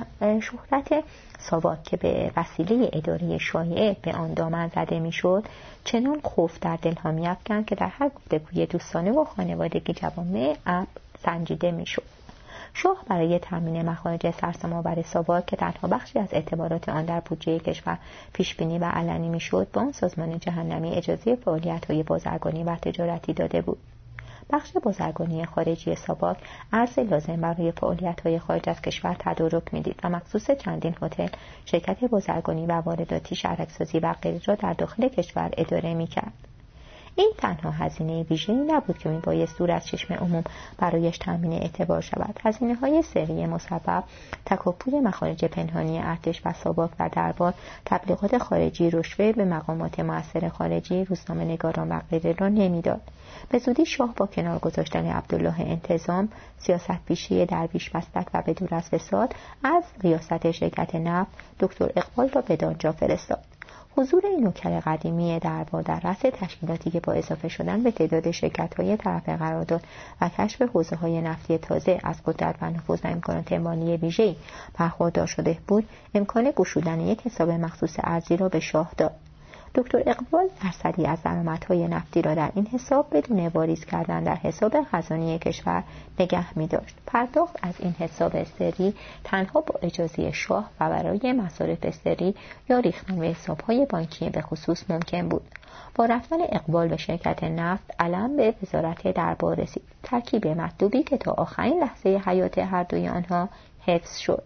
Speaker 2: شهرت ساواک که به وسیله اداره شایعه به آن دامن زده میشد چنان خوف در دلها می‌افکند که در هر گفتگوی دوستانه و خانوادگی جوامع اب سنجیده میشد. شاه برای تامین مخارج سرسام‌آور ساواک که تنها بخشی از اعتبارات آن در بودجه کشور پیش بینی و علنی میشد، با آن سازمان جهنمی اجازه فعالیت‌های بازرگانی و تجارتی داده بود. بخش بازرگانی خارجی ساواک ارز لازم برای فعالیت‌های خارج از کشور تدارک می‌دید و مخصوص چندین هتل، شرکت بازرگانی و وارداتی، شهرک‌سازی و غیره را در داخل کشور اداره می‌کرد. این تنها هزینه ویژه‌ای نبود که میبایست دور از چشم عموم برایش تامین اعتبار شود. هزینه‌های سری مسبب، تکاپوی مخارج پنهانی ارتش و ساواک و دربار، تبلیغات خارجی، رشوه به مقامات مؤثر خارجی، روزنامه‌نگاران و غیره را نمیداد. به زودی شاه با کنار گذاشتن عبدالله انتظام، سیاست پیشی درویش مسلک و به دور از فساد، از ریاست شرکت نفت دکتر اقبال را به دانجا فرستاد. حضور این نوکر قدیمی دربار در رأس تشکیلاتی که با اضافه شدن به تعداد شرکت‌های طرف قرارداد و کشف حوزه‌های نفتی تازه از قدرت و نفوذ و امکانات مالی ویژه‌ای برخوردار شده بود، امکان گشودن یک حساب مخصوص ارزی را به شاه داد. دکتر اقبال درصدی از درآمدهای نفتی را در این حساب بدون واریز کردن در حساب خزانه کشور نگه می‌داشت. پرداخت از این حساب سری تنها با اجازه شاه و برای مصارف سری یا ریختن به حساب‌های بانکی به خصوص ممکن بود. با رفتن اقبال به شرکت نفت، علم به وزارت دربار رسید. ترکیب مطلوبی که تا آخرین لحظه حیات هر دوی آنها حفظ شد.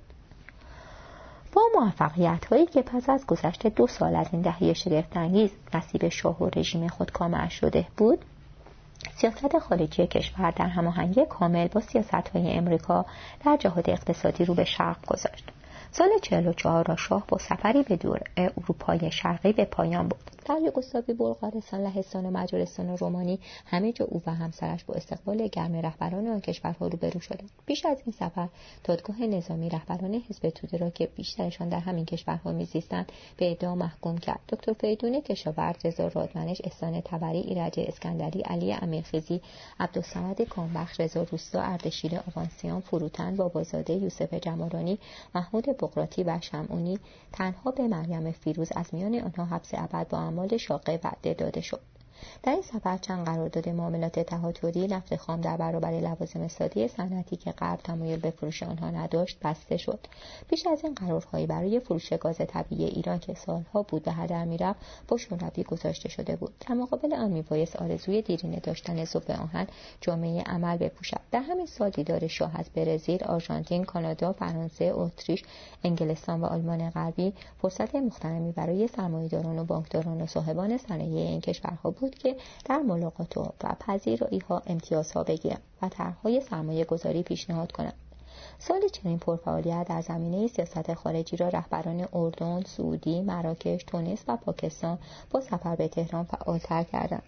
Speaker 2: با موفقیت‌هایی که پس از گذشت دو سال از این دهه شگفت‌انگیز نصیب شاه و رژیم خود کامل شده بود، سیاست خارجی کشور در هماهنگی کامل با سیاست‌های امریکا در جهاد اقتصادی رو به شرق گذاشت. سال چهل و چهار را شاه با سفری به دور اروپای شرقی به پایان برد. در یوگسلاوی، بلغارستان، لهستان و مجارستان و رومانی همه جا او و همسرش با استقبال گرم رهبران آن کشورها روبرو شدند. پیش از این سفر دادگاه نظامی رهبران حزب توده را که بیشترشان در همین کشورها میزیستند به اعدام محکوم کرد. دکتر فریدون کشاورز، رضا رادمنش، احسان طبری، ایرج اسکندری، علی امیرخیزی، عبدالصمد کامبخش، رضا روستا، اردشیر آوانسیان، فروتن، بابازاده، یوسف جمارانی، محمود بقراطی و شمعونی تنها به مریم فیروز از میان آنها حبس ابد با اعمال شاقه وعده داده شد. در این سفر چند قرارداد معاملات تهاتری، نفت خام در برابر لوازم ساده صنعتی که غرب تمایل به فروش آنها نداشت بسته شد. پیش از این قرارهایی برای فروش گاز طبیعی ایران که سالها بود به هدر میرفت با شوروی گذاشته شده بود. در مقابل آن میبایست آرزوی دیرینه داشتن ذوب آهن جامعه عمل بپوشد. در همین سال دیدار شاه از برزیل، آرژانتین، کانادا، فرانسه، اتریش، انگلستان و آلمان غربی فرصت مغتنمی برای سرمایه‌داران و بانکداران و صاحبان صنایع این کشورها بود که در ملاقات و پذیرایی‌ها امتیازها بگیرند و طرح‌های سرمایه گذاری پیشنهاد کنند. سالی چنین پرفعالیت در زمینه سیاست خارجی را رهبران اردن، سعودی، مراکش، تونس و پاکستان با سفر به تهران فعال‌تر کردند.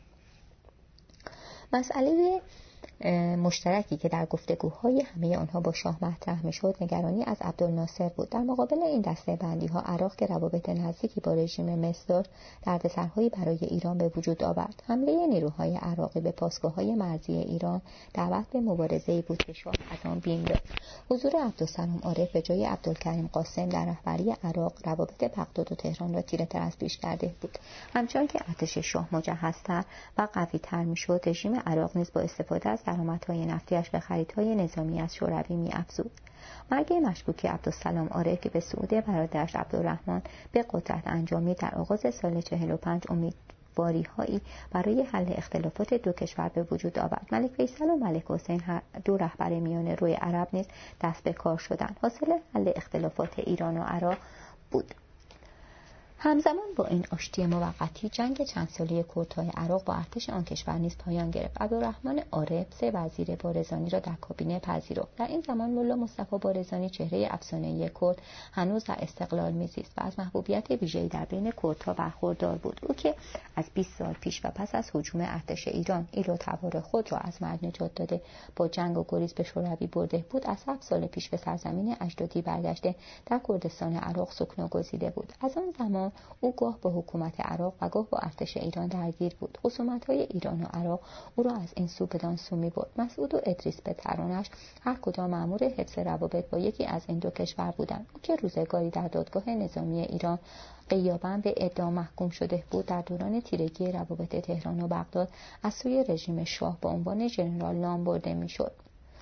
Speaker 2: مسئله مشترکی که در گفتگوهای همه آنها با شاه مطرح میشد نگرانی از عبدالناصر بود. در مقابل این دسته بندی ها عراق که روابط نزدیکی با رژیم مصر داشت دردسرهایی برای ایران به وجود آورد. حمله نیروهای عراقی به پاسگاه‌های مرزی ایران دعوت به مبارزه‌ای بود که شاه از آن بیم داشت. حضور عبدالسلام عارف به جای عبدالکریم قاسم در رهبری عراق روابط بغداد و تهران را تیره تر از پیش کرده بود. همچنان که ارتش شاه مجهزتر و قوی‌تر میشد، رژیم عراق نیز با استفاده از درآمدهای نفتیش به خریدهای نظامی از شوروی می‌افزود. مرگ مشکوک عبدالسلام عارف که به صعود برادرش عبدالرحمن به قدرت انجامی در آغاز سال چهل و پنج امید واری‌هایی برای حل اختلافات دو کشور به وجود آورد. ملک فیصل و ملک حسین دو رهبر میان روی عرب نیز دست به کار شدند. حاصل حل اختلافات ایران و عراق بود. همزمان با این آشتی موقتی جنگ چند ساله کردهای عراق با ارتش آن کشور نیز پایان گرفت. عبدالرحمن عارف سه وزیر بارزانی را در کابینه پذیرفت. در این زمان ملا مصطفی بارزانی چهره افسانه‌ای کرد هنوز در استقلال میزیست و از محبوبیت ویژه‌ای در بین کردها برخوردار بود. او که از بیست سال پیش و پس از هجوم ارتش ایران ایل و تبار خود را از مرگ نجات داده با جنگ و گریز به شوروی برده بود، از هفت سال پیش به سرزمین اجدادی برگشته در کردستان عراق سکونت گزیده بود. از آن زمان او گاه با حکومت عراق و گاه با ارتش ایران درگیر بود. خصومت‌های ایران و عراق او را از این سو بدان سو می‌برد. مسعود و ادریس پسرانش هر کدام مأمور حفظ روابط با یکی از این دو کشور بودند. او که روزگاری در دادگاه نظامی ایران غیاباً به اعدام محکوم شده بود، در دوران تیرگی روابط تهران و بغداد از سوی رژیم شاه با عنوان ژنرال نام برده می‌شد.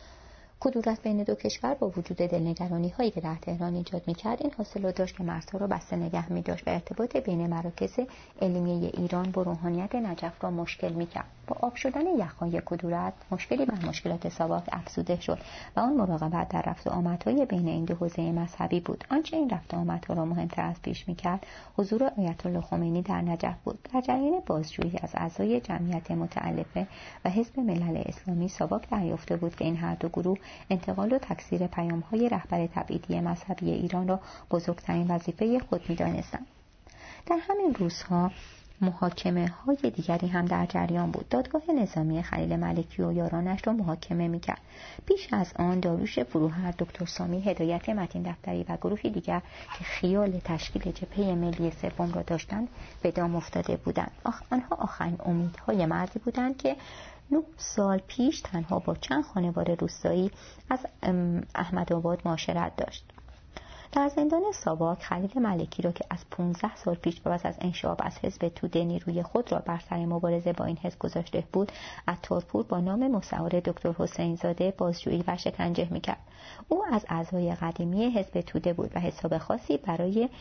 Speaker 2: کدورت بین دو کشور با وجود دلنگرانی هایی که در تهران ایجاد می‌کرد، این حاصل را داشت که مرزها را بسته نگه می‌داشت و ارتباط بین مراکز علمیه ایران با روحانیت نجف را مشکل می‌کرد. با آب شدن یخ‌های کدورت مشکلی بر مشکلات ساواک افزوده شد و آن مراقبت در رفت و آمدهای بین این دو حوزه مذهبی بود. آنچه این رفت و آمدها را مهمتر از پیش می‌کرد حضور آیت الله خمینی در نجف بود. در جریان بازجویی از اعضای جمعیت متألفه و حزب ملل اسلامی، ساواک دریافته بود که این هر دو گروه انتقال و تکثیر پیام‌های رهبر تبعیدی مذهبی ایران را بزرگترین وظیفه خود می‌دانستند. در همین روزها محاکمه های دیگری هم در جریان بود. دادگاه نظامی خلیل ملکی و یارانش را محاکمه می‌کرد. پیش از آن داریوش فروهر، دکتر سامی هدایت متین دفتری و گروهی دیگر که خیال تشکیل جبهه ملی سوم را داشتند به دام افتاده بودند. آخ آنها آخرین امیدهای مردی بودند که نه سال پیش تنها با چند خانواده روستایی از احمدآباد معاشرت داشت. در زندان ساواک خلیل ملکی را که از پانزده سال پیش پس از انشعاب از حزب توده نیروی خود را بر سر مبارزه با این حزب گذاشته بود، عطارپور با نام مستعار دکتر حسین زاده بازجویی و شکنجه می‌کرد. او از اعضای قدیمی حزب توده بود و حساب خاصی برای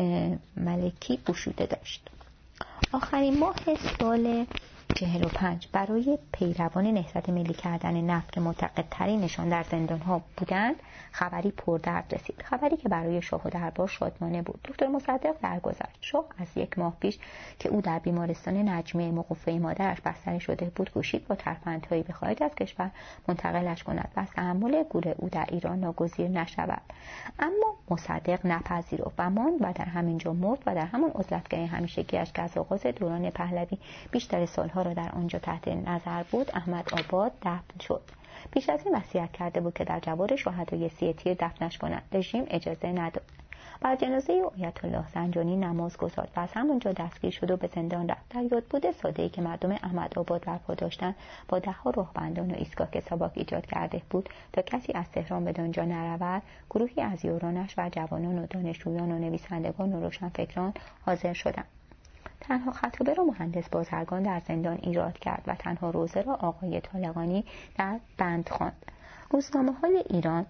Speaker 2: ملکی گشوده داشت. آخرین ماه سال چهل و پنج برای پیروان نهضت ملی کردن نفت که معتقدترینشان در زندان‌ها بودند خبری پردرد رسید. خبری که برای شاه و دربار شادمانه بود. دکتر مصدق درگذشت. شاه از یک ماه پیش که او در بیمارستان نجمیه مقفه مادرش بستری شده بود کوشید با ترفندهایی به خارج از کشور منتقلش کند و از تحمل گور او در ایران ناگزیر نشود. اما مصدق نپذیرفت و ماند و در همینجا مرد و در همون عزلتگاه همیشگی‌اش که از آغاز دوران پهلوی بیشتر سالها را در آنجا تحت نظر بود احمدآباد دفن شد. پیش از این وصیت کرده بود که در جوار شهدای سی تیر دفنش کنند. رژیم اجازه نداد. بر جنازه آیت الله زنجانی نماز گذارد و از همونجا دستگیر شد و به زندان رفت. در یادبود ساده‌ای که مردم احمدآباد برپا داشتند با ده‌ها راهبندان و ایستگاه که ساواک ایجاد کرده بود تا کسی از تهران به آنجا نرود، گروهی از یارانش و جوانان و دانشجویان و نویسندگان و روشنفکران حاضر شدند. تنها خطابه را مهندس بازرگان در زندان ایراد کرد و تنها روزه را آقای طالقانی در بند خواند. روزنامه‌های ایران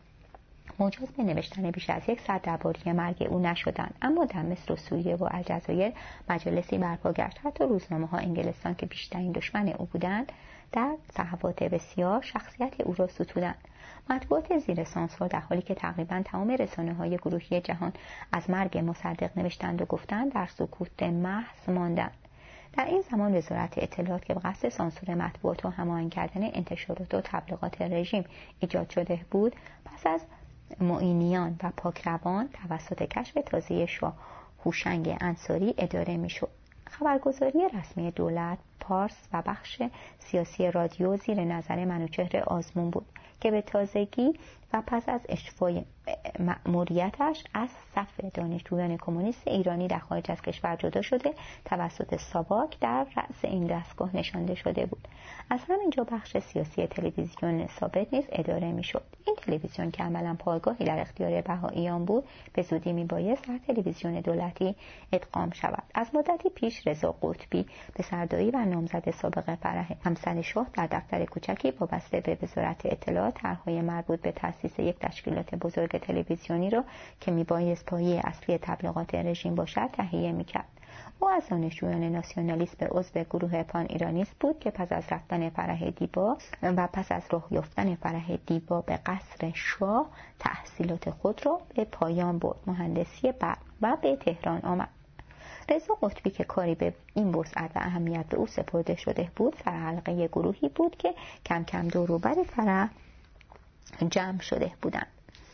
Speaker 2: مجاز به نوشتن بیش از یک صد درباره مرگ او نشدند، اما در مصر و سوریه و الجزایر مجالسی برپا گشت. حتی روزنامه‌ها انگلستان که بیشترین دشمن او بودند در صحوات بسیار شخصیت او را ستودند. مطبوعات زیر سانسور در حالی که تقریبا تمام رسانه‌های گروهی جهان از مرگ مصدق نوشتند و گفتند در سکوت محض ماندند. در این زمان وزارت اطلاعات که به قصد سانسور مطبوعات و هماهنگ کردن انتشارات و تبلیغات رژیم ایجاد شده بود، پس از معینیان و پاکروان توسط کشف تازه شاه هوشنگ انصاری اداره می‌شد. خبرگزاری رسمی دولت، پارس و بخش سیاسی رادیو زیر نظر منوچهر آزمون بود که به تازگی و پس از اشفای مأموریتش از صف دانشجویان کمونیست ایرانی در خارج از کشور جدا شده توسط ساواک در رأس این دستگاه نشانده شده بود. از همینجا بخش سیاسی تلویزیون ثابت نیز اداره میشد. این تلویزیون که عملاً پایگاهی در اختیار بهائیان بود به زودی میبایست در تلویزیون دولتی ادغام شود. از مدتی پیش رضا قطبی به سردایی و نامزد سابق فرح همسر شاه در دفتر کوچکی وابسته به وزارت اطلاعات طرح‌های مربوط به تأسیس یک تشکیلات بزرگ تلویزیونی را که میبایست پایه اصلی تبلیغات رژیم باشد تهیه میکرد. او از دانشجویان ناسیونالیست به عضو گروه پان ایرانیست بود که پس از رفتن فرح دیبا و پس از راه یافتن فرح دیبا به قصر شاه تحصیلات خود را به پایان برد. مهندسی برق و به تهران آمد. رضا قطبی که کاری به این وسعت و اهمیت به او سپرده شده بود، سرحلقه گروهی بود که کم کم دور و بر فرح جمع شده بودند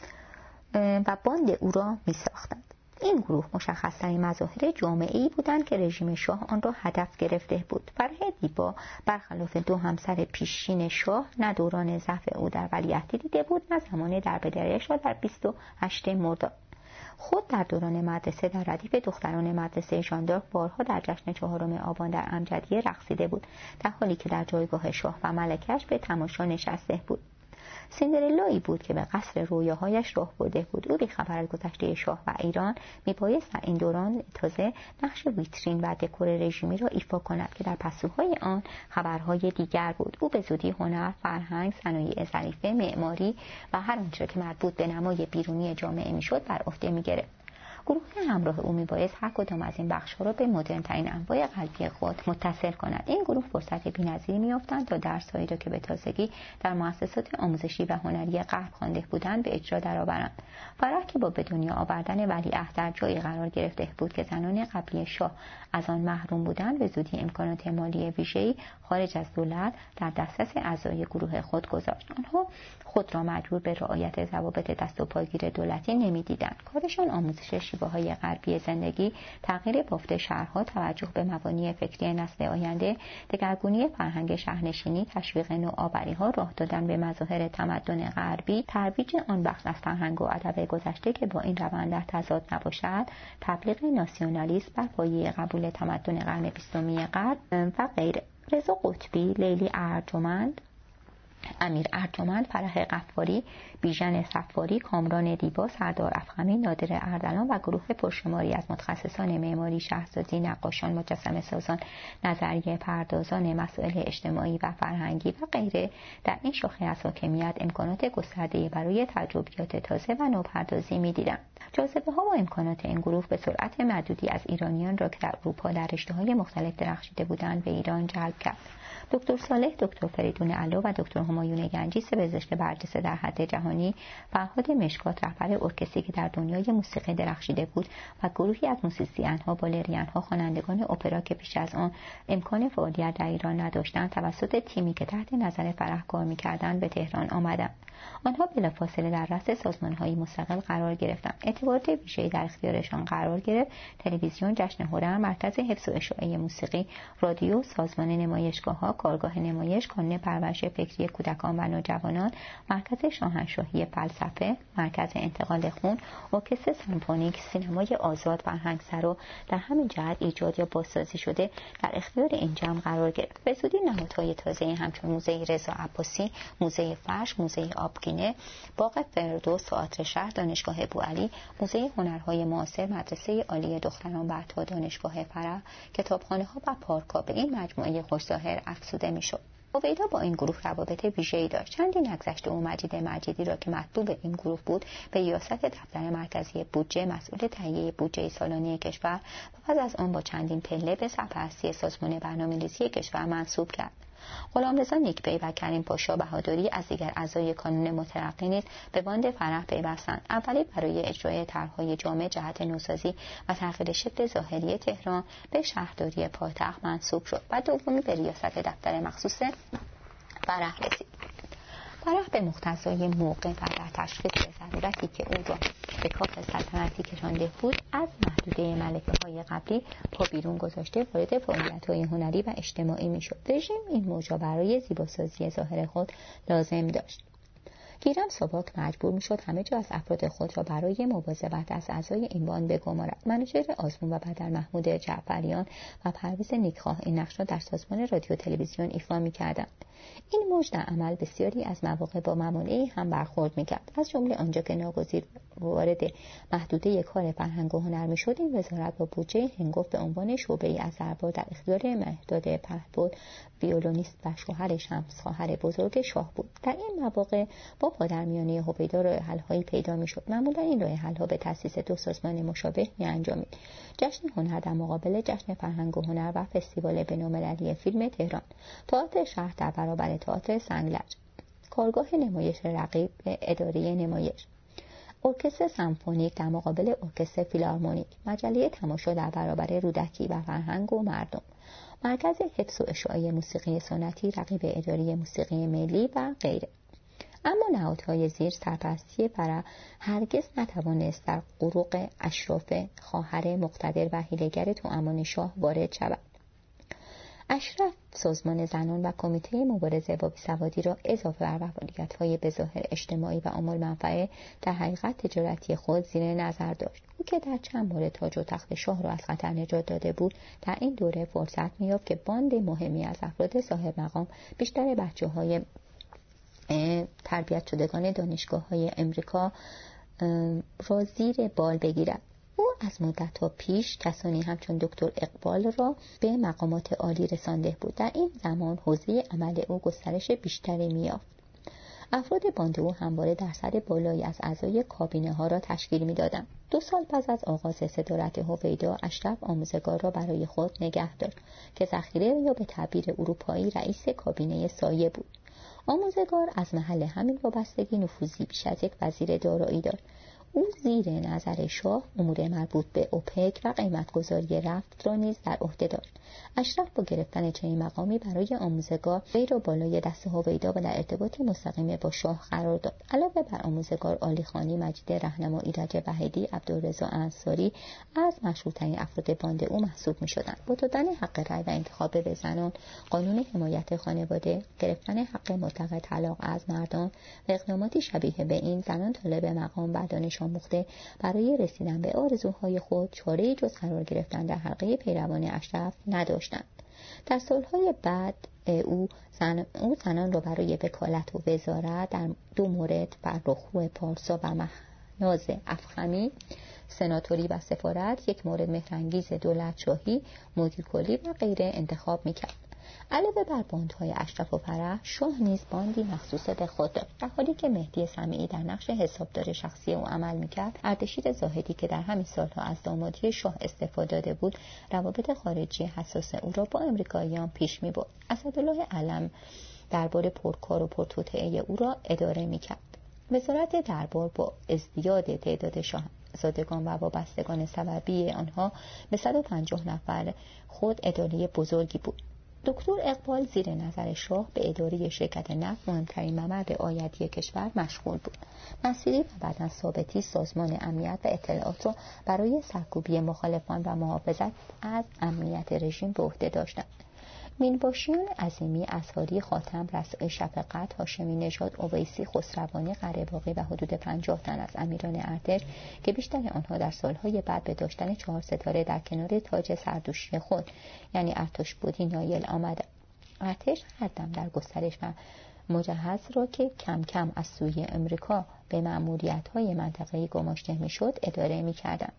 Speaker 2: و باند او را می ساختند. این گروه مشخص‌ترین مظاهر جامعه‌ای بودند که رژیم شاه آن را هدف گرفته بود. فرح دیبا برخلاف دو همسر پیشین شاه نه دوران ضعف او در ولیعهد دیده بود، نه زمان دربدریش را در بیست و هشتم مرداد. خود در دوران مدرسه در ردیف دختران مدرسه ژاندارک بارها در جشن چهارم آبان در امجدیه رقصیده بود، در حالی که در جایگاه شاه و ملکش به تماشا نشسته بود. سیندرلایی بود که به قصر رویاهایش راه برده بود. او بی‌خبر از گذشته شاه و ایران میبایست در این دوران تازه نقش ویترین و دکور رژیمی را ایفا کند که در پسوهای آن خبرهای دیگر بود. او به زودی هنر، فرهنگ، صنایع ظریفه، معماری و هر آنچه که مربوط به نمای بیرونی جامعه میشد بر عهده میگرفت. گروه همراه او میبایست هر کدام از این بخش‌ها را به مدرن‌ترین انواع قلبی خود متصل کند. این گروه فرصت بی‌نظیری می‌یافتند تا درس‌هایی را که به تازگی در مؤسسات آموزشی و هنری غرب خوانده بودند به اجرا درآورند. فرح که با به دنیا آوردن ولیعهد در جایی قرار گرفته بود که زنان قبلی شاه از آن محروم بودند، به زودی امکانات مالی ویژه‌ای خارج از دولت در دسترس اعضای گروه خود گذاشت. آنها خود را مجبور به رعایت ضوابط دست و پاگیر دولتی نمی‌دیدند. کارشان آموزش شیوه‌های غربی زندگی، تغییر بافت شهرها، توجه به مبانی فکری نسل آینده، دگرگونی فرهنگ شهرنشینی، تشویق نوآوری‌ها، راه دادن به مظاهر تمدن غربی، ترویج آن بخش از فرهنگ و ادب گذشته که با این روند در تضاد نباشد، تبلیغ ناسیونالیسم بر پایه قبول تمدن قرن بیستمی غرب و غیره. رضا قطبی، لیلی ارجمند، امیر ارجمند، فرح غفاری، بیژن صفاری، کامران دیبا، سردار افخمی، نادر اردلان و گروه پرشماری از متخصصان معماری، شهرسازی، نقاشان، مجسمه سازان، نظریه پردازان، مسائل اجتماعی و فرهنگی و غیره در این شاخه از حاکمیت امکانات گسترده‌ای برای تجربیات تازه و نوپردازی می‌دیدند. جاذبه ها و امکانات این گروه به سرعت معدودی از ایرانیان را که در اروپا در رشته‌های مختلف درخشیده بودند به ایران جلب کرد. دکتر صالح، دکتر فریدون علا و دکتر همایون گنجی، سه پزشک برجسته در حد جهانی، فرهاد مشکات، رهبر ارکستری که در دنیای موسیقی درخشیده بود و گروهی از موسیسین‌ها، بالرین‌ها، خوانندگان اپرا که پیش از آن امکان فعالیت در ایران نداشتند، توسط تیمی که تحت نظر فرح کار می‌کردند به تهران آمدند. آنها بلافاصله در رأس سازمان‌های مستقل قرار گرفتند. اعتبارات ویژه‌ای در اختیارشان قرار گرفت. تلویزیون، جشن هنر، مرکز حفظ و اشاعه موسیقی، رادیو، سازمان نمایشگاه‌ها، کارگاه نمایش، کانون پرورش فکری کودکان و نوجوانان، مرکز شاهنشاهی فلسفه، مرکز انتقال خون، ارکستر سمفونیک، سینمای آزاد، فرهنگسرا در همین جهت ایجاد یا بازسازی شده در اختیار این جمع قرار گرفت. به زودی نهادهای تازه‌ای همچون موزه رضا عباسی، موزه فرش، موزه آبگینه، باغ فردوس، تئاتر شهر، دانشگاه بوعلی، موزه هنرهای معاصر، مدرسه عالی دختران بعدها دانشگاه فرح، کتابخانه‌ها و پارک‌ها به این مجموعه خوش‌ظاهر افزوده می‌شد. هویدا با این گروه روابط ویژه‌ای داشت. چندی نگذشته او مجید مجیدی را که مطلوب این گروه بود به ریاست دفتر مرکزی بودجه مسئول تهیه بودجه سالانه کشور و پس از آن با چندین پله به سرپرستی سازمان برنامه‌ریزی کشور منصوب کرد. غلامرضا نیک‌پی و کریم پاشا بهادری از دیگر اعضای کانون مترقی نیز به باند فرح پیوستند. اولی برای اجرای طرح‌های جامع جهت نوسازی و تغییر شکل ظاهری تهران به شهرداری پایتخت منصوب شد و دومی به ریاست دفتر مخصوص فرح رسید. فرح به مقتضای موقع و در تشخیص ضرورتی که او را به کاخ سلطنتی کشانده بود از محدوده ملکه‌های قبلی پا بیرون گذاشته وارد فعالیت‌های هنری و اجتماعی می‌شد. رژیم این موضوع برای زیباسازی ظاهر خود لازم داشت. گیرم ساواک مجبور میشد همه جا از افراد خود را برای مواظبت از اعضای این باند بگمارد. منوچهر آزمون و بدر محمود جعفریان و پرویز نیکخواه این نقش را در سازمان رادیو تلویزیون ایفا می‌کردند. این موج در عمل بسیاری از مواقع با موانعی هم برخورد می‌کرد. از جمله آنجا که ناگزیر وارد محدوده کار فرهنگ و هنر می‌شد، این وزارت با بودجه هنگفت به عنوان شعبه‌ای از دربار در اختیار مهداد پهباد، ویولونیست و شوهرش هم خواهر بزرگ شاه بود. در این مواقع با خب با در میانه هویدا راه حل‌هایی پیدا می‌شد. معمولا این راه حل‌ها به تأسیس دو سازمان مشابه می‌انجامید: جشن هنر در مقابل جشن فرهنگ و هنر و فستیوال بین‌المللی فیلم تهران. تئاتر شهر در برابر تئاتر سنگلج. کارگاه نمایش رقیب به اداره نمایش. ارکستر سمفونیک در مقابل ارکستر فیلارمونیک. مجله تماشا در برابر رودکی و فرهنگ و مردم. مرکز حفظ و اشاعه موسیقی سنتی رقیب اداره موسیقی ملی و غیره. اما نهادهای زیر سرپرستی فرح هرگز نتوانست در قروق اشراف خواهر مقتدر و حیله‌گر توامان شاه وارد شود. اشراف سازمان زنان و کمیته مبارزه با بیسوادی را اضافه بر فعالیت‌های بظاهر اجتماعی و عمال منفعه در حقیقت تجارتی خود زیر نظر داشت. او که در چند مورد تاج و تخت شاه را از خطر نجات داده بود، در این دوره فرصت می‌یافت که باند مهمی از افراد صاحب مقام، بیشتر بچه‌های تربیت شدگان دانشگاه‌های امریکا را زیر بال بگیرد. او از مدت‌ها پیش کسانی همچون دکتر اقبال را به مقامات عالی رسانده بود. در این زمان حوزه عمل او گسترش بیشتری می‌یافت. افراد باند او همواره درصد بالایی از اعضای کابینه ها را تشکیل می‌دادند. دو سال پس از آغاز صدارت هویدا، اشرف آموزگار را برای خود نگه داشت که ذخیره یا به تعبیر اروپایی رئیس کابینه سایه بود. آموزگار از محل همین وابستگی نفوذی بیش از یک وزیر دارایی داشت. او زیر نظر شاه امور مربوط به اوپک و قیمتگذاری رفت را نیز در عهده داشت. اشرف با گرفتن چنین مقامی برای آموزگار وی را بالای دست هویدا و در ارتباط مستقیم با شاه قرار داد. علاوه بر آموزگار، عالیخانی مجید رهنما، ایرج وحیدی، عبدالرضا انصاری از مشهورترین افراد باند او محسوب می‌شدند. با دادن حق رأی و انتخاب به زنان، قانون حمایت خانواده، گرفتن حق مطلق طلاق از مردان و اقداماتی شبیه به این، زنان طالب مقام و دانش آموخته برای رسیدن به آرزوهای خود چاره‌ای جز قرار گرفتن در حلقه پیروان اشرف نداشتند. در سالهای بعد او, زن... او زنان را برای وکالت و وزارت در دو مورد، فرخرو پارسا و مهناز افخمی، سناتوری و سفارت، یک مورد مهرانگیز دولت شاهی، مدیر کلی و غیره انتخاب می‌کرد. علاوه بر باندهای اشرف و فرح، شاه نیز باندی مخصوص به خود داشت. در حالی که مهدی سمیعی در نقش حسابدار شخصی او عمل میکرد، اردشیر زاهدی که در همین سالها از دامادی شاه استفاده داده بود، روابط خارجی حساس او را با امریکاییان پیش میبرد. اسدالله علم دربار پرکار و پرتوطئه او را اداره میکرد. وزارت دربار با ازدیاد تعداد شاهزادگان و وابستگان سببی آنها به صد و پنجاه نفر خود اداره بزرگی بود. دکتر اقبال زیر نظر شاه به اداره شرکت نفت، مهمترین ممر آیدی کشور، مشغول بود. نصیری و بعداً ثابتی سازمان امنیت و اطلاعات را برای سرکوبی مخالفان و محافظت از امنیت رژیم به عهده داشتند. مینباشیان عظیمی، اصحاری، خاتم، رسای شفقت، هاشمی نژاد، اویسی، خسروانی، قره‌باقی و حدود پنجاه تن از امیران ارتش که بیشتر آنها در سالهای بعد به داشتن چهار ستاره در کنار تاج سردوشی خود یعنی ارتشبودی نایل آمدند. ارتش هر دم در گسترش و مجهز را که کم کم از سوی امریکا به مأموریت‌های منطقه‌ای گماشته می‌شد اداره می‌کردند.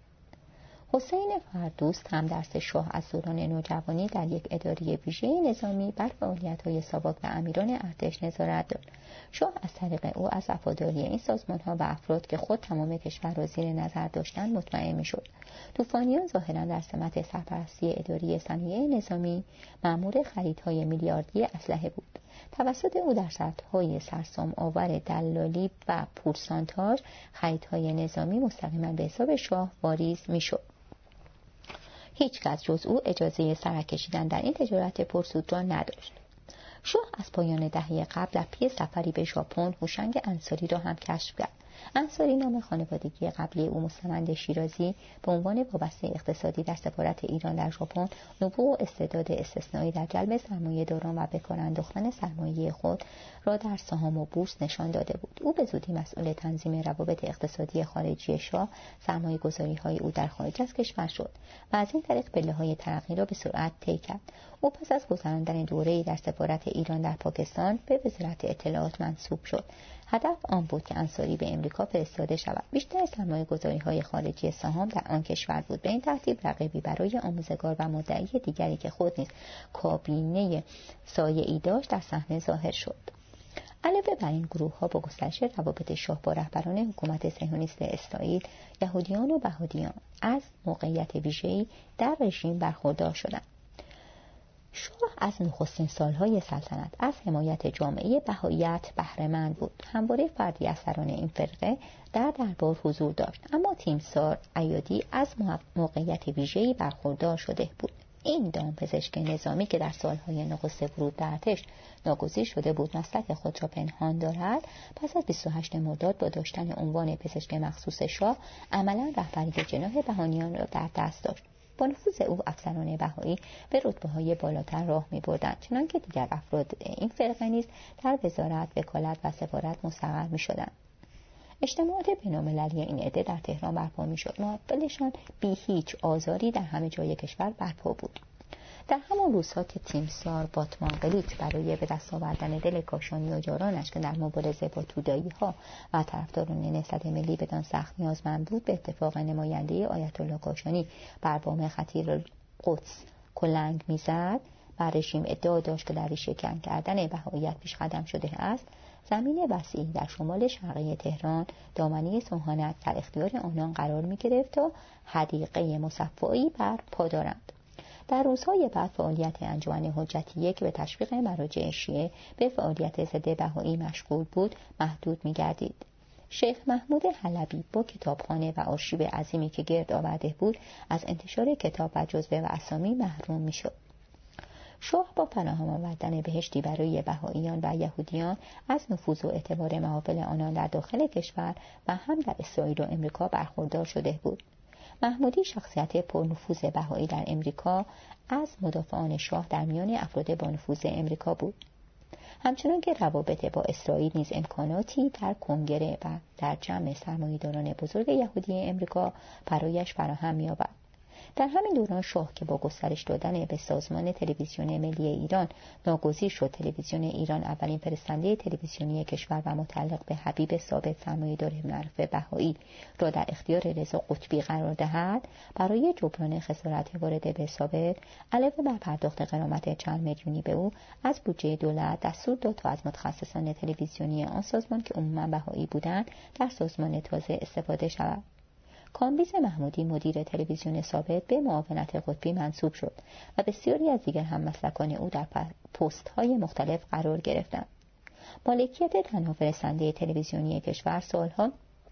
Speaker 2: حسین فردوست هم درس شاه از دوران نوجوانی در یک اداره ویژه نظامی بر فعالیت‌های ساواک و امیران ارتش نظارت داشت. شاه از طریق او از وفاداری این سازمان‌ها و افراد که خود تمام کشور را زیر نظر داشتند مطمئن می‌شد. طوفانیان ظاهراً در سمت سرپرستی اداری صنایع نظامی مأمور خریدهای میلیاردی اسلحه بود. توسط او در سطح‌های سرسام آور دلالی و پورسانتاژ خریدهای نظامی مستقیما به حساب شاه واریز می‌شد. هیچ کس جز او اجازه سرک کشیدن در این تجارت پرسود را نداشت. شاه از پایان دهه قبل در پی سفری به ژاپن هوشنگ انصاری را هم کشف کرد. انصاری نام خانوادگی قبلی او مستمند شیرازی به عنوان وابسته اقتصادی در سفارت ایران در ژاپن نبوغ و استعداد استثنایی در جلب سرمایه‌داران و به کار انداختن سرمایه خود را در سهام و بورس نشان داده بود. او به زودی مسئول تنظیم روابط اقتصادی خارجی شاه، سرمایه‌گذاری‌های او در خارج از کشور شد و از این طریق پله‌های ترقی را به سرعت طی کرد. او پس از گذراندن دوره‌ای در سفارت ایران در پاکستان به وزارت اطلاعات منصوب شد. هدف آن بود که انصاری به امریکا فرستاده شود. بیشتر سرمایه‌گذاری‌های خارجی سهام در آن کشور بود. به این ترتیب رقیبی برای آموزگار و مدعی دیگری که خود نیز کابینه سایه‌ای داشت در صحنه ظاهر شد. علاوه بر این گروه ها با گسترش روابط شاه با رهبران حکومت صهیونیست اسرائیل، یهودیان و بهائیان از موقعیت ویژه‌ای در رژیم برخوردار شدند. شاه از نخستین سالهای سلطنت از حمایت جامعه بهائیت بهره مند بود. همواره فردی از سران این فرقه در دربار حضور داشت، اما تیمسار عیادی از موقعیت ویژه‌ای برخوردار شده بود. این دامپزشک نظامی که در سالهای نخست ورود در ارتش ناگزیر شده بود مسلک خود را پنهان دارد، پس از بیست و هشتم مرداد با داشتن عنوان پزشک مخصوص شاه عملا رهبری جناح بهائیان را در دست داشت. با نفوذ او افسران بهایی به رتبه‌های بالاتر راه می‌بردند، چنانکه دیگر افراد این فرقه نیز در وزارت، وکالت و سفارت مستقر می‌شدند. اجتماعات بین‌المللی این عده در تهران برپا می‌شد. محافلشان بی هیچ آزاری در همه جای کشور برپا بود. در همان روزها که تیمسار باتمان قلیچ برای به دست آوردن دل کاشانی و جارانش که در مبارزه با توده‌ای‌ها و طرفداران نهضت ملی بدان سخت نیازمند بود، به اتفاق نماینده آیت الله کاشانی بر بام خطیر قدس کلنگ می‌زد، بر رژیم ادعا داشت که در ریشه‌کن کردن بهائیت پیش قدم شده است، زمین وسیعی در شمال شرقی تهران دامنه سوهانک در اختیار آنان قرار می‌گرفت تا حدیقه مصفایی بر پا دارند. در روزهای بعد فعالیت انجمن حجتیه که به تشویق مراجع شیعه به فعالیت ضد بهایی مشغول بود محدود می‌گردید. شیخ محمود حلبی با کتابخانه و آرشیو عظیمی که گرد آورده بود از انتشار کتاب و جزوه و اسامی محروم می‌شد. شاه با فراهم آوردن بهشتی برای بهائیان و یهودیان از نفوذ و اعتبار محافل آنان در داخل کشور و هم در اسرائیل و امریکا برخوردار شده بود. محمودی شخصیت پرنفوذ بهایی در امریکا از مدافعان شاه در میان افراد با نفوذ امریکا بود. همچنان که روابط با اسرائیل نیز امکاناتی در کنگره و در جمع سرمایه‌داران بزرگ یهودی امریکا برایش فراهم می‌آورد. در همین دوران شاه که با گسترش دادن به سازمان تلویزیون ملی ایران ناگزیر شد تلویزیون ایران اولین فرستنده تلویزیونی کشور و متعلق به حبیب ثابت سرمایه‌دار معروف بهایی را در اختیار رضا قطبی قرار دهد، برای جبران خسارت وارده به ثابت علاوه بر پرداخت غرامت چند میلیونی به او از بودجه دولت دستور داد تا از متخصصان تلویزیونی آن سازمان که عموما بهایی بودند در سازمان تازه استفاده شود. کامبیز محمودی مدیر تلویزیون ثابت به معاونت قطبی منصوب شد و بسیاری از دیگر هممسلکان او در پست‌های مختلف قرار گرفتند. مالکیت تنها فرستنده تلویزیونی کشور سالها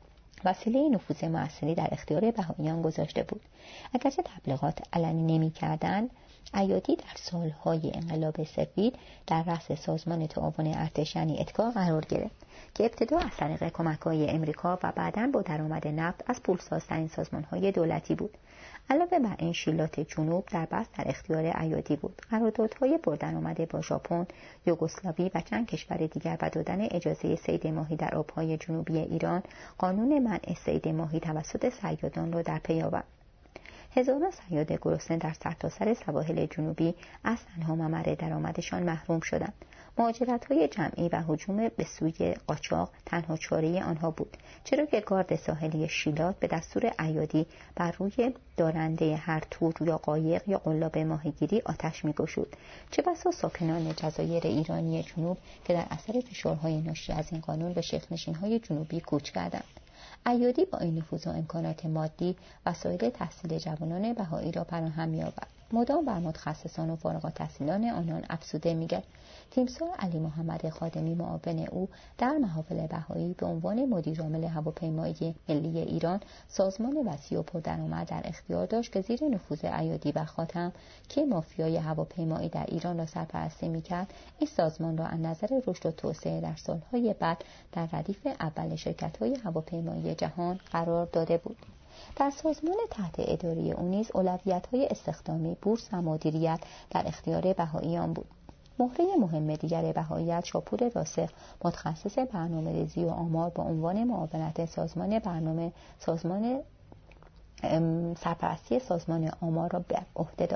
Speaker 2: وسیله نفوذ مؤثری در اختیار بهائیان گذاشته بود. اگرچه تبلیغات علنی نمی‌کردند، عیادی در سالهای انقلاب سفید در رأس سازمان تعاون ارتش یعنی اتکا قرار گرفت که ابتدا از طریق کمک‌های امریکا و بعداً با درآمد نفت از پولسازترین سازمان‌های دولتی بود. علاوه بر این، شیلات جنوب در بس در اختیار عیادی بود. قراردادهای پردرآمد با ژاپن، یوگسلاوی و چند کشور دیگر و دادن اجازه صید ماهی در آبهای جنوبی ایران قانون منع صید ماهی توسط صیادان را در پی آورد. هزاران صیاد گرسنه در سرتاسر سواحل جنوبی از تنها ممر درآمدشان محروم شدند. مهاجرت‌های جمعی و هجوم به سوی قاچاق تنها چاره آنها بود، چرا که گارد ساحلی شیلات به دستور عیادی بر روی دارنده هر تور یا قایق یا قلاب ماهیگیری آتش می‌گشود. چه بسا ساکنان جزایر ایرانی جنوب که در اثر فشارهای ناشی از این قانون به شیخ‌نشین‌های جنوبی کوچ کردند. عیادی با این نفوذ و امکانات مادی وسایل تحصیل جوانان بهایی را فراهم می‌آورد. مدام بر متخصصان و فارغ التحصیلان آنان افزوده می‌گرد. تیمسار علی محمد خادمی معاون او در محافل بهایی به عنوان مدیرعامل هواپیمایی ملی ایران سازمان وسیع و پردرآمد در اختیار داشت که زیر نفوذ عیادی و خاتم که مافیای هواپیمایی در ایران را سرپرستی می‌کرد، این سازمان را از نظر رشد و توسعه در سالهای بعد در ردیف اول شرکت‌های هواپیمایی جهان قرار داده بود. در سازمان تحت اداره او نیز اولویت‌های استخدامی، بورس و مدیریت در اختیار بهائیان بود. مهره مهم دیگر بهائیت شاپور راسخ متخصص برنامه‌ریزی و آمار با عنوان معاونت سازمان برنامه سازمان سرپرستی سازمان آمار را به عهده داشت.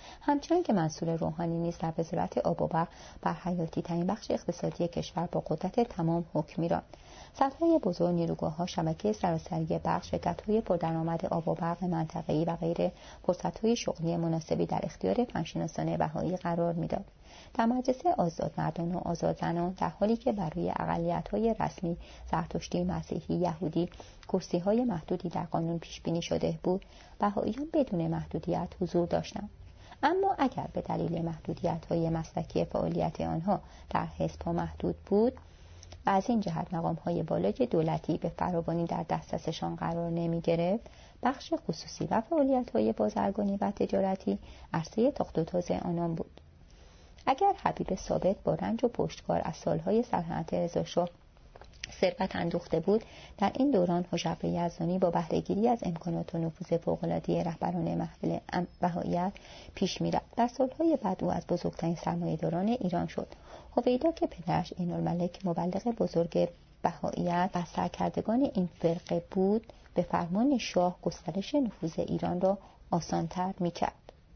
Speaker 2: همچنان که منصور روحانی نیز در وزارت آب و برق بر حیاتی ترین بخش اقتصادی کشور با قدرت تمام حکم می‌راند. صدهای بزرگ، نیروگاه‌ها، شبکه سراسری برق، شرکت‌های پردرآمد آب و برق منطقه‌ای و غیره فرصت‌های شغلی مناسبی در اختیار پنجشناسان بهایی قرار می‌داد. در مجلس آزادمردان و آزادزنان در حالی که برای اقلیت‌های رسمی زرتشتی، مسیحی، یهودی کرسی‌های محدودی در قانون پیش بینی شده بود، بهائیان بدون محدودیت حضور داشتند. اما اگر به دلیل محدودیت‌های مسلکی فعالیت آنها در حزب‌ها محدود بود و از این جهت مقام‌های بالای دولتی به فراوانی در دسترسشان قرار نمی‌گرفت، بخش خصوصی و فعالیت‌های بازرگانی و تجارتی عرصه تاخت و تاز آنان بود. اگر حبیب ثابت با رنج و پشتکار از سالهای سلطنت رضاشاه ثروت اندوخته بود، در این دوران حجبر یزدانی با بهره‌گیری از امکانات و نفوذ فوق‌العاده رهبران محفل بهائیت پیش می‌رفت. در سالهای بعد او از بزرگترین سرمایه‌داران ایران شد. هویدا که پدرش عین‌الملک مبلغ بزرگ بهائیت و سرکردگان این فرقه بود، به فرمان شاه گسترش نفوذ ایران را آسان‌تر می‌کرد.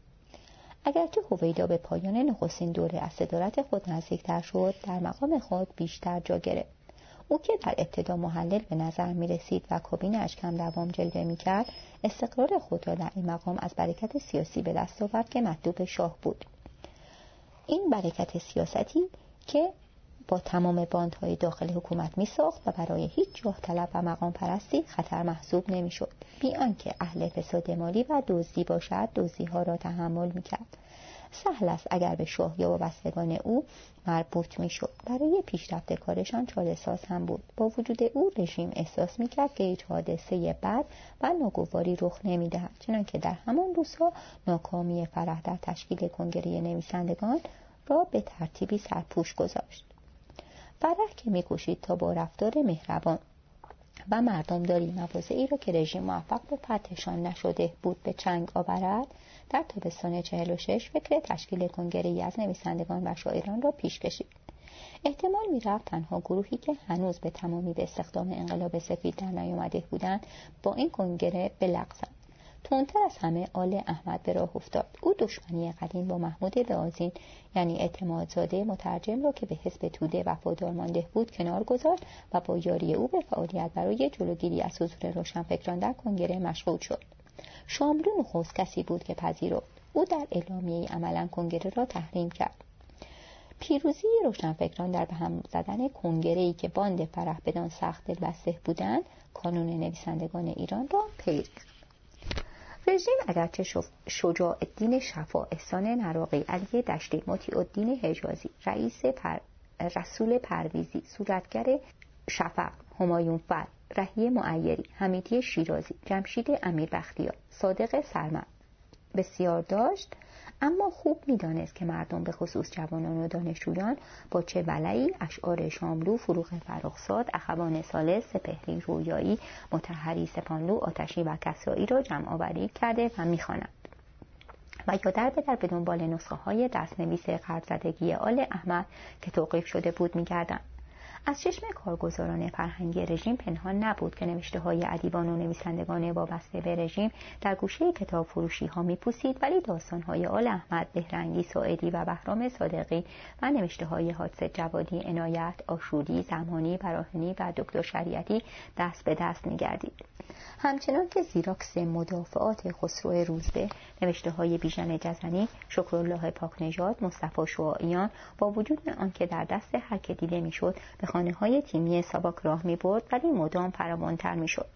Speaker 2: اگرچه هویدا به پایان نخستین دوره از صدارت خود نزدیکتر شد، در مقام خود بیشتر جا گرفت. او که در ابتدا محلل به نظر می رسید و کابینه‌اش کم دوام جلوه می کرد، استقرار خود را در این مقام از برکت سیاسی به دست آورد که مطلوب شاه بود. این برکت سیاستی که با تمام باندهای داخل حکومت می ساخت و برای هیچ جاه طلب و مقام پرستی خطر محسوب نمی شد. بی آنکه اهل فساد مالی و دزدی باشد، دزدی‌ها را تحمل می کرد. سهل است اگر به شاه یا وابستگان او مربوط می شد. برای پیشرفت کارشان چاره ساز هم بود. با وجود او رژیم احساس می کرد که هیچ حادثه بد و ناگواری رخ نمی دهد، چنانکه در همان روزها ناکامی فرح در تشکیل کنگره نویسندگان را به ترتیبی سرپوش گذاشت. فرح که می کوشید تا با رفتار مهربان و مردمداری مواضعی را که رژیم موفق به فتحشان نشده بود به چنگ آورد، در تابستان چهل و شش فکر تشکیل کنگره‌ای از نویسندگان و شاعران را پیش کشید. احتمال می‌رفت تنها گروهی که هنوز به تمامی به استخدام انقلاب سفید در نیامده بودند با این کنگره بلغزند. تندتر از همه آل احمد به راه افتاد. او دشمنی قدیم با محمود بآذین یعنی اعتمادزاده مترجم را که به حزب توده وفادار مانده بود کنار گذاشت و با یاری او به فعالیت برای جلوگیری از حضور روشنفکران در کنگره مشغول شد. شاملو نخست کسی بود که پذیرفت. او در اعلامیه‌ای عملاً کنگره را تحریم کرد. پیروزی روشنفکران در به هم زدن کنگره‌ای که باند فرح بدان سخت دلبسته بودند، کانون نویسندگان ایران را پیریخت. رژیم اگرچه شجاع الدین شفا، احسان نراقی، علی دشتی، مطیع الدین حجازی، رئیس پر... رسول پرویزی، صورتگر شفق، همایون فر، رهی معیری، حمیدی شیرازی، جمشید امیر بختیار، صادق سرمد بسیار داشت، اما خوب می‌دانست که مردم به خصوص جوانان و دانشجویان با چه ولعی اشعار شاملو، فروغ فرخزاد، اخوان ثالث، سپهری رویایی، مطهری سپانلو، آتشی و کسرایی را جمع آوری کرده و می‌خواند و یا در به در به دنبال نسخه های دستنویس غرب‌زدگی آل احمد که توقیف شده بود می‌گردند. از چشم کارگزاران فرهنگی رژیم پنهان نبود که نوشته های ادیبان و نویسندگان وابسته به رژیم در گوشه کتاب فروشی ها می پوسید، ولی داستان های آل احمد، بهرنگی ساعدی و بهرام صادقی و نوشته های حادث جوادی، عنایت، آشوری، زمانی، براهنی و دکتر شریعتی دست به دست می گردید. همچنان که زیراکس مدافعات خسرو روزبه، نوشته های بیژن جزنی، شکرالله پاکنژاد، مصطفی شعاعیان با وجود آنکه در دست هر که دیده میشد به خانه های تیمی ساواک راه می برد، ولی مدام فراوانتر می شد.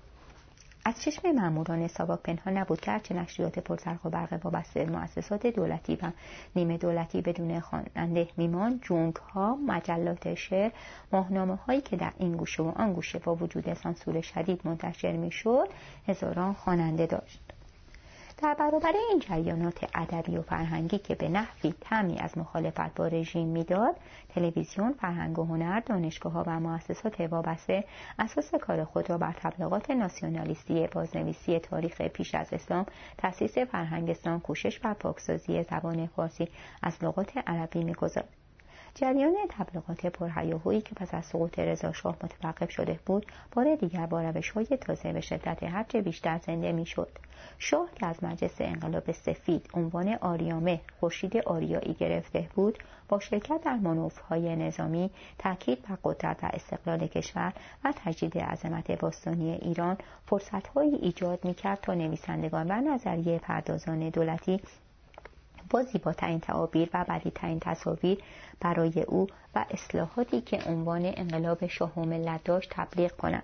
Speaker 2: از چشم ماموران ساواک پنهان نبود که هرچه نشریات پرزرق و برق وابسته به مؤسسات دولتی و نیمه دولتی بدون خواننده میمان، جونگ ها، مجلات شعر، ماهنامه هایی که در این گوشه و آن گوشه با وجود سانسور شدید منتشر می شد، هزاران خواننده داشت. در برابر این جریانات ادبی و فرهنگی که به نحوی طعمی از مخالفت با رژیم میداد، تلویزیون، فرهنگ و هنر، دانشگاه‌ها و مؤسسات وابسته اساس کار خود را بر تبلیغات ناسیونالیستی، بازنویسی تاریخ پیش از اسلام، تأسیس فرهنگ اسلام، کوشش بر پاکسازی زبان فارسی از لغات عربی می‌گذارد. جریان تبلیغات پرهیاهویی که پس از سقوط رضا شاه متوقف شده بود، بار دیگر با روش‌های تازه به شدت هرچه بیشتر زنده می‌شد. شاه که از مجلس انقلاب سفید عنوان آریامهر خورشید آریایی گرفته بود، با شرکت در مانورهای نظامی، تاکید بر قدرت و استقلال کشور و تجدید عظمت باستانی ایران، فرصت‌هایی ایجاد می‌کرد تا نویسندگان و نظریه پردازان دولتی با زیباترین تعابیر و بدیع‌ترین تصاویر برای او و اصلاحاتی که عنوان انقلاب شاه و ملت داشت تبلیغ کنند.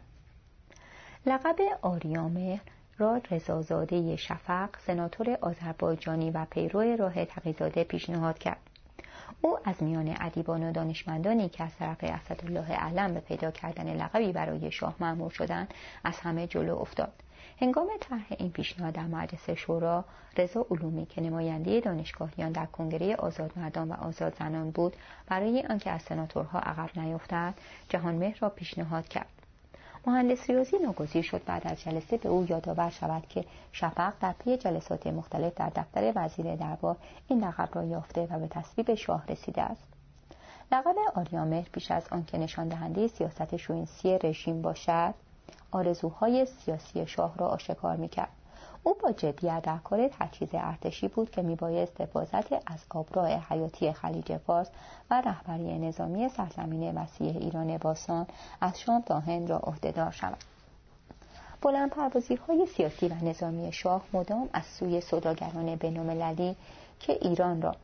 Speaker 2: لقب آریامهر را رضازاده شفق، سناتور آذربایجانی و پیرو راه تقی‌زاده پیشنهاد کرد. او از میان ادیبان و دانشمندانی که از طرف اسدالله اعلم به پیدا کردن لقبی برای شاه مأمور شدند از همه جلو افتاد. هنگام طرح این پیشنهاد در مجلس شورا، رضا علومی که نماینده دانشگاهیان در کنگره آزادمردان و آزادزنان بود، برای آنکه از سناتورها عقب نیفتد، جهانمهر را پیشنهاد کرد. مهندس ریاضی ناگزیر شد بعد از جلسه به او یادآور شود که شفق در پی جلسات مختلف در دفتر وزیر دربار این لقب را یافته و به تصویب شاه رسیده است. لقب آریامهر پیش از آنکه نشان دهنده سیاست شوینسی رژیم باشد، آرزوهای سیاسی شاه را آشکار می‌کرد. او با جدیت در کار تجهیز ارتشی بود که میبایست حفاظت از آبراء حیاتی خلیج فارس و رهبری نظامی سرزمین وسیع ایران باستان از شام تا هند را عهده‌دار شود. بلندپروازی‌های سیاسی و نظامی شاه مدام از سوی سوداگران بین‌المللی که ایران را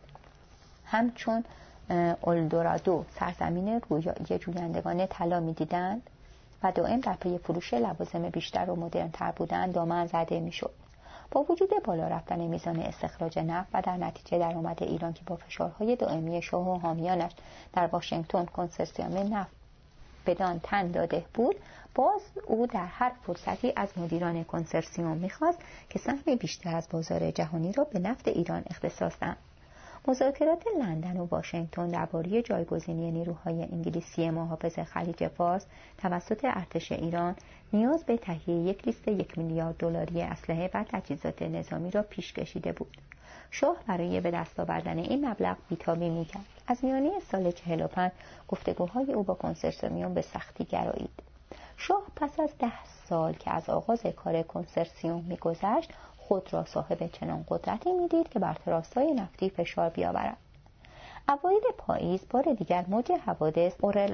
Speaker 2: همچون الدورادو سرزمین رویایی جویندگان طلا می‌دیدند و دائم در پی فروش لوازم بیشتر و مدرن‌تر بودند دامن زده می‌شد. با وجود بالا رفتن میزان استخراج نفت و در نتیجه درآمد ایران که با فشارهای دائمی شاه و حامیانش در واشنگتن کنسرسیوم نفت بدان تن داده بود، باز او در هر فرصتی از مدیران کنسرسیوم می‌خواست که سهم بیشتر از بازار جهانی را به نفت ایران اختصاص دهند. مذاکرات لندن و واشنگتن درباره جایگزینی نیروهای انگلیسی محافظ خلیج فارس توسط ارتش ایران نیاز به تهیه یک لیست یک میلیارد دلاری اسلحه و تجهیزات نظامی را پیش کشیده بود. شاه برای به دست آوردن این مبلغ بی‌تابی می‌کرد. از میانه سال چهل و پنج گفتگوهای او با کنسرسیوم به سختی گرایید. شاه پس از ده سال که از آغاز کار کنسرسیوم می‌گذشت، خود را صاحب چنان قدرتی می‌دید که بر تراس‌های نفتی فشار بیاورد. اوایل پاییز بار دیگر موج حوادث اورل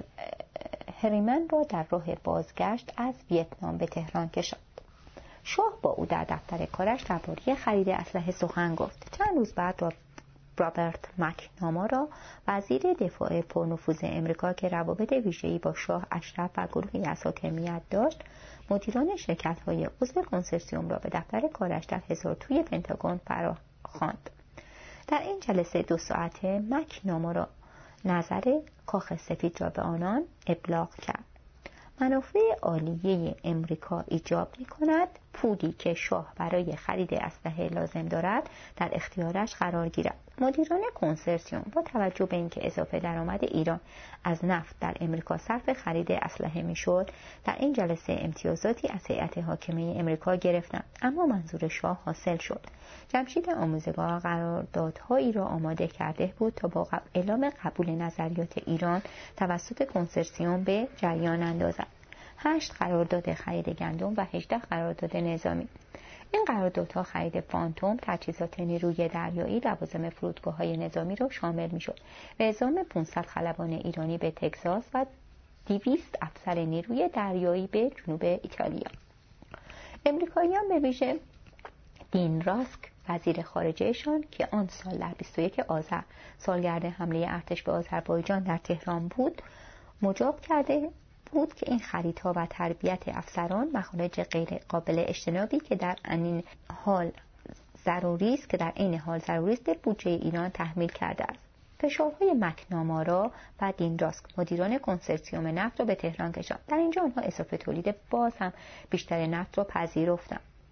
Speaker 2: هریمن را در راه بازگشت از ویتنام به تهران کشاند. شاه با او در دفتر کارش درباره خرید اسلحه سخن گفت. چند روز بعد را رابرت مکنامارا وزیر دفاع پرنفوذ امریکا که روابط ویژه‌ای با شاه، اشرف و گروهی از حاکمیت داشت، مدیران شرکت‌های عضو کنسرسیوم را به دفتر کارش در هزار توی پنتاگون فراخواند. در این جلسه دو ساعته مکنامارا نظر کاخ سفید را به آنان ابلاغ کرد. منافع عالیه امریکا ایجاب می‌کند پولی که شاه برای خرید اسلحه لازم دارد در اختیارش قرار گیرد. مدیران کنسرسیوم با توجه به اینکه اضافه درآمد ایران از نفت در امریکا صرف خرید اسلحه میشد، در این جلسه امتیازاتی از هیئت حاکمه امریکا گرفتند، اما منظور شاه حاصل شد. جمشید آموزگار قراردادهایی را آماده کرده بود تا با اعلام قبول نظریات ایران توسط کنسرسیوم به جریان اندازد. هشت قرارداد خرید گندم و هجده قرارداد نظامی. این قراردادها خرید فانتوم، تجهیزات نیروی دریایی، لوازم فرودگاه‌های نظامی را شامل می‌شد. به اعزام پانصد خلبان ایرانی به تگزاس و دویست افسر نیروی دریایی به جنوب ایتالیا. امریکاییان به ویژه دین راسک وزیر خارجهشان که آن سال در بیست و یک آذر سالگرد حمله ارتش به آذربایجان در تهران بود، مجاب کرده بود که این خریدها و تربیت افسران مخارج غیر قابل اجتنابی که در این حال ضروری است که در این حال ضروری است به بودجه ایران تحمیل کرده است. فشارهای مکنامارا و دین راسک مدیران کنسرسیوم نفت را به تهران کشاند. در اینجا آنها اضافه تولید باز هم بیشتر نفت را پذیرفتند.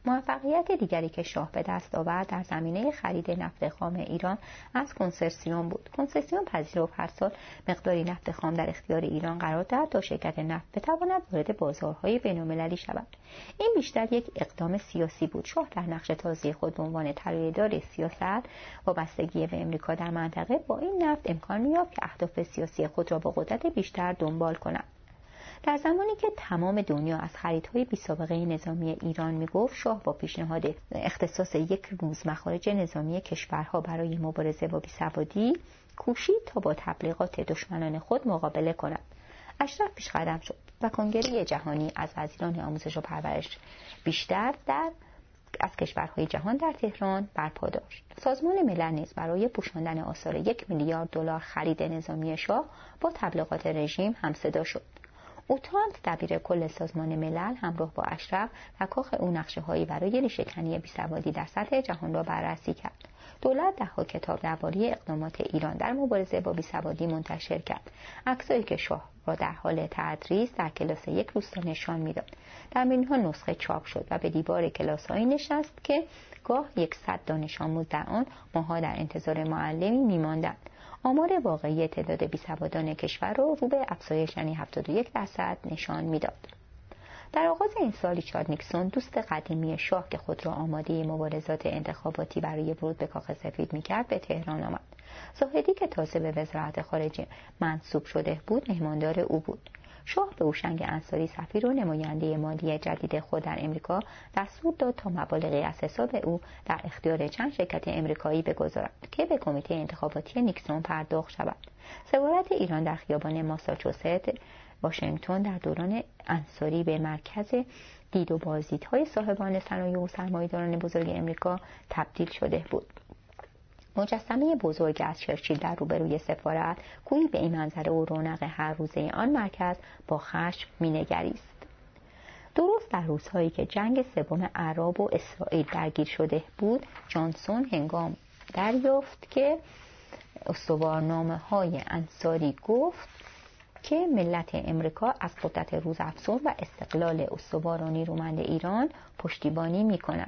Speaker 2: موفقیت دیگری که شاه به دست آورد در زمینه خرید نفت خام ایران از کنسرسیوم بود. کنسرسیوم پذیرفت هر سال مقداری نفت خام در اختیار ایران قرار داد تا شرکت نفت بتواند وارد بازارهای بین‌المللی شود. این بیشتر یک اقدام سیاسی بود. شاه در نقش تازه خود به عنوان طرحدار سیاست وابستگی به امریکا در منطقه با این نفت امکان می‌یافت که اهداف سیاسی خود را با قدرت بیشتر دنبال کند. در زمانی که تمام دنیا از خریدهای بی‌سابقه نظامی ایران می‌گفت، شاه با پیشنهاد اختصاص یک روز مخارج نظامی کشورها برای مبارزه با بیسوادی کوشید تا با تبلیغات دشمنان خود مقابله کند. اشرف پیش قدم شد و کنگره جهانی از وزیران آموزش و پرورش بیشتر در از کشورهای جهان در تهران برپا داشت. سازمان ملل نیز برای پوشاندن آثار یک میلیارد دلار خرید نظامی شاه با تبلیغات رژیم همصدا شد. اوتانت دبیر کل سازمان ملل همراه با اشرف در کاخ او نقشه‌هایی برای ریشه‌کنی بیسوادی در سطح جهان را بررسی کرد. دولت ده‌ها کتاب درباره اقدامات ایران در مبارزه با بیسوادی منتشر کرد. عکسایی که شاه را در حال تدریس در کلاس یک روستا نشان می‌داد. در اینها نسخه چاپ شد و به دیوار کلاس‌هایی نشست که گاه یکصد دانش آموز در آن ماه‌ها در انتظار معلمی می‌ماندند. آمار واقعی تعداد بیسوادان کشور را رو به افزایش یعنی هفتاد و یک درصد نشان می‌داد. در آغاز این سال ریچارد نیکسون دوست قدیمی شاه که خود را آماده مبارزات انتخاباتی برای ورود به کاخ سفید می‌کرد به تهران آمد. زاهدی که تازه به وزارت خارجه منصوب شده بود مهماندار او بود. شاه به هوشنگ انصاری سفیر و نماینده مالی جدید خود در امریکا دستور داد تا مبالغی از حساب او در اختیار چند شرکت امریکایی بگذارد که به کمیته انتخاباتی نیکسون پرداخت شود. سفارت ایران در خیابان ماساچوست واشنگتن در دوران انصاری به مرکز دید و بازدیدهای صاحبان صنایع و سرمایه‌داران بزرگ امریکا تبدیل شده بود. مجسمه بزرگ از چرچیل در روبروی سفارت گویی به این منظره و رونق هر روزه آن مرکز با خشم مینگریست. درست در روزهایی که جنگ سوم عرب و اسرائیل درگیر شده بود، جانسون هنگام دریافت که استوارنامه‌های انصاری گفت که ملت امریکا از قدرت روزافزون و استقلال استوار و نیرومند ایران پشتیبانی می‌کند.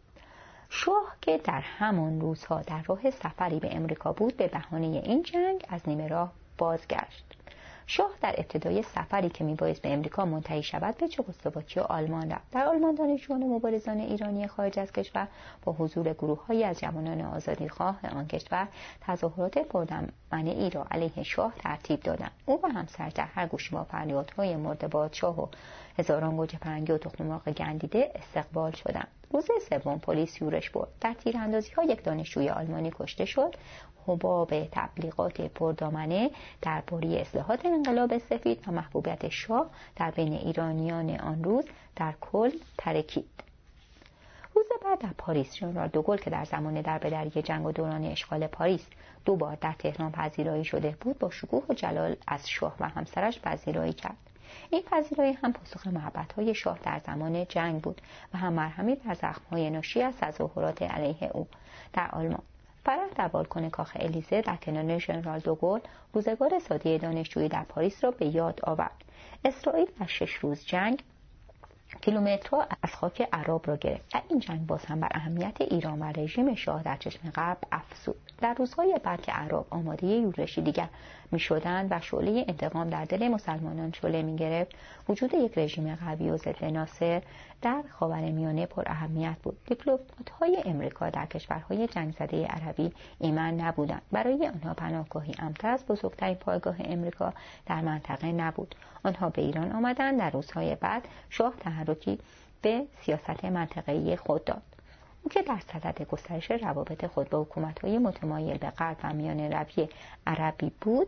Speaker 2: شاه که در همان روزها در راه سفری به امریکا بود به بهانه این جنگ از نیمه راه بازگشت. شاه در ابتدای سفری که میبایست به امریکا منتهی شود به چکسلواکی و آلمان رفت. در آلمان دانشجویان مبارزان ایرانی خارج از کشور با حضور گروه‌هایی از جوانان آزادیخواه آن کشور تظاهرات پردمنه‌ای را علیه شاه ترتیب دادند. او و همسرش در هر گوشه با فریادهای مرد پادشاه و هزاران گوجه فرنگی و تخم مرغ گندیده استقبال شدند. روز سوم پلیس یورش برد. در تیراندازی‌ها یک دانشجوی آلمانی کشته شد. حباب تبلیغات پردامنه درباره اصلاحات انقلاب سفید و محبوبیت شاه در بین ایرانیان آن روز در کل ترکید. روز بعد در پاریس ژنرال دوگل که در زمان دربدری جنگ و دوران اشغال پاریس دو بار در تهران پذیرایی شده بود، با شکوه و جلال از شاه و همسرش پذیرایی کرد. این پذیرایی هم پاسخ محبت‌های شاه در زمان جنگ بود و هم مرهمی بر زخم‌های ناشی از تظاهرات علیه او در آلمان. فرح در بالکن کاخ الیزه در کنار ژنرال دوگل روزگار ساده دانشجویی در پاریس را به یاد آورد. اسرائیل در شش روز جنگ کیلومترها از خاک عرب را گرفت و این جنگ باز هم بر اهمیت ایران و رژیم شاه در چشم غرب افزود. در روزهای بعد که عرب آماده یورشی دیگر می شدند و شعله انتقام در دل مسلمانان شعله می گرفت، وجود یک رژیم قوی و ضد ناصر در خاورمیانه پر اهمیت بود. دیپلمات‌های امریکا در کشورهای جنگ زده عربی ایمن نبودند. برای آنها پناهگاهی امن‌تر از بزرگترین پایگاه امریکا در منطقه نبود. آنها به ایران آمدند. در روزهای بعد شاه تحرکی به سیاست منطقه‌ای خود داد. او که در صدد گسترش روابط خود با حکومت‌های متمایل به غرب و میانه روی عربی بود،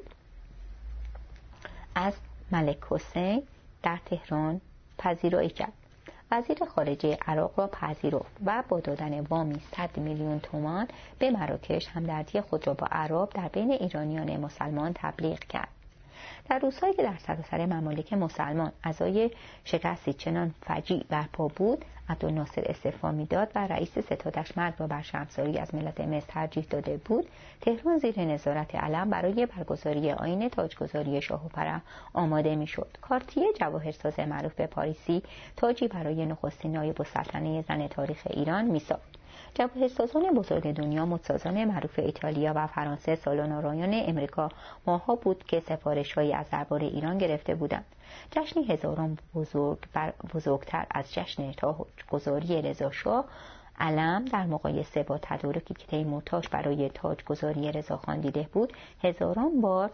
Speaker 2: از ملک حسین در تهران پذیرایی کرد. وزیر خارجه عراق را پذیرفت و با دادن وامی صد میلیون تومان به مراکش همدردی خود را با عرب در بین ایرانیان مسلمان تبلیغ کرد. در روزهایی که در سراسر ممالک مسلمان عزای شکستی چنان فجیع برپا بود، عبدالناصر استعفا می‌داد و رئیس ستادش مرگ را بر شرمساری از ملت مصر ترجیح داده بود، تهران زیر نظارت علم برای برگزاری آیین تاجگذاری شاه و پرم آماده می‌شد. کارتیه، جواهرساز معروف به پاریسی، تاجی برای نخستین نایب السلطنه زن تاریخ ایران می‌ساخت. جواهرسازان بزرگ دنیا، مدسازان معروف ایتالیا و فرانسه، سالن‌آرایان امریکا ماها بود که سفارش‌هایی از دربار ایران گرفته بودند. جشنی هزاران بزرگ بر بزرگتر از جشن تاجگذاری رضاشاه علم در مقایسه با تدارکی که تیمورتاش برای تاجگذاری رضاخان دیده بود هزاران بار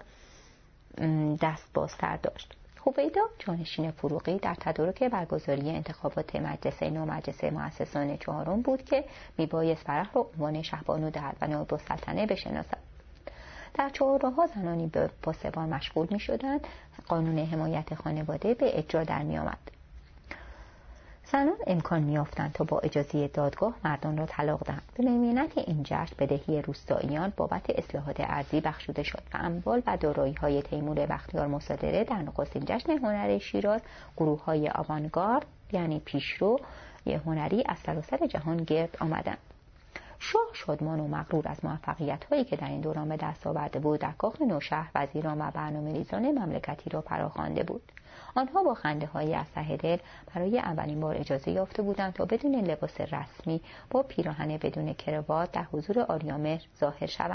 Speaker 2: دست بازتر داشت. هویدا، جانشین فروغی، در تدارک برگزاری انتخابات مجلس نو مجلس مؤسسان چهارم بود که میبایست فرح را عنوان شهبانو دهد و نایب السلطنه بشناسد. در چهارراه‌ها زنانی به پاسبان مشغول می‌شدند. قانون حمایت خانواده به اجرا در می‌آمد. زنان امکان می‌یافتند تا با اجازه دادگاه مردان را طلاق دهند. به میمنت این جشن بدهی روستاییان بابت اصلاحات ارضی بخشوده شد و اموال و دارایی‌های تیمور بختیار مصادره در نخستین جشن هنر شیراز گروه‌های آوانگارد یعنی پیشرو هنری از سراسر جهان گرد آمدند. شاه شادمان و مغرور از موفقیت‌هایی که در این دوران به دست آورده بود، در کاخ نوشهر وزیران و برنامه‌ریزان مملکتی را فراخوانده بود. آنها با خنده‌هایی از ته دل برای اولین بار اجازه یافته بودند تا بدون لباس رسمی با پیراهن بدون کراوات در حضور آریامهر ظاهر شوند.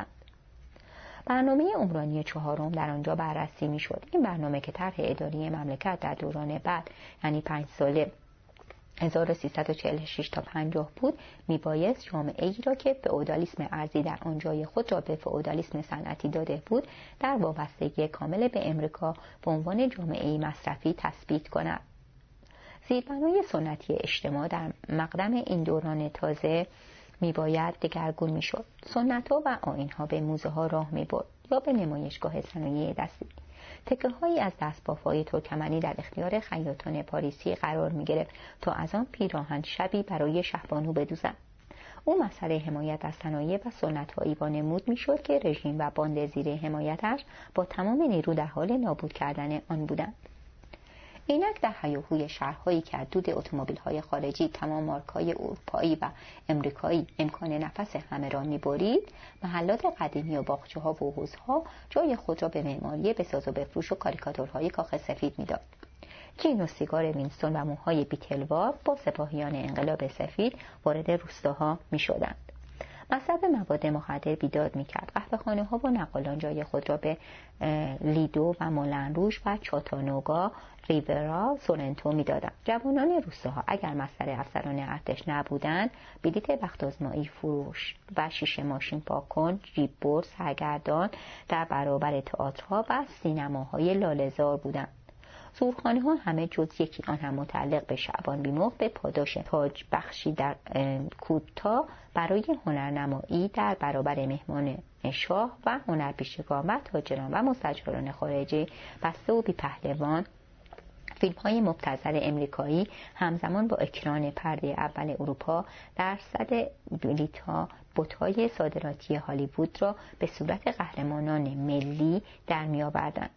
Speaker 2: برنامه عمرانی چهارم در آنجا بررسی می‌شد. این برنامه که طرح اداری مملکت در دوران بعد یعنی پنج ساله هزار و سیصد و چهل و شش تا پنجاه بود، میبایست جامعه‌ای را که فئودالیسم ارضی در آنجای خود را به فئودالیسم صنعتی داده بود، در وابستگی کامل به امریکا به عنوان جامعه‌ای مصرفی تثبیت کند. زیربنای سنتی اجتماع در مقدم این دوران تازه میباید دگرگون میشد. سنت‌ها و آیین‌ها به موزه‌ها راه میبرد یا به نمایشگاه صنایع دستی. تکه هایی از دستباف‌های ترکمنی در اختیار خیاطان پاریسی قرار می گرفت تا از آن پیراهن شبی برای شهبانو بدوزند. او مسئله حمایت از صنایع و سنت‌هایی وانمود می شد که رژیم و باند زیر حمایتش با تمام نیرو در حال نابود کردن آن بودند. اینک در هیاهوی شهرهایی که از دود اتومبیل‌های خارجی تمام مارک‌های اروپایی و امریکایی امکان نفس همه را می‌برید، محلات قدیمی و باغچه‌ها و حوض‌ها جای خود را به معماری بساز و بفروش و کاریکاتورهای کاخ سفید می‌داد. جین و سیگار وینستون و موهای بیتلوار با سپاهیان انقلاب سفید وارد روستاها می‌شدند. مصرف مواد مخدر بیداد می‌کرد. قهوه‌خانه‌ها و نقالان جای خود را به لیدو و مولن روژ و چاتانوگا، ریورا، سورنتو می‌دادند. جوانان روستاها اگر مصدر افسران ارتش نبودند، بلیط بخت‌آزمایی فروش و شیشه ماشین پاکن، جیب بر، سرگردان در برابر تئاترها و سینماهای لاله‌زار بودند. زورخانه ها همه جز یکی، آن هم متعلق به شعبان بیمرغ، به پاداش تاج بخشی در کوتا برای هنرنمایی در برابر مهمان شاه و هنرپیشگان و تاجران و مستاجران خارجی بسته و بی پهلوان فیلم های مبتذل امریکایی همزمان با اکران پرده اول اروپا درصد بلیط ها بت‌های صادراتی هالیوود را به صورت قهرمانان ملی در می آوردند.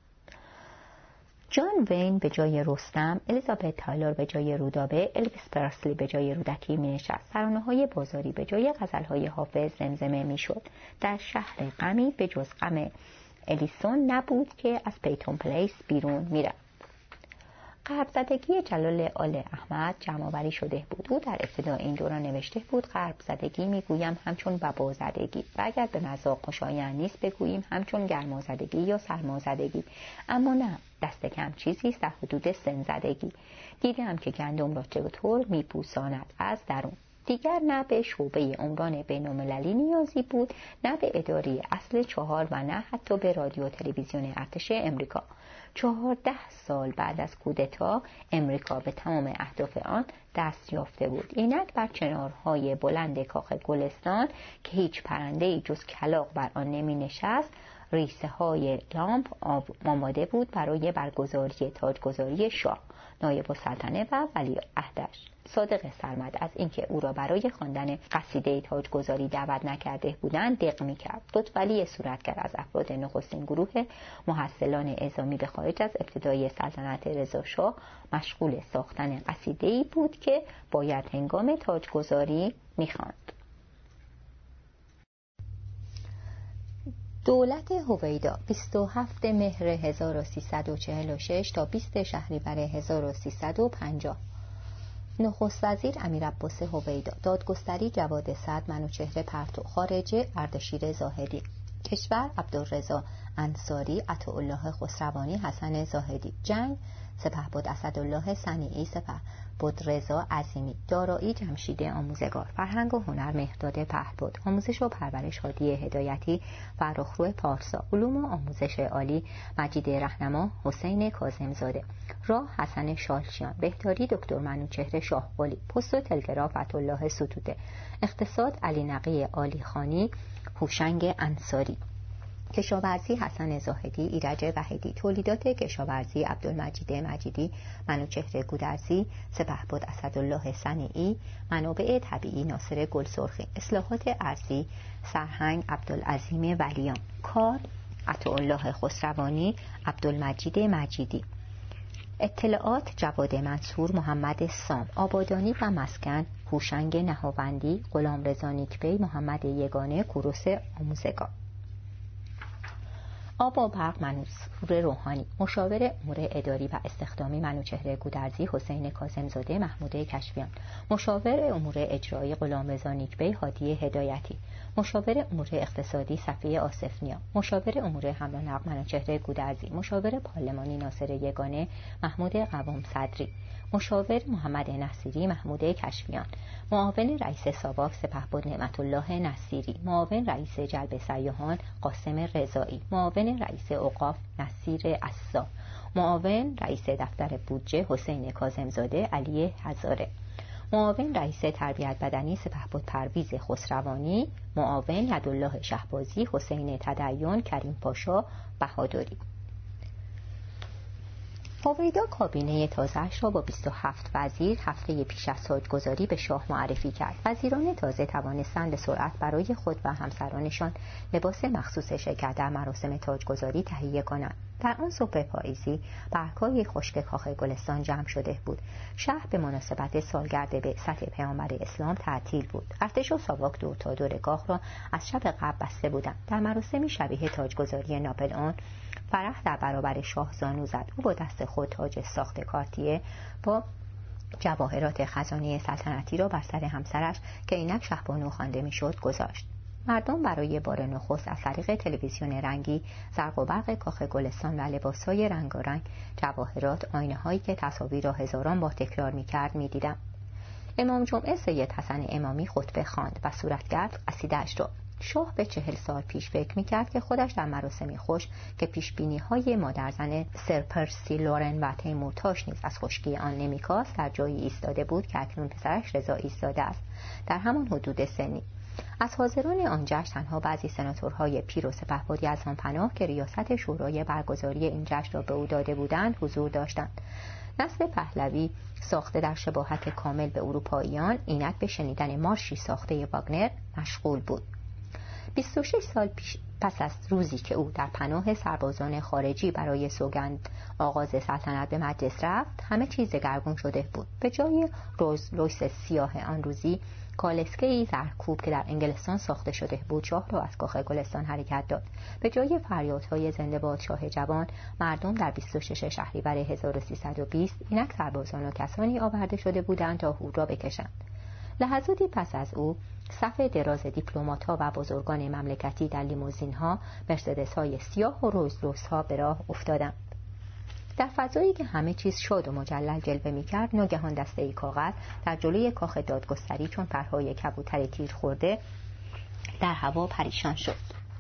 Speaker 2: جان وین به جای رستم، الیزابت تایلور به جای رودابه، الویس پرسلی به جای رودکی می نشست. ترانه‌های بازاری به جای غزل‌های حافظ زمزمه می شد. در شهر غمی به جز غم الیسون نبود که از پیتون پلیس بیرون می رفت. غرب زدگی جلال آل احمد جمع‌آوری شده بود. او در ابتدا این دوران نوشته بود: غرب زدگی میگویم همچون وبا زدگی، و اگر به مذاق خوشایند نیست بگوییم همچون گرما زدگی یا سرما زدگی، اما نه، دست کم چیزی است در حدود سن زدگی. دیدم که گندم را چطور میپوساند از درون. دیگر نه به شعبه عمران بین‌المللی نیازی بود، نه به اداره اصل چهار و نه حتی به رادیو تلویزیون ارتش امریکا. چهارده سال بعد از کودتا امریکا به تمام اهداف آن دست یافته بود. اینک بر چنارهای بلند کاخ گلستان که هیچ پرنده‌ای جز کلاغ بر آن نمی نشست ریسه های لامپ آماده بود برای برگزاری تاجگذاری شاه. نایب السلطنه و ولیعهدش صادق سرمد از اینکه او را برای خواندن قصیده تاجگذاری دعوت نکرده بودند دق می‌کرد. لطفعلی صورتگر از افراد نخستین گروه محصلان اعزامی به خارج از ابتدای سلطنت رضاشاه مشغول ساختن قصیده‌ای بود که باید هنگام تاجگذاری می‌خواند. دولت هویدا بیست و هفتم مهر هزار و سیصد و چهل و شش تا بیستم شهریور هزار و سیصد و پنجاه. نخست وزیر امیرعباس هویدا، دادگستری جواد سعد منوچهر پرتو، خارجه اردشیر زاهدی، کشور عبدالرضا انصاری، عطاالله خسروانی، حسن زاهدی، جنگ سپهبد اسدالله صنیعی، سپهبد رضا عظیمی، دارایی جمشید آموزگار، فرهنگ و هنر مهرداد پهلبد، آموزش و پرورش هادی هدایتی، فرخرو پارسا، علوم و آموزش عالی مجید رهنما، حسین کاظمزاده، راه حسن شالچیان، بهداری دکتر منوچهر شاهقلی، پست و تلگراف عطاالله ستوده، اقتصاد علی نقی عالیخانی، هوشنگ انصاری، کشاورزی حسن زاهدی، ایرج وحیدی، تولیدات کشاورزی عبدالمجید مجیدی، منوچهر گودرزی، سپهبد اسدالله صنیعی، منابع طبیعی ناصر گلسرخی، اصلاحات ارضی سرهنگ عبدالعظیم ولیان، کار عطاالله خسروانی، عبدالمجید مجیدی، اطلاعات جواد منصور، محمد سام، آبادانی و مسکن هوشنگ نهاوندی، غلامرضا نیکبی، محمد یگانه، کوروش آموزگار، آب و برق منصور روحانی، مشاور امور اداری و استخدامی منوچهر گودرزی، حسین کاظمزاده، محمود کشفیان، مشاور امور اجرایی غلامرضا نیکبی، هادی هدایتی، مشاور امور اقتصادی صفیه آصف‌نیا، مشاور امور حمل و نقل منوچهر گودرزی، مشاور پارلمانی ناصر یگانه، محمود قوام صدری، مشاور محمد نصیری، محمود کشفیان، معاون رئیس ساواک سپهبد نعمت الله نصیری، معاون رئیس جلب سیاحان قاسم رضایی، معاون رئیس اوقاف نصیر عصا، معاون رئیس دفتر بودجه حسین کاظمزاده، علی هزاره، معاون رئیس تربیت بدنی سپهبد پرویز خسروانی، معاون یدالله شهبازی، حسین تدین، کریم پاشا بهادری. هویدا کابینه تازه‌اش را با بیست و هفت وزیر هفته پیش از تاجگذاری به شاه معرفی کرد. وزیران تازه توانستند به سرعت برای خود و همسرانشان لباس مخصوص شرکت در مراسم تاجگذاری تهیه کنند. در آن صبح پاییزی برگ‌های خشک کاخ گلستان جمع شده بود. شهر به مناسبت سالگرد بعثت پیامبر اسلام تعطیل بود. ارتش و ساواک دور تا دور کاخ را از شب قبل بسته بودند. در مراسمی شبیه تاجگذاری ناپلئون فرح در برابر شاه زانو زد. او با دست خود تاج ساخت کارتیه با جواهرات خزانه سلطنتی را بر سر همسرش که اینک شهبانو خوانده میشد گذاشت. مردم برای بار نخست از طریق تلویزیون رنگی زرق و برق کاخ گلستان و لباسهای رنگارنگ، جواهرات، آینه‌هایی که تصاویر را هزاران بار تکرار می‌کرد می‌دیدند. امام جمعه سید حسن امامی خطبه خواند و صورتگرد قصیده‌اش را. شاه به چهل سال پیش فکر می‌کرد که خودش در مراسمی خوش که پیشبینی‌های مادرزن سر پرسی لورن و تیمورتاش نیز از خشکی آن نمی‌کاست در جایی ایستاده بود که اکنون پسرش رضا ایستاده است، در همان حدود سنی. از حاضران آن جشن تنها بعضی سناتورهای پیر و سپهبد یزدان پناه که ریاست شورای برگزاری این جشن را به او داده بودند حضور داشتند. نسل پهلوی ساخته در شباهت کامل به اروپاییان اینک به شنیدن مارشی ساخته واگنر مشغول بود. بیست و شش سال پیش پس از روزی که او در پناه سربازان خارجی برای سوگند آغاز سلطنت به مجلس رفت، همه چیز دگرگون شده بود. به جای روز لویس سیاه آن روزی، کالسکه‌ای زرکوب که در انگلستان ساخته شده بود شاه را از کاخ گلستان حرکت داد. به جای فریادهای زنده باد شاه جوان، مردم در بیست و شش شهریور هزار و سیصد و بیست اینک سربازان و کسانی آورده شده بودند تا هورا بکشند. لحظاتی پس از او صف دراز دیپلمات‌ها و بزرگان مملکتی در لیموزین‌ها، مرسدس‌های سیاه و روزلوس‌ها به راه افتادند. در فضایی که همه چیز شاد و مجلل جلوه می‌کرد، ناگهان دسته‌ای کاغذ در جلوی کاخ دادگستری چون پرهای کبوتر تیر خورده در هوا پریشان شد.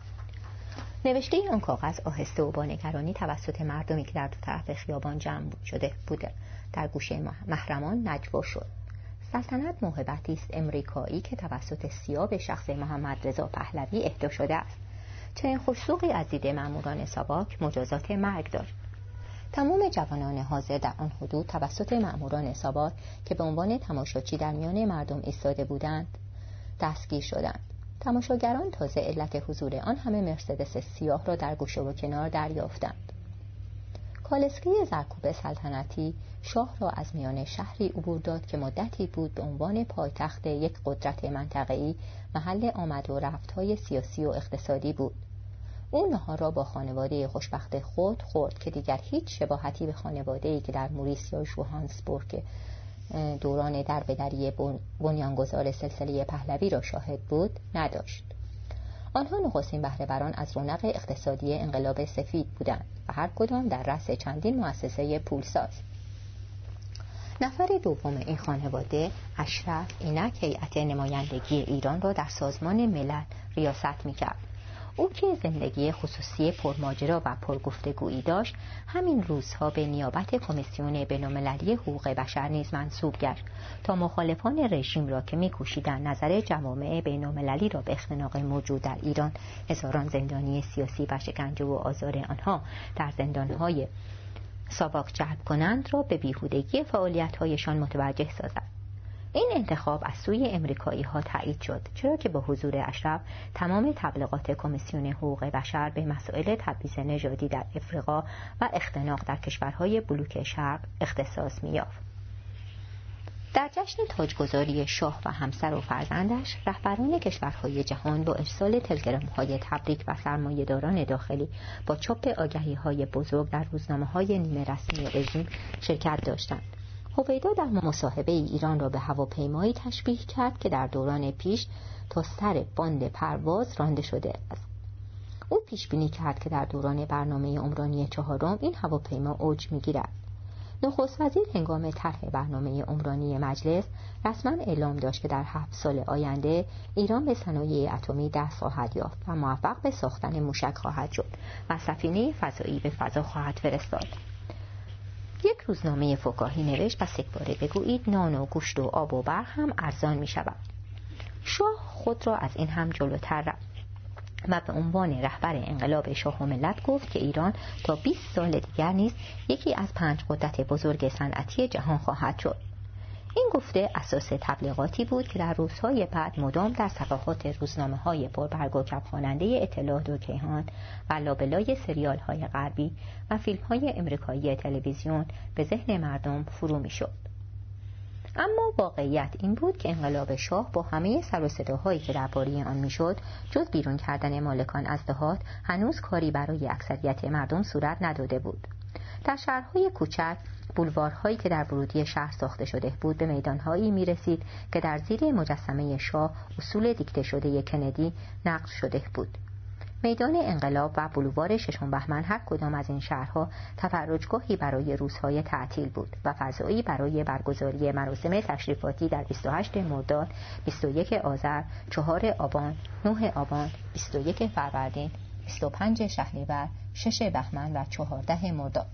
Speaker 2: نوشته آن کاغذ آهسته و با نگرانی توسط مردمی که در دو طرف خیابان جمع شده بوده در گوشه محرمان نجوا شد. سلطنت موهبتی است امریکایی که توسط سیا به شخص محمد رضا پهلوی اهدا شده است. چنین خوش‌ذوقی از دید ماموران ساواک مجازات مرگ داشت. تمام جوانان حاضر در آن حدود توسط ماموران ساواک که به عنوان تماشاچی در میان مردم ایستاده بودند دستگیر شدند. تماشاگران تازه علت حضور آن همه مرسدس سیاه را در گوشه و کنار دریافتند. کالسکه زرکوب سلطنتی شاه را از میان شهری عبور داد که مدتی بود به عنوان پایتخت یک قدرت منطقه‌ای محل آمد و رفت‌های سیاسی و اقتصادی بود. او نهار را با خانواده خوشبخت خود خورد که دیگر هیچ شباهتی به خانواده‌ای که در موریس یا ژوهانسبورگ دوران دربدری بنیانگذار سلسله پهلوی را شاهد بود نداشت. آنها نخستین بهره بران از رونق اقتصادی انقلاب سفید بودند و هر کدام در رأس چندین مؤسسه پولساز. نفر دوم این خانواده، اشرف، اینک هیئت نمایندگی ایران را در سازمان ملل ریاست می‌کرد. او که زندگی خصوصی پرماجرا و پرگفتگویی داشت، همین روزها به نیابت کمیسیون بین‌المللی حقوق بشر نیز منصوب گشت تا مخالفان رژیم را که می‌کوشیدند نظر جوامع بین‌المللی را به اختناق موجود در ایران، هزاران زندانی سیاسی و شکنجه و آزار آنها در زندان‌های ساواک جلب کنند، را به بیهودگی فعالیت‌هایشان متوجه سازد. این انتخاب از سوی امریکایی ها تایید شد، چرا که با حضور اشرف تمام تبلیغات کمیسیون حقوق بشر به مسائل تبعیض نژادی در افریقا و اختناق در کشورهای بلوک شرق اختصاص می‌یافت. در جشن تاجگذاری شاه و همسر و فرزندش، رهبران کشورهای جهان با ارسال تلگرام‌های تبریک و سرمایه‌داران داخلی با چاپ آگهی‌های بزرگ در روزنامه‌های نیمه رسمی رژیم شرکت داشتند. هویدا در مصاحبه ای ایران را به هواپیمایی تشبیه کرد که در دوران پیش تا سر باند پرواز رانده شده است. او پیش بینی کرد که در دوران برنامه عمرانی چهارم این هواپیما اوج می‌گیرد. نخست وزیر هنگام طرح برنامه عمرانی مجلس رسما اعلام داشت که در هفت سال آینده ایران به صنایع اتمی دست خواهد یافت و موفق به ساختن موشک خواهد شد و سفینه فضایی به فضا خواهد فرستاد. یک روزنامه فکاهی نوشت: پس یک باره بگویید نان و گوشت و آب و برق هم ارزان می شود. شاه خود را از این هم جلوتر رفت و به عنوان رهبر انقلاب شاه و ملت گفت که ایران تا بیست سال دیگر نیز یکی از پنج قدرت بزرگ صنعتی جهان خواهد شد. این گفته اساس تبلیغاتی بود که در روزهای بعد مدام در صفحات روزنامه‌های پربرگ و کپخواننده اطلاعات و کیهان و لابلای سریال‌های غربی و فیلم‌های امریکایی تلویزیون به ذهن مردم فرو می‌شد. اما واقعیت این بود که انقلاب شاه با همه سر و صداهایی که درباره آن می‌شد، جز بیرون کردن مالکان از دهات، هنوز کاری برای اکثریت مردم صورت نداده بود. در شهرهای کوچک، بولوارهایی که در ورودی شهر ساخته شده بود به میدانهایی می رسید که در زیر مجسمه شاه اصول دیکته شده کندی نقش شده بود. میدان انقلاب و بولوار ششم بهمن هر کدام از این شهرها تفرجگاهی برای روزهای تعطیل بود و فضایی برای برگزاری مراسم تشریفاتی در بیست و هشت مرداد، بیست و یک آذر، چهارم آبان، نهم آبان، بیست و یک فروردین، بیست و پنجم شهریور، ششم بهمن و چهاردهم مرداد.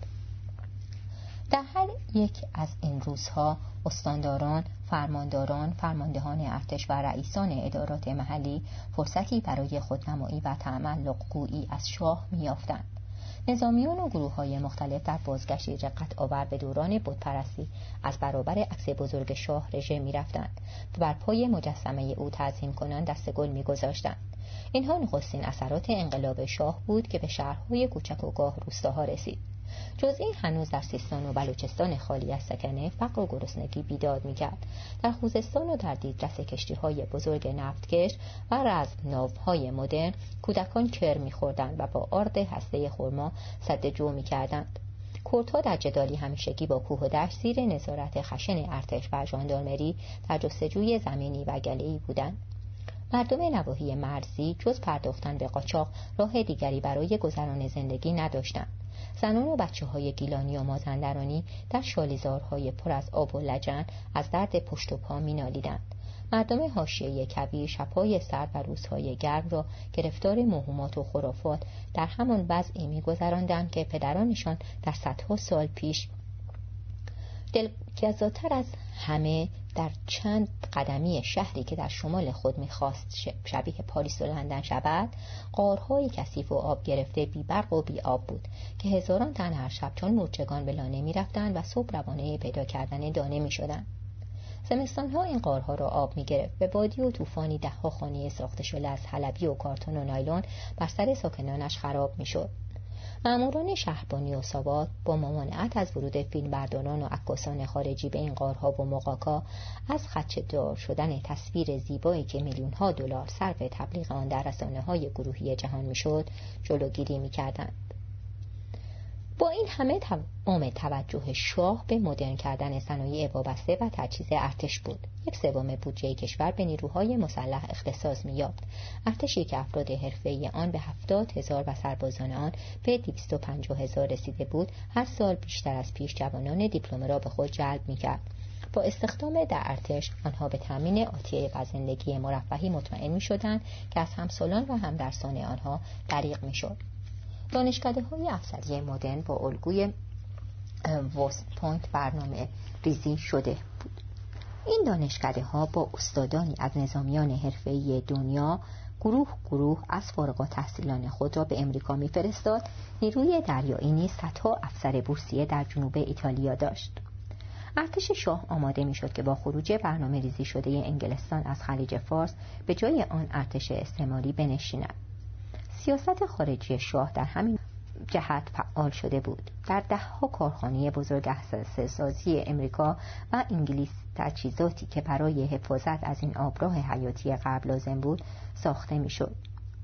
Speaker 2: در هر یک از این روزها استانداران، فرمانداران، فرماندهان ارتش و رئیسان ادارات محلی فرصتی برای خودنمایی و تملق گویی از شاه می‌یافتند. نظامیان و گروه‌های مختلف در بازگشتی رقت آور به دوران بتپرستی از برابر عکس بزرگ شاه رژه می‌رفتند و بر پای مجسمه او تعظیم کنان دست گل می‌گذاشتند. اینها نخستین اثرات انقلاب شاه بود که به شهرهای کوچک و گاه روستاها رسید. جز این هنوز در سیستان و بلوچستان خالی از سکنه فقر و گرسنگی بیداد می‌کرد. در خوزستان و در دیدرس کشتی‌های بزرگ نفتکش و رزمناوهای مدرن کودکان کرم می‌خوردند و با آرد هسته خرما سد جو می‌کردند. کردها در جدالی همیشگی با کوه و دشت زیر نظارت خشن ارتش و ژاندارمری در جستجوی زمینی و گله‌ای بودند. مردم نواحی مرزی جز پرداختن به قاچاق راه دیگری برای گذران زندگی نداشتند. زنان و بچه های گیلانی و مازندرانی در شالیزارهای پر از آب و لجن از درد پشت و پا می نالیدند. مردم حاشیه کبیر شب‌های سرد و روزهای گرم را گرفتار موهومات و خرافات در همان وضعی می گذراندند که پدرانشان در صدها سال پیش دلگزاتر از همه در چند قدمی شهری که در شمال خود می‌خواست شبیه پاریس و لندن شود، غارهای کثیف و آب گرفته بی برق و بی آب بود که هزاران تن هر شب چون مورچگان به لانه می‌رفتند و صبح روانه پیدا کردن دانه می‌شدند. زمستان‌ها این غارها را آب می‌گرفت. به بادی و طوفانی ده‌ها خانه ساخته شده از حلبی و کارتون و نایلون بر سر ساکنانش خراب می‌شد. ماموران شهربانی و ساواک با ممانعت از ورود فیلمبرداران و عکاسان خارجی به این غارها و مقاکا از خدشه‌دار شدن تصویر زیبایی که میلیون‌ها دلار صرف تبلیغ آن در رسانه‌های گروهی جهان می‌شد جلوگیری می‌کردند. با این همه تمام توجه شاه به مدرن کردن صنایع وابسته و تجهیز ارتش بود. یک سوم بودجه کشور به نیروهای مسلح اختصاص می‌یافت. ارتشی که افراد حرفه‌ای آن به هفتاد هزار و سربازان آن به دویست و پنجاه هزار رسیده بود، هر سال بیشتر از پیش جوانان دیپلمه را به خود جلب می‌کرد. با استخدام در ارتش آنها به تامین آتیه و زندگی مرفهی مطمئن می‌شدند که از همسالان و همدرسان آنها دریغ می‌شد. دانشکده‌های افسری مدرن با الگوی وست پوینت برنامه ریزی شده بود. این دانشکده‌ها با استادانی از نظامیان حرفه‌ای دنیا گروه گروه از فارغ التحصیلان خود را به امریکا می‌فرستاد. نیروی دریایی نیز صدها افسر بورسیه در جنوب ایتالیا داشت. ارتش شاه آماده می‌شد که با خروج برنامه ریزی شده انگلستان از خلیج فارس به جای آن ارتش استعماری بنشیند. سیاست خارجی شاه در همین جهت فعال شده بود. در ده‌ها کارخانه بزرگ اساسازی امریکا و انگلیس تجهیزاتی که برای حفاظت از این آبراه حیاتی غرب لازم بود ساخته می‌شد.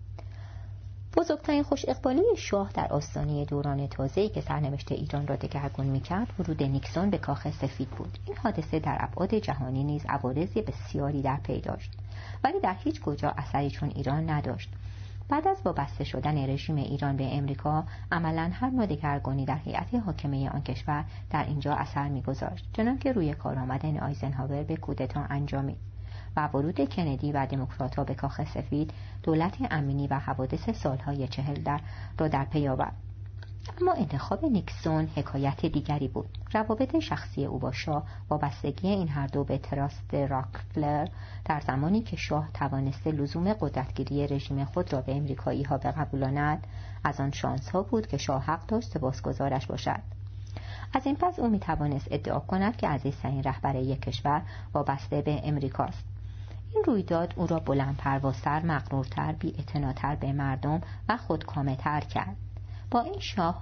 Speaker 2: بزرگترین خوش اقبالی شاه در آستانه دوران تازه‌ای که سرنوشت ایران را دگرگون می‌کرد ورود نیکسون به کاخ سفید بود. این حادثه در ابعاد جهانی نیز عوارض بسیاری در پی داشت، ولی در هیچ کجا اثری چون ایران نداشت. بعد از وابسته شدن رژیم ایران به امریکا، عملاً هر نوع دگرگونی در هیئت حاکمه آن کشور در اینجا اثر می‌گذاشت، چنانکه روی کار آمدن آیزنهاور به کودتا انجامید و ورود کندی و دموکرات‌ها به کاخ سفید دولت امنی و حوادث سالهای چهل در را در پی آورد. اما انتخاب نیکسون حکایت دیگری بود. روابط شخصی او با شاه، وابستگی این هر دو به تراست راکفلر در زمانی که شاه توانسته لزوم قدرتگیری رژیم خود را به امریکایی‌ها بقبولاند، از آن شانس‌ها بود که شاه حق داشت سپاسگزارش باشد. از این پس او می‌توانست ادعا کند که عزیزترین رهبر یک کشور وابسته به امریکاست. این رویداد او را بلند پروازتر، مغرورتر، بی‌اعتناتر به مردم و خودکامه‌تر کرد. با این شاه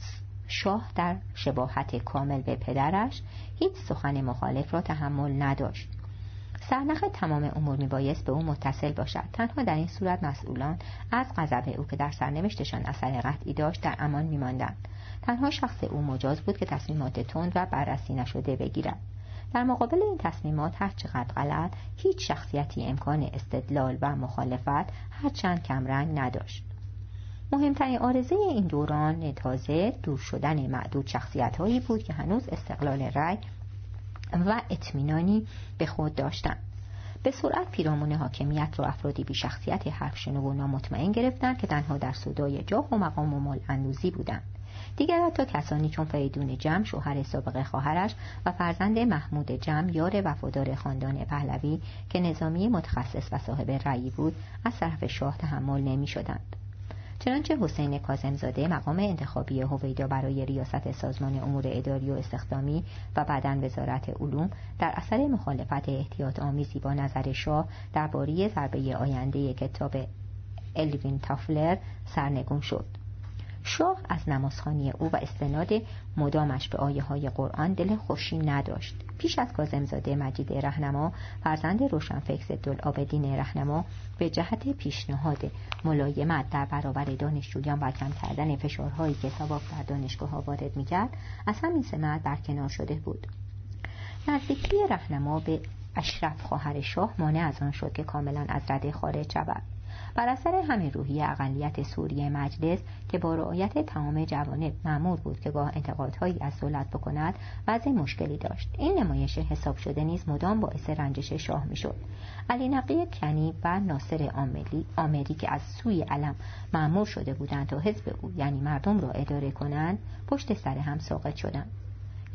Speaker 2: شاه در شباهت کامل به پدرش هیچ سخن مخالف را تحمل نداشت. سرنخ تمام امور میبایست به او متصل باشد. تنها در این صورت مسئولان از غضب او که در سرنوشتشان اثر قطعی داشت در امان میماندند. تنها شخص او مجاز بود که تصمیمات تند و بررسی نشده بگیرد. در مقابل این تصمیمات هر چقدر غلط، هیچ شخصیتی امکان استدلال و مخالفت هرچند کمرنگ نداشت. مهمترین آرزه این دوران تازه دور شدن معدود شخصیت‌هایی بود که هنوز استقلال رأی و اطمینانی به خود داشتند. به سرعت پیرامون حاکمیت را افرادی بی شخصیت حرف شنو و نامطمئن گرفتند که تنها در سودای جاه و مقام و مال اندوزی بودند. دیگر حتی کسانی چون فریدون جم، شوهر سابق خواهرش و فرزند محمود جم، یار وفادار خاندان پهلوی که نظامی متخصص و صاحب رأی بود، از طرف شاه تحمل نمی‌شدند. چنانچه حسین کاظم‌زاده مقام انتخابی هویدا برای ریاست سازمان امور اداری و استخدامی و بعداً وزارت علوم در اثر مخالفت احتیاط آمیزی با نظر شاه درباره ضربه آینده کتاب الوین تافلر سرنگون شد. شاه از نمازخوانی او و استناد مدامش به آیه های قرآن دل خوشی نداشت. پیش از کاظم‌زاده مجید رهنما، فرزند روشنفکر ضدالعابدین رهنما، به جهت پیشنهاد ملایمت در برابر دانشجویان و کم کردن فشارهایی که سبب در دانشگاه‌ها وارد می‌کرد، از همین سمت برکنار شده بود. نزدیکی رهنما به اشرف خواهر شاه مانع از آن شد که کاملا از رده خارج شود. بر اثر همین روحیه اقلیت سوری مجلس که با رعایت تمام جوانب مأمور بود که گاه انتقادهایی از دولت بکند، وضع مشکلی داشت. این نمایش حساب شده نیز مدام باعث رنجش شاه میشد. علی نقی کنی و ناصر عاملی آمری که از سوی علم مأمور شده بودند تا حزب او یعنی مردم را اداره کنند، پشت سر هم ساقط شدند.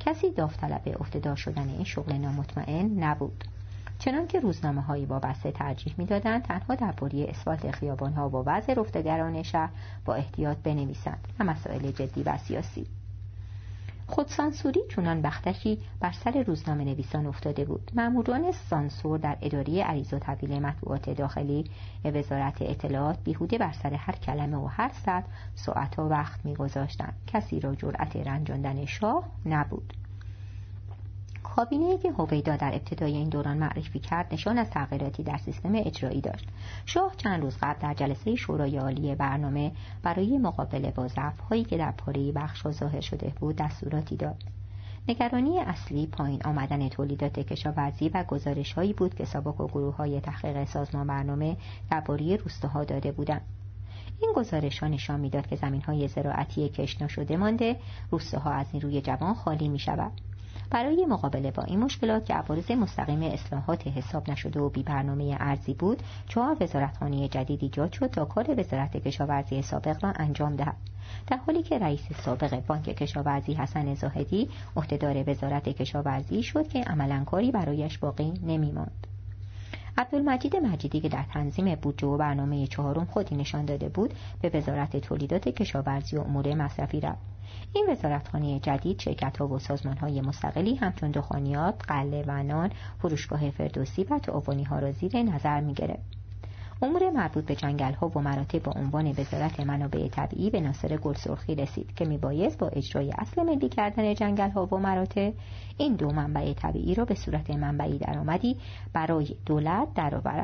Speaker 2: کسی داوطلب عهده‌دار شدن این شغل نامطمئن نبود، چنان که روزنامه هایی وابسته ترجیح می‌دادند تنها درباره اسفالت خیابان‌ها و وضع رفتگران شهر با احتیاط بنویسند و مسائل جدی و سیاسی. خودسانسوری چنان بختکی بر سر روزنامه نویسان افتاده بود. ماموران سانسور در اداره عریض و تحویل مطبوعات داخلی وزارت اطلاعات بیهوده بر سر هر کلمه و هر سطر ساعت و وقت می‌گذاشتند. کسی را جرأت رنجاندن شاه نبود. کابینه‌ای که هویدا در ابتدای این دوران معرفی کرد نشان از تغییراتی در سیستم اجرایی داشت. شاه چند روز قبل در جلسه شورای عالی برنامه برای مقابله با ضعف‌هایی که در پاره بخش‌ها ظاهر شده بود دستوراتی داد. نگرانی اصلی پایین آمدن تولیدات کشاورزی و گزارش‌هایی بود که سابق و گروه‌های تحقیق سازمان برنامه درباره روستاها داده بودند. این گزارش‌ها نشان می‌داد که زمین‌های زراعتی کشت نشده مانده، روستاها از نیروی جوان خالی می‌شود. برای مقابله با این مشکلات که عوارض مستقیم اصلاحات حساب نشده و بی برنامه ارضی بود، چهار وزارتخانه جدید ایجاد شد تا کار وزارت کشاورزی سابق را انجام دهد. در حالی که رئیس سابق بانک کشاورزی حسن زاهدی عهدهدار وزارت کشاورزی شد که عملاً کاری برایش باقی نمی‌ماند. عبدالمجید مجیدی که در تنظیم بودجه و برنامه چهارم خودی نشان داده بود، به وزارت تولیدات کشاورزی و امور مصرفی رفت. این وزارتخانه جدید شرکت‌ها و سازمان‌های مستقلی همچون دخانیات، غله و نان، فروشگاه فردوسی و تعاونی‌ها را زیر نظر می‌گرفت. امور مربوط به جنگل‌ها و مراتع با عنوان وزارت منابع طبیعی به ناصر گلسرخی رسید که میبایست با اجرای اصل ملی کردن جنگل‌ها و مراتع این دو منبع طبیعی را به صورت منبعی درآمدی برای دولت درآورد.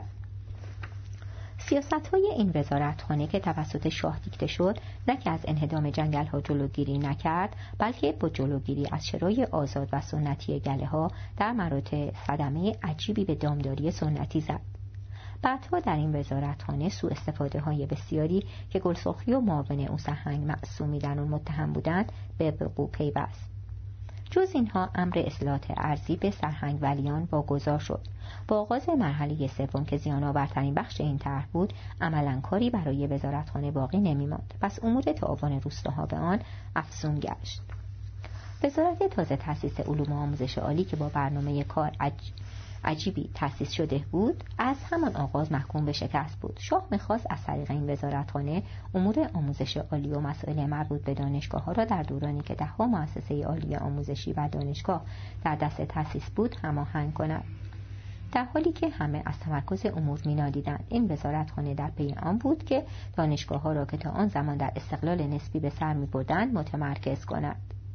Speaker 2: سیاست‌های این وزارتخانه که توسط شاه دیکته شد، نه که از انهدام جنگل‌ها جلوگیری نکرد، بلکه با جلوگیری از شرای آزاد و سنتی گله‌ها در مراتع صدمه عجیبی به دامداری سنتی زد. بعدها در این وزارتخانه سوء استفاده های بسیاری که گلسرخی و معاون او سرهنگ معصومی در آن متهم بودند به وقوع پیوست. جز اینها امر اصلاحات ارضی به سرهنگ ولیان واگذار شد. با آغاز مرحله سوم که زیان‌آورترین بخش این طرح بود، عملاً کاری برای وزارتخانه باقی نمی‌ماند. پس امور تعاون روستاها به آن افزون گشت. وزارت تازه تأسیس علوم و آموزش عالی که با برنامه کار عج... عجیبی تأسیس شده بود، از همان آغاز محکوم به شکست بود. شاه می‌خواست از طریق این وزارتخانه امور آموزش عالی و مسائل مربوط به دانشگاه‌ها را در دورانی که ده‌ها مؤسسه عالی آموزشی و دانشگاه در دست تأسیس بود هماهنگ کند. در حالی که همه از تمرکز امور می‌نادیدند، این وزارتخانه در پی آن بود که دانشگاه‌ها را که تا آن زمان در استقلال نسبی به سر می‌بردند متمرکز کند.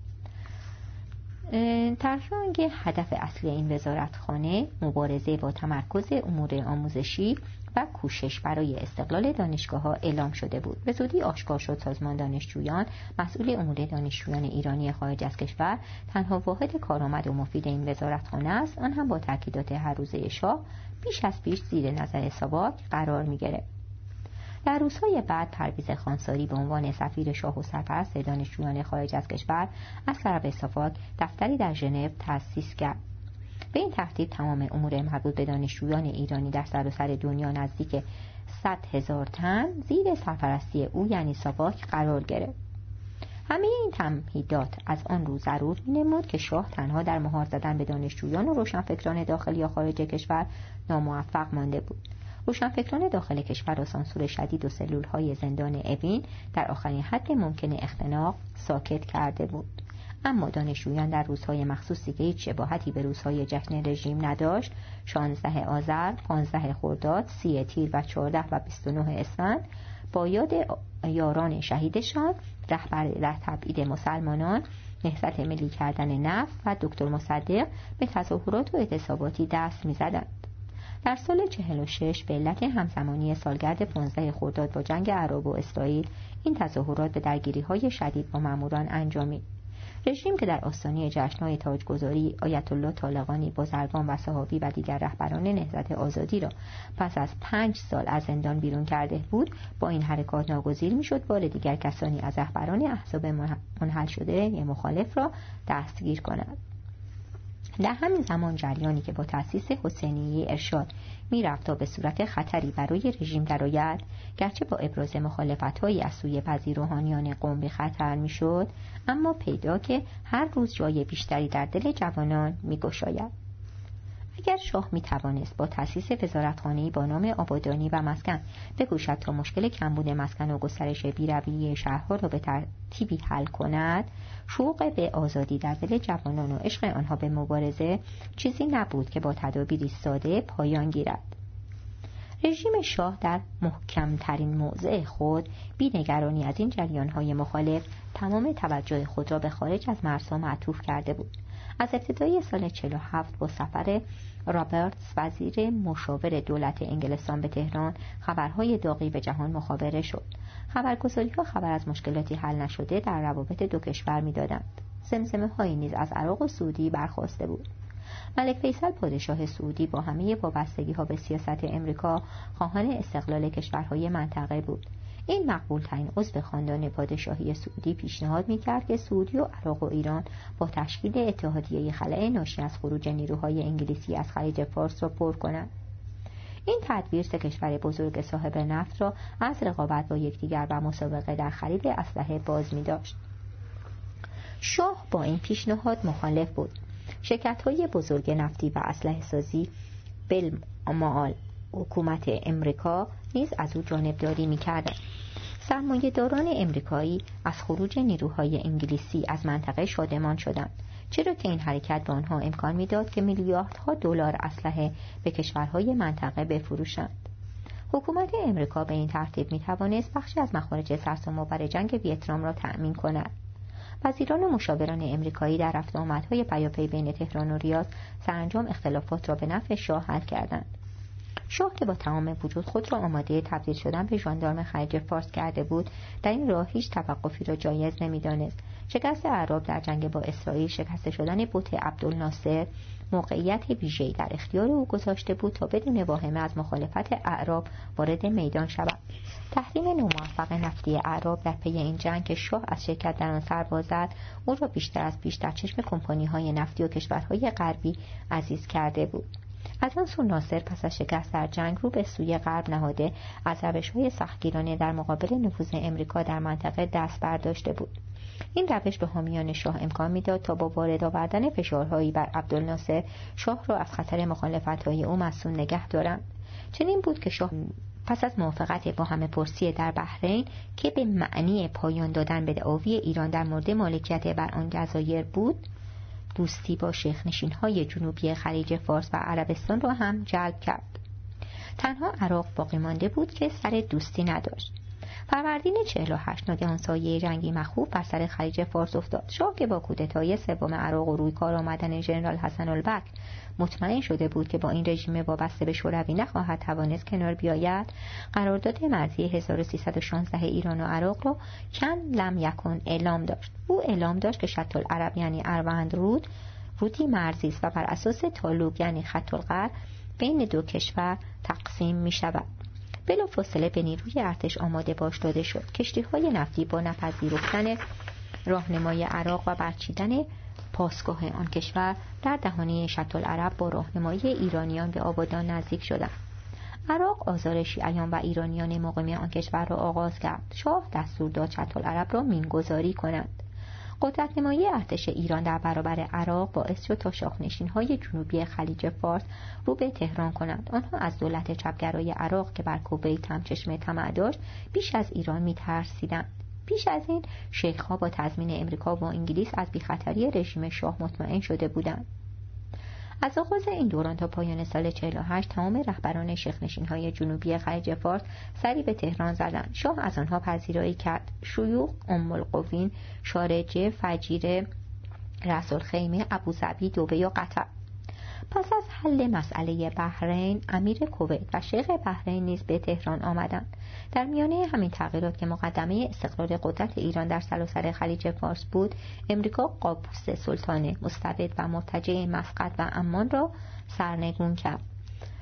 Speaker 2: طرح آنکه هدف اصلی این وزارتخانه مبارزه با تمرکز امور آموزشی و کوشش برای استقلال دانشگاه‌ها اعلام شده بود. به زودی آشکار شد سازمان دانشجویان مسئول امور دانشجویان ایرانی خارج از کشور تنها واحد کارآمد و مفید این وزارتخانه است، آن هم با تاکیدات هر روزه شاه بیش از پیش زیر نظر ساواک قرار می‌گرفت. در روزهای بعد پرویز خانساری به عنوان سفیر شاه و سرپرست دانشجویان خارج از کشور از طرف ساواک دفتری در ژنو تأسیس کرد. به این ترتیب تمام امور مربوط به دانشجویان ایرانی در سراسر دنیا نزدیک صد هزار تن زیر سرپرستی او یعنی ساواک قرار گرفت. همه این تمهیدات از آن رو ضرور می‌نمود که شاه تنها در مهار زدن به دانشجویان و روشنفکران داخل یا خارج کشور ناموفق مانده بود. روشنفکران داخل کشور را سانسور شدید و سلول‌های زندان اوین در آخرین حد ممکن اختناق ساکت کرده بود. اما دانشجویان در روزهای مخصوصی که هیچ شباهتی به روزهای جشن رژیم نداشت، شانزده آذر، پانزده خرداد، سی تیر و چهارده و بیست و نه اسفند، با یاد یاران شهیدشان، رهبر در تبعید مسلمانان، نهضت ملی کردن نفت و دکتر مصدق به تظاهرات و اعتصاباتی دست می‌زدند. در سال چهل و شش به علت همزمانی سالگرد پانزده خرداد با جنگ عرب و اسرائیل این تظاهرات به درگیری‌های شدید با ماموران انجامید. رژیم که در آستانه جشن‌های تاجگذاری آیت الله طالقانی بازرگان و صحابی و دیگر رهبران نهضت آزادی را پس از پنج سال از زندان بیرون کرده بود، با این حرکات ناگزیر می‌شد بار دیگر کسانی از رهبران احزاب منحل شده یا مخالف را دستگیر کند. در همین زمان جریانی که با تأسیس حسینیه ارشاد می‌رفت تا به صورت خطری برای رژیم درآید، گرچه با ابراز مخالفت‌هایی از سوی بعضی روحانیان قوم به خطر می‌شد، اما پیدا که هر روز جای بیشتری در دل جوانان می‌گشاید. اگر شاه می‌توانست با تأسیس وزارتخانه‌ای با نام آبادانی و مسکن بکوشد تا مشکل کمبود مسکن و گسترش بی‌رویه شهرها را به ترتیبی حل کند، شوق به آزادی در دل جوانان و عشق آنها به مبارزه چیزی نبود که با تدابیری ساده پایان گیرد. رژیم شاه در محکمترین موضع خود بی‌نگرانی از این جریان‌های مخالف تمام توجه خود را به خارج از مرزها معطوف کرده بود. از ابتدای سال چهل و هفت با سفر رابرتس وزیر مشاور دولت انگلستان به تهران خبرهای داغی به جهان مخابره شد. خبرگزاری‌ها خبر از مشکلاتی حل نشده در روابط دو کشور می‌دادند. زمزمه‌هایی نیز از عراق و سعودی برخاسته بود. ملک فیصل پادشاه سعودی با همه وابستگی‌ها به سیاست امریکا خواهان استقلال کشورهای منطقه بود. این مقبول ترین عضو خاندان پادشاهی سعودی پیشنهاد می‌کرد که سعودی و عراق و ایران با تشکیل اتحادیه خلأ ناشی از خروج نیروهای انگلیسی از خلیج فارس را پر کنند. این تدبیر سه کشور بزرگ صاحب نفت را از رقابت با یکدیگر و مسابقه در خرید اسلحه باز می‌داشت. شاه با این پیشنهاد مخالف بود. شرکت‌های بزرگ نفتی و اسلحه سازی بالمعال حکومت امریکا نیز از او جانبداری می‌کردند. سرمایه‌داران امریکایی از خروج نیروهای انگلیسی از منطقه شادمان شدند، چرا که این حرکت به آنها امکان می‌داد که میلیاردها دلار اسلحه به کشورهای منطقه بفروشند. حکومت امریکا به این ترتیب می‌توانست بخشی از مخارج سرسام‌آور جنگ ویتنام را تأمین کند. وزیران و مشاوران امریکایی در رفت و آمدهای پیاپی بین تهران و ریاض سرانجام اختلافات را به نفع شاه حل کردند. شاه که با تمام وجود خود را آماده تبدیل شدن به ژاندارم خلیج فارس کرده بود، در این راه هیچ توقفی را جایز نمی‌دانست. شکست اعراب در جنگ با اسرائیل، شکست شدن بت عبدالناصر، موقعیت ویژه‌ای در اختیار او گذاشته بود تا بدون واهمه از مخالفت اعراب وارد میدان شود. تحریم ناموفق نفتی اعراب در پی این جنگ که شاه از شرکت در آن سر باز زد، او را بیشتر از پیش در چشم کمپانی‌های نفتی و کشورهای غربی عزیز کرده بود. از آن سو ناصر پس از شکست در جنگ رو به سوی غرب نهاده از روش‌های سختگیرانه در مقابل نفوذ امریکا در منطقه دست برداشته بود. این روش به حامیان شاه امکان میداد تا با وارد آوردن فشارهایی بر عبدالناصر شاه را از خطر مخالفت‌های او مسئول نگه دارند. چنین بود که شاه پس از موافقت با همه پرسی در بحرین که به معنی پایان دادن به دعاوی ایران در مورد مالکیت بر آن جزایر بود، دوستی با شیخ نشین‌های جنوبی خلیج فارس و عربستان را هم جلب کرد. تنها عراق باقی مانده بود که سر دوستی نداشت. فروردین چهل و هشت ناگهان سایه جنگی مخوف بر سر خلیج فارس افتاد. شاه که با کودتای سوم عراق و روی کار آمدن ژنرال حسن البک مطمئن شده بود که با این رژیم وابسته به شوروی نخواهد توانست کنار بیاید، قرارداد مرزی هزار و سیصد و شانزده ایران و عراق را کن لم یکن اعلام داشت. او اعلام داشت که شط العرب یعنی اروند رود رودی مرزی است و بر اساس تالوگ یعنی خط القر بین دو کشور تقسیم می شود. بلافاصله به نیروی ارتش آماده باش داده شد. کشتی‌های نفتی با نپذیرفتن راهنمای عراق و برچیدن پاسگاه آن کشور در دهانه شط العرب با راهنمایی ایرانیان به آبادان نزدیک شدند. عراق آزار شیعیان و ایرانیان مقیم آن کشور را آغاز کرد. شاه دستور داد شط العرب را مینگذاری کنند. قدرت نمایی ارتش ایران در برابر عراق باعث شد تا شاخنشین‌های جنوبی خلیج فارس رو به تهران کنند. آنها از دولت چپگرای عراق که بر کویت هم چشم طمع داشت بیش از ایران می‌ترسیدند. پیش از این شیخ‌ها با تضمین امریکا و انگلیس از بی‌خطری رژیم شاه مطمئن شده بودند. از آغاز این دوران تا پایان سال چهل و هشت تمام رهبران شیخ‌نشین‌های جنوبی خلیج فارس سری به تهران زدند. شاه از آنها پذیرایی کرد. شیوخ، ام القوین، شارجه، فجیره، رأس الخیمه، ابوظبی، دبی و قطر. پس از حل مسئله بحرین، امیر کویت و شیخ بحرین نیز به تهران آمدند. در میانه همین تغییرات که مقدمه استقرار قدرت ایران در سراسر خلیج فارس بود، امریکا قابوس سلطان مستبد و مرتجع مسقط و عمان را سرنگون کرد.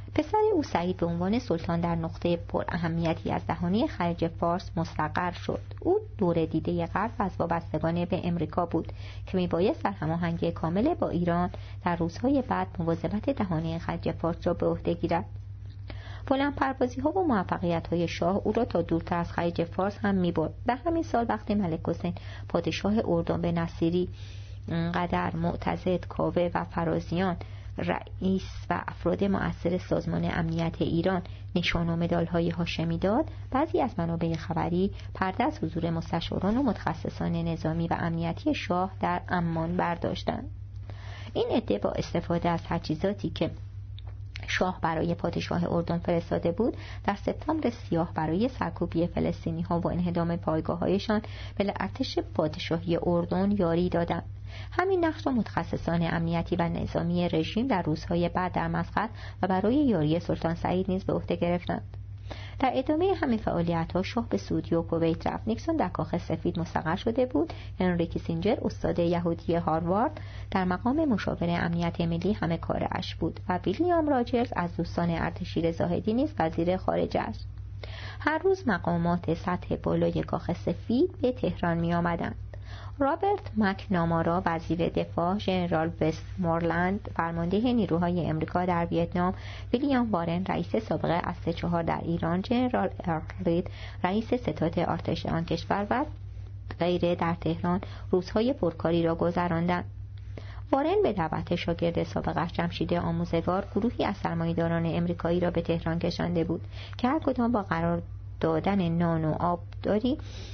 Speaker 2: پسر او سعید به عنوان سلطان در نقطه پر اهمیتی از دهانه خلیج فارس مستقر شد. او دور دیده غرب از وابستگان به امریکا بود که میبایست در هماهنگی کامل با ایران در روزهای بعد مواظبت دهانه خلیج فارس را به عهده گیرد. بلند پروازی ها و موفقیت های شاه او را تا دورتر از خلیج فارس هم میبرد. در همین سال وقتی ملک حسین پادشاه اردن به نصیری، قدر، معتضد، کاوه و فرازیان رئیس و افراد مؤثر سازمان امنیت ایران نشان و مدال‌های هاشمی داد، بعضی از منابع خبری پرده از حضور مستشاران و متخصصان نظامی و امنیتی شاه در عمان برداشتند. این عده با استفاده از تجهیزاتی که شاه برای پادشاه اردن فرستاده بود، در سپتامبر سیاه برای سرکوبی فلسطینی ها و انهدام پایگاه هایشان به ارتش پادشاهی اردن یاری دادند. همین نقش را متخصصان امنیتی و نظامی رژیم در روزهای بعد در مسقط و برای یاری سلطان سعید نیز به عهده گرفتند. در ادامه همین فعالیت‌ها شاه به سعودی و کویت رفت. نیکسون در کاخ سفید مستقر شده بود. هنری کیسینجر استاد یهودی هاروارد در مقام مشاور امنیت ملی همه کار اش بود و ویلیام راجرز از دوستان اردشیر زاهدی نیز وزیر خارجه است. هر روز مقامات سطح بالای کاخ سفید به تهران می آمدند. رابرت مکنامارا وزیر دفاع، ژنرال وستمورلند فرمانده نیروهای امریکا در ویتنام، ویلیام وارن رئیس سابق اسد چهار در ایران، ژنرال ارکلید رئیس ستاد ارتش آن کشور و غیره در تهران روزهای پرکاری را گذراندند. وارن به دعوت شاگرد سابقش جمشید آموزگار گروهی از سرمایه‌داران امریکایی را به تهران کشانده بود که هر کدام با قرار دادن نان و آبداری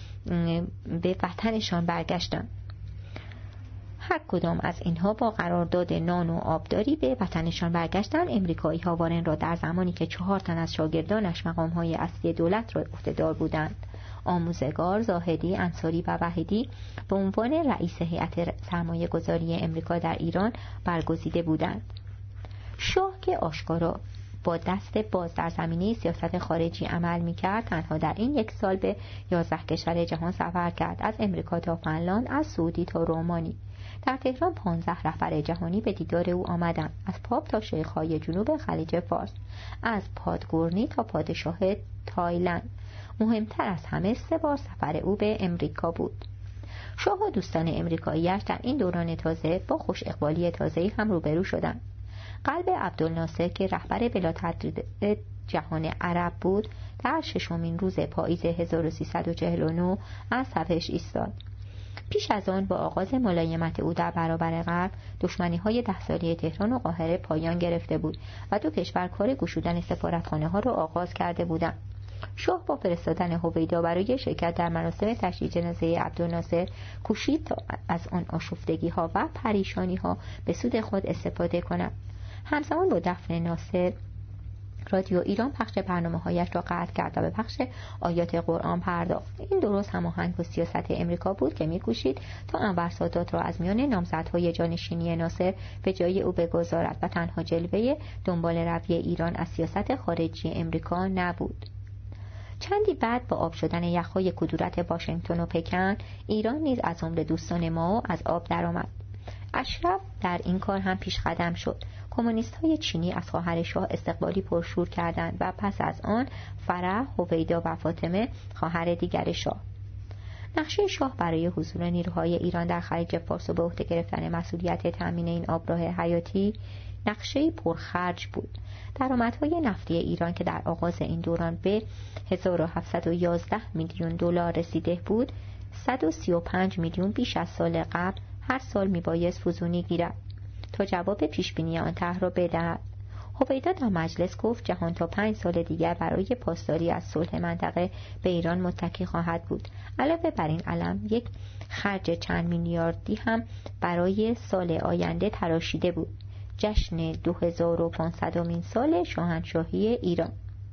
Speaker 2: به وطنشان برگشتند. هر کدام از اینها با قرارداد نان و آبداری به وطنشان برگشتند. امریکایی ها وارن را در زمانی که چهار تن از شاگردانش مقام‌های اصلی دولت را عهده‌دار بودند، آموزگار، زاهدی، انصاری و وحیدی، به عنوان رئیس هیئت سرمایه گذاری امریکا در ایران برگزیده بودند. شاه که آشکارا با دست باز در زمینه سیاست خارجی عمل می‌کرد، تنها در این یک سال به یازده کشور جهان سفر کرد، از امریکا تا فنلاند، از سعودی تا رومانی. در تهران پانزده رهبر جهانی به دیدار او آمدند، از پاپ تا شیخ‌های جنوب خلیج فارس، از پادگورنی تا پادشاه تایلند. مهمتر از همه سه بار سفر او به امریکا بود. شاه و دوستان امریکایی‌اش در این دوران تازه با خوش اقبالی تازه‌ای هم روبرو شدند. قلب عبدالناصر که رهبر بلا تردید جهان عرب بود، در ششمین روز پاییز هزار و سیصد و چهل و نه از صفش ایستاد. پیش از آن با آغاز ملایمت او در برابر غرب، دشمنی‌های ده ساله تهران و قاهره پایان گرفته بود و دو کشور کار گشودن سفارتخانه‌ها را آغاز کرده بودند. شاه با فرستادن هویدا برای شرکت در مراسم تشییع جنازه عبدالناصر کوشید تا از آن آشفتگی‌ها و پریشانی‌ها به سود خود استفاده کند. همزمان با دفن ناصر، رادیو ایران پخش برنامه‌هایش را قطع کرد و به پخش آیات قرآن پرداخت. این درست هماهنگ با سیاست امریکا بود که می‌کوشید تا انور سادات را از میان نامزدهای جانشینی ناصر به جای او بگذارد و تنها جلوه دنبال روی ایران از سیاست خارجی امریکا نبود. چندی بعد با آب شدن یخ‌های کدورت واشنگتن و پکن، ایران نیز از عمر دوستان ما از آب درآمد. اشرف در این کار هم پیش قدم شد. کمونیست‌های چینی از خواهر شاه استقبالی پرشور کردند و پس از آن فرح، هویدا و فاطمه خواهر دیگر شاه. نقشه شاه برای حضور نیروهای ایران در خلیج فارس و به عهده گرفتن مسئولیت تامین این آبراه حیاتی نقشه پرخرج بود. درآمدهای نفتی ایران که در آغاز این دوران به هزار و هفتصد و یازده میلیون دلار رسیده بود، صد و سی و پنج میلیون بیش از سال قبل هر سال میبایست فزونی گیرد تا جواب پیشبینی آن طرح را بدهد. هویدا در مجلس گفت جهان تا پنج سال دیگر برای پاسداری از صلح منطقه به ایران متکی خواهد بود. علاوه بر این علم یک خرج چند میلیاردی هم برای سال آینده تراشیده بود، جشن دو هزار و پانصدمین سال شاهنشاهی ایران.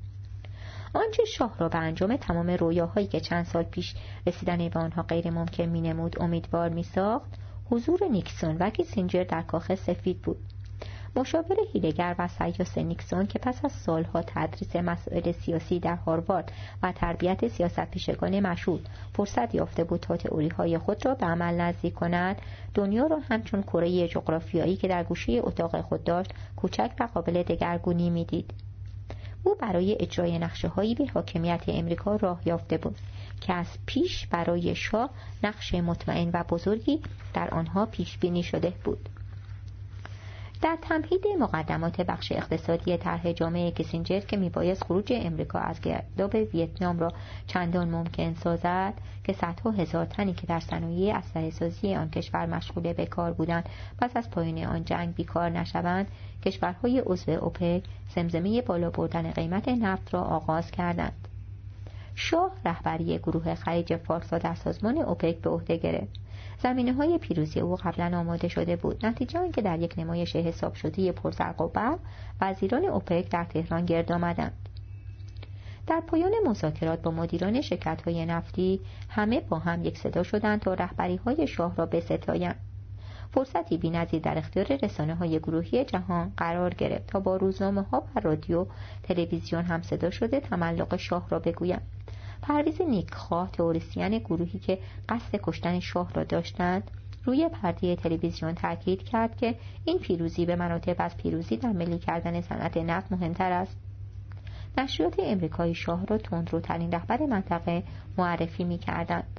Speaker 2: آنچه شاه را به انجام تمام رویاهایی که چند سال پیش رسیدن به آنها غیر ممکن می نمود امیدوار می ساخت، حضور نیکسون و کیسینجر در کاخ سفید بود. مشاور حیله‌گر و سیاس نیکسون که پس از سالها تدریس مسائل سیاسی در هاروارد و تربیت سیاست‌پیشگان مشهور فرصت یافته بود تا تئوری‌های خود را به عمل نزدیک کند، دنیا را همچون کره جغرافیایی که در گوشه اتاق خود داشت کوچک و قابل دگرگونی می‌دید. او برای اجرای نقشه‌هایی به حاکمیت امریکا راه یافته بود که از پیش برای شاه نقش مطمئن و بزرگی در آنها پیش بینی شده بود. در تمهید مقدمات بخش اقتصادی طرح جامعه کیسینجر که میبایست خروج امریکا از گرداب ویتنام را چندان ممکن سازد که صدها هزار تنی که در صنایع اسلحه‌سازی آن کشور مشغول به کار بودند پس از پایان آن جنگ بیکار نشوند، کشورهای عضو اوپک زمزمه بالا بردن قیمت نفت را آغاز کردند. شاه رهبری گروه خلیج فارس را در سازمان اوپک به عهده گرفت. زمینه‌های پیروزی او قبلا آماده شده بود. نتیجه آن که در یک نمایش حساب شده پرزرق و برق وزیران اوپک در تهران گرد آمدند. در پایان مذاکرات با مدیران شرکت‌های نفتی همه با هم یک صدا شدند تا رهبری‌های شاه را بستایند. فرصتی بی‌نظیر در اختیار رسانه‌های گروهی جهان قرار گرفت تا با روزنامه‌ها و رادیو، تلویزیون هم صدا شده تملق شاه را بگویند. پرویز نیکخواه، تئوریسین گروهی که قصد کشتن شاه را داشتند، روی پرده تلویزیون تاکید کرد که این پیروزی به مراتب از پیروزی در ملی کردن صنعت نفت مهمتر است. نشریات امریکایی شاه را تندروترین رهبر منطقه معرفی می‌کردند.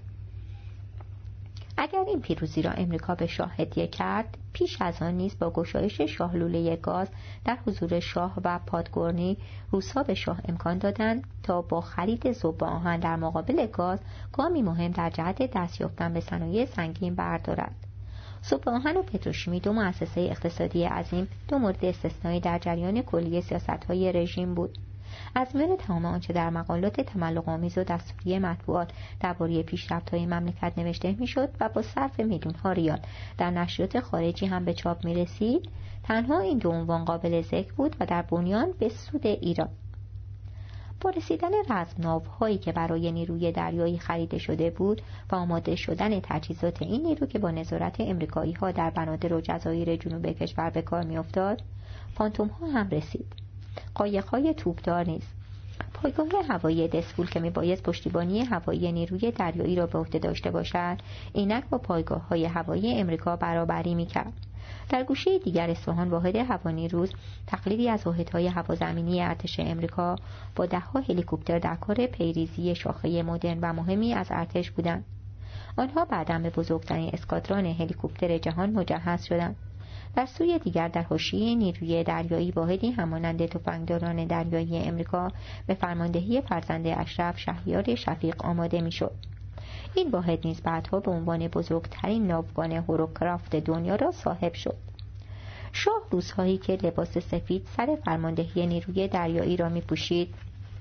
Speaker 2: اگر این پیروزی را امریکا به شاه هدیه کرد، پیش از آن نیز با گشایش شاه لوله گاز در حضور شاه و پادگورنی، روس‌ها به شاه امکان دادند تا با خرید ذوب آهن در مقابل گاز گامی مهم در جهت دست یافتن به صنایع سنگین بردارد. ذوب آهن و پتروشیمی، دو مؤسسه اقتصادی عظیم، دو مورد استثنایی در جریان کلی سیاست‌های رژیم بود. از میان تمام آنچه در مقالات تملق‌آمیز و دستوری مطبوعات درباره پیشرفت‌های مملکت نوشته می‌شد و با صرف میلیون‌ها ریال در نشریات خارجی هم به چاپ می‌رسید، تنها این دو عنوان قابل ذکر بود و در بنیان به سود ایران. با رسیدن رزمناوهایی که برای نیروی دریایی خریده شده بود و آماده شدن تجهیزات این نیرو که با نظارت امریکایی‌ها در بنادر و جزایر جنوب کشور به کار می‌افتاد، فانتوم‌ها هم رسید. قایق‌های توپدار نیز. پایگاه هوایی دسفول که میبایست پشتیبانی هوایی نیروی دریایی را به عهده داشته باشد، اینک با پایگاه‌های هوایی امریکا برابری میکرد. در گوشه دیگر اصفهان، واحد هوانیروز، تقلیدی از واحدهای هوازمینی ارتش امریکا با ده‌ها هلیکوپتر در کار پیریزی شاخه مدرن و مهمی از ارتش بودند. آنها بعداً به بزرگترین اسکادران هلیکوپتر جهان مجهز شدند. در سوی دیگر در حاشیه نیروی دریایی، واحدی همانند تفنگداران دریایی امریکا به فرماندهی فرزند اشرف شهریار شفیق آماده میشد. این واحد نیز بعدها به عنوان بزرگترین ناوگان هوروکرافت دنیا را صاحب شد. شاه روزهایی که لباس سفید سر فرماندهی نیروی دریایی را می پوشید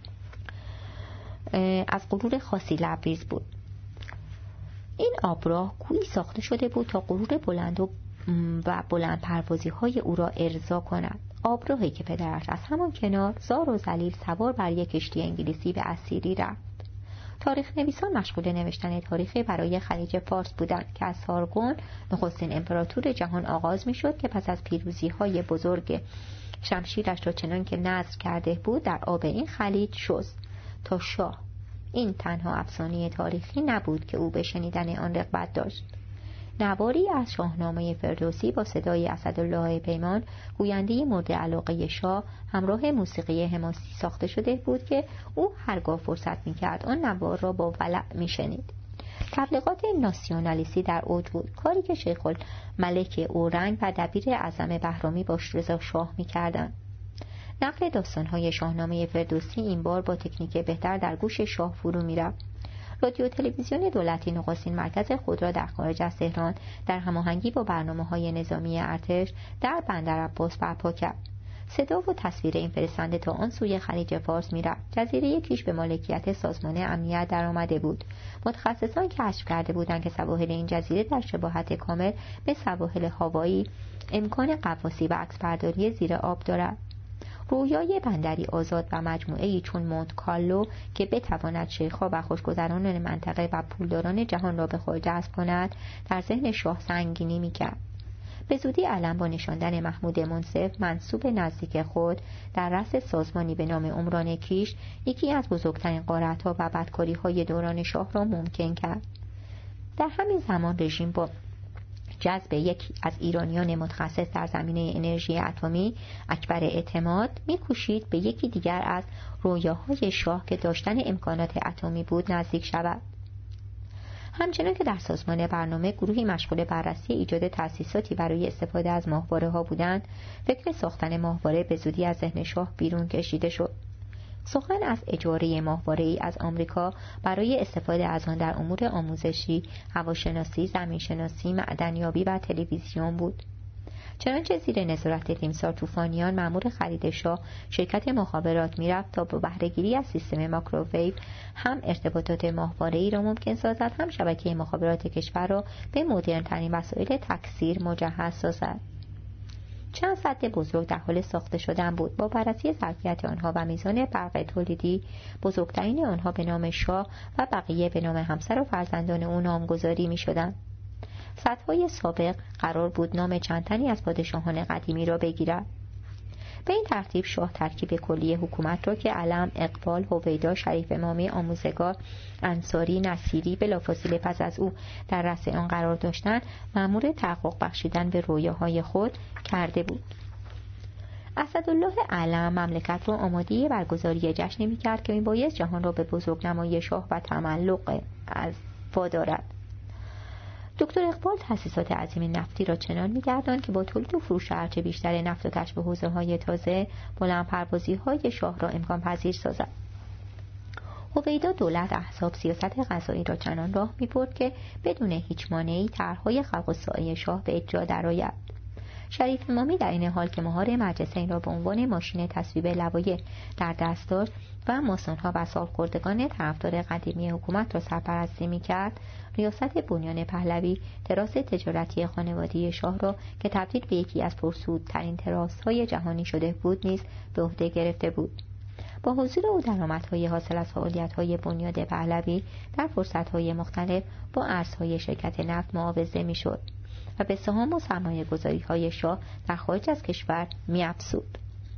Speaker 2: از غرور خاصی لبریز بود. این آبراه کوهی ساخته شده بود تا غرور بلند و و بلند پروازی های او را ارضا کند. آبراهی که پدرش از همان کنار زار و ذلیل سوار بر یک کشتی انگلیسی به اسیری رفت. تاریخ نویسان مشغول نوشتن تاریخی برای خلیج فارس بودند که از سارگون، نخستین امپراتور جهان، آغاز می شد که پس از پیروزی های بزرگ شمشیرش را چنان که نذر کرده بود در آب این خلیج شست تا شاه. این تنها افسانه تاریخی نبود که او به شنیدن آن رغبت داشت. نواری از شاهنامه فردوسی با صدای اسدالله پیمان، گوینده مورد علاقه شاه، همراه موسیقی حماسی ساخته شده بود که او هرگاه فرصت می‌کرد آن نوار را با ولع می‌شنید. تبلیغات ناسیونالیستی در اوج بود، کاری که شیخ الملک اورنگ و دبیر اعظم بهرامی با رضا شاه می‌کردند. نقل داستان‌های شاهنامه فردوسی این بار با تکنیک بهتر در گوش شاه فرو می‌رفت. رادیو تلویزیون دولتی نخستین مرکز خود را در خارج از تهران در هماهنگی با برنامه‌های نظامی ارتش در بندرعباس برپا کرد. صدا و تصویر این فرستنده تا آن سوی خلیج فارس می‌رفت. جزیره کیش به مالکیت سازمان امنیت درآمده بود. متخصصان کشف کرده بودند که سواحل این جزیره در شباهت کامل به سواحل هاوایی امکان غواصی و عکسبرداری زیر آب دارد. رویای بندری آزاد و مجموعه‌ای چون مونت کارلو که بتواند شیخ‌ها و خوشگذران منطقه و پولداران جهان را به خود جذب کند در ذهن شاه سنگینی می‌کرد. به زودی علم با نشاندن محمود منصف منسوب نزدیک خود در رأس سازمانی به نام عمران کیش، یکی از بزرگترین غارت‌ها و بدکاری‌های دوران شاه را ممکن کرد. در همین زمان رژیم با جذب یکی از ایرانیان متخصص در زمینه انرژی اتمی، اکبر اعتماد، می‌کوشید به یکی دیگر از رویاهای شاه که داشتن امکانات اتمی بود نزدیک شود. همچنان که در سازمان برنامه گروهی مشغول بررسی ایجاد تأسیساتی برای استفاده از ماهواره‌ها بودند، فکر ساختن ماهواره به زودی از ذهن شاه بیرون کشیده شد. سخن از اجاره ماهواره‌ای از آمریکا برای استفاده از آن در امور آموزشی، هواشناسی، زمینشناسی، معدنیابی و تلویزیون بود. چنانچه زیر نظارت تیمسار طوفانیان مأمور خرید شاه شرکت مخابرات میرفت تا با بهره‌گیری از سیستم ماکروویو هم ارتباطات ماهواره‌ای را ممکن سازد، هم شبکه مخابرات کشور را به مدرن‌ترین وسایل تکثیر مجهز سازد. چند سد بزرگ در حال ساخته شدن بود. با بررسی ظرفیت آنها و میزان برق تولیدی، بزرگترین آنها به نام شاه و بقیه به نام همسر و فرزندان او نامگذاری می‌شدند. سدهای سابق قرار بود نام چند تنی از پادشاهان قدیمی را بگیرد. به این ترتیب شاه ترکیب کلی حکومت را که علم، اقبال، هویدا، شریف امامی، آموزگار، انصاری، نصیری بلافاصله پس از او در رأس آن قرار داشتند، مأمور تحقق بخشیدن به رویاهای خود کرده بود. اسدالله علم مملکت را آماده برگزاری جشنی می‌کرد که می‌بایست جهان را به بزرگنمایی شاه و تملق از وادارد. دکتر اقبال تأسیسات عظیم نفتی را چنان می‌گرداند که با تولید و فروش هرچه بیشتر نفت و کشف حوزه‌های تازه، بلندپروازی‌های شاه را امکان پذیر سازد. هویدا دولت، احزاب، سیاست قضایی را چنان راه می‌برد که بدون هیچ مانعی طرح‌های خلق الساعه شاه به اجرا درآید. شریف امامی در این حال که مهار مجلسین را به عنوان ماشین تصویب لوایح در دست داشت و ماسون‌ها و سالخوردگان طرفدار قدیمی حکومت را سرپرستی می‌کرد، ریاست بنیان پهلوی، تراس تجارتی خانوادگی شاه را که تبدیل به یکی از پرسودترین تراس‌های جهانی شده بود نیز به عهده گرفته بود. با حضور او درآمدهای حاصل از فعالیت‌های بنیاد پهلوی در فرصت‌های مختلف با ارزهای شرکت نفت معاوضه می‌شد و به سهام و سرمایه‌گذاری‌های شاه در خارج از کشور می‌افزود.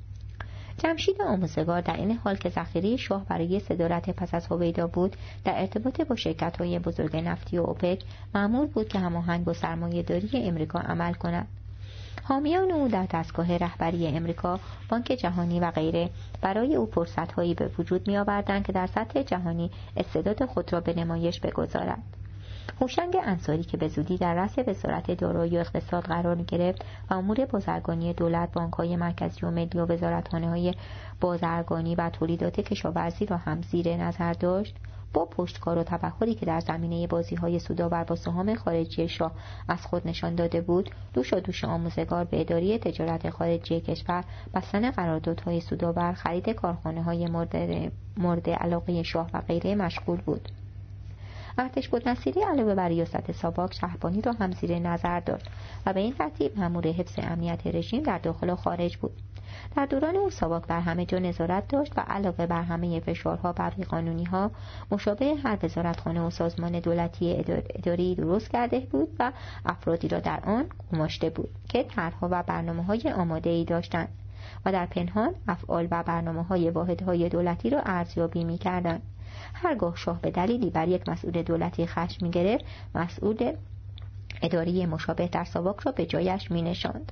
Speaker 2: جمشید آموزگار در این حال که ذخیره شاه برای صدارت پس از هویدا بود، در ارتباط با شرکت‌های بزرگ نفتی و اوپک مأمور بود که هماهنگ با سرمایه‌داری امریکا عمل کند. حامیان او در دستگاه رهبری امریکا، بانک جهانی و غیره برای او فرصت‌هایی به وجود می‌آوردند که در سطح جهانی استعداد خود را به نمایش بگذارد. هوشنگ انصاری که به زودی در رأس وزارت دارایی و اقتصاد قرار گرفت و امور بازرگانی دولت، بانک‌های مرکزی و ملی و وزارتخانه‌های بازرگانی و تولیدات کشاورزی را هم زیر نظر داشت، با پشتکار و تبحری که در زمینه بازی‌های سودآور با سهام خارجی شاه از خود نشان داده بود، دوش و دوش آموزگار به اداره تجارت خارجی کشور، بستن قراردادهای سودآور، خرید کارخانه‌های مورد مورد علاقه شاه و غیره مشغول بود. ارتش بودنصیری علاوه بر ریاست ساواک، شهربانی را هم زیر نظر داشت و به این ترتیب مأمور حفظ امنیت رژیم در داخل و خارج بود. در دوران او ساواک بر همه جا نظارت داشت و علاوه بر همه فشارها بر بیقانونی‌ها، مشابه هر وزارتخانه و سازمان دولتی اداری درست کرده بود و افرادی را در آن گماشته بود که طرح‌ها و برنامه‌های آماده‌ای داشتند و در پنهان افعال و برنامه‌های واحدهای دولتی را ارزیابی می‌کردند. هرگاه شاه به دلیلی بر یک مسئول دولتی خشم می‌گرفت، مسئول اداری مشابه در ساواک را به جایش می‌نشاند.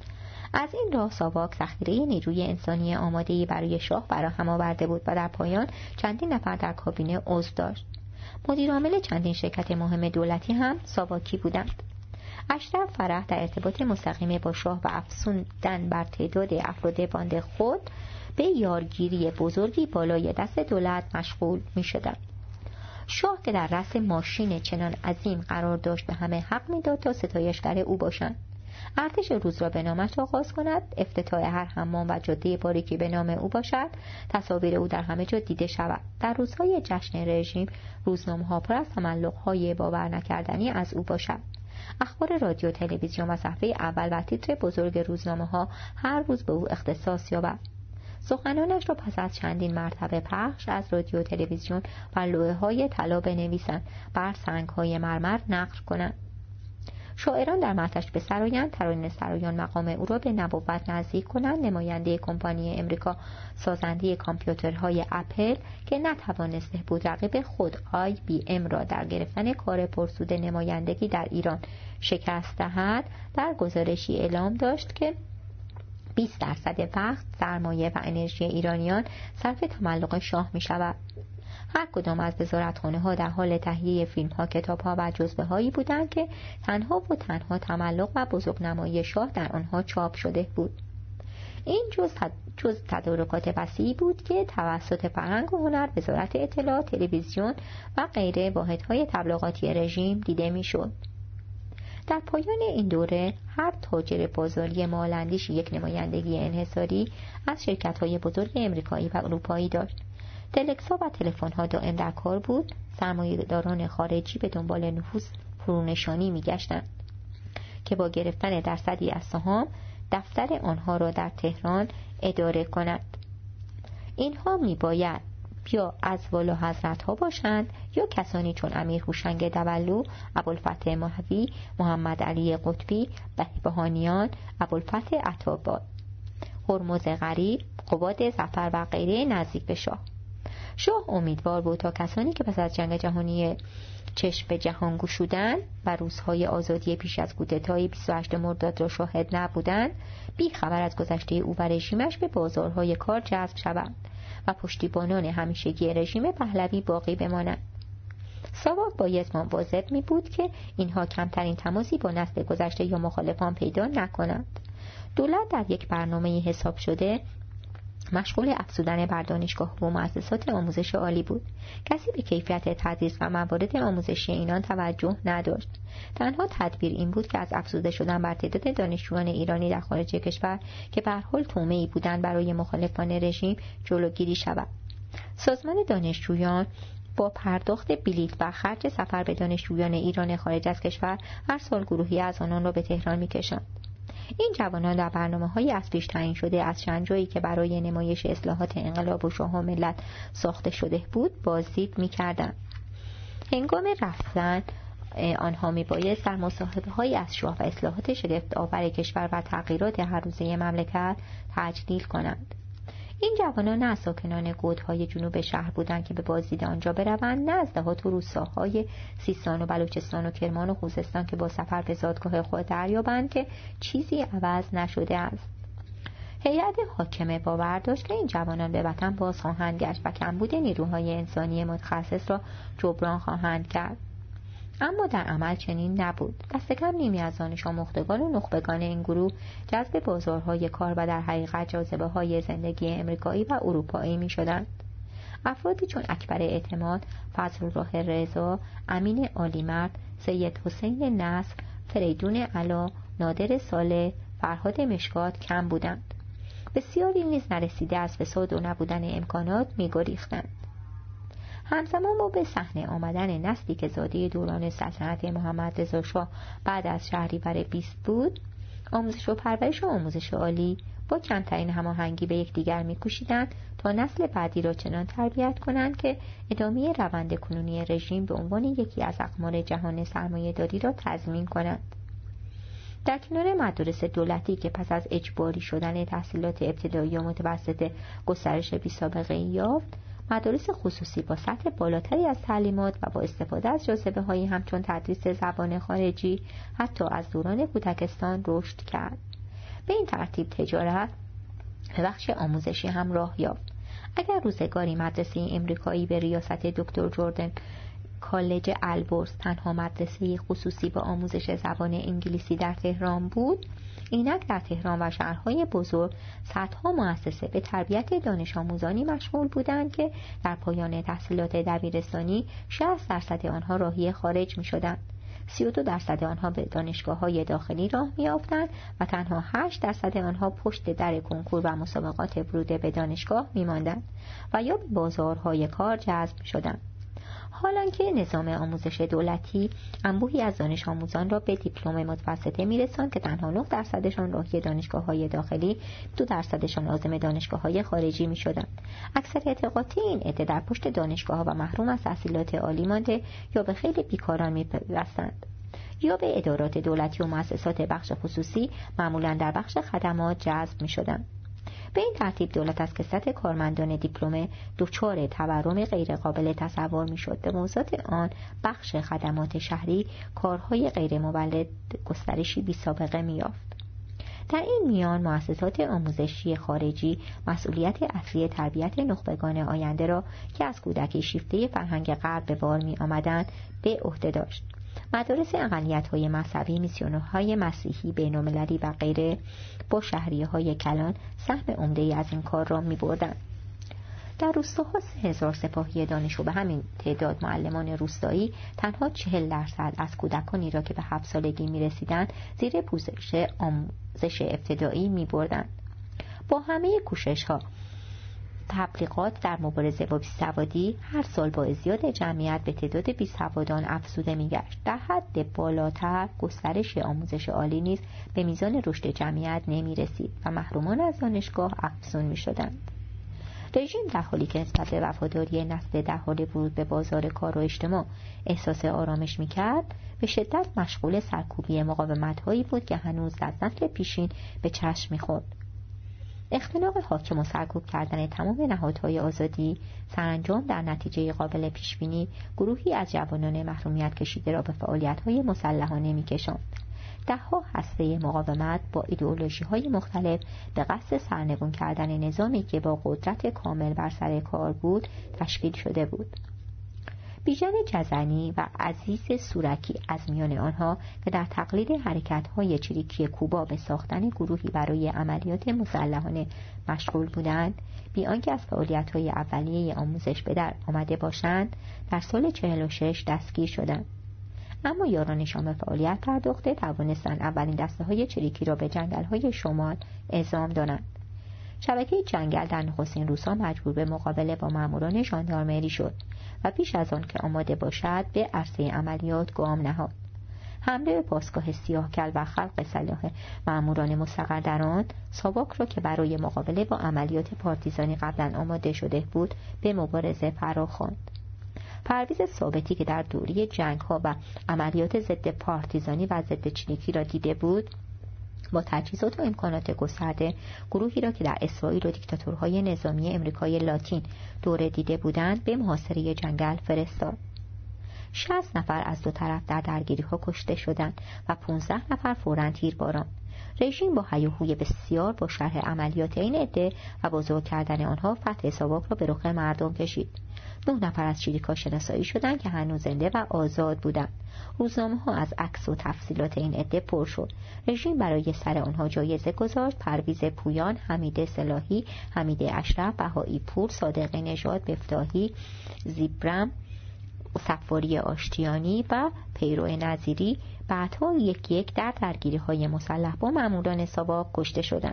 Speaker 2: از این راه ساواک ذخیره نیروی انسانی آماده‌ای برای شاه فراهم آورده بود و در پایان چندین نفر در کابینه عضو داشت. مدیر عامل چندین شرکت مهم دولتی هم ساواکی بودند. اشرف فرح در ارتباط مستقیم با شاه و افزودن بر تعداد افراد باند خود به یارگیری بزرگی بالای دست دولت مشغول می شدند. شاه که در رأس ماشین چنان عظیم قرار داشت به همه حق می داد تا ستایشگر او باشند. ارتش روز را به نامش آغاز کند، افتتاح هر حمام و جاده باریکی به نام او باشد، تصاویر او در همه جا دیده شود. در روزهای جشن رژیم روزنامه‌ها پر از تملق‌های باور نکردنی از او باشد. اخبار رادیو، تلویزیون و صفحه اول و تیتر بزرگ روزنامه‌ها هر روز به او اختصاص یابد. سخنانش را پس از چندین مرتبه پخش از رادیو و تلویزیون بر لوحه‌های طلا بنویسند، بر سنگ‌های مرمر نقش کنند. شاعران در مدحش به سرایان ترانه سرایان مقام او را به نبوت نزدیک کنند. نماینده کمپانی امریکا سازنده کامپیوترهای اپل که نتوانسته بود رقیب خود آی بی ام را در گرفتن کار پرسود نمایندگی در ایران شکست دهد، در گزارشی اعلام داشت که بیست درصد وقت، سرمایه و انرژی ایرانیان صرف تملق شاه می شود. هر کدام از وزارتخانه ها در حال تهیه فیلم ها، کتاب ها و جزوه هایی بودند که تنها و تنها تملق و بزرگنمایی شاه در آنها چاپ شده بود. این جز, تد... جز تدارکات وسیعی بود که توسط فرهنگ و هنر، وزارت اطلاعات، تلویزیون و غیره واحدهای تبلیغاتی رژیم دیده می شد. در پایان این دوره هر تاجر بازاری مالندیش یک نمایندگی انحصاری از شرکت‌های بزرگ امریکایی و اروپایی داشت. تلکس‌ها و تلفن‌ها دائم در کار بود. سرمایه‌داران خارجی به دنبال نفوذ فرونشانی می‌گشتند که با گرفتن درصدی از سهام دفتر آنها را در تهران اداره کنند. اینها می‌باید یا از والا حضرت ها باشند یا کسانی چون امیر هوشنگ دولو، ابوالفتح مهوی، محمد علی قطبی، بهبهانیان، ابوالفتح عطاباد، هرمز غریب، قباد ظفر و غیره نزدیک به شاه. شاه امیدوار بود تا کسانی که پس از جنگ جهانی چشم به جهان گشودند و روزهای آزادی پیش از کودتای بیست و هشتم مرداد را شاهد نبودند، بی خبر از گذشته او و رژیمش به بازارهای کار جذب شوند و پشتیبانان همیشگی رژیم پهلوی باقی بمانند. ساواک بایست مواظب می بود که اینها کمترین تماسی با نسل گذشته یا مخالفان پیدا نکنند. دولت در یک برنامه حساب شده مشغول افزودن بر دانشگاه و مؤسسات آموزش عالی بود. کسی به کیفیت تدریس و موارد آموزشی اینان توجه نداشت. تنها تدبیر این بود که از افزوده شدن بر تعداد دانشجویان ایرانی در خارج کشور که به هر حال طعمه‌ای بودند برای مخالفان رژیم جلوگیری شود. سازمان دانشجویان با پرداخت بلیط و خرج سفر به دانشجویان ایران خارج از کشور هر سال گروهی از آنان را به تهران می‌کشاند. این جوانان در برنامه‌های از پیش تعیین شده از شنجایی که برای نمایش اصلاحات انقلاب و شاه و ملت ساخته شده بود بازدید می‌کردند. هنگام رفتن آنها میبایست در مصاحبه‌های از شاه و اصلاحات شگفت آور کشور و تغییرات هر روزه مملکت تجلیل کنند. این جوانان نه ساکنان گودهای جنوب شهر بودند که به بازدید آنجا بروند، نه از دهات و روستاهای سیستان و بلوچستان و کرمان و خوزستان که با سفر به زادگاه خود دریابند که چیزی عوض نشده است. هیئت حاکمه باور داشت که این جوانان به وطن باز خواهند گشت و کمبود نیروهای انسانی متخصص را جبران خواهند کرد. اما در عمل چنین نبود. دست کم نیمی از دانش آموختگان و نخبگان این گروه جذب بازارهای کار و در حقیقت جاذبه های زندگی امریکایی و اروپایی می شدند. افرادی چون اکبر اعتماد، فضلالله رضا، امین عالیمرد، سید حسین نصر، فریدون علا، نادر صالح، فرهاد مشکات کم بودند. بسیاری نیز نرسیده از فساد و نبودن امکانات می گریختند. همزمان با به صحنه آمدن نسلی که زاده دوران سلطنت محمد رضا شاه بعد از شهریور بیست بود، آموزش و پرورش و آموزش عالی با کمترین هماهنگی به یکدیگر می‌کوشیدند تا نسل بعدی را چنان تربیت کنند که ادامه روند کنونی رژیم به عنوان یکی از اقمار جهان سرمایه‌داری را تضمین کنند. در کنار مدارس دولتی که پس از اجباری شدن تحصیلات ابتدایی و متوسطه گسترش بی‌سابقه‌ای یافت، مدارس خصوصی با سطح بالاتری از تعلیمات و با استفاده از جاذبه‌هایی همچون تدریس زبان خارجی حتی از دوران کودکستان رشد کرد. به این ترتیب تجارت به بخش آموزشی هم راه یافت. اگر روزگاری مدرسه امریکایی به ریاست دکتر جردن کالج البرز تنها مدرسه خصوصی با آموزش زبان انگلیسی در تهران بود، اینک در تهران و شهرهای بزرگ صدها مؤسسه به تربیت دانش آموزانی مشغول بودند که در پایان تحصیلات دبیرستانی شصت درصد آنها راهی خارج می شدند. سی و دو درصد آنها به دانشگاه‌های داخلی راه می‌یافتند و تنها هشت درصد آنها پشت در کنکور و مسابقات ورود به دانشگاه می‌ماندند و یا به بازارهای کار جذب شدند. حالانکه نظام آموزش دولتی انبوهی از دانش آموزان را به دیپلم متوسطه می‌رساند که تنها نه درصدشان راهی دانشگاه‌های داخلی، دو درصدشان عازم دانشگاه‌های خارجی می‌شدند. اکثریت قاطع این عده در پشت دانشگاه‌ها و محروم از تحصیلات عالی مانده یا به خیلی بیکاران می‌پیوستند. یا به ادارات دولتی و مؤسسات بخش خصوصی معمولاً در بخش خدمات جذب می‌شدند. به این ترتیب دولت از کثرت کارمندان دیپلمه دچار تورم غیرقابل تصور می‌شد. به موازات آن بخش خدمات شهری کارهای غیر مولد گسترشی بی‌سابقه می‌یافت. در این میان مؤسسات آموزشی خارجی مسئولیت اصلی تربیت نخبگان آینده را که از کودکی شیفته فرهنگ غرب به بار می آمدند به عهده داشت. مدارس اقلیت‌های مذهبی، میسیونرهای مسیحی بین‌المللی و غیره با شهریه‌های کلان سهم عمده‌ای از این کار را می‌بردند. در روستاها سه هزار سپاهی دانشجو به همین تعداد معلمان روستایی تنها چهل درصد از کودکانی را که به هفت سالگی می‌رسیدند زیر پوشش آموزش ابتدایی می‌بردند. با همه کوشش‌ها تبلیغات در مبارزه با بیسوادی هر سال با ازدیاد جمعیت به تعداد بیسوادان افزوده می‌گشت. در حد بالاتر گسترش آموزش عالی نیز به میزان رشد جمعیت نمی‌رسید و محرومان از دانشگاه افزون می‌شدند. رژیم در حالی که نسبت به وفاداری نسل در حال ورود به بازار کار و اجتماع احساس آرامش می‌کرد، به شدت مشغول سرکوبی مقاومت‌هایی بود که هنوز در نسل پیشین به چشم می‌خورد. اختناق حاکم و سرکوب کردن تمام نهادهای آزادی سرانجام در نتیجه قابل پیشبینی گروهی از جوانان محرومیت کشیده را به فعالیت‌های مسلحانه می‌کشاند. ده‌ها هسته مقاومت با ایدئولوژی‌های مختلف به قصد سرنگون کردن نظامی که با قدرت کامل بر سر کار بود تشکیل شده بود. بیژن جزنی و عزیز سورکی از میان آنها که در تقلید حرکت‌های چریکی کوبا به ساختن گروهی برای عملیات مسلحانه مشغول بودند، بی آنکه از فعالیت‌های اولیه آموزش به در آمده باشند، در سال چهل و شش دستگیر شدند. اما یارانشان به فعالیت پرداخته توانستند اولین دسته‌های چریکی را به جنگل‌های شمال اعزام دانند. شبکه جنگل در نخستین روزها مجبور به مقابله با ماموران ژاندارمری شد و پیش از آن که آماده باشد به عرصه عملیات گام نهاد. حمله به پاسگاه سیاهکل و خلق سلاح ماموران مستقر در آن، ساواک را که برای مقابله با عملیات پارتیزانی قبلا آماده شده بود به مبارزه فراخواند. پرویز ثابتی که در دوره جنگ‌ها و عملیات ضد پارتیزانی و ضد چریکی را دیده بود، با تجهیزات و امکانات گسترده گروهی را که در اسرائیل و دیکتاتورهای نظامی امریکای لاتین دوره دیده بودند به محاصره جنگل فرستاد. شصت نفر از دو طرف در درگیری‌ها کشته شدند و پانزده نفر فوراً تیرباران. رژیم با هیاهوی بسیار با شرح عملیات این عده و بزرگ کردن آنها فتح ساواک را به رخ مردم کشید. نه نفر از چریکا شناسایی شدند که هنوز زنده و آزاد بودند. روزنامه‌ها از عکس و تفصیلات این عده پر شد. رژیم برای سر آنها جایزه گذاشت. پرویز پویان، حمید صلاحی، حمید اشرف، بهایی پور، صادق نژاد، مفتاحی، زیبرم، صفاری آشتیانی و پیرو نظیری بعدها یک یک در درگیری‌های مسلح با ماموران ساواک کشته شدند.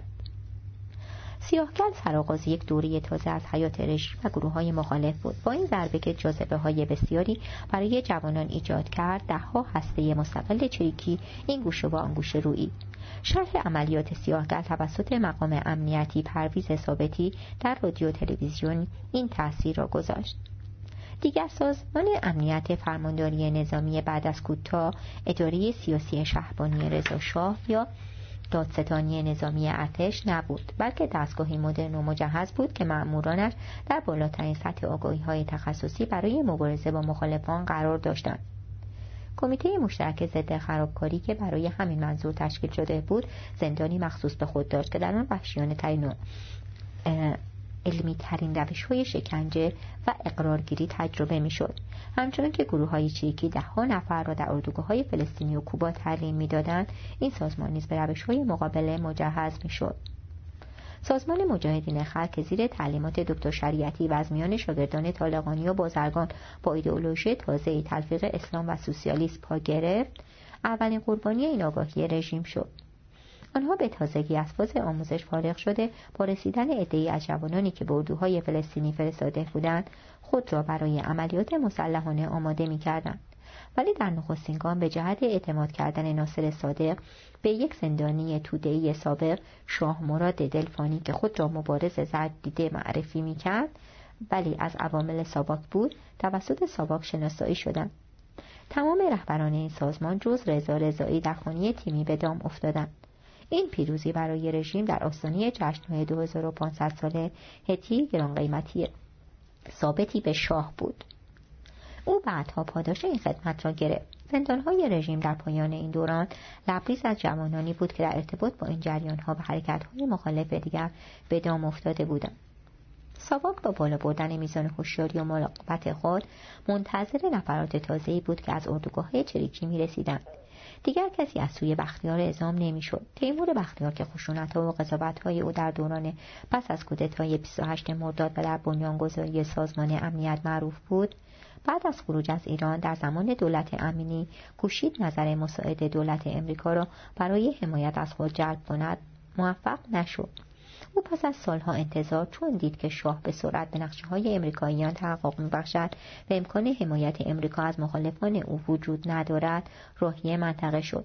Speaker 2: سیاهکل سرآغاز یک دوره تازه از حیات رژیم و گروه‌های مخالف بود. با این ضربه که جاذبه‌های بسیاری برای جوانان ایجاد کرد، ده‌ها هسته مستقل چریکی این گوشه و آن گوشه رویید. شرح عملیات سیاهکل توسط مقام امنیتی پرویز ثابتی در رادیو تلویزیون این تأثیر را گذاشت. دیگر سازمان امنیت فرمانداری نظامی بعد از کودتا، اداره سیاسی شهربانی رضا شاه یا دادستانی نظامی ارتش نبود، بلکه دستگاهی مدرن و مجهز بود که مأمورانش در بالاترین سطح آگاهی‌های تخصصی برای مبارزه با مخالفان قرار داشتند. کمیته مشترک ضد خرابکاری که برای همین منظور تشکیل شده بود، زندانی مخصوص به خود داشت که در آن وحشیانه ترین و علمی ترین روش های شکنجه و اقرارگیری تجربه می شد. همچنان که گروه های چریکی ده ها نفر را در اردوگاه های فلسطینی و کوبا تعلیم می دادند، این سازمان نیز به روش های مقابله مجهز می شد. سازمان مجاهدین خلق که زیر تعلیمات دکتر شریعتی و از میان شاگردان طالقانی و بازرگان با ایدئولوژی تازه‌ای تلفیق اسلام و سوسیالیسم پا گرفت، اولین قربانی این آگاهی رژیم شد. آنها به تازگی از فاز آموزش فارغ شده با رسیدن عده‌ای از جوانانی که به اردوهای فلسطینی فرستاده بودند خود را برای عملیات مسلحانه آماده می‌کردند. ولی در نخستین گام به جهت اعتماد کردن ناصر صادق به یک زندانی توده‌ای سابق شاه مراد دلفانی که خود را مبارز زرد دیده معرفی می‌کرد ولی از عوامل ساواک بود، توسط ساواک شناسایی شدند. تمام رهبران این سازمان جز رضا رضایی در خونی تیمی به دام افتادند. این پیروزی برای رژیم در آستانه جشن‌های دو هزار و پانصد ساله هدیه گران قیمتی ثابتی به شاه بود. او بعدها پاداش این خدمت را گرفت. زندان‌های رژیم در پایان این دوران لبریز از جوانانی بود که در ارتباط با این جریان‌ها و حرکت‌های مخالف دیگر به دام افتاده بودند. ساواک با بالا بردن میزان هوشیاری و مراقبت خود منتظر نفرات تازه‌ای بود که از اردوگاه‌های چریکی می‌رسیدند. دیگر کسی از سوی بختیار اعزام نمی‌شد. تیمور بختیار که خشونت‌ها و قضاوت‌های او در دوران پس از کودتای بیست و هشتم مرداد و در بنیانگذاری سازمان امنیت معروف بود، بعد از خروج از ایران در زمان دولت امینی کوشید نظر مساعد دولت امریکا را برای حمایت از خود جلب کند، موفق نشد. او پس از سالها انتظار چون دید که شاه به سرعت به نقشه‌های امریکاییان تحقق می‌بخشد و امکان حمایت امریکا از مخالفان او وجود ندارد، راهی منطقه شد.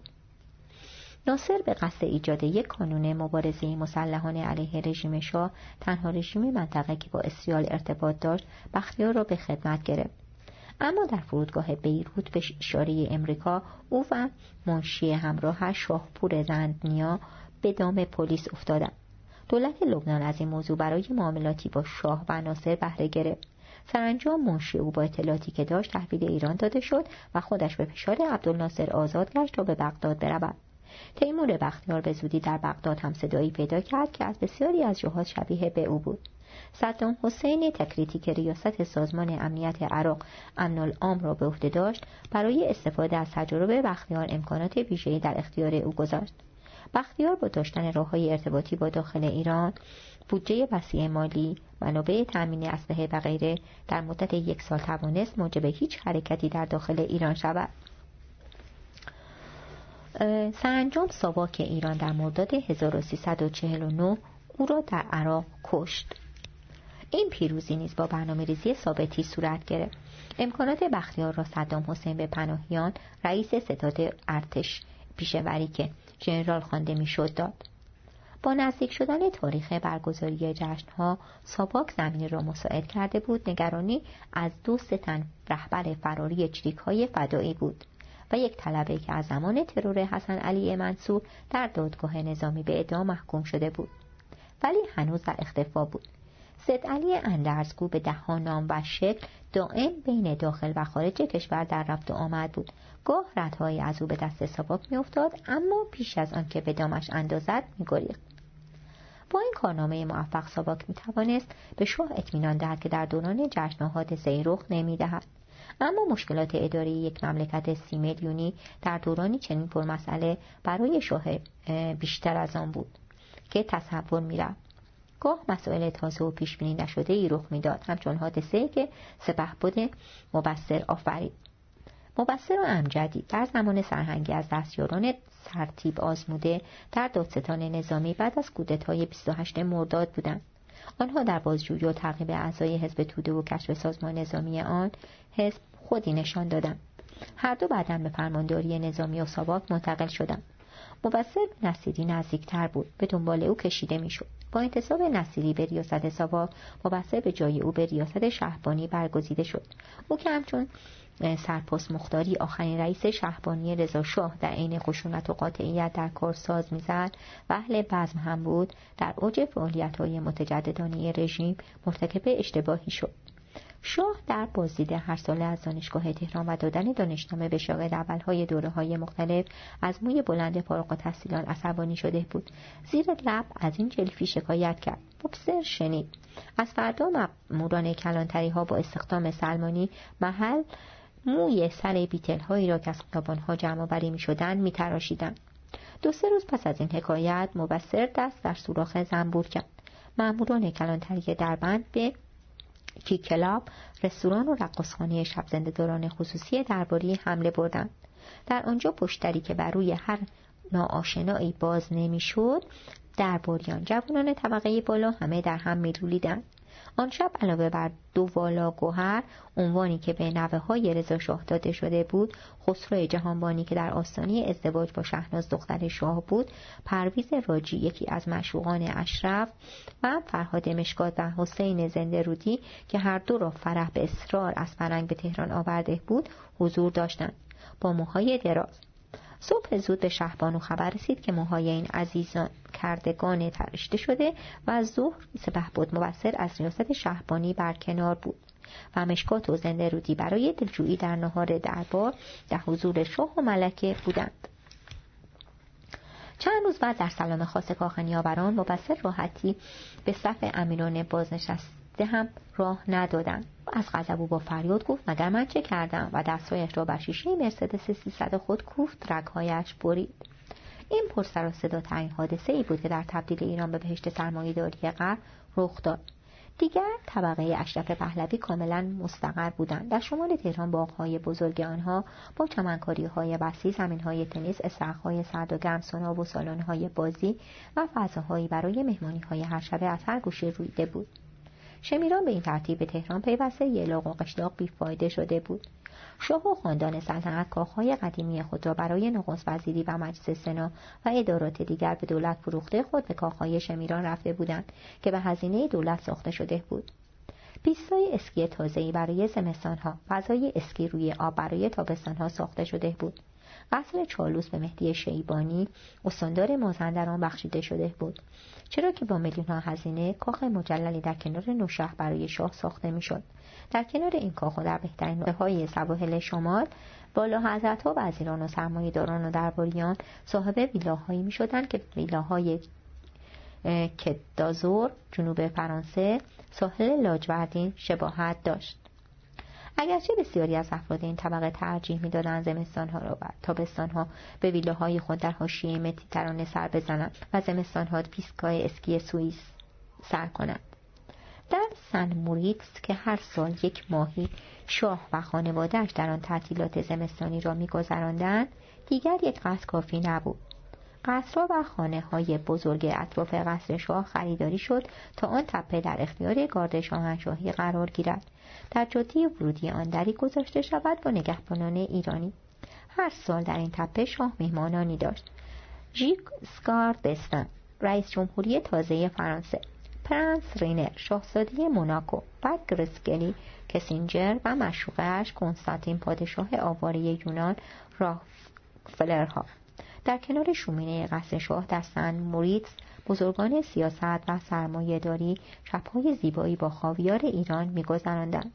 Speaker 2: ناصر به قصد ایجاد یک کانون مبارزه مسلحانه علیه رژیم شاه، تنها رژیم منطقه که با اسرائیل ارتباط داشت، بختیار را به خدمت گرفت. اما در فرودگاه بیروت به اشاره امریکا او و منشی همراهش شاهپور زندنیا به دام پلیس افتادند. دولت لبنان از این موضوع برای معاملاتی با شاه و ناصر بهره گرفت. سرانجام منشی او با اطلاعاتی که داشت تحویل ایران داده شد و خودش به فشار عبدالناصر آزاد گشت تا به بغداد برود. تیمور بختیار به زودی در بغداد هم صدایی پیدا کرد که از بسیاری از جهات شبیه به او بود. صدام حسین تکریتی که ریاست سازمان امنیت عراق امن‌العام را به عهده داشت، برای استفاده از تجربه بختیار امکانات ویژه‌ای در اختیار او گذاشت. بختیار با داشتن راه‌های ارتباطی با داخل ایران، بودجه وسیع مالی، منابع تأمین اسلحه و غیره، در مدت یک سال توانست موجب هیچ حرکتی در داخل ایران شود. سرانجام ساواک ایران در مرداد هزار و سیصد و چهل و نه او را در عراق کشت. این پیروزی نیز با برنامه‌ریزی ثابتی صورت گرفت. امکانات بختیار را صدام حسین به پناهیان، رئیس ستاد ارتش پیشوری که ژنرال خوانده میشد داد. با نزدیک شدن تاریخ برگزاری جشن‌ها، ساواک زمینه را مساعد کرده بود. نگرانی از دو ستن رهبر فراری چریک‌های فدایی بود و یک طلبه که از زمان ترور حسن علی منصور در دادگاه نظامی به اعدام محکوم شده بود، ولی هنوز در اختفا بود. سید علی اندرزگو به ده‌ها نام و شکل دائم بین داخل و خارج کشور در رفت و آمد بود. گاه ردهایی از او به دست ساواک می‌افتاد، اما پیش از آن که به دامش اندازد می‌گریخت. با این کارنامه موفق ساواک می‌توانست به شاه اطمینان دهد که در دوران جشن حادثه‌ای رخ نمی‌دهد. اما مشکلات اداری یک مملکت سی میلیونی در دورانی چنین پرمسئله برای شاه بیشتر از آن بود که تصور می‌رفت. گاه مسائل تازه و پیش بینی نشده ای رخ میداد، همچون حادثه‌ای که سپهبد مبصر آفرید. مبصر و امجدی در زمان سرهنگی از دستیاران سرتیپ آزموده در دادستان نظامی بعد از کودتای بیست و هشتم مرداد بودند. آنها در بازجویی و تعقیب اعضای حزب توده و کشف سازمان نظامی آن حزب خودی نشان دادند. هر دو بعداً به فرمانداری نظامی و ساواک منتقل شدند. مبصر به نصیری نزدیکتر بود، به دنبال او کشیده میشد. با انتصاب نصیری به ریاست ساواک، مبصر به جای او به ریاست شهبانی برگزیده شد. او که همچون سرپرست مختاری آخرین رئیس شهبانی رضا شاه در عین خشونت و قاطعیت در کار ساز می‌زد و اهل بزم هم بود، در اوج فعالیت‌های متجددانه رژیم مرتکب اشتباهی شد. شاه در بازدید هر ساله از دانشگاه تهران و دادن دانشنامه به شاگرد اولهای دوره‌های مختلف از موی بلند فارغ التحصیلان عصبانی شده بود. زیر لب از این جلفی شکایت کرد. مبصر شنید. از فردا مأموران کلانتری‌ها با استخدام سلمانی محل موی سر بیتل‌هایی را که از خیابان‌ها جمع‌آوری می‌شدند می‌تراشیدند. دو سه روز پس از این حکایت مبصر دست در سوراخ زنبور کرد. مأموران کلانتری دربند به کی کلاب، رستوران و رقاصخانه شب زنده‌داران خصوصی درباری حمله بردند. در آنجا پشتری که بر روی هر ناآشنایی باز نمی‌شد، درباریان جوانان طبقه بالا همه در هم می‌لولیدند. آن شب علاوه بر دو والا گوهر، عنوانی که به نوه‌های رضا شاه داده شده بود، خسرو جهانبانی که در آستانه ازدواج با شهناز دختر شاه بود، پرویز راجی یکی از معشوقان اشرف و فرهاد مشکات و حسین زنده رودی که هر دو را فرح به اصرار از فرنگ به تهران آورده بود حضور داشتند. با موهای دراز. صبح زود به شهبانو خبر رسید که موهای این عزیزان کردگان تراشته شده و از ظهر سپهبد مبصر از ریاست شهبانی برکنار بود و مشکات و زنده رودی برای دلجویی در نهار دربار در حضور شاه و ملکه بودند. چند روز بعد در سلام خاص کاخ نیاوران مبصر راحتی به صف امیران بازنشسته هم راه ندادند. از غضب او با فریاد گفت مگر من چه کردم و دستهایش را بر شیشه مرسدس سیصد خود کوفت، رگهایش برید. این پر سر و صدا ترین حادثه ای بود که در تبدیل ایران به بهشت سرمایه‌داری غرب رخ داد. دیگر طبقه اشرف پهلوی کاملا مستقر بودند. در شمال تهران باغ‌های بزرگ آنها با چمنکاری‌های وسیع، زمین‌های تنیس، استخرهای سرد و گرم، سونا و سالن‌های بازی و فضاهایی برای مهمانی‌های هر شبه از هر گوشه رویده بود. شمیران به این ترتیب به تهران پیوسته یلاق و قشلاق بیفایده شده بود. شاه و خاندان سلطنت کاخهای قدیمی خود را برای نخست وزیری و مجلس سنا و ادارات دیگر به دولت فروخته خود به کاخهای شمیران رفته بودند که به هزینه دولت ساخته شده بود. پیستای اسکی تازه‌ای برای زمستان‌ها، فضای اسکی روی آب برای تابستان‌ها ساخته شده بود. قصر چالوس به مهدی شیبانی استاندار مازندران بخشیده شده بود، چرا که با میلیون‌ها هزینه کاخ مجللی در کنار نوشهر برای شاه ساخته میشد. در کنار این کاخ و در بهترین نقطه‌های سواحل شمال والا حضرت‌ها وزیران و سرمایه‌داران و درباریان صاحب ویلاهایی میشدند که ویلاهای کدازور جنوب فرانسه ساحل لاجوردین شباهت داشت. اگرچه بسیاری از افراد این طبقه ترجیح می‌دادند زمستان‌ها را و تابستان‌ها به ویلاهای خود در حاشیه مدیترانه سر بزنند و زمستان‌ها پیستگاه اسکی سوئیس سر کنند. در سن موریتس که هر سال یک ماهی شاه و خانواده‌اش در آن تعطیلات زمستانی را می‌گذراندند، دیگر یک قصر کافی نبود. قصرها و خانه‌های بزرگ اطراف قصر شاه خریداری شد تا آن تپه در اختیار گارد شاهنشاهی قرار گیرد. در جاده ورودی آن دری گذاشته شود با نگهبانان ایرانی. هر سال در این تپه شاه مهمانانی داشت: ژیک اسکار دستن، رئیس جمهوری تازه فرانسه، پرنس رینر، شاهزاده موناکو، و گرسکلی کسینجر و معشوقه‌اش کنستانتین پادشاه آواره یونان راکفلرها. در کنار شومینه قصر شاه در سن موریتس بزرگان سیاست و سرمایه‌داری شب‌های زیبایی با خاویار ایران می‌گذراندند.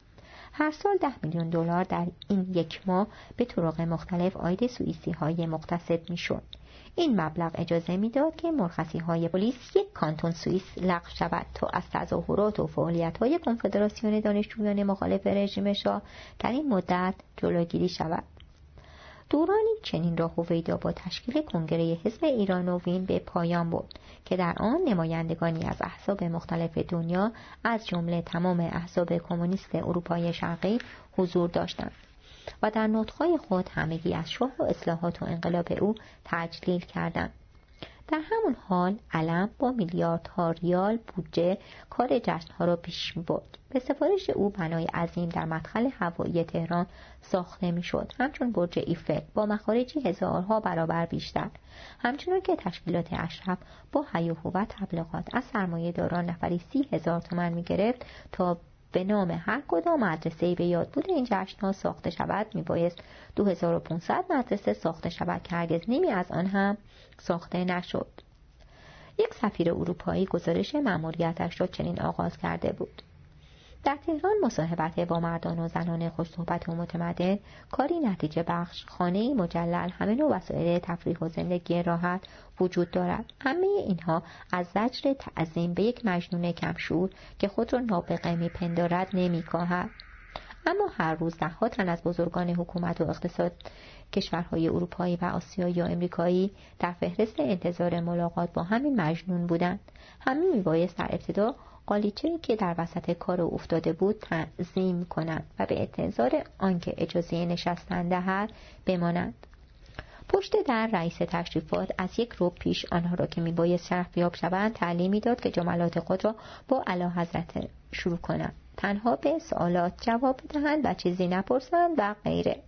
Speaker 2: هر سال ده میلیون دلار در این یک ماه به طرق مختلف عاید سوئیسی‌های مغتصب می‌شد. این مبلغ اجازه می‌داد که مرخصی‌های پلیس یک کانتون سوئیس لغو شود تا از تظاهرات و فعالیت‌های کنفدراسیون دانشجویان مخالف رژیم شاه در این مدت جلوگیری شود. دورانی چنین را هویدا با تشکیل کنگره حزب ایران نوین به پایان برد که در آن نمایندگانی از احزاب مختلف دنیا از جمله تمام احزاب کمونیست اروپای شرقی حضور داشتند و در نطق‌های خود همگی از شاه و اصلاحات و انقلاب او تجلیل کردند. در همون حال علم با میلیاردها ریال بودجه کار جشن‌ها را پیش می‌برد. به سفارش او بنای عظیم در مدخل هوایی تهران ساخته می‌شد، همچون برج ایفل با مخارجی هزارها برابر بیشتر. همچنان که تشکیلات اشراف با هیاهو و تبلیغات از سرمایه‌داران نفری سی هزار تومان می‌گرفت تا به نام هر کدام مدرسه‌ای به یاد بود این جشن‌ها ساخته شود میبایست دو هزار و پانصد مدرسه ساخته شود که هرگز نیمی از آن هم ساخته نشد. یک سفیر اروپایی گزارش مأموریتش را چنین آغاز کرده بود: در تهران مصاحبت با مردان و زنان خوش‌صحبت و متمدن کاری نتیجه بخش، خانه‌ای مجلل، همه نوع وسایل تفریح و زندگی راحت وجود دارد. همه اینها از زجر تعظیم به یک مجنون کمشور که خود را نابغه می‌پندارد نمی‌کاهد. اما هر روز ده‌ها تن از بزرگان حکومت و اقتصاد کشورهای اروپایی و آسیایی یا امریکایی در فهرست انتظار ملاقات با همین مجنون بودند. همه میبایست در ابتدا قالیچه‌ای که در وسط کار افتاده بود تنظیم کنند و به انتظار آنکه اجازه نشستن دهد بمانند. پشت در رئیس تشریفات از یک رو پیش آنها را که میبایست شرفیاب شوند تعلیمی داد که جملات خود را با اعلیحضرت شروع کنند، تنها به سوالات جواب دهند و چیزی نپرسند و غیره.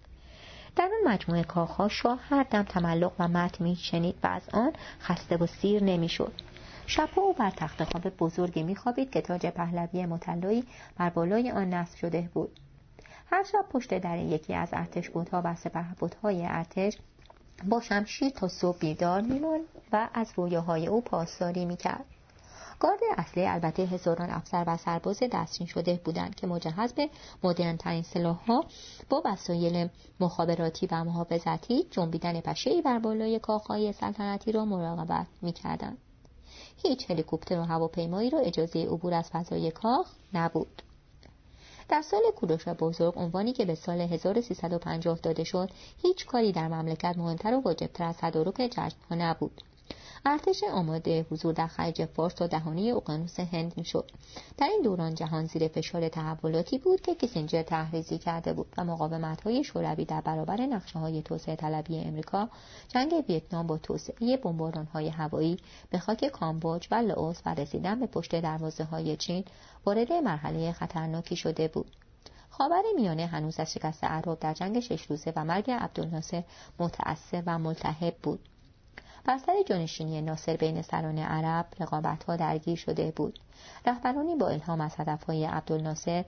Speaker 2: در آن مجموعه کاخها شاه هر دم تملق و متن میشنید و از آن خسته و سیر نمیشد. شبها او بر تخت خواب بزرگی میخوابید که تاج پهلوی مطلایی بر بالای آن نصب شده بود. هر شب پشت در یکی از ارتشبودها و سپهبدهای ارتش با شمشیر تا صبح بیدار می‌ماند و از رویاهای او پاسداری می‌کرد. گارد اصلی البته هزاران افسر و سرباز دستچین شده بودند که مجهز به مدرن‌ترین سلاح‌ها با وسایل مخابراتی و محافظتی جنبیدن پشه‌ای بر بالای کاخهای سلطنتی را مراقبت می‌کردند. هیچ هلیکوپتر و هواپیمایی را اجازه عبور از فضای کاخ نبود. در سال کوروش بزرگ، عنوانی که به سال هزار و سیصد و پنجاه داده شد، هیچ کاری در مملکت مهمتر و واجبتر از تدارک جشن‌ها نبود. ارتش آماده حضور در خلیج فارس تا دهانه اقیانوس هند میشد. در این دوران جهان زیر فشار تحولاتی بود که کیسینجر طرحریزی کرده بود و مقاومت‌های شوروی در برابر نقشه‌های توسعه طلبی امریکا، جنگ ویتنام با توسعه بمباران‌های هوایی به خاک کامبوج و لائوس و رسیدن به پشت دروازه‌های چین وارد مرحله خطرناکی شده بود. خاورمیانه هنوز از شکست اعراب در جنگ شش روزه و مرگ عبدالناصر متأثر و ملتهب بود. بر سر جانشینی ناصر بین سران عرب رقابت‌ها درگیر شده بود. رهبرانی با الهام از هدف‌های عبدالناصر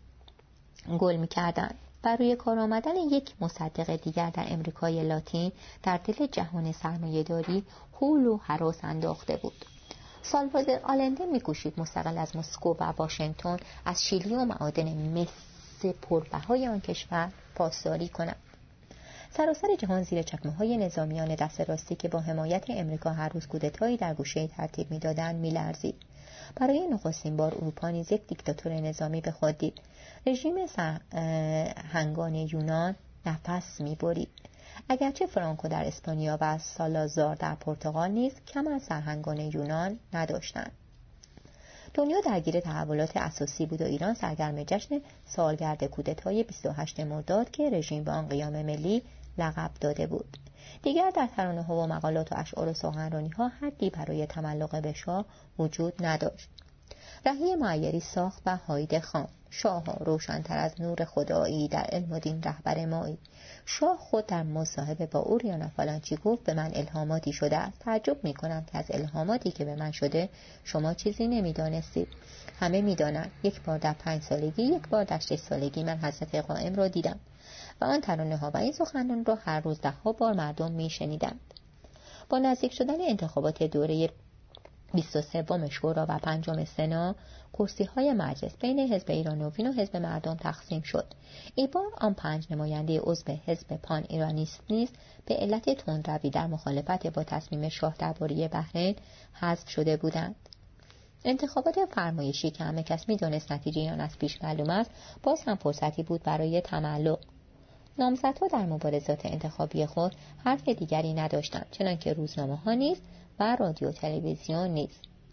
Speaker 2: گل می‌کردند. بر روی کار آمدن یک مصدق دیگر در امریکای لاتین در دل جهان سرمایه‌داری حول و هراس انداخته بود. سالوادور آلنده می‌کوشید مستقل از مسکو و واشنگتن از شیلی و معادن مس پربهای آن کشور پاسداری کند. سراسر جهان زیر چکمه‌های نظامیان دست راستی که با حمایت امریکا هر روز کودتایی در گوشه ترتیب می‌دادند می‌لرزید. برای نخستین بار اروپا نیز یک دیکتاتور نظامی به خود دید. رژیم سرهنگان یونان نفس می‌برید. اگرچه فرانکو در اسپانیا و سالازار در پرتغال نیز کم از سرهنگان یونان نداشتند. دنیا درگیر تحولات اساسی بود و ایران سرگرم جشن سالگرد کودتای بیست و هشتم مرداد که رژیم به آن قیام ملی لقب داده بود. دیگر در ترانه‌ها و مقالات و اشعار و سخنرانی‌ها حدی برای تملق به شاه وجود نداشت. رهی معیری ساخت و هایده خان: شاه روشن‌تر از نور خدایی، در علم و دین رهبر مایی. شاه خود در مصاحبه با اوریانا فالانچی گفت به من الهاماتی شده است. تعجب می‌کنم که از الهاماتی که به من شده شما چیزی نمی‌دانستید. همه می‌دانند یک بار در پنج سالگی، یک بار در شش سالگی من حضرت قائم را دیدم و آن ترانه‌ها و این سخنان را هر روز ده‌ها بار مردم می‌شنیدند. با نزدیک شدن انتخابات دوره بیست و سوم شورا و پنجم سنا، کرسی‌های مجلس بین حزب ایران نوین و حزب مردم تقسیم شد. این بار آن پنج نماینده عضو حزب پان ایرانیست نیز به علت تندروی در مخالفت با تصمیم شاه درباره بحرین حذف شده بودند. انتخابات فرمایشی که همه کس می‌دانست نتیجه آن از پیش معلوم است، باز هم فرصتی بود برای تملق. نامزدها در مبارزات انتخابی خود حرف دیگری نداشتند، چنانکه روزنامه‌ها نیز و رادیو تلویزیون نیز.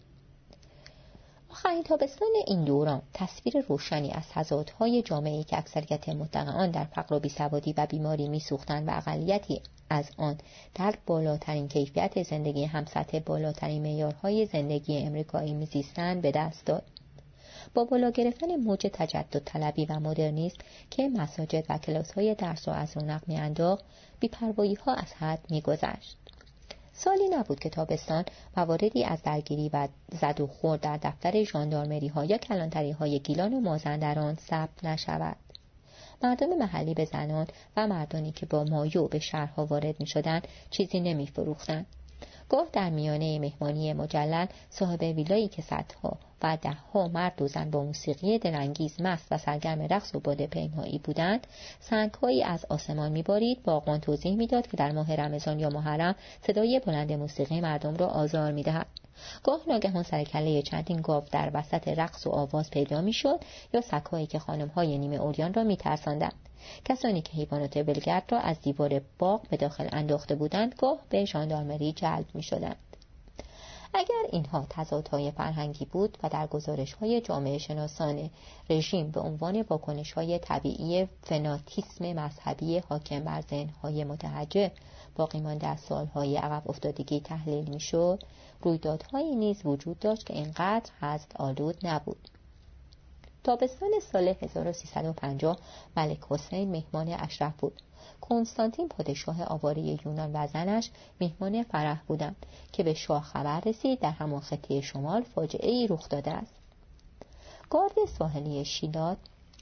Speaker 2: آخرین تابستان این دوران تصویر روشنی از تضادهای جامعه‌ای که اکثریت مطلق آن در فقر و بیسوادی و بیماری میسوختند و اقلیتی از آن در بالاترین کیفیت زندگی همسطح بالاترین معیارهای زندگی امریکایی میزیستند به دست داد. با بالا گرفتن موج تجدد طلبی و مدرنیسم که مساجد و کلاس‌های درس را از رونق می‌انداخت، بی‌پروایی‌ها از حد می‌گذشت. سالی نبود که تابستان مواردی از درگیری و زد و خورد در دفتر ژاندارمری‌ها یا کلانتری‌های گیلان و مازندران ثبت نشود. مردم محلی به زنان و مردانی که با مایو به شهرها وارد می‌شدند چیزی نمی‌فروختند. گاه در میانه مهمانی مجلل صاحب ویلایی که صدها و دهها مرد و زن با موسیقی دلانگیز مست و سرگرم رقص و باده پیمایی بودند، سنگ‌هایی از آسمان می‌بارید. باغبان توضیح می‌داد که در ماه رمضان یا محرم صدای بلند موسیقی مردم را آزار می‌دهد. گاه ناگهان سرکله چندین گاو در وسط رقص و آواز پیدا می‌شد یا سگ‌هایی که خانم‌های نیمه عریان را می‌ترساندند. کسانی که حیوانات ولگرد را از دیوار باغ به داخل انداخته بودند گاه به ژاندارمری جلب می‌شدند. اگر اینها تضادهای فرهنگی بود و در گزارش‌های جامعه شناسان رژیم به عنوان واکنش‌های طبیعی فناتیسم مذهبی حاکم بر ذهن‌های متحجر باقی مانده از سال‌های عقب افتادگی تحلیل می‌شد، رویدادهایی نیز وجود داشت که اینقدر حزب آلود نبود. تابستان سال هزار و سیصد و پنجاه ملک حسین مهمان اشرف بود. کنستانتین پادشاه آواره یونان و زنش مهمان فرح بودند که به شاه خبر رسید در همان خطه شمال فاجعه‌ای رخ داده است. گارد ساحلی شیلات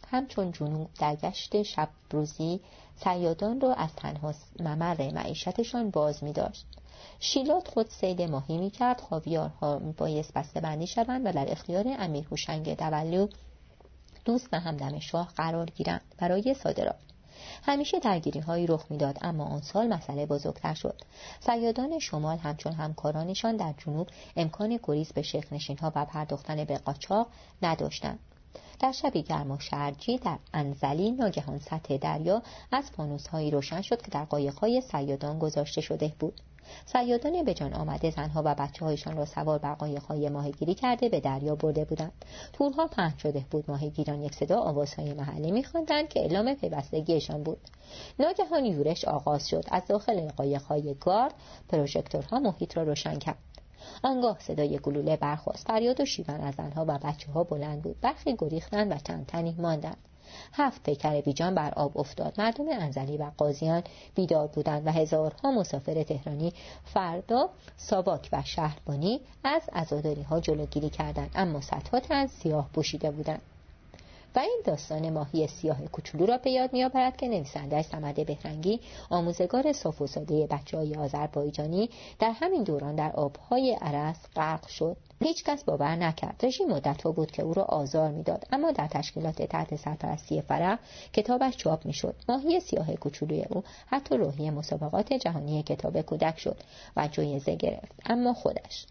Speaker 2: همچون جنوب در گشت شب روزی صیادان را از تنها ممر معیشتشان باز می داشت. شیلات خود صید ماهی می کرد. خاویارها می بایست بسته بندی شوند و در اختیار امیر هوشنگ دولو دوست و همدم شاه قرار گیرند برای صادرات. همیشه درگیری هایی رخ میداد، اما آن سال مسئله بزرگتر شد. صیادان شمال همچون همکارانشان در جنوب امکان گریز به شیخ‌نشین ها و پرداختن به قاچاق نداشتند. در شبی گرم و شرجی در انزلی ناگهان سطح دریا از فانوس‌هایی روشن شد که در قایق‌های صیادان گذاشته شده بود. صیادان به جان آمده زنها و بچه‌هایشان را سوار بر قایق‌های ماهیگیری کرده به دریا برده بودند. تورها پهن شده بود. ماهیگیران یک صدا آوازهای محلی می‌خواندند که اعلام پیوستگیشان بود. ناگهان یورش آغاز شد. از داخل قایق‌های گارد پروژکتورها محیط را روشن کرد. آنگاه صدای گلوله برخاست. فریاد و شیون از زنها و بچه‌ها بلند بود. برخی گریختند و چند تنی ماندند. هفت پیکر بیجان بر آب افتاد. مردم انزلی و قاضیان بیدار بودند و هزارها مسافر تهرانی فردا ساواک و شهربانی از عزاداری ها جلوگیری کردند، اما صدها تن سیاه پوشیده بودند. و این داستان ماهی سیاه کوچولو را به یاد می‌آورد که نویسنده صمد بهرنگی آموزگار صاف و ساده بچه‌های آذربایجانی در همین دوران در آب‌های ارس غرق شد. هیچ کس باور نکرد. رژیم مدت‌ها بود که او را آزار می‌داد، اما در تشکیلات تحت سرپرستی فرح کتابش چاپ می‌شد. ماهی سیاه کوچولوی او حتی راهی مسابقات جهانی کتاب کودک شد و جایزه گرفت، اما خودش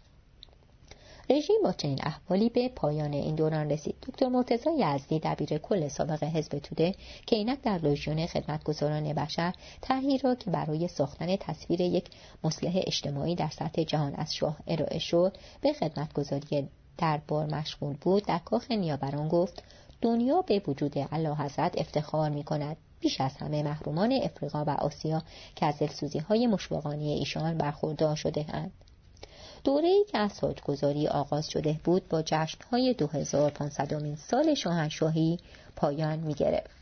Speaker 2: رژیم با چنین احوالی به پایان این دوران رسید. دکتر مرتضی یزدی دبیر کل سابق حزب توده که اینک در لژیون خدمتگزاران بشر طرحی را که برای ساختن تصویر یک مصلح اجتماعی در سطح جهان از شاه ارائه شد به خدمتگزاری دربار مشغول بود، در کاخ نیاوران گفت دنیا به وجود اعلیحضرت افتخار می کند، بیش از همه محرومان افریقا و آسیا که از دلسوزی‌های مشفقانه ایشان برخوردار شده اند. دوره‌ای که از تاجگذاری آغاز شده بود با جشن‌های دو هزار و پانصدمین سال شاهنشاهی پایان می‌گرفت.